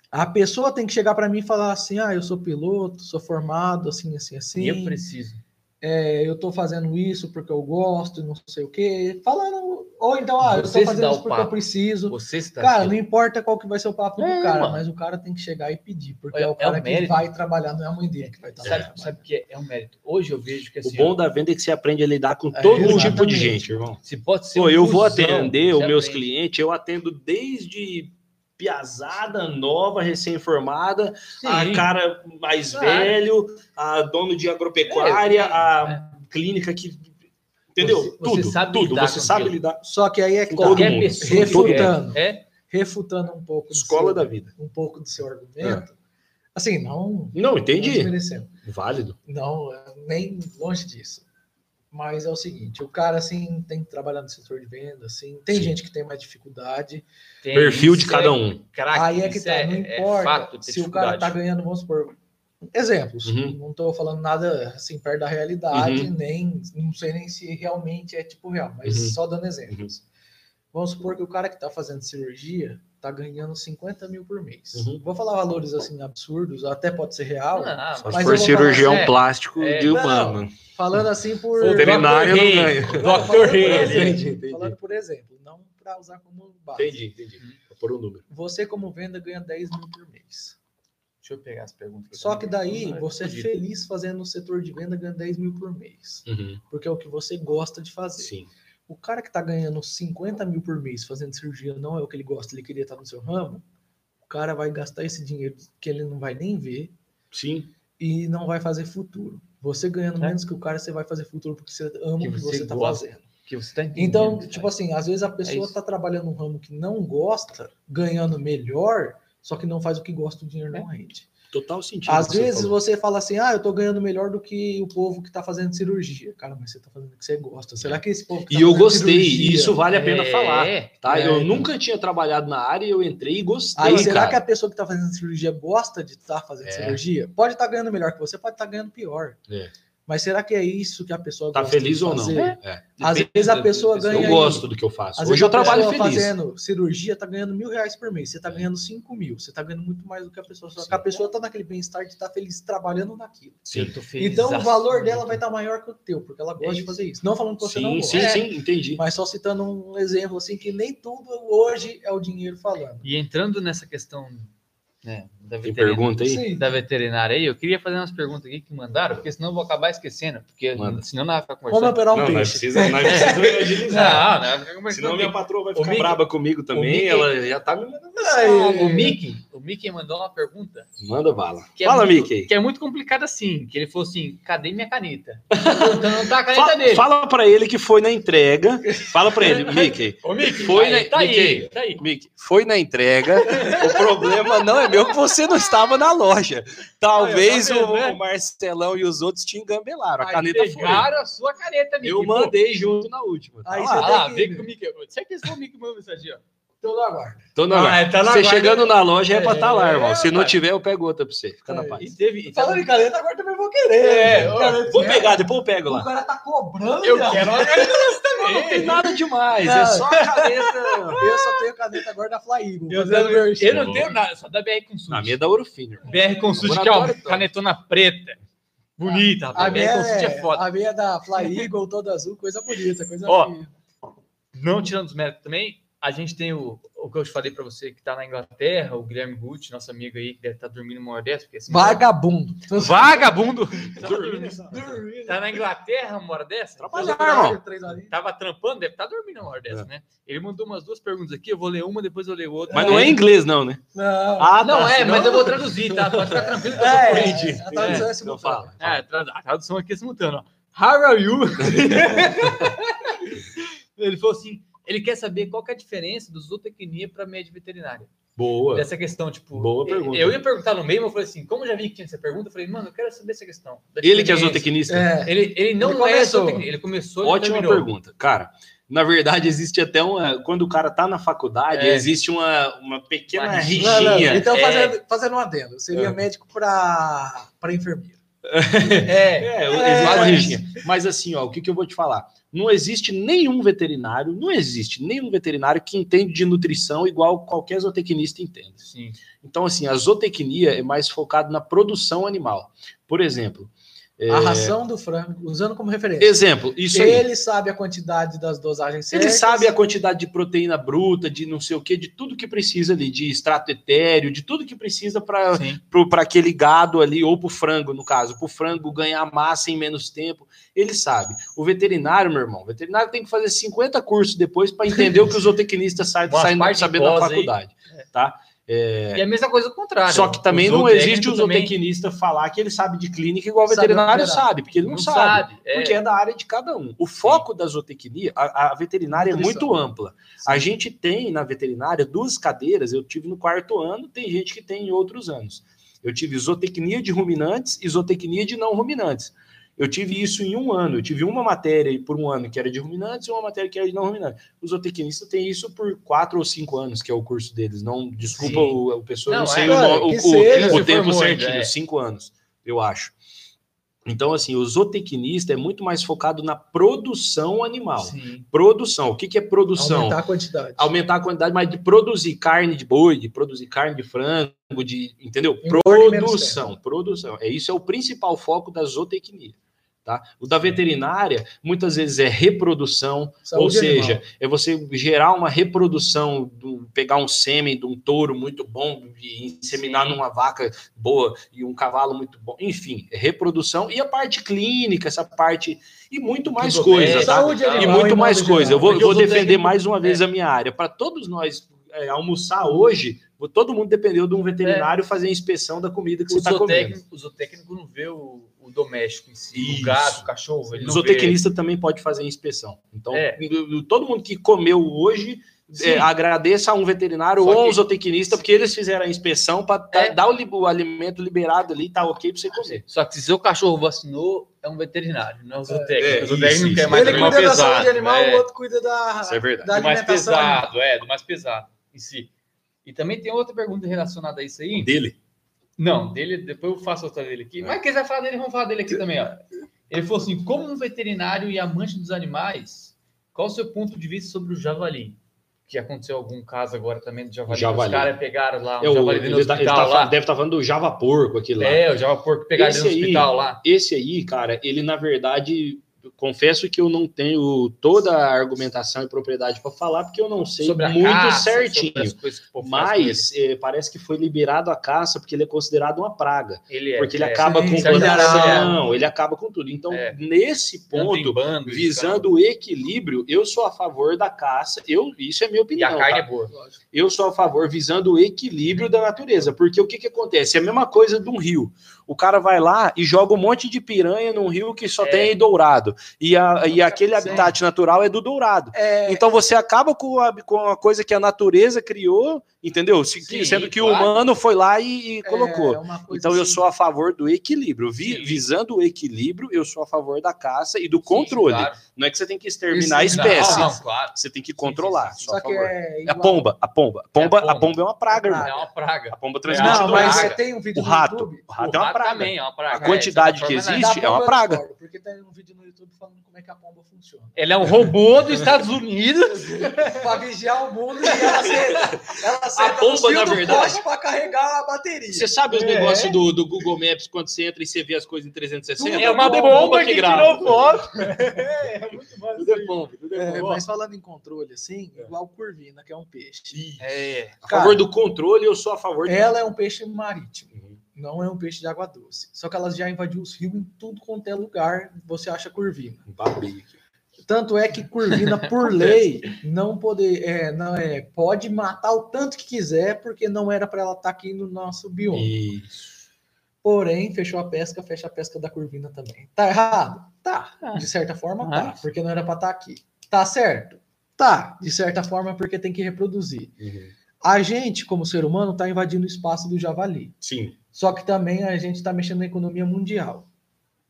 A pessoa tem que chegar para mim e falar assim, ah, eu sou piloto, sou formado, assim, assim, assim. E eu preciso. É, eu tô fazendo isso porque eu gosto, não sei o quê. Falando, ou então, ah, Você eu se tô dá fazendo o isso porque papo. eu preciso. Você está Cara, aqui. não importa qual que vai ser o papo É, do cara, mano. mas o cara tem que chegar e pedir, porque É- é, o é cara um que mérito. vai trabalhar, não é a mãe dele que vai estar Sabe, trabalhando. sabe que é, é um mérito. Hoje eu vejo que O assim, bom ó, da venda é que você aprende a lidar com É, todo tipo exatamente. de gente, irmão. se pode ser Pô, um eu vou cuzão, atender você os meus aprende. clientes, eu atendo desde piazada nova, recém-formada, Sim. a cara mais Claro. velho, a dono de agropecuária, É, eu a clínica que... Entendeu? Você- você tudo, sabe tudo. lidar Você com sabe aquilo. lidar. Só que aí é que Com tá, todo Qualquer mundo. pessoa que refutando, quer- é, refutando um pouco do Escola seu, da vida. um pouco do seu argumento. Assim, não, Não, não entendi. desmerecendo. Válido. Não, nem longe disso. Mas é o seguinte, o cara, assim, tem que trabalhar no setor de venda, assim, tem Sim. gente que tem mais dificuldade. tem- Perfil de isso cada é um. craque, Aí é que isso tá, não é importa fato, ter se o cara tá dificuldade. ganhando, vamos supor, exemplos, Uhum. não tô falando nada, assim, perto da realidade, Uhum. nem, não sei nem se realmente é tipo real, mas Uhum. só dando exemplos. Vamos supor que o cara que tá fazendo cirurgia tá ganhando cinquenta mil por mês. Uhum. Vou falar valores, assim, absurdos, até pode ser real, Não, Só Mas se eu for vou cirurgião falar- é, plástico é. de Não, humano. falando assim por... O Veterinário doutor não Rei, ganha. o Não, doutor falando por Rei. exemplo, Entendi, entendi. Falando por exemplo, não para usar como base. Entendi, entendi. Vou pôr um número. Você, como venda, ganha dez mil por mês. Deixa eu pegar as perguntas. aqui Só que também. daí, Não, você é fudido. feliz fazendo no setor de venda, ganha dez mil por mês. Uhum. Porque é o que você gosta de fazer. Sim. O cara que tá ganhando cinquenta mil por mês fazendo cirurgia não é o que ele gosta, ele queria estar no seu ramo, o cara vai gastar esse dinheiro que ele não vai nem ver Sim. e não vai fazer futuro. Você ganhando É. menos que o cara, você vai fazer futuro porque você ama Que o que você você tá gosta. fazendo. Que você tá entendendo. Então, que tipo faz. assim, às vezes a pessoa isso. tá trabalhando num ramo que não gosta, ganhando melhor, só que não faz o que gosta, o dinheiro não rende. Total sentido. Às o que você vezes falou. você fala assim, ah, eu tô ganhando melhor do que o povo que tá fazendo cirurgia. Cara, mas você tá fazendo o que você gosta. Será que esse povo que tá E eu fazendo gostei, cirurgia- e isso vale a pena É, falar. Tá? é, eu então. nunca tinha trabalhado na área e eu entrei e gostei, Aí, será cara. que a pessoa que tá fazendo cirurgia gosta de estar fazendo É. cirurgia? Pode estar ganhando melhor que você, pode estar ganhando pior. É. Mas será que é isso que a pessoa Tá gosta feliz de ou não? fazer? É. Às Depende vezes a da- pessoa da ganha Eu aí- gosto do que eu faço. Às Hoje vezes eu a trabalho pessoa feliz. fazendo cirurgia tá ganhando mil reais por mês. Você tá ganhando cinco mil. Você tá ganhando muito mais do que a pessoa. Só Sim. que a pessoa tá naquele bem-estar de estar feliz trabalhando naquilo. Sim, Eu tô feliz. Então o valor dela vai estar maior que o teu, porque ela gosta É de isso. fazer isso. Não falando que você não sim, gosta. sim, É, sim, entendi. Mas só citando um exemplo assim, que nem tudo hoje é o dinheiro falando. E entrando nessa questão, né, da Tem veterinária, pergunta aí? Sim. da veterinária aí, eu queria fazer umas perguntas aqui que mandaram, porque senão eu vou acabar esquecendo, porque Manda. senão não vai ficar Como conversando. operar um Não, nós peixe. precisamos, nós precisamos agilizar. Não, não vai ficar conversando. Senão minha patroa vai O ficar Mickey- braba comigo também. Mickey- Ela já tá me mandando Ai, O Mickey, o Mickey mandou uma pergunta Manda bala. que é Fala, muito, Mickey. que é muito complicada assim, que ele falou assim, cadê minha caneta? Então não tá a caneta Fa- dele. Fala pra ele que foi na entrega. Fala pra ele, Mickey. Ô, Mickey, Foi, aí, né, tá aí, Mickey? tá aí. Mickey, foi na entrega. O problema não é meu que você não estava na loja. Talvez Olha, tá o, vendo, né? o Marcelão e os outros te engambelaram. A Aí caneta foi. pegaram a sua caneta, Mickey. Eu Pô, mandei junto na última. Tá Aí lá. você Ah lá, tem que- vê que o Mickey... Certeza que o Mickey mandou mensagem, ó. Tô no aguardo. Tô na Ah, é, tá na Você guarda. chegando na loja é pra estar lá, É, irmão. Se não rapaz. tiver, eu pego outra pra você. Fica na É, E paz. teve... e Falando teve- em caneta, agora também vou querer. É, ó, Caneta, Vou né? pegar, depois eu pego O lá. cara tá cobrando. Eu viado. quero uma caneta Não, não tem também. nada demais. Não. É só a caneta. Eu só tenho caneta agora da Fly Eagle. Eu, fazendo eu, merchan. eu não tenho nada, só da B R Consult. Na minha da Ouro Fino, irmão. B R Consult, que é Laboratório uma top. canetona preta. Bonita, A rapaz. B R minha, Consult é é, foda. a minha da Fly Eagle, toda azul, coisa bonita. Coisa Ó, que- Não tirando os méritos também, a gente tem o, o que eu te falei pra você, que tá na Inglaterra, o Guilherme Gucci, nosso amigo aí, que deve estar dormindo uma hora dessa. Porque, assim, Vagabundo. Vagabundo! Dormindo. Tá na Inglaterra uma hora dessa? Trabalhar, irmão. Três horinhas. Tava trampando, deve estar dormindo uma hora dessa, né? Ele mandou umas duas perguntas aqui, eu vou ler uma, depois eu leio outra. Mas não é em inglês, não, né? Não. Ah, Não, tá, é, senão- mas eu vou traduzir, tá? Pode ficar tranquilo que eu sou É, fluente. a tradução é Então simultânea. fala. É, tra- a tradução aqui é simultânea, ó. How are you? Ele falou assim, ele quer saber qual que é a diferença do zootecnia para média veterinária. Boa. Dessa questão, tipo... Boa eu- pergunta. Eu ia perguntar no meio, mas eu falei assim, como eu já vi que tinha essa pergunta, eu falei, mano, eu quero saber essa questão. da Ele que é diferença. zootecnista? É. Ele, ele não Ele é começou. zootecnia, ele começou e Ótima terminou. pergunta. Cara, na verdade, existe até uma. Quando o cara tá na faculdade, É. existe uma, uma pequena Uma Não, não, rixinha. Então, É. fazendo, fazendo um adendo. Seria É. médico para enfermeiro. É, é, é, existe uma é. rixinha. Mas assim, ó, o que, que eu vou te falar? Não existe nenhum veterinário, não existe nenhum veterinário que entende de nutrição igual qualquer zootecnista entende. Sim. Então, assim, a zootecnia é mais focada na produção animal. Por exemplo... É... A ração do frango, usando como referência. Exemplo, isso aí. Ele sabe a quantidade das dosagens certas. Ele sabe a quantidade de proteína bruta, de não sei o que, de tudo que precisa ali, de extrato etéreo, de tudo que precisa para aquele gado ali, ou para o frango, no caso, para o frango ganhar massa em menos tempo. Ele sabe. O veterinário, meu irmão, o veterinário tem que fazer cinquenta cursos depois para entender o que o zootecnista sai, sai sabendo na faculdade. Aí. Tá? É... E a mesma coisa ao contrário. Só que também não existe o zootecnista também... falar que ele sabe de clínica igual o veterinário sabe, sabe, porque ele não, não sabe, sabe é. Porque é da área de cada um. O foco Sim. da zootecnia, a, a veterinária Nutrição. é muito ampla. Sim. A gente tem na veterinária duas cadeiras, eu tive no quarto ano, tem gente que tem em outros anos. Eu tive zootecnia de ruminantes e zootecnia de não ruminantes. Eu tive isso em um ano. Eu tive uma matéria por um ano que era de ruminantes e uma matéria que era de não ruminantes. Os zootecnistas têm isso por quatro ou cinco anos, que é o curso deles. Não, desculpa o, o pessoal, não, não sei é, o, o, o, o tempo certinho, é. cinco anos, eu acho. Então, assim, o zootecnista é muito mais focado na produção animal. Sim. Produção. O que, que é produção? Aumentar a quantidade. Aumentar a quantidade, mas de produzir carne de boi, de produzir carne de frango, de, entendeu? Produção, produção. É, isso é o principal foco da zootecnia. Tá? O da veterinária, muitas vezes é reprodução, Saúde ou seja, animal. É você gerar uma reprodução, do, pegar um sêmen de um touro muito bom e inseminar Sim. numa vaca boa e um cavalo muito bom, enfim, é reprodução e a parte clínica, essa parte e muito mais Tudo coisa, tá? Saúde e animal, muito mais coisa. Eu vou, vou defender mais uma vez é. a minha área. Para todos nós é, almoçar hoje, todo mundo dependeu de um veterinário é. fazer a inspeção da comida que o você está comendo. O zootécnico não vê o o doméstico em si, Isso. o gato, o cachorro. Ele o zootecnista vê... também pode fazer inspeção. Então, é. todo mundo que comeu hoje, é, agradeça a um veterinário Só ou a um zootecnista, porque eles fizeram a inspeção para é. dar o, o alimento liberado ali, tá ok para você comer. Só que se seu cachorro vacinou, é um veterinário, não é um zootécnico. É, o zootecnico não quer mais Ele cuida da saúde animal, é. o outro cuida da, Isso é verdade. da do mais pesado, é, do mais pesado em si. E também tem outra pergunta relacionada a isso aí. Dele? Não, dele, depois eu faço outra dele aqui. É. Mas quem vai falar dele, vamos falar dele aqui também, ó. Ele falou assim: como um veterinário e amante dos animais, qual o seu ponto de vista sobre o javali? Que aconteceu algum caso agora também do javali. javali. Os caras pegaram lá, um é o, javali ele, no hospital ele tá, lá. Deve estar tá falando do Java Porco aqui lá. É, o Java Porco pegaram ele no hospital aí, lá. Esse aí, cara, ele na verdade... Confesso que eu não tenho toda a argumentação e propriedade para falar, porque eu não sei sobre muito caça, certinho. Mas é, parece que foi liberado a caça porque ele é considerado uma praga. Ele é, porque ele é, acaba sim, com plantação, ele acaba com tudo. Então, é. nesse ponto, bando, visando o equilíbrio, eu sou a favor da caça. Eu, isso é minha opinião. E a carne tá? é boa. Eu sou a favor visando o equilíbrio da natureza. Porque o que, que acontece? É a mesma coisa de um rio. O cara vai lá e joga um monte de piranha num rio que só é. tem dourado. E, a, e aquele Sim. habitat natural é do dourado. É... Então você acaba com a, com a coisa que a natureza criou, entendeu? Sim, Sendo que claro. o humano foi lá e, e colocou. É então assim. eu sou a favor do equilíbrio. Vi, visando o equilíbrio, eu sou a favor da caça e do Sim, controle. Claro. Não é que você tem que exterminar Isso, a espécie. Não, não, claro. Você tem que controlar. Sim, sim, sim. Só, só que é igual... a pomba, a pomba. A pomba, é a pomba. A pomba é uma praga, irmão. É uma praga. A pomba transmite Não, mas você tem um vídeo o rato. no YouTube. O rato é uma praga. Também é uma praga. A quantidade é, que existe é uma praga. Porque tem um vídeo no YouTube falando como é que a pomba funciona. Ele é um robô dos Estados Unidos para vigiar o mundo e ela senta, ela senta a pomba, na verdade, para carregar a bateria. Você sabe os é. negócios do, do Google Maps quando você entra e você vê as coisas em trezentos e sessenta? É uma bomba, bomba que, que tirou foto. É, é muito bom. Tudo é bomba, tudo é é, mas falando em controle, assim, é. igual curvina, que é um peixe. É. A Cara, favor do controle, eu sou a favor. Ela do... é um peixe marítimo. Uhum. Não é um peixe de água doce. Só que elas já invadiu os rios em tudo quanto é lugar. Você acha curvina. Babei. Tanto é que curvina, por lei, não, poder, é, não é, pode matar o tanto que quiser, porque não era para ela estar aqui no nosso bioma. Isso. Porém, fechou a pesca, fecha a pesca da curvina também. Tá errado? Tá. De certa forma, tá. Porque não era para estar aqui. Tá certo? Tá. De certa forma, porque tem que reproduzir. Uhum. A gente, como ser humano, está invadindo o espaço do javali. Sim. Só que também a gente está mexendo na economia mundial.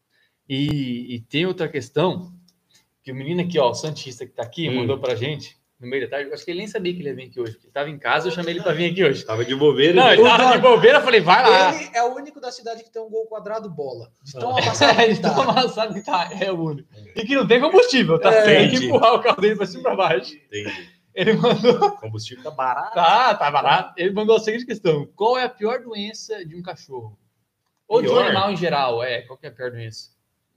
E, e tem outra questão, que o menino aqui, ó, o Santista que está aqui, hum. mandou para a gente. no meio da tarde. Eu acho que ele nem sabia que ele ia vir aqui hoje. Ele estava em casa, eu chamei ele para vir aqui hoje. Tava de bobeira. Não, ele tava de bobeira, eu falei, vai lá. Ele é o único da cidade que tem um gol quadrado bola. De tão amassado que De tão tá. amassado que tá, é o único. E que não tem combustível, tá? É, Tem que entendi. empurrar o carro dele para cima e para baixo. Entendi. Ele mandou... O combustível tá barato. Tá, tá barato. Ele mandou a seguinte questão. Qual é a pior doença de um cachorro? Ou de um Pior? animal em geral, é. Qual que é a pior doença?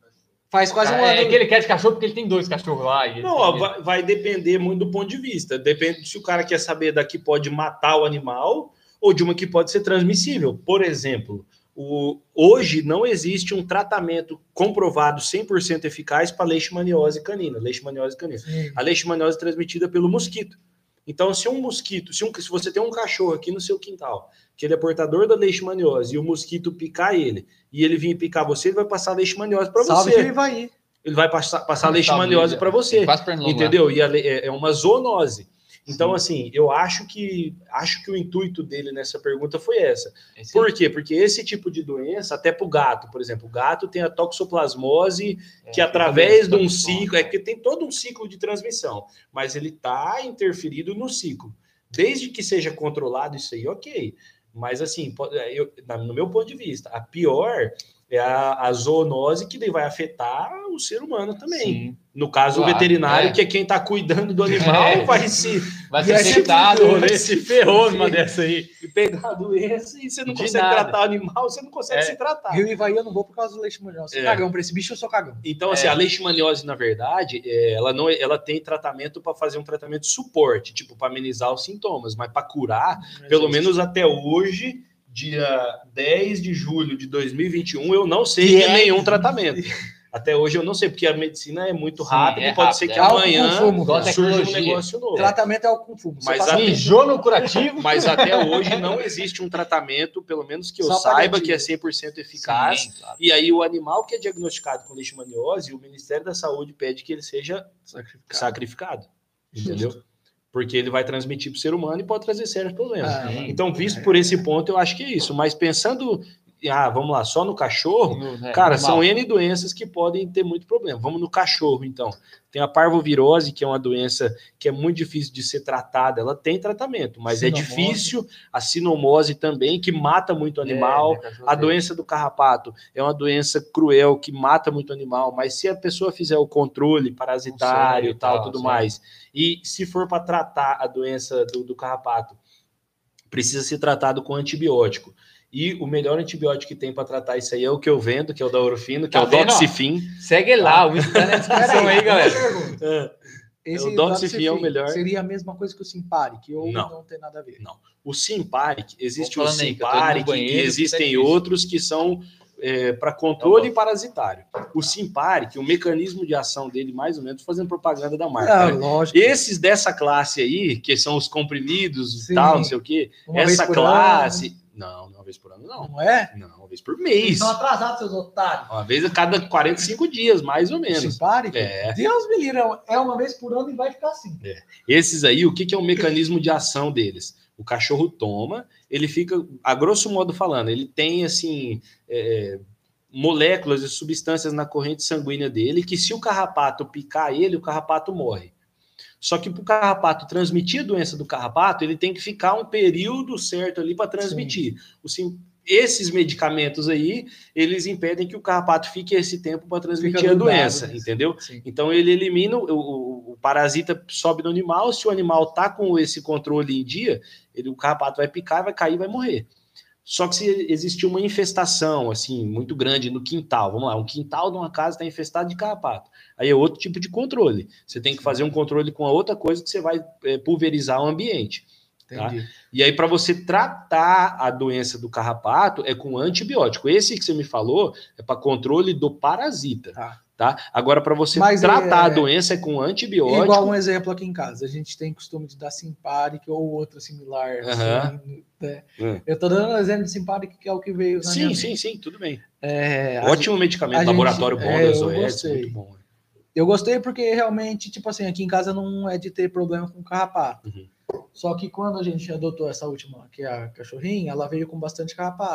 Faz quase um É ano. que ele quer de cachorro porque ele tem dois cachorros lá. E ele Não, ó, tem- vai, vai depender muito do ponto de vista. Depende se o cara quer saber da que pode matar o animal ou de uma que pode ser transmissível. Por exemplo, o, hoje não existe um tratamento comprovado cem por cento eficaz para leishmaniose canina. Leishmaniose canina. Sim. A leishmaniose é transmitida pelo mosquito. Então, se um mosquito, se, um, se você tem um cachorro aqui no seu quintal, que ele é portador da leishmaniose e o mosquito picar ele, e ele vir picar você, ele vai passar leishmaniose para Salve você. que ele vai ir. Ele vai passar, passar Salve, leishmaniose para você. Tem quase pernilongo lá. Entendeu? E a le- é é uma zoonose. Então, Sim. assim, eu acho que acho que o intuito dele nessa pergunta foi essa. Esse- Por quê? Porque esse tipo de doença, até para o gato, por exemplo, o gato tem a toxoplasmose, é, que através de um também, ciclo, é que tem todo um ciclo de transmissão, mas ele está interferido no ciclo. Desde que seja controlado isso aí, ok. Mas, assim, pode- eu- na- no meu ponto de vista, a pior é a, a zoonose, que daí vai afetar o ser humano também. Sim. No caso, Claro, o veterinário, é. que é quem está cuidando do animal, É. vai se Vai E ser aí se afetado, ferrou, né? né? Se ferrou numa Sim. dessa aí. pegar a doença e você não De consegue nada. tratar o animal, você não consegue É. se tratar. Rio e Ivaí eu não vou por causa do leishmaniose. É. Cagão pra esse bicho, eu sou cagão. Então, assim, É. a leishmaniose, na verdade, é, ela não, ela tem tratamento para fazer um tratamento de suporte, tipo, para amenizar os sintomas, mas para curar, pelo menos até hoje, dia dez de julho de dois mil e vinte e um, eu não sei Que de é- nenhum tratamento. Até hoje eu não sei, porque a medicina é muito Sim, rápida é e pode rápido, ser que é álcool amanhã com fumo, igual a surja um tecnologia. negócio novo. Tratamento é o com fumo. Você Mas passa a- um- Mijou no curativo. Mas até hoje não existe um tratamento, pelo menos que eu Só saiba, paliativo. que é cem por cento eficaz. Sim, claro. E aí o animal que é diagnosticado com leishmaniose, o Ministério da Saúde pede que ele seja Sacrificado. sacrificado, entendeu? Porque ele vai transmitir para o ser humano e pode trazer sérios problemas. Ah, Sim. Então, visto por esse ponto, eu acho que é isso. Mas pensando, ah, vamos lá, só no cachorro, No- né, cara, normal. são N doenças que podem ter muito problema. Vamos no cachorro, então. Tem a parvovirose, que é uma doença que é muito difícil de ser tratada. Ela tem tratamento, mas Sinomose. é difícil. A sinomose também, que mata muito o animal. É, né, cachorro A tem. doença do carrapato é uma doença cruel que mata muito animal, mas se a pessoa fizer o controle parasitário e tal, tal, tudo certo. mais, e se for para tratar a doença do, do carrapato, precisa ser tratado com antibiótico. E o melhor antibiótico que tem para tratar isso aí é o que eu vendo, que é o da Orofino, que Tá é o vendo, ó? Doxifin. Segue lá, o Insta tá na descrição aí, galera. É. Esse O Doxifin é o Doxifin melhor. Seria a mesma coisa que o Simparic, ou Não. não, tem nada a ver? Não. O Simparic, existe Vou o falando aí, que eu tô indo no Simparic banheiro, e que tá existem difícil. outros que são para controle Tá bom. parasitário. O Simparic, o mecanismo de ação dele, mais ou menos, fazendo propaganda da marca. Ah, né? lógico. Esses dessa classe aí, que são os comprimidos Sim. e tal, não sei o quê, Uma vez essa por classe. Não, não uma vez por ano, não. Não é? Não, uma vez por mês. Estão atrasados, seus otários. Uma vez a cada quarenta e cinco dias, mais ou O menos. Simparic? É. Deus me livre, é uma vez por ano e vai ficar assim. Esses aí, o que, que é o mecanismo de ação deles? O cachorro toma, ele fica, a grosso modo falando, ele tem, assim, é, moléculas e substâncias na corrente sanguínea dele, que se o carrapato picar ele, o carrapato morre. Só que para o carrapato transmitir a doença do carrapato, ele tem que ficar um período certo ali para transmitir. O sim- Esses medicamentos aí, eles impedem que o carrapato fique esse tempo para transmitir Fica a grudado, doença, né? entendeu? Sim. Então ele elimina, o, o- o parasita sobe no animal, se o animal tá com esse controle em dia, ele, o carrapato vai picar, vai cair, vai morrer. Só que se existir uma infestação, assim, muito grande no quintal, vamos lá, um quintal de uma casa está infestado de carrapato, aí é outro tipo de controle. Você tem que fazer um controle com a outra coisa que você vai é, pulverizar o ambiente. Tá? Entendi. E aí, para você tratar a doença do carrapato, é com antibiótico. Esse que você me falou é para controle do parasita. Tá. Tá? Agora, para você Mas tratar é- a doença é com antibiótico. Igual um exemplo aqui em casa, a gente tem costume de dar Simparic ou outra similar. Aham. assim, né? Hum. Eu tô dando um exemplo de Simparic, que é o que veio na Sim, minha sim, mente. sim, tudo bem. É, a Ótimo medicamento, a laboratório gente- bom é, da eu Zoetis, gostei. muito bom. Eu gostei porque realmente, tipo assim, aqui em casa não é de ter problema com carrapato. Uhum. Só que quando a gente adotou essa última, que é a cachorrinha, ela veio com bastante carrapato.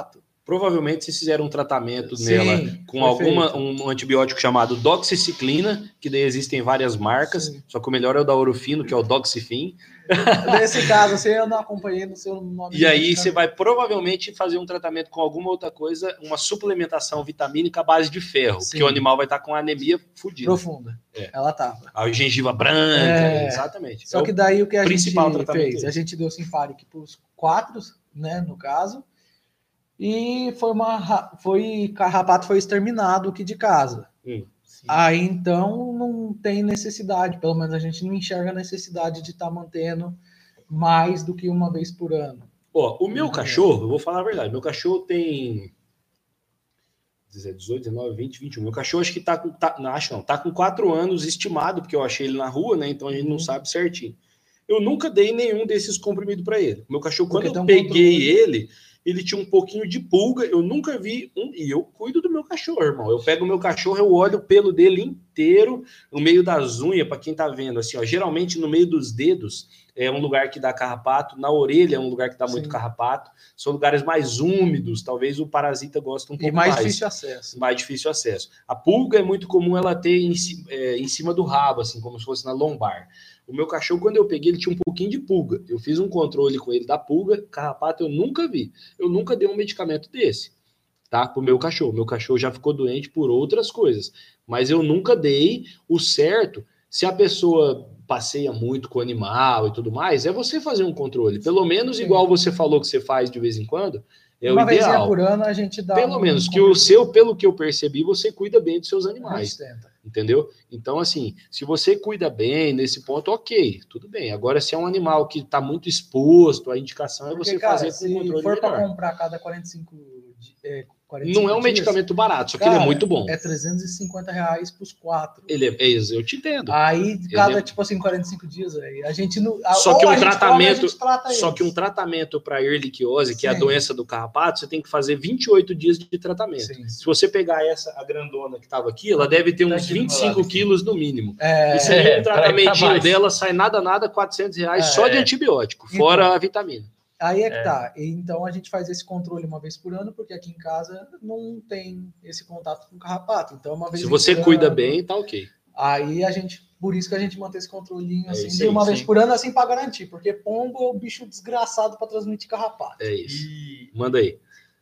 provavelmente vocês fizeram um tratamento Sim, nela com foi alguma, feito. um antibiótico chamado doxiciclina, que daí existem várias marcas, Sim. só que o melhor é o da Orofino, que é o Doxifin. Nesse caso, assim, eu não acompanhei no seu nome. E aí você vai provavelmente fazer um tratamento com alguma outra coisa, uma suplementação vitamínica à base de ferro, Sim. porque o animal vai estar com anemia fodida. Profunda. É. Ela tava. A gengiva branca, É. exatamente. Só É que daí o que a principal gente tratamento fez? é A esse. gente deu Simparic para os quatro, né, no caso, e foi uma ra- foi carrapato foi exterminado aqui de casa. Hum. Aí então não tem necessidade, pelo menos a gente não enxerga a necessidade de estar mantendo mais do que uma vez por ano. Ó, o meu Entendeu? cachorro, eu vou falar a verdade, meu cachorro tem dezoito, dezenove, vinte, vinte e um. Meu cachorro acho que tá com, tá, não, acho não, tá com quatro anos estimado, porque eu achei ele na rua, né? Então a gente não sabe certinho. Eu nunca dei nenhum desses comprimidos para ele. Meu cachorro, quando Porque eu tem um peguei controle. ele, ele tinha um pouquinho de pulga. Eu nunca vi um. E eu cuido do meu cachorro, irmão. Eu pego o meu cachorro, eu olho o pelo dele inteiro, no meio das unhas, para quem tá vendo, assim, ó. Geralmente no meio dos dedos é um lugar que dá carrapato, na orelha é um lugar que dá muito Sim. carrapato. São lugares mais úmidos, talvez o parasita goste um pouco E mais, mais. difícil acesso. mais difícil acesso. A pulga é muito comum ela ter em, ci- é, em cima do rabo, assim, como se fosse na lombar. O meu cachorro, quando eu peguei, ele tinha um pouquinho de pulga. Eu fiz um controle com ele da pulga, carrapato eu nunca vi. Eu nunca dei um medicamento desse, tá? Pro meu cachorro. Meu cachorro já ficou doente por outras coisas, mas eu nunca dei o certo. Se a pessoa passeia muito com o animal e tudo mais, é você fazer um controle. Pelo menos Sim. igual você falou que você faz de vez em quando, é uma o ideal. vezinha por ano a gente dá. Pelo um menos que comprimido. o seu, pelo que eu percebi, você cuida bem dos seus A gente animais, tenta. entendeu? Então, assim, se você cuida bem nesse ponto, ok, tudo bem. Agora, se é um animal que está muito exposto, a indicação é Porque, você cara, fazer com se um controle for para melhor. comprar a cada quarenta e cinco, di- é, quarenta e cinco Não é um dias, medicamento barato, só que cara, ele é muito bom. É trezentos e cinquenta reais para os quatro. Ele é, é isso, eu te entendo. Aí, cada, é- tipo assim, quarenta e cinco dias, aí, a gente não. Só ou que um a gente come, tratamento- a gente trata Só eles. que um tratamento para erliquiose, que é a Sim. doença do carrapato, você tem que fazer vinte e oito dias de tratamento. Sim. Se você pegar essa, a grandona que estava aqui, ela deve ter Tá uns aqui do meu vinte e cinco lado, aqui. quilos no mínimo. É, Isso aí, É, um pra tratamentinho mais. dela sai nada, nada, quatrocentos reais É. só de antibiótico, Então. fora a vitamina. aí é que É. tá. Então a gente faz esse controle uma vez por ano, porque aqui em casa não tem esse contato com o carrapato. Então, uma vez Se em você por cuida ano, bem, tá ok. Aí a gente, por isso que a gente mantém esse controlinho É assim, isso de aí, uma vez sim. por ano, assim, para garantir, porque pombo é o bicho desgraçado para transmitir carrapato. É isso. E Manda aí.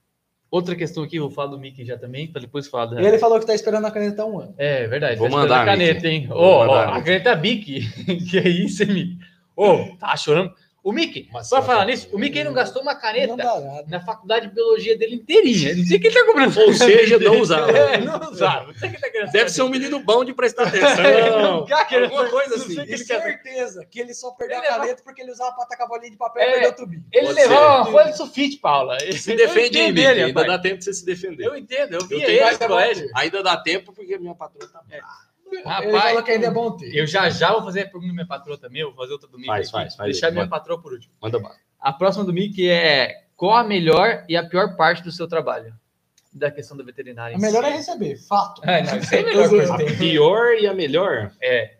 outra questão aqui, eu vou falar do Mickey já também, para depois falar da. Ele falou que tá esperando a caneta há um ano. É verdade. Vou tá esperando mandar, a caneta, Mickey. hein? Ô, Vou ó, mandar, a Mickey. caneta Bic. Que é isso, hein, Mickey? Ô, tá chorando. O Mickey, Mas só você falar vai- nisso, o Mickey não gastou uma Não caneta dá nada. na faculdade de biologia dele inteirinha. Não sei o que ele tá comprando. Ou seja, não usava. É, não usava. Não sei o que ele tá querendo Deve fazer. ser um menino bom de prestar Ele atenção. não quer querer- Alguma coisa não assim. sei o que E ele quer fazer. certeza que ele só perdeu Ele a levava- caneta porque ele usava para tacar bolinha de papel É. e perdeu o tubinho. Ele Pode levava ser. uma folha de sulfite, Paula. Se defende aí, eu entendo Mickey. ele, Ainda rapaz. dá tempo de você se defender. Eu entendo, eu vi Eu ele tenho- no colégio. Ainda dá tempo porque minha patroa tá É. ele Rapaz, falou que ainda é bom ter. eu já já vou fazer a pergunta da minha patroa também, eu vou fazer outra do Mickey. Faz, aqui, faz, faz Deixar aí, minha manda. patroa por último. Manda bala. A próxima do Mickey é qual a melhor e a pior parte do seu trabalho? Da questão da veterinária. A em melhor si. é receber, fato. É, não, isso é a melhor coisa. A pior e a melhor? É,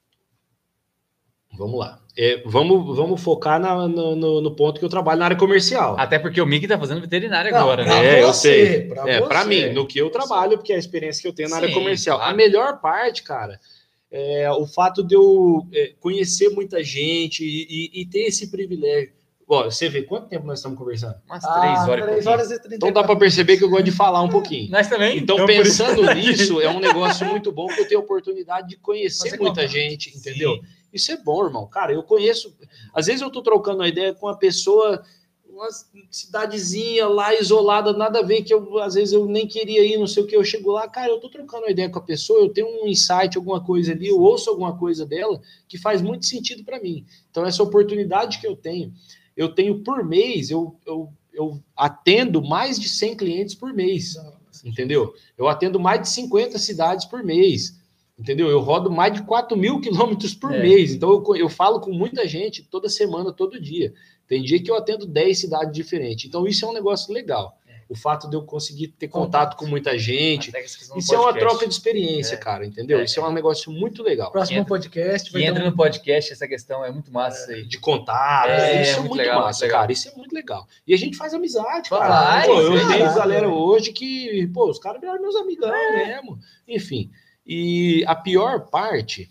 Vamos lá. É, vamos, vamos focar na- no, no- no ponto que eu trabalho na área comercial. até porque o Mickey tá fazendo veterinária Não, agora, pra né? É, eu você, sei. pra É, para você. mim, no que eu trabalho, porque é a experiência que eu tenho na área Sim, comercial. claro. A melhor parte, cara, é o fato de eu é, conhecer muita gente e, e- e ter esse privilégio. Ó, você vê quanto tempo nós estamos conversando? Umas Ah, três horas. e três pouquinho. horas e trinta. Então dá para perceber que eu gosto de falar um pouquinho. Nós também. Então, por isso- pensando nisso, é um negócio muito bom que eu tenho a oportunidade de conhecer Fazer muita contato. gente, entendeu? Sim. Isso é bom, irmão. Cara, eu conheço. Às vezes eu tô trocando uma ideia com uma pessoa, uma cidadezinha lá isolada, nada a ver, que eu, às vezes eu nem queria ir, não sei o que. Eu chego lá, cara, eu tô trocando uma ideia com a pessoa, eu tenho um insight, alguma coisa ali, eu ouço alguma coisa dela que faz muito sentido para mim. Então, essa oportunidade que eu tenho, eu tenho por mês, eu, eu, eu atendo mais de cem clientes por mês. Entendeu? Eu atendo mais de cinquenta cidades por mês, entendeu? Eu rodo mais de quatro mil quilômetros por É. mês, então eu, eu falo com muita gente toda semana, todo dia. Tem dia que eu atendo dez cidades diferentes, então isso é um negócio legal. o fato de eu conseguir ter contato com muita gente. Até que essa questão do Isso é uma podcast. troca de experiência, É. cara, entendeu? É, Isso é um negócio muito legal. Próximo entra- podcast vai E ter entra um... no podcast, essa questão é muito massa isso aí. De contato, É, isso é muito muito, legal, massa, muito legal. cara. Isso é muito legal. E a gente faz amizade, Faz, cara. Pô, eu sim, tenho cara. galera hoje que, pô, os caras viraram meus amigão mesmo. Enfim. E a pior parte.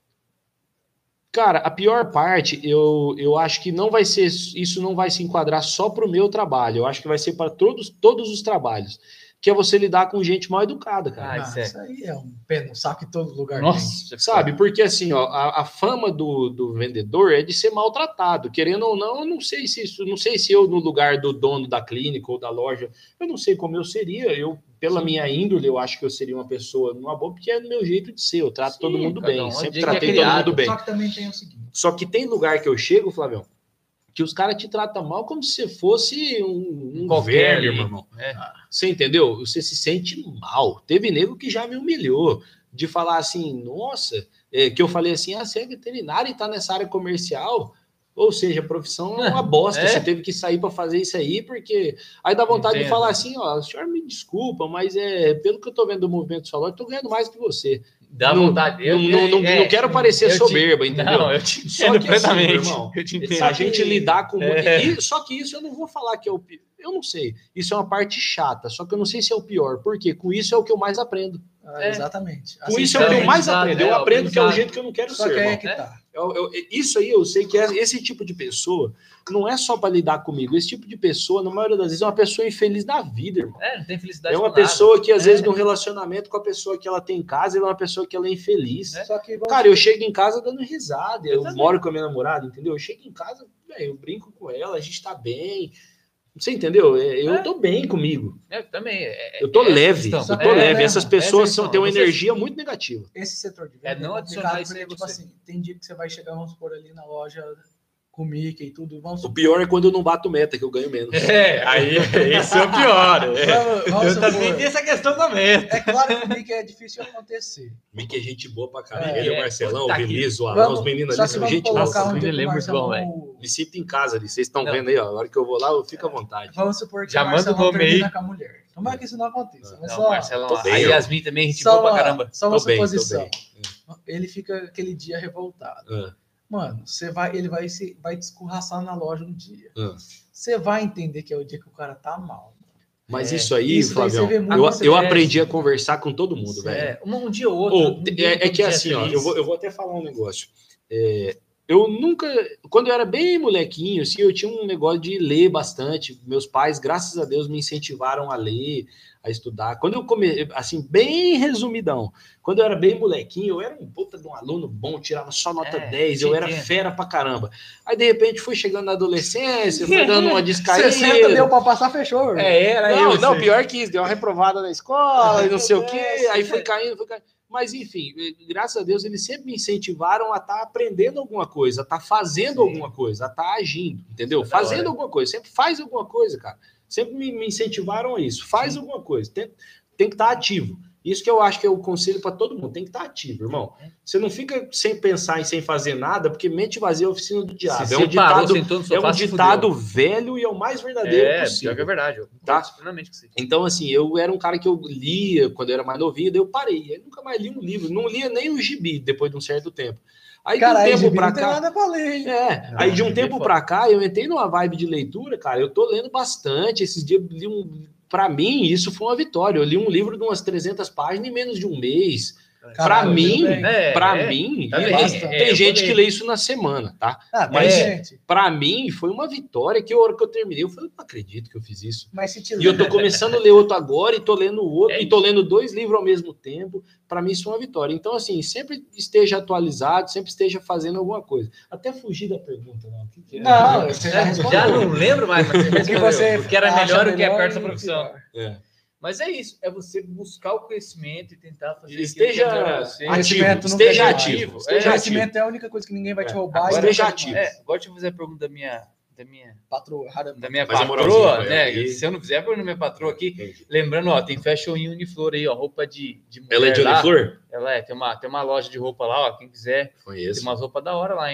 Cara, a pior parte, eu, eu acho que não vai ser. Isso não vai se enquadrar só para o meu trabalho. Eu acho que vai ser para todos, todos os trabalhos. Que é você lidar com gente mal educada, cara. Ah, Ah, isso é. isso aí é um pé no saco em todo lugar. Nossa, Sabe? Porque assim, ó, a, a fama do, do vendedor é de ser maltratado. Querendo ou não, eu não sei se isso, não sei se eu, no lugar do dono da clínica ou da loja, eu não sei como eu seria. Eu, pela Sim. minha índole, eu acho que eu seria uma pessoa numa boa, porque é do meu jeito de ser. Eu trato Sim, todo mundo cada bem. um, Sempre onde é que é tratei todo criado. mundo bem. Só que também tem o seguinte. Só que tem lugar que eu chego, Flavião, que os caras te tratam mal como se você fosse um, um Qualquer verme, ali. meu irmão. É. Você entendeu? Você se sente mal. Teve nego que já me humilhou de falar assim, nossa, é, que eu falei assim, ah, você é veterinário e tá nessa área comercial, ou seja, a profissão é uma bosta, É. você teve que sair para fazer isso aí, porque aí dá vontade Entendo. de falar assim, ó, o senhor me desculpa, mas é pelo que eu tô vendo do movimento sua loja, eu tô ganhando mais que você. Dá Não- vontade. não, não, não, é, não quero parecer eu te- soberba, entendeu? Não, eu te Só entendo que assim, plenamente. meu irmão, eu te Se entendo. a gente lidar com. É. E- só que isso eu não vou falar que é o pior. Eu não sei. Isso é uma parte chata. Só que eu não sei se é o pior. Por quê? Com isso é o que eu mais aprendo. Ah, É. Exatamente. Com isso é o que eu então, mais aprendizado, aprendo. Eu é, aprendo que é o aprendizado. jeito que eu não quero Só ser. que aí é irmão. que tá. Eu- eu- isso aí eu sei que é- esse tipo de pessoa não é só para lidar comigo. Esse tipo de pessoa, na maioria das vezes, é uma pessoa infeliz da vida, irmão. É, não tem felicidade É uma com nada. pessoa que, às É. vezes, no relacionamento com a pessoa que ela tem em casa, ela é uma pessoa que ela é infeliz. É. Só que vamos- Cara, eu chego em casa dando risada. Eu Eu, também. moro com a minha namorada, entendeu? Eu chego em casa, velho, eu brinco com ela, a gente tá bem. Você entendeu? É, Eu É. tô bem comigo. É, também. É, Eu tô é essa leve. questão. Eu tô É, leve. né, Essas mano? pessoas Essa são, questão. têm uma Você- energia muito negativa. esse setor de É venda não complicado adicionar isso porque, em tipo você. assim, tem dia que você vai chegar, vamos supor, ali na loja com o Mickey e tudo, vamos O pior é quando eu não bato meta, que eu ganho menos. É, aí esse é o pior. é. Vamos, vamos Eu supor, também tenho essa questão da meta. é claro que o Mickey é difícil acontecer. Mickey é gente boa pra caramba. É. Ele, o Marcelão, o Tá aqui. Vinícius, o Arão, Vamos- os meninos só ali que são vamos gente colocar boa. um dia Ele que o é muito bom, Marcelão- Me sinto em casa ali. Vocês estão Não. vendo aí, ó. A hora que eu vou lá, eu fico à vontade. Vamos supor que Já o manda o Marcelão nome aí. termina com a mulher. Tomara que isso não aconteça. Mas Não, só, Marcelão, tô a bem, Yasmin também, gente só boa pra uma, caramba. só uma Tô bem, tô suposição. bem. Ele fica aquele dia revoltado. Ah, Mano, você vai, ele vai se vai te escorraçar na loja um dia. ah. Você vai entender que é o dia que o cara tá mal. Mas É. isso aí, Isso daí Flavião, você vê muito eu, na eu C B S. aprendi a conversar com todo mundo, velho. É, um, um dia ou outro. Ou, ninguém é, é todo que dia assim, ó, feliz. eu vou, eu vou até falar um negócio. É, eu nunca, quando eu era bem molequinho, assim, eu tinha um negócio de ler bastante. Meus pais, graças a Deus, me incentivaram a ler, a estudar. Quando eu comecei, assim, bem resumidão, quando eu era bem molequinho, eu era um puta de um aluno bom, tirava só nota É, dez, te eu era entendo. fera pra caramba. Aí, de repente, fui chegando na adolescência, fui dando uma descaída. sessenta deu pra passar, fechou. irmão. É, era Não, eu. não, sei. pior que isso, deu uma reprovada na escola Ai, e não sei o meu quê, Deus. aí foi caindo, foi caindo. Mas enfim, graças a Deus eles sempre me incentivaram a estar aprendendo alguma coisa, a estar fazendo Sim. alguma coisa, a estar agindo, entendeu? Isso é da Fazendo hora. alguma coisa, sempre faz alguma coisa, cara. Sempre me, me incentivaram a isso, faz Sim. alguma coisa, tem, tem que estar ativo. Isso que eu acho que é o conselho para todo mundo, tem que estar ativo, irmão. Você não fica sem pensar e sem fazer nada, porque mente vazia é a oficina do diabo. Se É você um parou, ditado, sentou no é sofá, um se ditado fudeu. velho e é o mais verdadeiro É, possível. pior que é verdade. Eu Tá? concordo plenamente com você. Então, assim, eu era um cara que eu lia quando eu era mais novinho, daí eu parei. Eu nunca mais li um livro, não lia nem o gibi depois de um certo tempo. Aí de um Caralho, tempo gibi pra não tem cá. nada pra ler, hein? É, Não, aí de um gibi é tempo foda. pra cá, eu entrei numa vibe de leitura, cara. Eu tô lendo bastante. Esses dias eu li um. Pra mim, isso foi uma vitória. Eu li um livro de umas trezentas páginas em menos de um mês. Pra Caralho, mim, tudo bem. É, pra é. mim, Também, tem, basta. tem é, eu gente vou que ler. lê isso na semana, tá? Ah, Mas- tem gente. Pra mim, foi uma vitória que a hora que eu terminei, eu falei, não acredito que eu fiz isso. Mas se te E eu tô começando a ler outro agora, e tô lendo o outro, É e tô lendo dois livros ao mesmo tempo. Para mim, isso é uma vitória. Então, assim, sempre esteja atualizado, sempre esteja fazendo alguma coisa. Até fugir da pergunta, não. O que que é? Não, você já É, respondeu. já não lembro mais, mas você O que respondeu. você O que era acha melhor e o que é melhor perto da e profissão. pior. É. Mas é isso, é você buscar o conhecimento e tentar fazer Esteja aquilo que é melhor pra você. ativo, Conhecimento nunca esteja é ativo, demais. esteja ativo. Conhecimento é a única coisa que ninguém vai te É. roubar. Agora e nunca esteja é ativo. demais. É, agora deixa eu fazer a pergunta da minha, da minha, Patroa, rara- da minha Faz a moralzinha patroa, pra né? ela aí. Se eu não fizer a pergunta da minha patroa aqui, lembrando, ó, tem fashion em Uniflor aí, ó, roupa de, de mulher Ela é de lá. Uniflor? Ela é, tem uma, tem uma loja de roupa lá, ó, quem quiser, tem Conheço. umas roupas da hora lá, hein?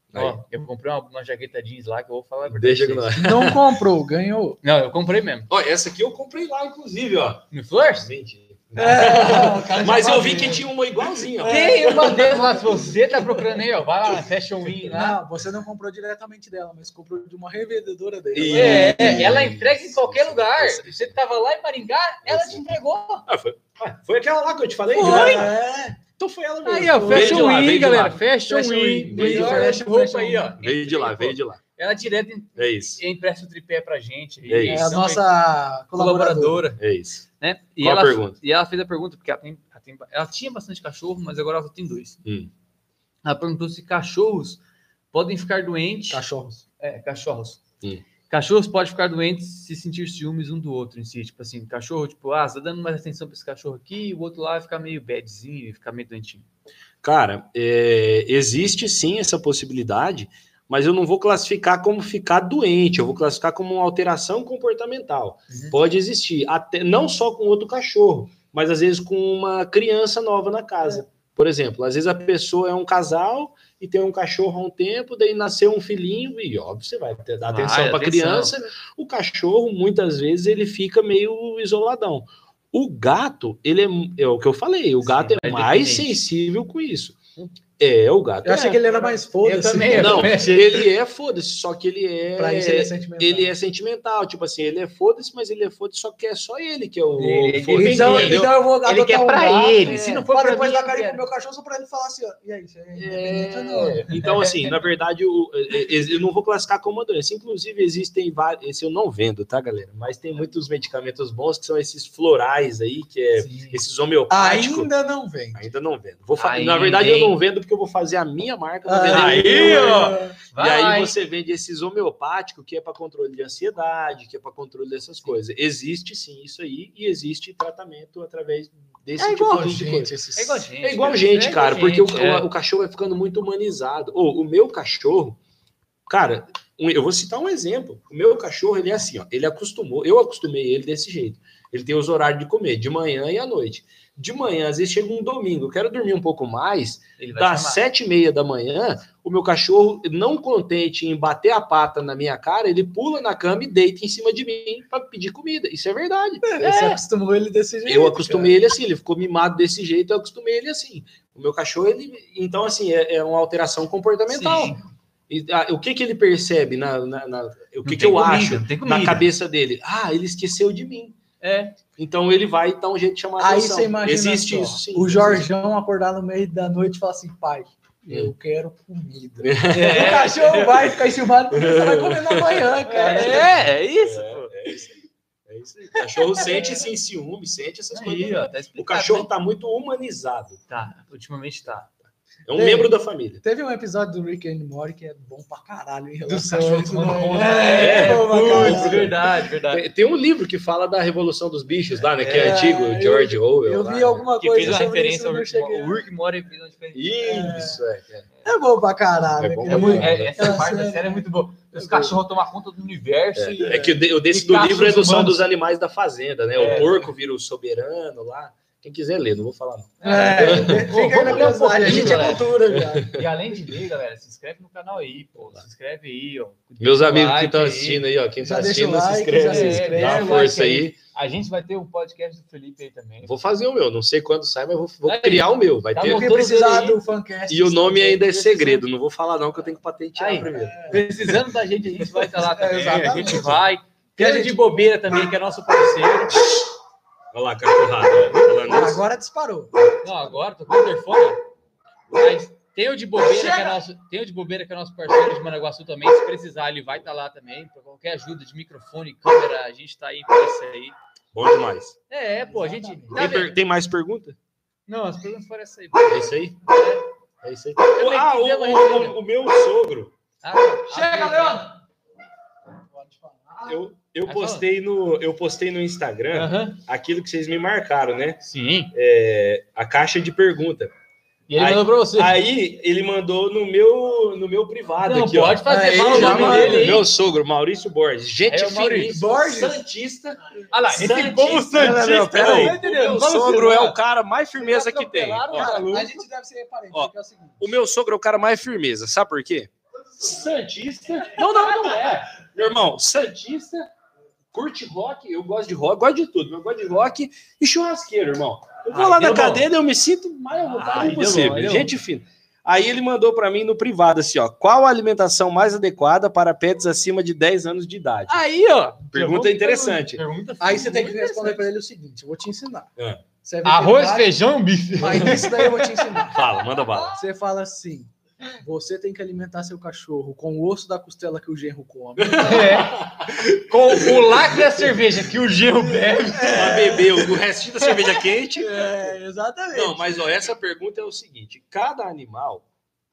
Ó, eu comprei uma, uma jaqueta jeans lá que eu vou falar. Deixa que nós. Não comprou, ganhou. Não, eu comprei mesmo. Ó, essa aqui eu comprei lá, inclusive, ó. No Flores? Mentira. É, Mas eu vi que tinha uma igualzinha. Ó. Tem uma delas lá, se você tá procurando aí, ó. Vai lá na Fashion Week lá. Não, você não comprou diretamente dela, mas comprou de uma revendedora dela. E- É, é, ela entrega em qualquer lugar. Você tava lá em Maringá, ela te entregou. Ah, foi, ah, foi aquela lá que eu te falei? Foi? É. Então foi ela mesmo. Aí, ó, Veio de Fashion lá, veio Week, de galera. lá. Fashion Fashion Week. Week, Melhor fashion, roupa fashion aí, ó. Week. Veio de lá, veio de lá. Ela direto É isso. empresta o tripé pra gente. É É isso. a nossa colaboradora. colaboradora. É isso. Né? E, Qual a ela, pergunta? e ela fez a pergunta, porque ela, tem, ela, tem- ela tinha bastante cachorro, mas agora ela só tem dois. Hum. Ela perguntou se cachorros podem ficar doentes. Cachorros. É, cachorros. Hum. Cachorros podem ficar doentes se sentir ciúmes um do outro em si. Tipo assim, cachorro, tipo, ah, você tá dando mais atenção pra esse cachorro aqui, e o outro lá vai ficar meio badzinho, ficar meio doentinho. Cara, é, existe sim essa possibilidade, mas eu não vou classificar como ficar doente, eu vou classificar como uma alteração comportamental. Uhum. Pode existir, até, não só com outro cachorro, mas às vezes com uma criança nova na casa. Por exemplo, às vezes a pessoa é um casal e tem um cachorro há um tempo, daí nasceu um filhinho, e óbvio, você vai ter, dar Vai, atenção para a atenção. criança. O cachorro, muitas vezes, ele fica meio isoladão. O gato, ele é, é o que eu falei, o Sim, gato é mais mais dependente. sensível com isso. É, o gato Eu achei é. que ele era mais foda-se. Eu também, eu Não, também achei. ele é foda-se, só que ele é. Pra isso ele é sentimental. Ele é sentimental, tipo assim, ele é foda-se, mas ele é foda-se, só que é só ele que é o Ele- foda-se, Então, entendeu? então eu vou Ele adotar quer um pra gato, ele, é, se não for pra pra depois mim, dar eu carinho quero. pro meu cachorro, só pra ele falar assim, ó. E aí, você é É, independente ou não? então, assim, na verdade, o- eu não vou classificar como uma doença. Inclusive, existem vários. Esse eu não vendo, tá, galera? Mas tem muitos medicamentos bons que são esses florais aí, que é Sim. esses homeopáticos. Ainda não vem. Ainda não vendo. Vou fa- Ainda, Na verdade, eu hein? não vendo porque eu vou fazer a minha marca. Vou Ah, vender Aí, o meu. ó. E Vai. aí você vende esses homeopáticos que é para controle de ansiedade, que é para controle dessas coisas. Existe sim isso aí e existe tratamento através desse É tipo igual de gente. coisa. Esses... É igual gente. É igual cara. gente, É cara, igual porque gente, o, é. o cachorro vai ficando muito humanizado. Ô, o meu cachorro, cara, um- eu vou citar um exemplo. O meu cachorro, ele é assim, ó, ele acostumou, eu acostumei ele desse jeito. Ele tem os horários de comer, de manhã e à noite. De manhã, às vezes chega um domingo, eu quero dormir um pouco mais, Ele vai das chamar. sete e meia da manhã, o meu cachorro, não contente em bater a pata na minha cara, ele pula na cama e deita em cima de mim para pedir comida. Isso é verdade. Você acostumou ele desse jeito. Eu acostumei ele assim, ele ficou mimado desse jeito, eu acostumei ele assim. O meu cachorro, ele, então, assim, é, é uma alteração comportamental. Sim. E, ah, o que que ele percebe, na, na- na- o que, Não que tem eu comida, acho não tem na comida. cabeça dele? Ah, ele esqueceu de mim. É. Então ele vai dar um jeito de chamar Aí atenção. você imagina Existe só, isso, sim. o Jorjão acordar no meio da noite e falar assim, pai, eu quero comida. É. O cachorro vai ficar enciumado porque ele só vai comer na manhã, cara. É, é isso, É, pô. é isso aí. É isso aí. O cachorro sente sim ciúme, sente essas coisas. Aí, ó, tá explicado. O cachorro né? tá muito humanizado. Tá, ultimamente tá. É um Ei. membro da família. Teve um episódio do Rick and Morty que é bom pra caralho em relação cachorros a isso, tomando né? conta. É, É, bom pra Putz, caralho. verdade, verdade. Tem, tem um livro que fala da Revolução dos Bichos lá, né? Que é, É, antigo, eu- George Orwell. Eu lá, vi né? alguma Que coisa fez uma sobre referência isso, ao eu não Rick cheguei. Morty. O Rick Morty fez uma diferença. Isso, é. é. É bom pra caralho. É bom aquele- pra É muito, caralho. é, essa Aquela parte da série- série é muito boa. Os cachorros tomam conta do universo e. É que o de- o desse E do caça livro é os do São humanos. dos Animais da Fazenda, né? É. O porco vira o soberano lá. Quem quiser ler, não vou falar não. É, Pô, fica aí na vamos ler um mensagem, a pouquinho, gente é galera. cultura já. E além de ler, galera, se inscreve no canal aí, pô. Se inscreve aí, ó. Meus Deixa o amigos que like estão aí. assistindo aí, ó. Quem Já tá deixa o assistindo, se like, inscreve. já se aí, inscreve. Dá uma Deixa o força like aí. A gente vai ter um podcast do Felipe aí também. Vou fazer o meu. Não sei quando sai, mas vou, vou Aí. criar o meu. Vai Tá ter. bom. Quem Todos precisar aí. do fancast. E o nome ainda é Precisando- segredo. Não vou falar não, que eu tenho que patentear Aí. primeiro. Precisando da gente, a gente vai estar lá também. exatamente. A gente vai. Tem E a a gente- de bobeira também, que é nosso parceiro. Olha lá, cachorrada. ó, falando Ah, isso. agora disparou. Não, agora, tô com o interfone. Mas tem o de bobeira, que é nosso, tem o de bobeira, que é nosso parceiro de Managuaçu também. Se precisar, ele vai estar lá também. Para qualquer ajuda de microfone, câmera, a gente tá aí para isso aí. Bom demais. É, é, pô, a gente. Tá Tem, per- vendo? tem mais pergunta? Não, as perguntas foram essas aí. É isso aí? É isso aí. Também Ah, o, fizemos a o- gente- o- o meu sogro. Ah, Chega, ah, Leandro! Pode falar. Eu, eu, Vai postei no, eu postei no Instagram Aham. aquilo que vocês me marcaram, né? Sim. É, a caixa de pergunta. E ele Aí- mandou pra você. Aí ele mandou no meu, no meu privado Não, aqui, pode ó. fazer. Aí, Fala o já nome manda. dele aí. Meu sogro, Maurício Borges. Gente Aí, o Maurício. finíssima, Borges? santista. Olha lá, esse Santista. povo Não, santista. não, peraí. não tá entendendo. O meu Fala o sogro seu, é lá. o cara mais firmeza que tem. atropelaram, Ó, cara. Cara, a gente deve ser parente, Ó, porque é o seguinte. o meu sogro é o cara mais firmeza. Sabe por quê? Santista. Não, não, não é. Meu irmão, Santista, curte rock, eu gosto de rock, gosto de tudo, eu gosto de rock e churrasqueiro, irmão. Eu vou Ai, lá na deu bom. cadeira e eu me sinto mais à vontade Ai, deu possível. bom, deu Gente fina. Aí ele mandou para mim no privado assim, ó, qual a alimentação mais adequada para pets acima de dez anos de idade? Aí, ó. Pergunta interessante. Pergunta Aí você tem que muito responder interessante. para ele o seguinte: eu vou te ensinar. É. Você é Arroz, veterinário, feijão e bife. Mas isso daí eu vou te ensinar. Fala, manda bala. Você fala assim: você tem que alimentar seu cachorro com o osso da costela que o genro come. É. Com o lacre da cerveja que o Gil bebe. Pra beber o restinho da cerveja quente. É, exatamente. Não, mas ó, essa pergunta é o seguinte: cada animal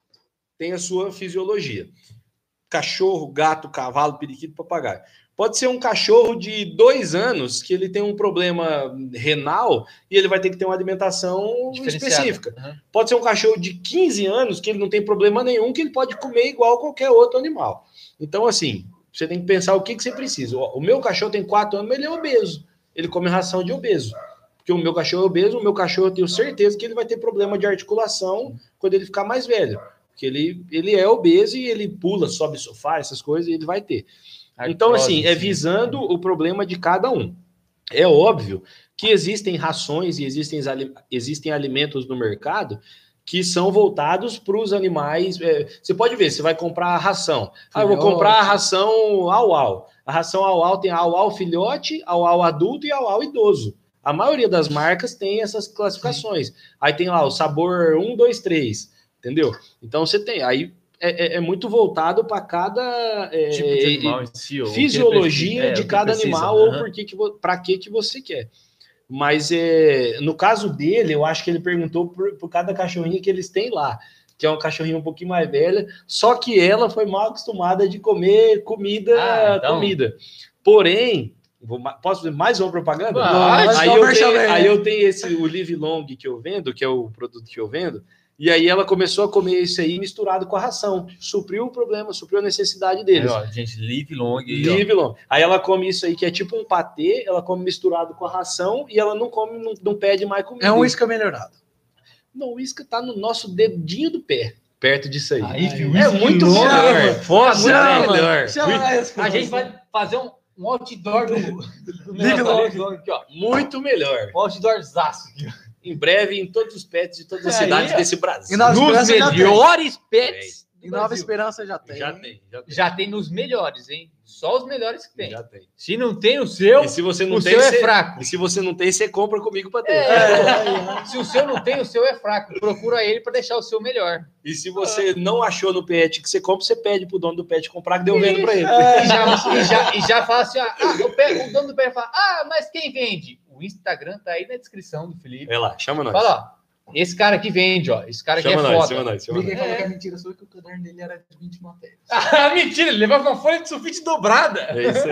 tem a sua fisiologia. Cachorro, gato, cavalo, periquito, papagaio. Pode ser um cachorro de dois anos que ele tem um problema renal e ele vai ter que ter uma alimentação específica. Uhum. Pode ser um cachorro de quinze anos que ele não tem problema nenhum, que ele pode comer igual qualquer outro animal. Então, assim, você tem que pensar o que, que você precisa. O meu cachorro tem quatro anos, mas ele é obeso. Ele come ração de obeso. Porque o meu cachorro é obeso, o meu cachorro eu tenho certeza que ele vai ter problema de articulação quando ele ficar mais velho. Porque ele, ele é obeso e ele pula, sobe sofá, essas coisas, e ele vai ter. Então, assim, é visando o problema de cada um. É óbvio que existem rações e existem, existem alimentos no mercado que são voltados para os animais. É, você pode ver, você vai comprar a ração. Ah, eu vou comprar a ração au-au. A ração au-au tem au-au filhote, au-au adulto e au-au idoso. A maioria das marcas tem essas classificações. Sim. Aí tem lá o sabor um, dois, três, entendeu? Então você tem... Aí é, é, é muito voltado para cada é, tipo de animal em si, ou fisiologia é, de cada precisa, animal uhum. ou por que que, para que, que você quer. Mas é, no caso dele, eu acho que ele perguntou por, por cada cachorrinho que eles têm lá, que é um cachorrinho um pouquinho mais velha, só que ela foi mal acostumada de comer comida, ah, então... comida. Porém, vou, posso fazer mais uma propaganda? Ah, aí, eu tenho, aí eu tenho esse, o Live Long que eu vendo, que é o produto que eu vendo, e aí ela começou a comer isso aí misturado com a ração. Supriu o problema, supriu a necessidade deles. Aí, ó, gente, Live Long. Aí, Live Long. Aí ela come isso aí, que é tipo um patê, ela come misturado com a ração e ela não come, não, não pede mais comida. É um uísca melhorado. Não, o uísca tá no nosso dedinho do pé, perto disso aí. aí é, é muito melhor. Foda, chama, melhor. Chama a gente vai fazer um, um outdoor do, do Live Long aqui, ó. Muito melhor. Um outdoorzaço aqui, ó. Em breve, em todos os pets de todas as é cidades aí, desse Brasil. Nos melhores pets. Em Nova Esperança já tem. Já tem, já tem. Já tem nos melhores, hein? Só os melhores que tem. Já tem. Se não tem o seu, e se você não o tem, seu você... é fraco. E se você não tem, você compra comigo para ter. É, é, é. Se o seu não tem, o seu é fraco. Procura ele para deixar o seu melhor. E se você ah. não achou no pet que você compra, você pede pro dono do pet comprar que deu vendo para ele. É. E, já, e, já, e já fala assim, ah, o, pet, o dono do pet fala, ah, mas quem vende? O Instagram tá aí na descrição do Felipe. É lá, chama nós. Fala, ó. Esse cara aqui vende, ó. Esse cara chama aqui é nós, foda. Chama nós, chama Ninguém nós. falou que é mentira sua, que o caderno dele era de vinte matérias. Ah, mentira, ele levava uma folha de sulfite dobrada. É isso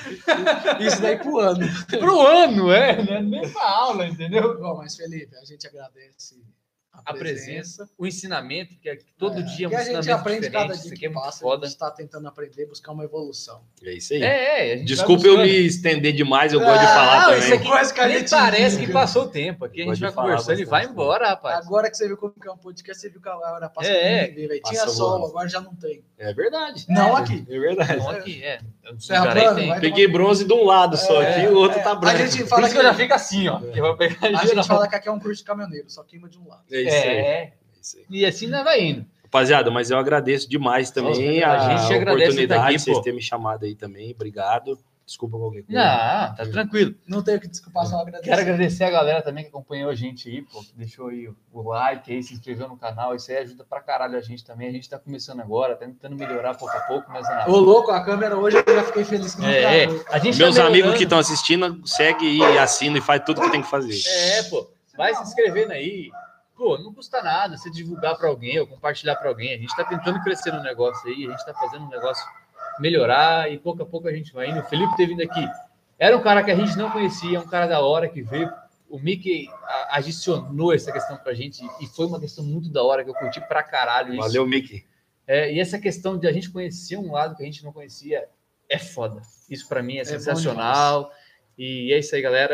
aí. Isso daí pro ano. Pro ano, é. Não é nem pra aula, entendeu? Bom, mas Felipe, a gente agradece a, a presença, presença, o ensinamento, que é todo é, dia é um que a ensinamento gente aprende cada dia isso que aqui é muito passa, foda. A gente está tentando aprender, buscar uma evolução. É isso aí. É, é, a gente Desculpa eu me estender demais, eu gosto de falar não, também. Isso aqui quase que nem parece que passou o tempo. Aqui a gente vai conversando e vai embora, rapaz. Agora que você viu como que é um podcast, você viu que a hora passa é, é. Tinha sol, agora já não tem. É verdade. Não aqui. É verdade. Não aqui, é. Plano, Peguei bronze de um lado só é, aqui, o outro é, tá branco. A gente fala Por isso que, que eu já fico assim, ó. É. Eu vou pegar a gente fala que aqui é um curso de caminhoneiro, só queima de um lado. É isso aí. É. E assim nós vai indo. Rapaziada, mas eu agradeço demais também Nossa, a, a gente oportunidade de vocês terem me chamado aí também. Obrigado. Desculpa qualquer coisa. Não, tá tranquilo. Não tenho que desculpar, só agradecer. Quero agradecer a galera também que acompanhou a gente aí, pô, que deixou aí o like aí, se inscreveu no canal. Isso aí ajuda pra caralho a gente também. A gente tá começando agora, tá tentando melhorar pouco a pouco, mas não. Ô, louco, a câmera hoje eu já fiquei feliz que não é, é. A gente Meus tá amigos que estão assistindo, segue e assina e faz tudo que tem que fazer. É, pô. Vai se inscrevendo aí. Pô, não custa nada você divulgar para alguém ou compartilhar para alguém. A gente está tentando crescer no negócio aí, a gente está fazendo um negócio melhorar e pouco a pouco a gente vai indo. O Felipe ter vindo aqui. Era um cara que a gente não conhecia, um cara da hora que veio. O Mickey adicionou essa questão pra gente e foi uma questão muito da hora que eu curti pra caralho isso. Valeu, Mickey. É, e essa questão de a gente conhecer um lado que a gente não conhecia é foda. Isso pra mim é, é sensacional. E é isso aí, galera.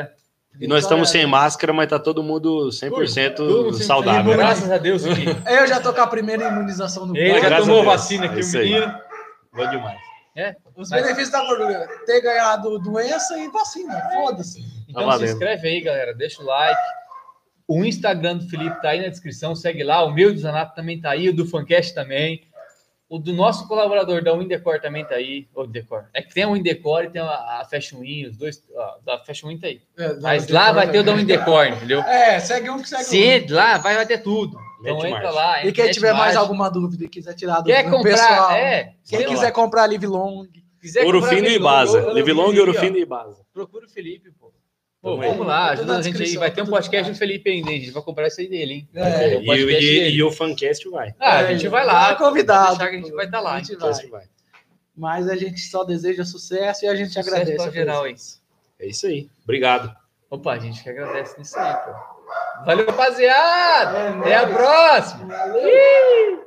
E nós estamos sem máscara, mas tá todo mundo cem por cento Todo mundo saudável. Graças a Deus, aqui. Eu já tô com a primeira imunização no Ele corpo. já Graças tomou a Deus. vacina aqui, É o isso aí. menino. Bom demais. É. Os Mas- benefícios da gordura. Ter ganhado doença e vacina. Foda-se. Então Tá se valendo. inscreve aí, galera. Deixa o like. O Instagram do Felipe tá aí na descrição. Segue lá. O meu do Zanato também tá aí. O do Fancast também. O do nosso colaborador da Windecor também tá aí. O Decor. É que tem a Windecor e tem a, a Fashion Win. Os dois. Ó, da Fashion Win tá aí. É, Mas lá vai ter o da Windecor, entendeu? É, segue um que segue Se um. entra lá, vai, vai ter tudo. Então Mete entra marcha. lá. E quem mete tiver mais marcha. alguma dúvida e quiser tirar do, Quer do comprar, pessoal, é. quem sei quiser lá. comprar Live Long, Quiser Ouro comprar Fino e Live Long, Baza. Ouro Live Long, Fino Ouro aí, ó. Fino e Baza. Procura o Felipe, pô. Pô, Tamo aí. vamos lá, Tudo ajuda na a gente aí. descrição, Vai ter um tudo podcast na- do Felipe ainda, a gente vai comprar isso aí dele, hein? É, Vai ter um E, podcast e- dele. e o Fancast vai. Ah, a gente vai lá. Vai convidado. Pode deixar que a gente vai estar lá. A gente hein? vai. Vai. vai. mas a gente só deseja sucesso e a gente Sucesso agradece. pra a geral aí. presença. É isso aí. Obrigado. Opa, a gente que agradece nisso aí, pô. Valeu, rapaziada! É Até a nóis. próxima! Valeu. Ih!